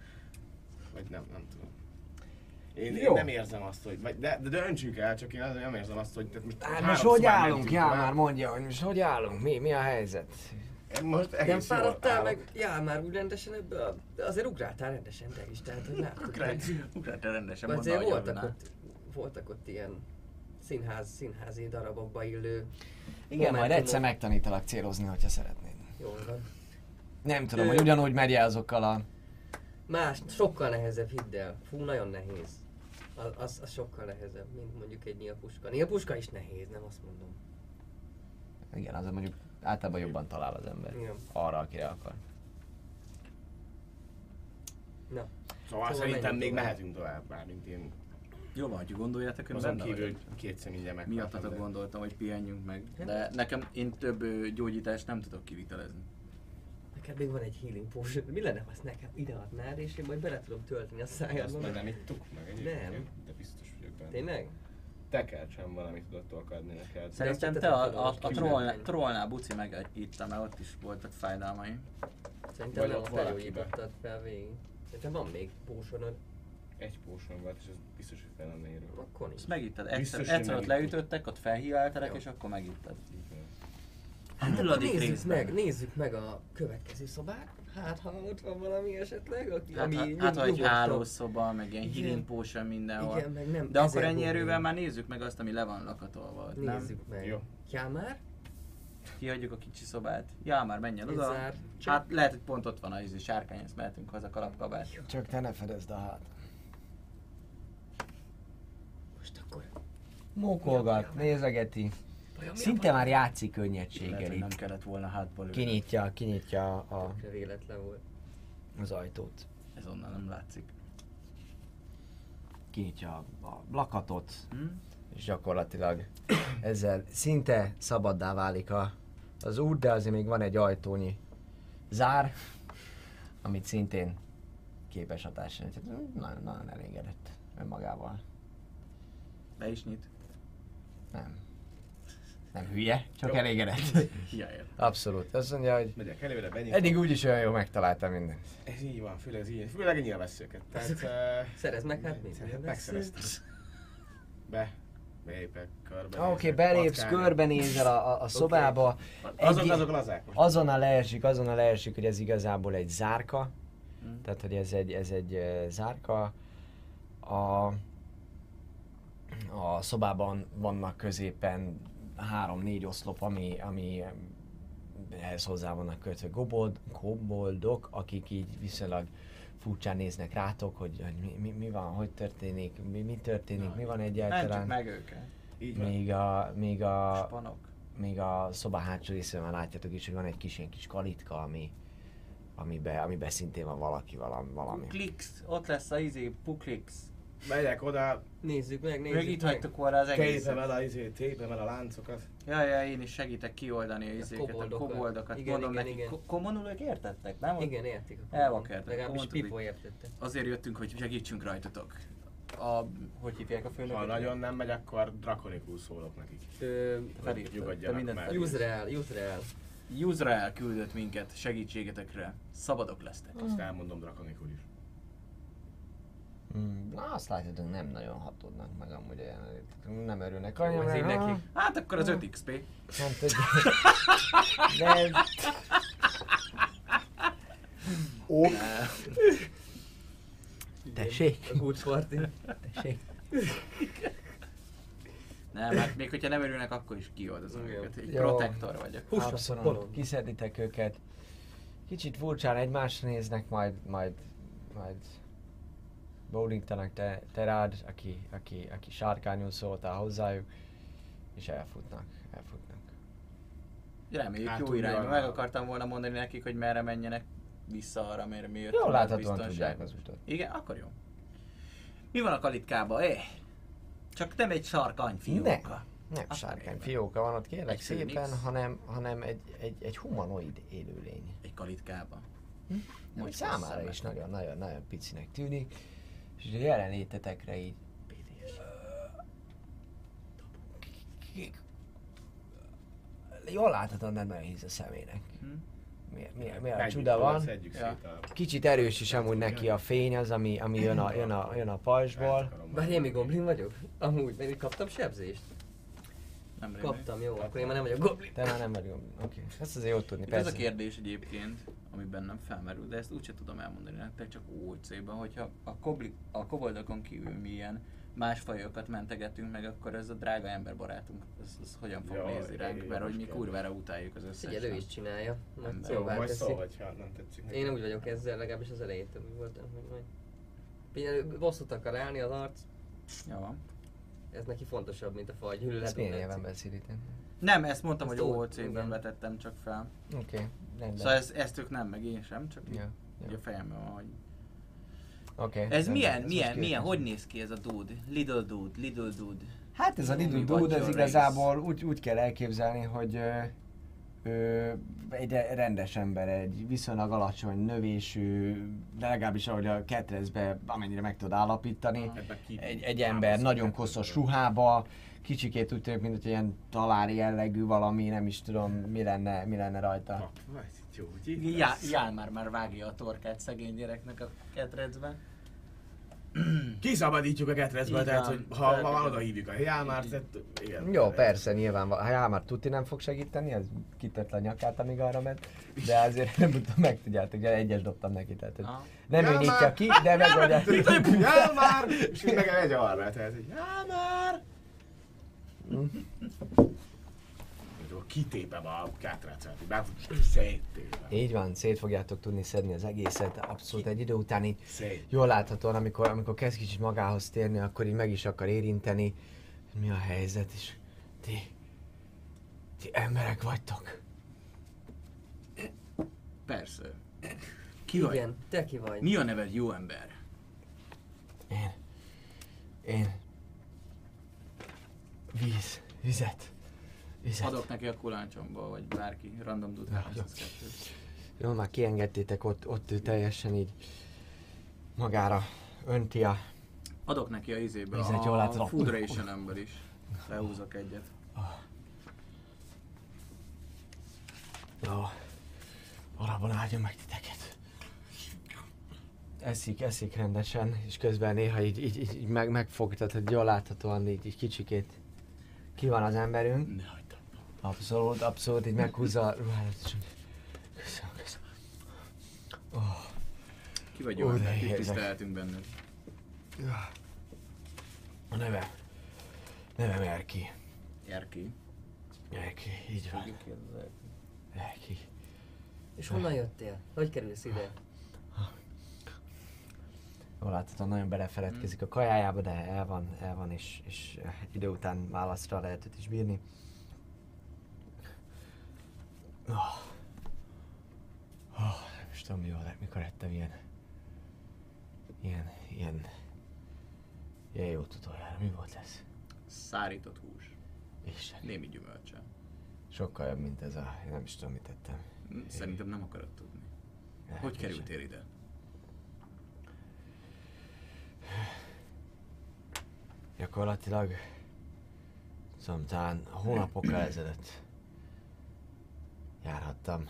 Vagy nem, nem tudom. Én, én Jó. nem érzem azt, hogy... Vagy, de, de döntsük el, csak én azért nem érzem azt, hogy... Tehát most Hát három most hogy szobán állunk? mentünk Já, tovább. már mondja, hogy most hogy állunk? Mi, mi a helyzet? Én most Nem egész jól fáradtál állok. meg? Já, már úgy rendesen ebbe a... De azért ugráltál rendesen te is, tehát hogy látod. Ugrálta rendesen, Vagy mondta, azért hogy voltak jobbnál. ott, voltak ott ilyen színház, színházi darabokba illő Igen, majd momentumok. egyszer megtanítalak célozni, hogyha szeretnéd. Jól van. Nem tudom, hogy ugyanúgy megy azokkal a... Más, sokkal nehezebb, hidd el. Fú, nagyon nehéz. Az, az, az sokkal nehezebb, mint mondjuk egy nyílpuska. Nyílpuska is nehéz, nem azt mondom. Igen, az mondjuk általában jobban talál az ember. Igen. Arra, akire akar. Na, Szóval, Szóval szerintem menjünk még tovább. mehetünk tovább, bármint én Jó van, hogy gondoljátok, hogy azon benne kívül vagyok. kétszer mindjárt meghaltam. Miattatok de- gondoltam, hogy pihenjünk meg, de nekem én több ö, gyógyítást nem tudok kivitelezni. neked még van egy healing potion. Mi lenne, ha azt nekem ide adnád, és én majd bele tudom tölteni a Azt szájadba? meg nem ittuk meg egyébként, Nem. de biztos vagyok benne. Tényleg? Tekercsem valamit tudottok adni neked. Szerintem azt te a, tetted a, volna, a hogy trollnál, kivetni. trollnál buci meg ittam, mert ott is voltak fájdalmai. Szerintem Vagy nem, ott a valakibe. felgyógyítottad fel végig. Szerintem van még potionod. Egy póson volt, és ez biztos, hogy fel lenne írva. Akkor nincs. Ezt megittad. Egyszer, Biztos, hogy egyszer ott megittuk. leütöttek, ott felhíváltalak, Jó. és akkor megittad. Így van. A Akkor nulladik nézzük részben. meg, nézzük meg a következő szobát. Hát, ha ott van valami esetleg, aki, Hát, ami hát, nyug- hát vagy nyugodtabb. hálószoba, meg ilyen Igen. healing potion mindenhol. Igen, meg nem De akkor ezer ennyi goblin. erővel már nézzük meg azt, ami le van lakatolva. ott, nem? Nézzük meg. Jó. Kell már? Kihagyjuk a kicsi szobát. Já, már menjen oda. Zár. Hát lehet, hogy pont ott van a izé sárkány, ezt mehetünk haza kalapkabát. Csak te ne fedezd a hát. Most akkor. Mókolgat, nézegeti. Vajon mi a Szinte baj? már játszik Lehet, könnyedséggel hogy nem itt. kellett volna hátból ülni. Kinyitja, kinyitja a, Tökre véletlen volt. az ajtót. Ez onnan nem látszik. Kinyitja a lakatot, Hm? és gyakorlatilag ezzel szinte szabaddá válik a, az út, de azért még van egy ajtónyi zár, amit szintén képes hatásra. Nagyon, nagyon elégedett önmagával. Be is nyit. Nem. Nem hülye, csak Jó. elégedett. Hiáért. Abszolút. Azt mondja, hogy Megyek előre, benyitom. eddig úgyis olyan jól megtaláltam mindent. Ez így van, főleg, ez így, főleg a nyilvesszőket. Tehát... uh, Szerezd meg hát mit? hát megszereztem. Be. Beépek, körbe. Oké, okay, belépsz, körbenézel a, a, a szobába. Azok, Egy- azok lazák most. Azonnal leesik, azonnal leesik, hogy ez igazából egy zárka. Hm. Tehát, hogy ez egy, ez egy eh, zárka. A, a szobában vannak középen három-négy oszlop, ami, ami em, ehhez hozzá vannak kötve gobold, koboldok, akik így viszonylag furcsán néznek rátok, hogy, hogy mi, mi, mi van, hogy történik, mi, mi történik, mi van Mentsük egyáltalán. meg őket. Így van. Még a, még a, Spanok. még a szoba hátsó részén már látjátok is, hogy van egy kis ilyen kis kalitka, ami, amiben, amiben szintén van valaki, valami. valami. Puklix, ott lesz a izé, Puklix. Megyek oda, Nézzük meg, nézzük Még itt meg. hagytuk volna az tépem egészet. el a, izé, tépem el a láncokat. Ja, ja, én is segítek kioldani a izéket, a koboldokat. koboldokat. Igen, Mondom igen, nekik, igen. ko- kommonul ők értettek, nem? Igen, értik. a Elvakertek, Legalábbis akkor mondtuk, Pipo értette. Azért jöttünk, hogy segítsünk rajtatok. a... Hogy hívják a főnököt? Ha nagyon nem megy, akkor drakonikul szólok nekik. Ö, Felírtad. Nyugodjanak Te mindent meg. felírtad. Usereal, Usereal. Uzrael küldött minket segítségetekre. Szabadok lesztek. Ezt elmondom drakonikul is. Hmm, na azt látod, hogy nem nagyon hatódnak meg amúgy olyan, nem örülnek Jó, annyira, ez így mert- neki. Hát akkor az öt iksz pé. Nem tudja. De... Ok. Tessék? A good party. Tessék? Nem, hát még hogyha nem örülnek, akkor is kioldozom Jó. őket. Egy Jó. protektor vagyok. Húsra, Abszolút. polon. Kiszeditek őket. Kicsit furcsán egymásra néznek, majd, majd, majd bowlingtanak te, te rád, aki, aki, aki sárkányul szóltál hozzájuk, és elfutnak, elfutnak. Reméljük Hát jó tudja, irányba. na. Meg akartam volna mondani nekik, hogy merre menjenek vissza arra, merre mi jöttünk. Jól az láthatóan biztonság. tudják az utat. Igen, akkor jó. Mi van a kalitkába, eh? Csak nem egy sarkany fióka. Ne, nem Akkor sárkány rendben. fióka van ott kérlek Egy szépen, főnix. hanem, hanem egy, egy, egy humanoid élőlény. Egy kalitkába. Ami Most számára hosszan is meg. nagyon-nagyon-nagyon picinek tűnik, és a jelenlétetekre így pé dé es. jól láthatóan nem nagyon hisz a szemének. Hm? Mi, mi, mi a Menjünk csuda tovább, van? Szedjük Ja. szét a... Kicsit erős is amúgy neki a fény az, ami, ami jön, a, jön, a, jön a pajzsból. Bár én még goblin vagyok? Amúgy, még kaptam sebzést. Nem rémlik. Kaptam, jó, akkor én már nem vagyok goblin. Te már nem vagy oké. Okay. Ezt azért jót tudni, Itt ez persze. a kérdés egyébként, ami bennem felmerül, de ezt úgyse tudom elmondani nektek, csak ó cé-ben, hogyha a, kobli, a koboldokon kívül mi ilyen más fajokat mentegetünk meg, akkor ez a drága emberbarátunk, ez, ez hogyan fog Jaj, nézni ránk, mert hogy mi most kurvára utáljuk az összes. Figyelj, ő is csinálja. Majd Ember. Jó, szóvá majd teszi. szól, hogyha nem tetszik neki. Én úgy vagyok ezzel, legalábbis az elején több voltam, hogy majd... Figyelj, bosszút akar állni az arc, Jó van. ez neki fontosabb, mint a faj Ezt gyűlölet. milyen nyelven beszélitek? Nem, ezt mondtam, Ezt hogy ó- ó cé-ben igen. vetettem csak fel. Oké, okay. rendben. Szóval ezt, ezt ők nem, meg én sem, csak így, Ja, így ja. a fejemben van, hogy... Oké. Ez rendben. milyen, Ezt milyen, most milyen, hogy kérdezem. néz ki ez a dude? Little dude, little dude. Hát ez a Lidl Mi Dude, vagy ez a igazából úgy, úgy kell elképzelni, hogy ö, ö, egy rendes ember, egy viszonylag alacsony növésű, de legalábbis ahogy a ketrecbe, amennyire meg tudod állapítani, Ebben ki- egy, egy ember nagyon koszos ruhába, kicsikét úgy tűnik, mint hogy ilyen talári jellegű valami, nem is tudom mi lenne, mi lenne rajta. Pap, vagy jó, hogy itt Já, lesz. Jál már már vágja a torkát szegény gyereknek a ketrecben. Kiszabadítjuk a ketrecbe, Így tehát van. hogy ha, ha van, oda hívjuk a Jámárt, tehát igen. Jó, persze, nyilván, ha Jámár tuti nem fog segíteni, ez kitett le a nyakát, amíg arra ment, de azért nem tudom, megtudjátok, de egyes dobtam neki, tehát hogy Aha. nem ő Jámár! nyitja ki, de megoldják. Jámár! És így meg egy arra, tehát hogy Jámár! Kitépem a ketrecet, így meg széttépem. Így van, szét fogjátok tudni szedni az egészet, abszolút egy idő után így Szét. jól láthatóan, amikor, amikor kezd kicsit magához térni, akkor így meg is akar érinteni, hogy mi a helyzet, és ti, ti emberek vagytok. Persze. Ki vagy? Igen, te ki vagy? Mi a neved, jó ember? Én, én, víz, vizet, vizet. Adok neki a kuláncsomból, vagy bárki, random dude Ja, háromszázkettő. Jó, már kiengedtétek, ott, ott ő teljesen így magára önti a... Adok neki a izébe, Vizet jól látod. a food rationemből is. Lehúzok egyet. Jó, arabban áldjon meg titeket. Eszik, eszik rendesen, és közben néha így, így, így, így meg, megfogtad, hogy jól láthatóan így, így kicsikét ki van az emberünk. Ne hagyd abba. Abszolút, abszolút, így meghúzza a ruhádat, és úgy- köszönöm, köszönöm. Oh, Ki vagy jó Ó, de ember, kis érzek. tiszteltünk benned. a nevem, nevem Erki. Erki. Erki, így van, Fogjuk kérdezni. Erki. És honnan jöttél? Hogy kerülsz ide? Jól láthatóan nagyon belefeledkezik a kajájába, de el van, el van, és, és egy idő után válaszra lehet őt is bírni. Oh. Oh, nem is tudom, mi volt, mikor ettem ilyen, ilyen, ilyen, ilyen jót utoljára. Mi volt ez? Szárított hús. Isten, Némi gyümölcsel. sokkal jobb, mint ez a, nem is tudom, mit ettem. Szerintem nem akarod tudni. Hogy kerültél ide? Gyakorlatilag szóval talán hónapokkal ezelőtt járhattam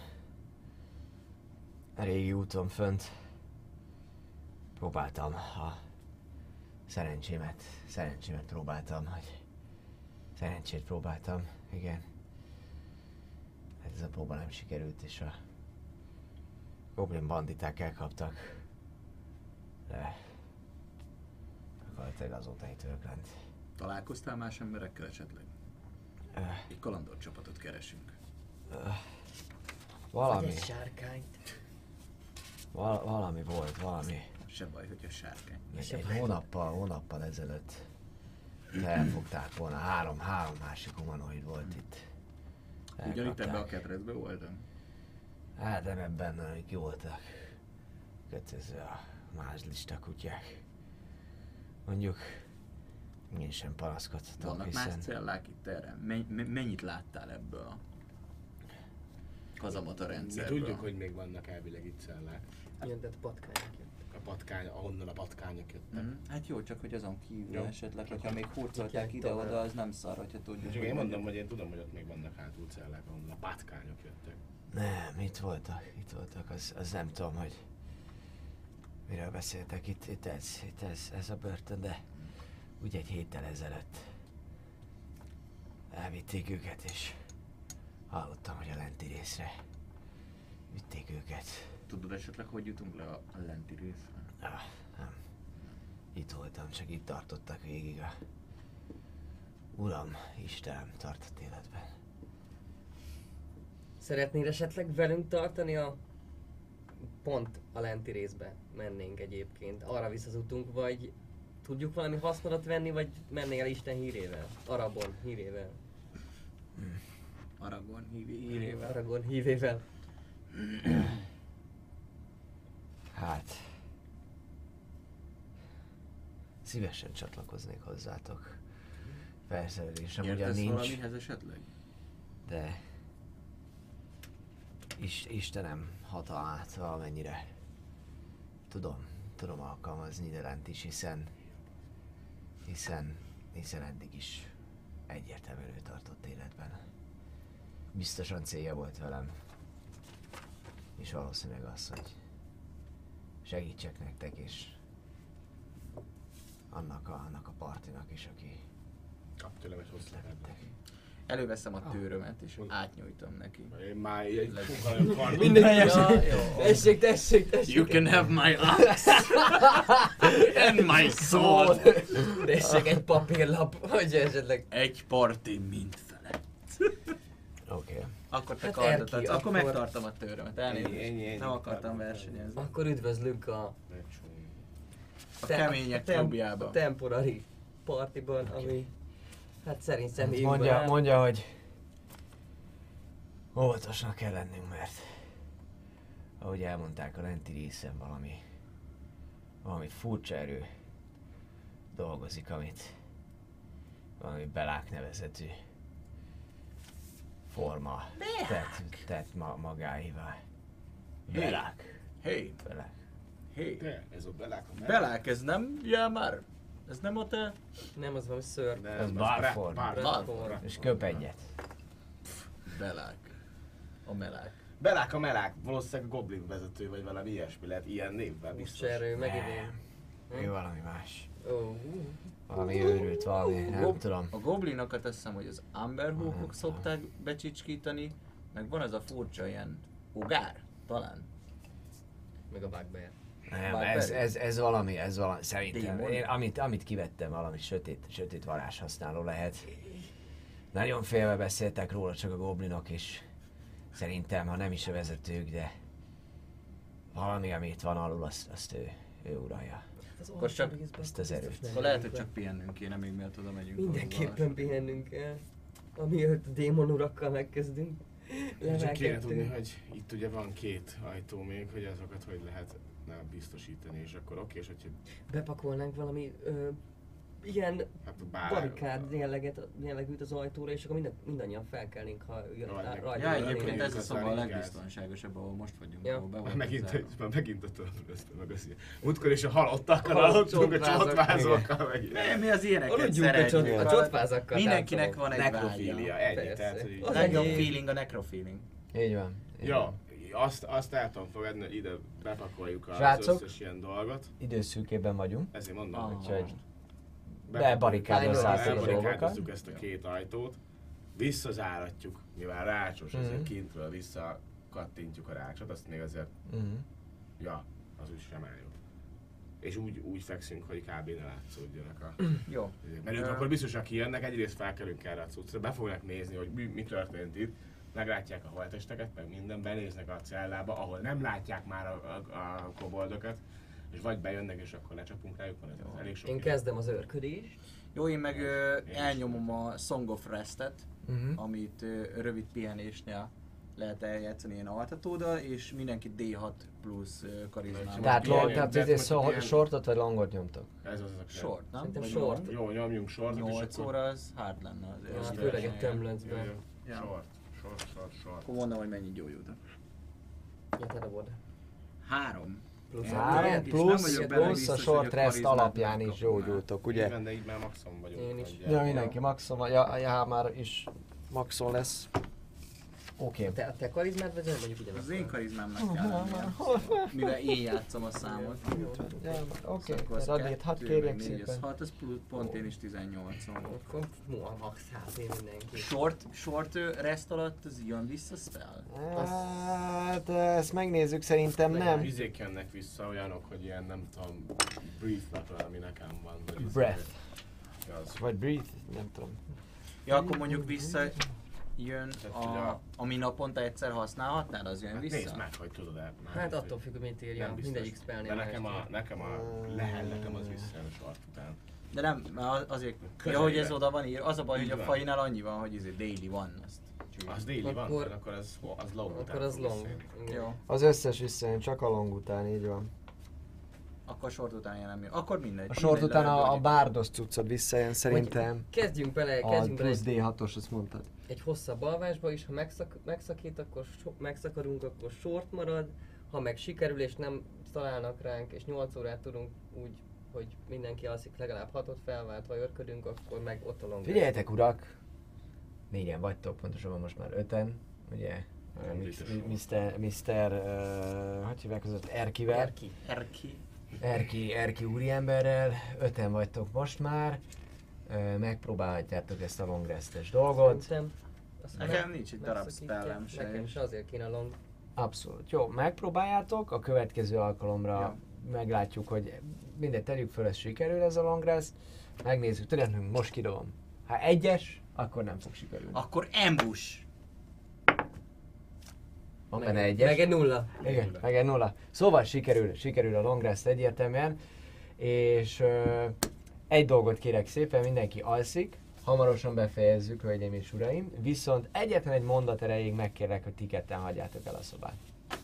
a régi úton fönt. Próbáltam a szerencsémet, szerencsémet próbáltam, hogy szerencsét próbáltam, igen. Hát ez a próba nem sikerült, és a goblin banditák elkaptak. De gyakorlatilag azóta itt vagyok lent. Találkoztál más emberekkel esetleg? Öh, Egy kalandorcsapatot keresünk. öh, valami, Egy sárkányt. val- valami volt, valami. Se baj, hogyha sárkány. Egy, egy hónappal, hónappal ezelőtt elfogták volna, három, három másik humanoid volt itt. Ugyanitt Elkapták. ebbe a ketrecbe voltam? Hát nem ebben, akik jó voltak. Kötöző a mázlista kutyák. Mondjuk, én sem panaszkodhatok, Vannak más hiszen... cellák itt erre? Men- me- mennyit láttál ebből a kazamata Mi rendszerből? tudjuk, hogy még vannak elvileg itt cellák. Ilyen, de patkányok jöttek. A patkány, ahonnan a patkányok jöttek. Mm. Hát jó, csak hogy azon kívül Jó. esetleg, hogyha még hurcolták Tudják ide-oda, tovább. az nem szar, hogyha tudjuk. Csak hogy én mondom, mondjuk. hogy én tudom, hogy ott még vannak hátul cellák, ahonnan a patkányok jöttek. Nem, itt voltak, itt voltak, az, az nem tudom, hogy miről beszéltek. Itt, itt ez, itt ez, ez a börtön, de úgy egy héttel ezelőtt elvitték őket, és hallottam, hogy a lenti részre vitték őket. Tudod esetleg, hogy jutunk le a a lenti részre? Ah, nem. Itt voltam, csak itt tartottak végig a... Uram, Istenem, tartott életben. Szeretnél esetleg velünk tartani a... Pont a lenti részbe mennénk egyébként. Arra visz az utunk, vagy tudjuk valami hasznodat venni, vagy mennél Isten hírével? Arabon hírével. Aragorn hívi hírével. Aragorn hívével. Hát... Szívesen csatlakoznék hozzátok. Felszerelésem ugyan Értesz nincs, valamihez esetleg? de... Is, Istenem hatalmát valamennyire tudom, tudom alkalmazni ide lent is, hiszen... Hiszen... Hiszen eddig is egyértelműen ő tartott életben. Biztosan célja volt velem. És valószínűleg az, hogy segítsek nektek, és annak a, annak a partinak is, aki Kap tőlem egy hosszú levettek. Előveszem a tőrömet és átnyújtom neki. Én már egy fogalom kardon. Minden helyesen. Tessék, tessék, tessék. You can have my axe and my sword. Tessék egy papírlap, hogy esetleg... Egy parti mind felett. Oké. Okay. Akkor te Hát kardot Erki, adsz, akkor akkor- megtartom a tőrömet. Ennyi, ennyi, Elnézést. ennyi. Nem akartam versenyezni. Akkor üdvözlünk a... A kemények tem- klubjában. A temporary partiban, ami... Hát szerint Hát személyünkben mondja, áll. mondja, hogy óvatosnak kell lennünk, mert ahogy elmondták, a lenti részen valami valami furcsa erő dolgozik, amit valami Belák nevezetű forma tett, tett ma, magáévá. Belák. Hey, Belák. hey. De, ez a belák a Belák, ez nem jel már? Ez nem a te? Nem, az valami ször. De Ez az Balfour. Balfour. Balfour. És köp egyet. Belák. A melák. Belák a melák, valószínűleg goblin vezető vagy valami ilyesmi lehet, ilyen névvel biztos. Cserő, megint Ő valami más. Ó, Valami őrült, valami, nem Gob- tudom. A goblinokat azt hiszem, hogy az Amberhawkok szokták becsicskítani, meg van az a furcsa ilyen ugár, talán. meg a bugbear. Nem, Bár ez, belül. ez, ez valami, ez valami, szerintem, Démon? én, amit, amit kivettem, valami sötét, sötét varázs használó lehet. Nagyon félve beszéltek róla csak a goblinok, és szerintem, ha nem is a vezetők, de valami, amit van alul, azt, azt ő, ő uralja. Akkor csak ezt az erőt. Akkor lehet, hogy csak pihennünk kéne, még mielőtt oda megyünk. Mindenképpen pihennünk kell. Amiért a démon urakkal megkezdünk. Csak kéne tudni, Levelkedtünk. hogy itt ugye van két ajtó még, hogy azokat hogy lehet biztosítani, és akkor oké, és hogyha Bepakolnánk valami ö, ilyen Hát bár... barikád jelleget, jellegűt az ajtóra, és akkor minden, mindannyian felkelnénk, ha jön Jaj, rá- meg- rajta. Ja, jönnének. egyébként ez a az szoba a már így legbiztonságosabb, ahol most vagyunk, Ja. ahol be Már volt megint, zárva. már megint ott öltöztem meg az ilyen. Múltkor is a halottakkal aludtunk, a csontvázak. csontvázókkal meg ilyen. Nem, mi az ilyeneket Aludjunk a, csont, szeretjük. a csontvázakkal. Mindenkinek van egy Nekrofília, vágya. ennyi. Persze. Tehát, hogy Az Legjobb ennyi. feeling a necrofeeling. Így van. Így Ja, van. azt, azt el tudom fogadni, hogy ide bepakoljuk az Srácok? összes ilyen dolgot. Időszűkében vagyunk. Ezért mondom, Ah. hogy Úgyhogy bepakoljuk- bebarikádozzátok a Elbarikádozzuk dolgokat. ezt a két ajtót, visszazáratjuk, mivel rácsos, ezért Mhm. kintről visszakattintjuk a rácsot, azt még azért, Mhm. ja, az úgy sem áll jó. És úgy, úgy fekszünk, hogy kb. Ne látszódjanak a... Jó. Mert ők Ö. akkor biztosan kijönnek, egyrészt felkerülünk erre a cuccra, be fognak nézni, hogy mi, mi történt itt, meglátják a holttesteket, meg minden, benéznek a cellába, ahol nem látják már a, a, a koboldokat, és vagy bejönnek, és akkor lecsapunk rájuk, van ez az elég sok Én idő. kezdem az őrködést. Jó, én meg ö, Én is. elnyomom a Song of Rest-et, Mhm. amit ö, rövid pihenésnél lehet eljátszani ilyen altatóddal, és mindenki dé hat plusz ö, karizmával. Tehát, Ilyen- long, tehát ilyen- izé ilyen- szor- ilyen- shortot vagy longot nyomtok? Ez az az a Short, nem? Szerintem Vagy short. long? Jó, nyomjunk sortot, és nyolc akkor... óra az hard lenne azért. Ja, az főleg teljesen egy ilyen. Jó, tömlöcben. jó. Ja. Short, short, short, short. Akkor mondom, hogy mennyit gyógyultak. Mit darabod? Három. Plusz Én Három lehet is, nem plusz, vagyok benne plusz a biztos, short hogy a rest karizmát alapján is megkapom már. gyógyultok, Ugye? ugye? De így már maximum vagyunk. Én is. nagyjából. Ja, mindenki maxon, ja, ja, már is maxon lesz. Oké. Te, a te karizmád vagy nem mondjuk ugyanaz? Az én karizmámnak kell lennie. Mivel én játszom a számot. Ja, Oké, Akkor az radét, hadd kettő, kérjek meg négy, az szépen. hat, az plusz pont én is tizennyolcon. Akkor mua, max há pé mindenki. Short, short ö, rest alatt az jön vissza spell? Hát ezt megnézzük, szerintem nem. Izék jönnek vissza olyanok, hogy ilyen nem tudom, brief weapon, ami nekem van. vagy izé- Breath. Ja, az. Vagy breathe, nem tudom. Ja, akkor mondjuk vissza jön, Tehát, hogy a, a- ami naponta egyszer használhatnád, az jön Hát vissza? nézd meg, hogy tudod el. Hát attól függ, hogy mit írja. Nem biztos. Mindegyik spellnél De nekem a, más. nekem a lehel, nekem az visszajön a sort után. De nem, mert az- azért, ja, Közelében. hogy ez oda van ír, az a baj, Így hogy a van. fainál annyi van, hogy ez daily van, azt csak- Az daily van, Akkor- akkor, akkor az, az long után Akkor az fog long. visszajönni. Igen. Jó, Az összes visszajön, csak a long után, így van. akkor short után jön nem jön. Akkor mindegy. A sort mindegy, után a, a lehetődik. bárdos cuccod visszajön szerintem. Kezdjünk bele, A kezdjünk bele plusz egy, dé hatos, azt mondtad. egy hosszabb alvásba is, ha megszak, megszakít, akkor so, megszakadunk, akkor short marad. Ha meg sikerül és nem találnak ránk, és nyolc órát tudunk úgy, hogy mindenki alszik legalább hatot felváltva őrködünk, akkor meg ott a long. Figyeljetek urak! Négyen vagytok, pontosabban most már öten, ugye? Nem Mi- biztos. mi- miszter, miszter, uh, hogy hívják az ott, Erkivel? Erki. Erki. Erki, Erki úriemberrel, öten vagytok most már. Uh, megpróbálhatjátok ezt a long restes dolgot. Szerintem. Azt Nekem meg- nincs itt darab megszakítja. spellem se, Nekem és- se azért kéne long. Abszolút. Jó, megpróbáljátok, a következő alkalomra Ja. meglátjuk, hogy mindegy, tegyük föl, ez sikerül ez a long rest. Megnézzük, tudod, most kidobom. Ha egyes, akkor nem fog sikerülni. Akkor ambush. Van Meg- benne egyes. Meg egy nulla. Igen, meg egy nulla. Szóval sikerül, sikerül a long rest egyértelműen, és ö, egy dolgot kérek szépen, mindenki alszik, hamarosan befejezzük, hölgyeim és uraim, viszont egyetlen egy mondat erejéig megkérlek, hogy ti ketten hagyjátok el a szobát.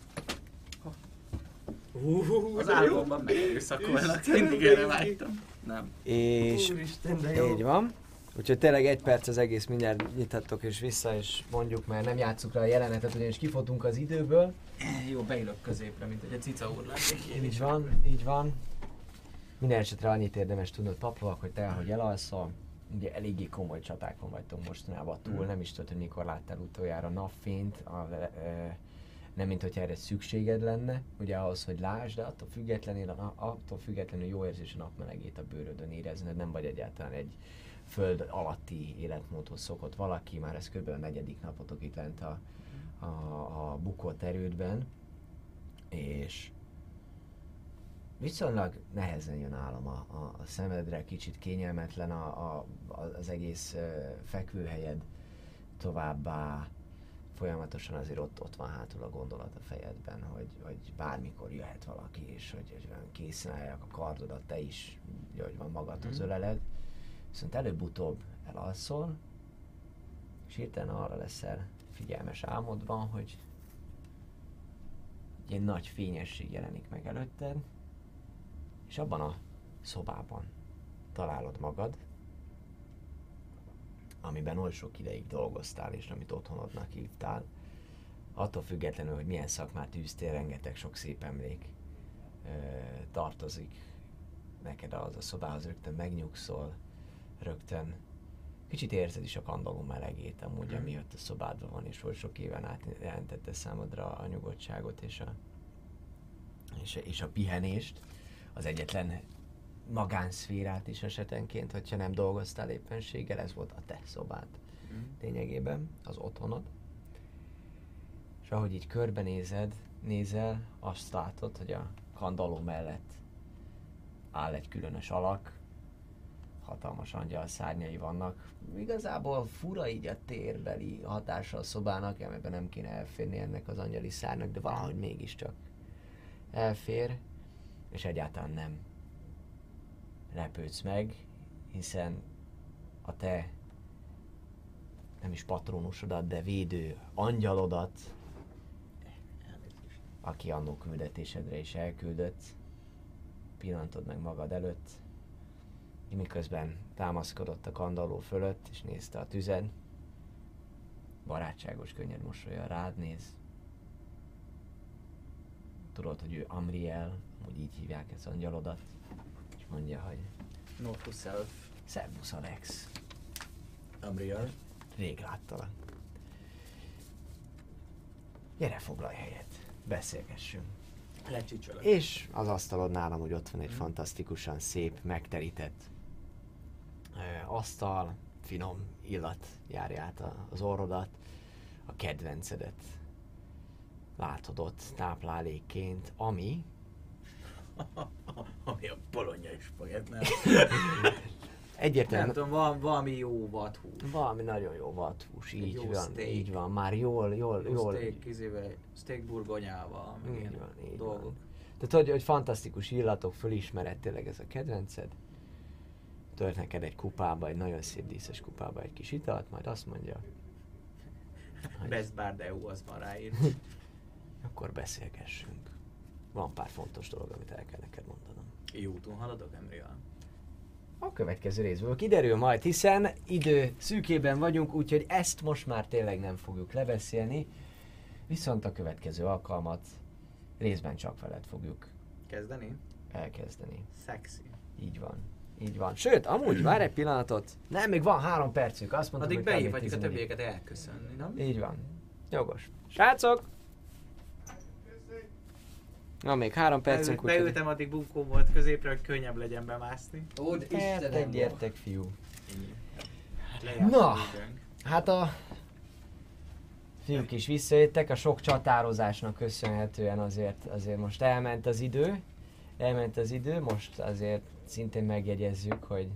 Az álmomban megerőszakolnak, mindig erre vágytam. Nem. És Úristen, de jó. így van. Úgyhogy tényleg egy perc az egész, mindjárt nyithattok és vissza, és mondjuk, mert nem játsszuk rá a jelenetet, ugyanis kifotunk az időből. Jó, beülök középre, mint hogy a cica úr lennék én is. Így van, így van. Minden esetre annyit érdemes tudnod, paplovak, hogy te, ahogy elalszol, ugye eléggé komoly csatákon vagytok mostanában túl, nem is tudod, hogy mikor láttál utoljára napfényt, a, e, nem mint hogy erre szükséged lenne, ugye ahhoz, hogy lásd, de attól függetlenül, a, attól függetlenül jó érzés a napmelegét a bőrödön érezned, nem vagy egyáltalán egy föld alatti életmódhoz szokott valaki, már ez kb. A negyedik napotok itt lent a, a, a bukott erődben, és viszonylag nehezen jön álom a, a, a szemedre, kicsit kényelmetlen a, a, az egész uh, fekvőhelyed, továbbá folyamatosan azért ott, ott van hátul a gondolat a fejedben, hogy, hogy bármikor jöhet valaki, és hogy, hogy olyan készen álljak a kardodat, te is, hogy van magadhoz öleled. Viszont előbb-utóbb elalszol, és hirtelen arra leszel figyelmes álmodban, hogy egy nagy fényesség jelenik meg előtted, és abban a szobában találod magad, amiben oly sok ideig dolgoztál, és amit otthonodnak hívtál, attól függetlenül, hogy milyen szakmát űztél, rengeteg sok szép emlék ö, tartozik neked az a szobához, rögtön megnyugszol, rögtön kicsit érzed is a kandalló melegét amúgy, ami ott a szobádban van, és oly sok éven át jelentette számodra a nyugodtságot és a, és, és a pihenést, az egyetlen magánszférát is esetenként, hogyha nem dolgoztál éppenséggel, ez volt a te szobád mm. lényegében, az otthonod. És ahogy így körbenézed, nézel, azt látod, hogy a kandalló mellett áll egy különös alak, hatalmas angyal szárnyai vannak. Igazából fura így a térbeli hatása a szobának, amiben nem kéne elférni ennek az angyali szárnak, de valahogy mégiscsak elfér, és egyáltalán nem lepődsz meg, hiszen a te nem is patronusodat, de védő angyalodat, aki annó küldetésedre is elküldött, pillantod meg magad előtt, miközben támaszkodott a kandalló fölött, és nézte a tüzet, barátságos, könnyed mosollyal rád néz. Tudod, hogy ő Amriel, amúgy így hívják ezt angyalodat, és mondja, hogy Note to self. Szervusz Alex, Amriel. rég láttalak. Gyere, foglalj helyet, beszélgessünk. Lecsicsolok. És az asztalod nálam, hogy ott van egy fantasztikusan szép, megterített ö, asztal, finom illat járja át a- az orrodat, a kedvencedet látod ott táplálékként, ami Ami a bolonyai spagetti. Nem egyértelműen tudom, val- valami jó vadhús. valami nagyon jó vadhús, így jó van, steak. így van, már jól, jól, Jó jól, steak, izével, steak burgonyával, meg Így ilyen van, így dolgok. van. Tehát, hogy, hogy fantasztikus illatok, fölismered, tényleg ez a kedvenced. Tört neked egy kupába, egy nagyon szép díszes kupába egy kis italt, majd azt mondja, hogy Best Bar de jó, az van ráírt. akkor beszélgessünk. Van pár fontos dolog, amit el kell neked mondanom. Jó úton haladok, Emriel? A következő részből kiderül majd, hiszen idő szűkében vagyunk, úgyhogy ezt most már tényleg nem fogjuk lebeszélni, viszont a következő alkalmat részben csak veled fogjuk Kezdeni? elkezdeni. Szexi. Így van. Így van. Sőt, amúgy, várj egy pillanatot. Nem, még van három percük. Azt mondtam, Addig hogy kb. beívhatjuk a tizenegy. többieket elköszönni, nem? Így van. Jogos. Srácok! Na, még három percünk, Beült, beültem, addig bunkó volt középre, hogy könnyebb legyen bemászni. Ó, de Gyertek, Istenem, gyertek, fiú. Hát lejárt Na! az időnk. Hát a fiúk is visszajöttek, a sok csatározásnak köszönhetően azért, azért most elment az idő. Elment az idő, most azért szintén megjegyezzük, hogy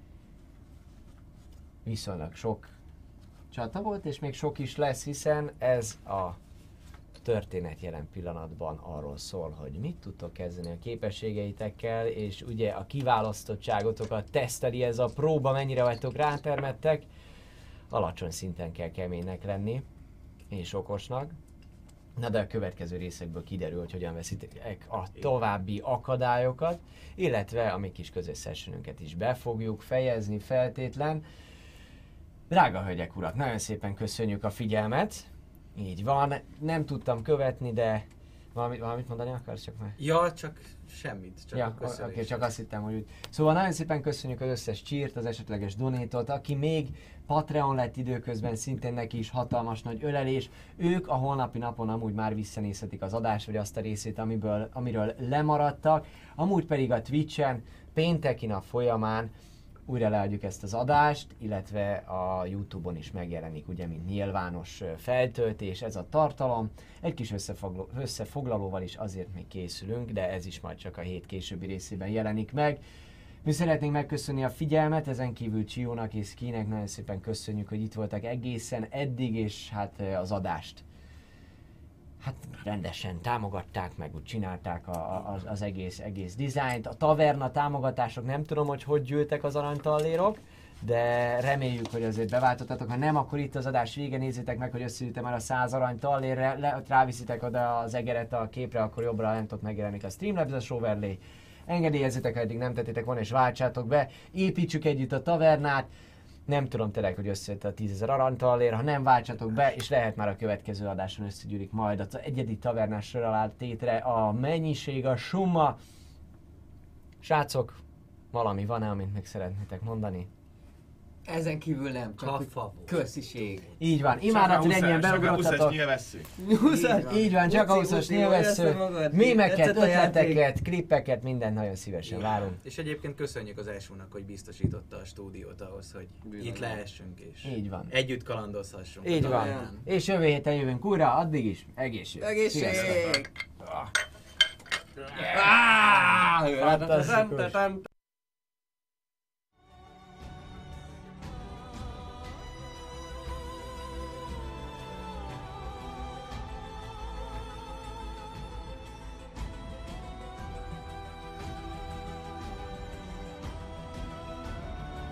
viszonylag sok csata volt, és még sok is lesz, hiszen ez a történet jelen pillanatban arról szól, hogy mit tudtok kezdeni a képességeitekkel, és ugye a kiválasztottságotokat teszteli ez a próba, mennyire vagytok rátermettek. Alacsony szinten kell keménynek lenni, és okosnak. Na de a következő részekből kiderül, hogy hogyan veszitek a további akadályokat, illetve a mi kis közös sessionünket is be fogjuk fejezni feltétlen. Drága hölgyek, urak, nagyon szépen köszönjük a figyelmet. Így van, nem tudtam követni, de valamit, valamit mondani akarsz csak már? Ja, csak semmit, csak Ja, a oké, köszönés. okay, csak azt hittem, hogy úgy. Szóval nagyon szépen köszönjük az összes cheert, az esetleges donétot, aki még Patreon lett időközben, szintén neki is hatalmas nagy ölelés. Ők a holnapi napon amúgy már visszanézhetik az adást, vagy azt a részét, amiből, amiről lemaradtak. Amúgy pedig a Twitchen pénteki nap folyamán újra leadjuk ezt az adást, illetve a YouTube-on is megjelenik, ugye, mint nyilvános ö, feltöltés ez a tartalom. Egy kis összefoglaló, összefoglalóval is azért még készülünk, de ez is majd csak a hét későbbi részében jelenik meg. Mi szeretnénk megköszönni a figyelmet, ezen kívül Csiónak és Skinek nagyon szépen köszönjük, hogy itt voltak egészen eddig, és hát ö, az adást hát rendesen támogatták, meg úgy csinálták a, a, az, az egész, egész dizájnt. A taverna támogatások, nem tudom, hogy hogy gyűltek az aranytallérok, de reméljük, hogy azért beváltottatok. Ha nem, akkor itt az adás vége, nézzétek meg, hogy összegyűjtem el a száz aranytallérre, le, ráviszitek oda az egeret a képre, akkor jobbra lentot megjelenik a Streamlabs-es overlay. engedélyezzétek, ha eddig nem tettétek volna, és váltsátok be. Építsük együtt a tavernát. Nem tudom tényleg, hogy összejött a tízezer aranytalér, ha nem váltsatok be, és lehet már a következő adáson összegyűlik majd az egyedi tavernás sör tétre a mennyiség, a summa. Srácok, valami van-e, amit még szeretnétek mondani? Ezen kívül nem, csak hogy Kafa. kösziség. Így van, imádat, hogy ennyien beugrottatok. Így van, csak a huszas nyilvessző. Mémeket, ötleteket, klippeket, mindent nagyon szívesen várunk. És egyébként köszönjük az Esónak, hogy biztosította a stúdiót ahhoz, hogy itt lehessünk és Így van. együtt kalandozhassunk. Így a van. tavernán. És jövő héten jövünk újra, addig is egészség. Egészség! Sziasztok. Ah, Fantasztikus.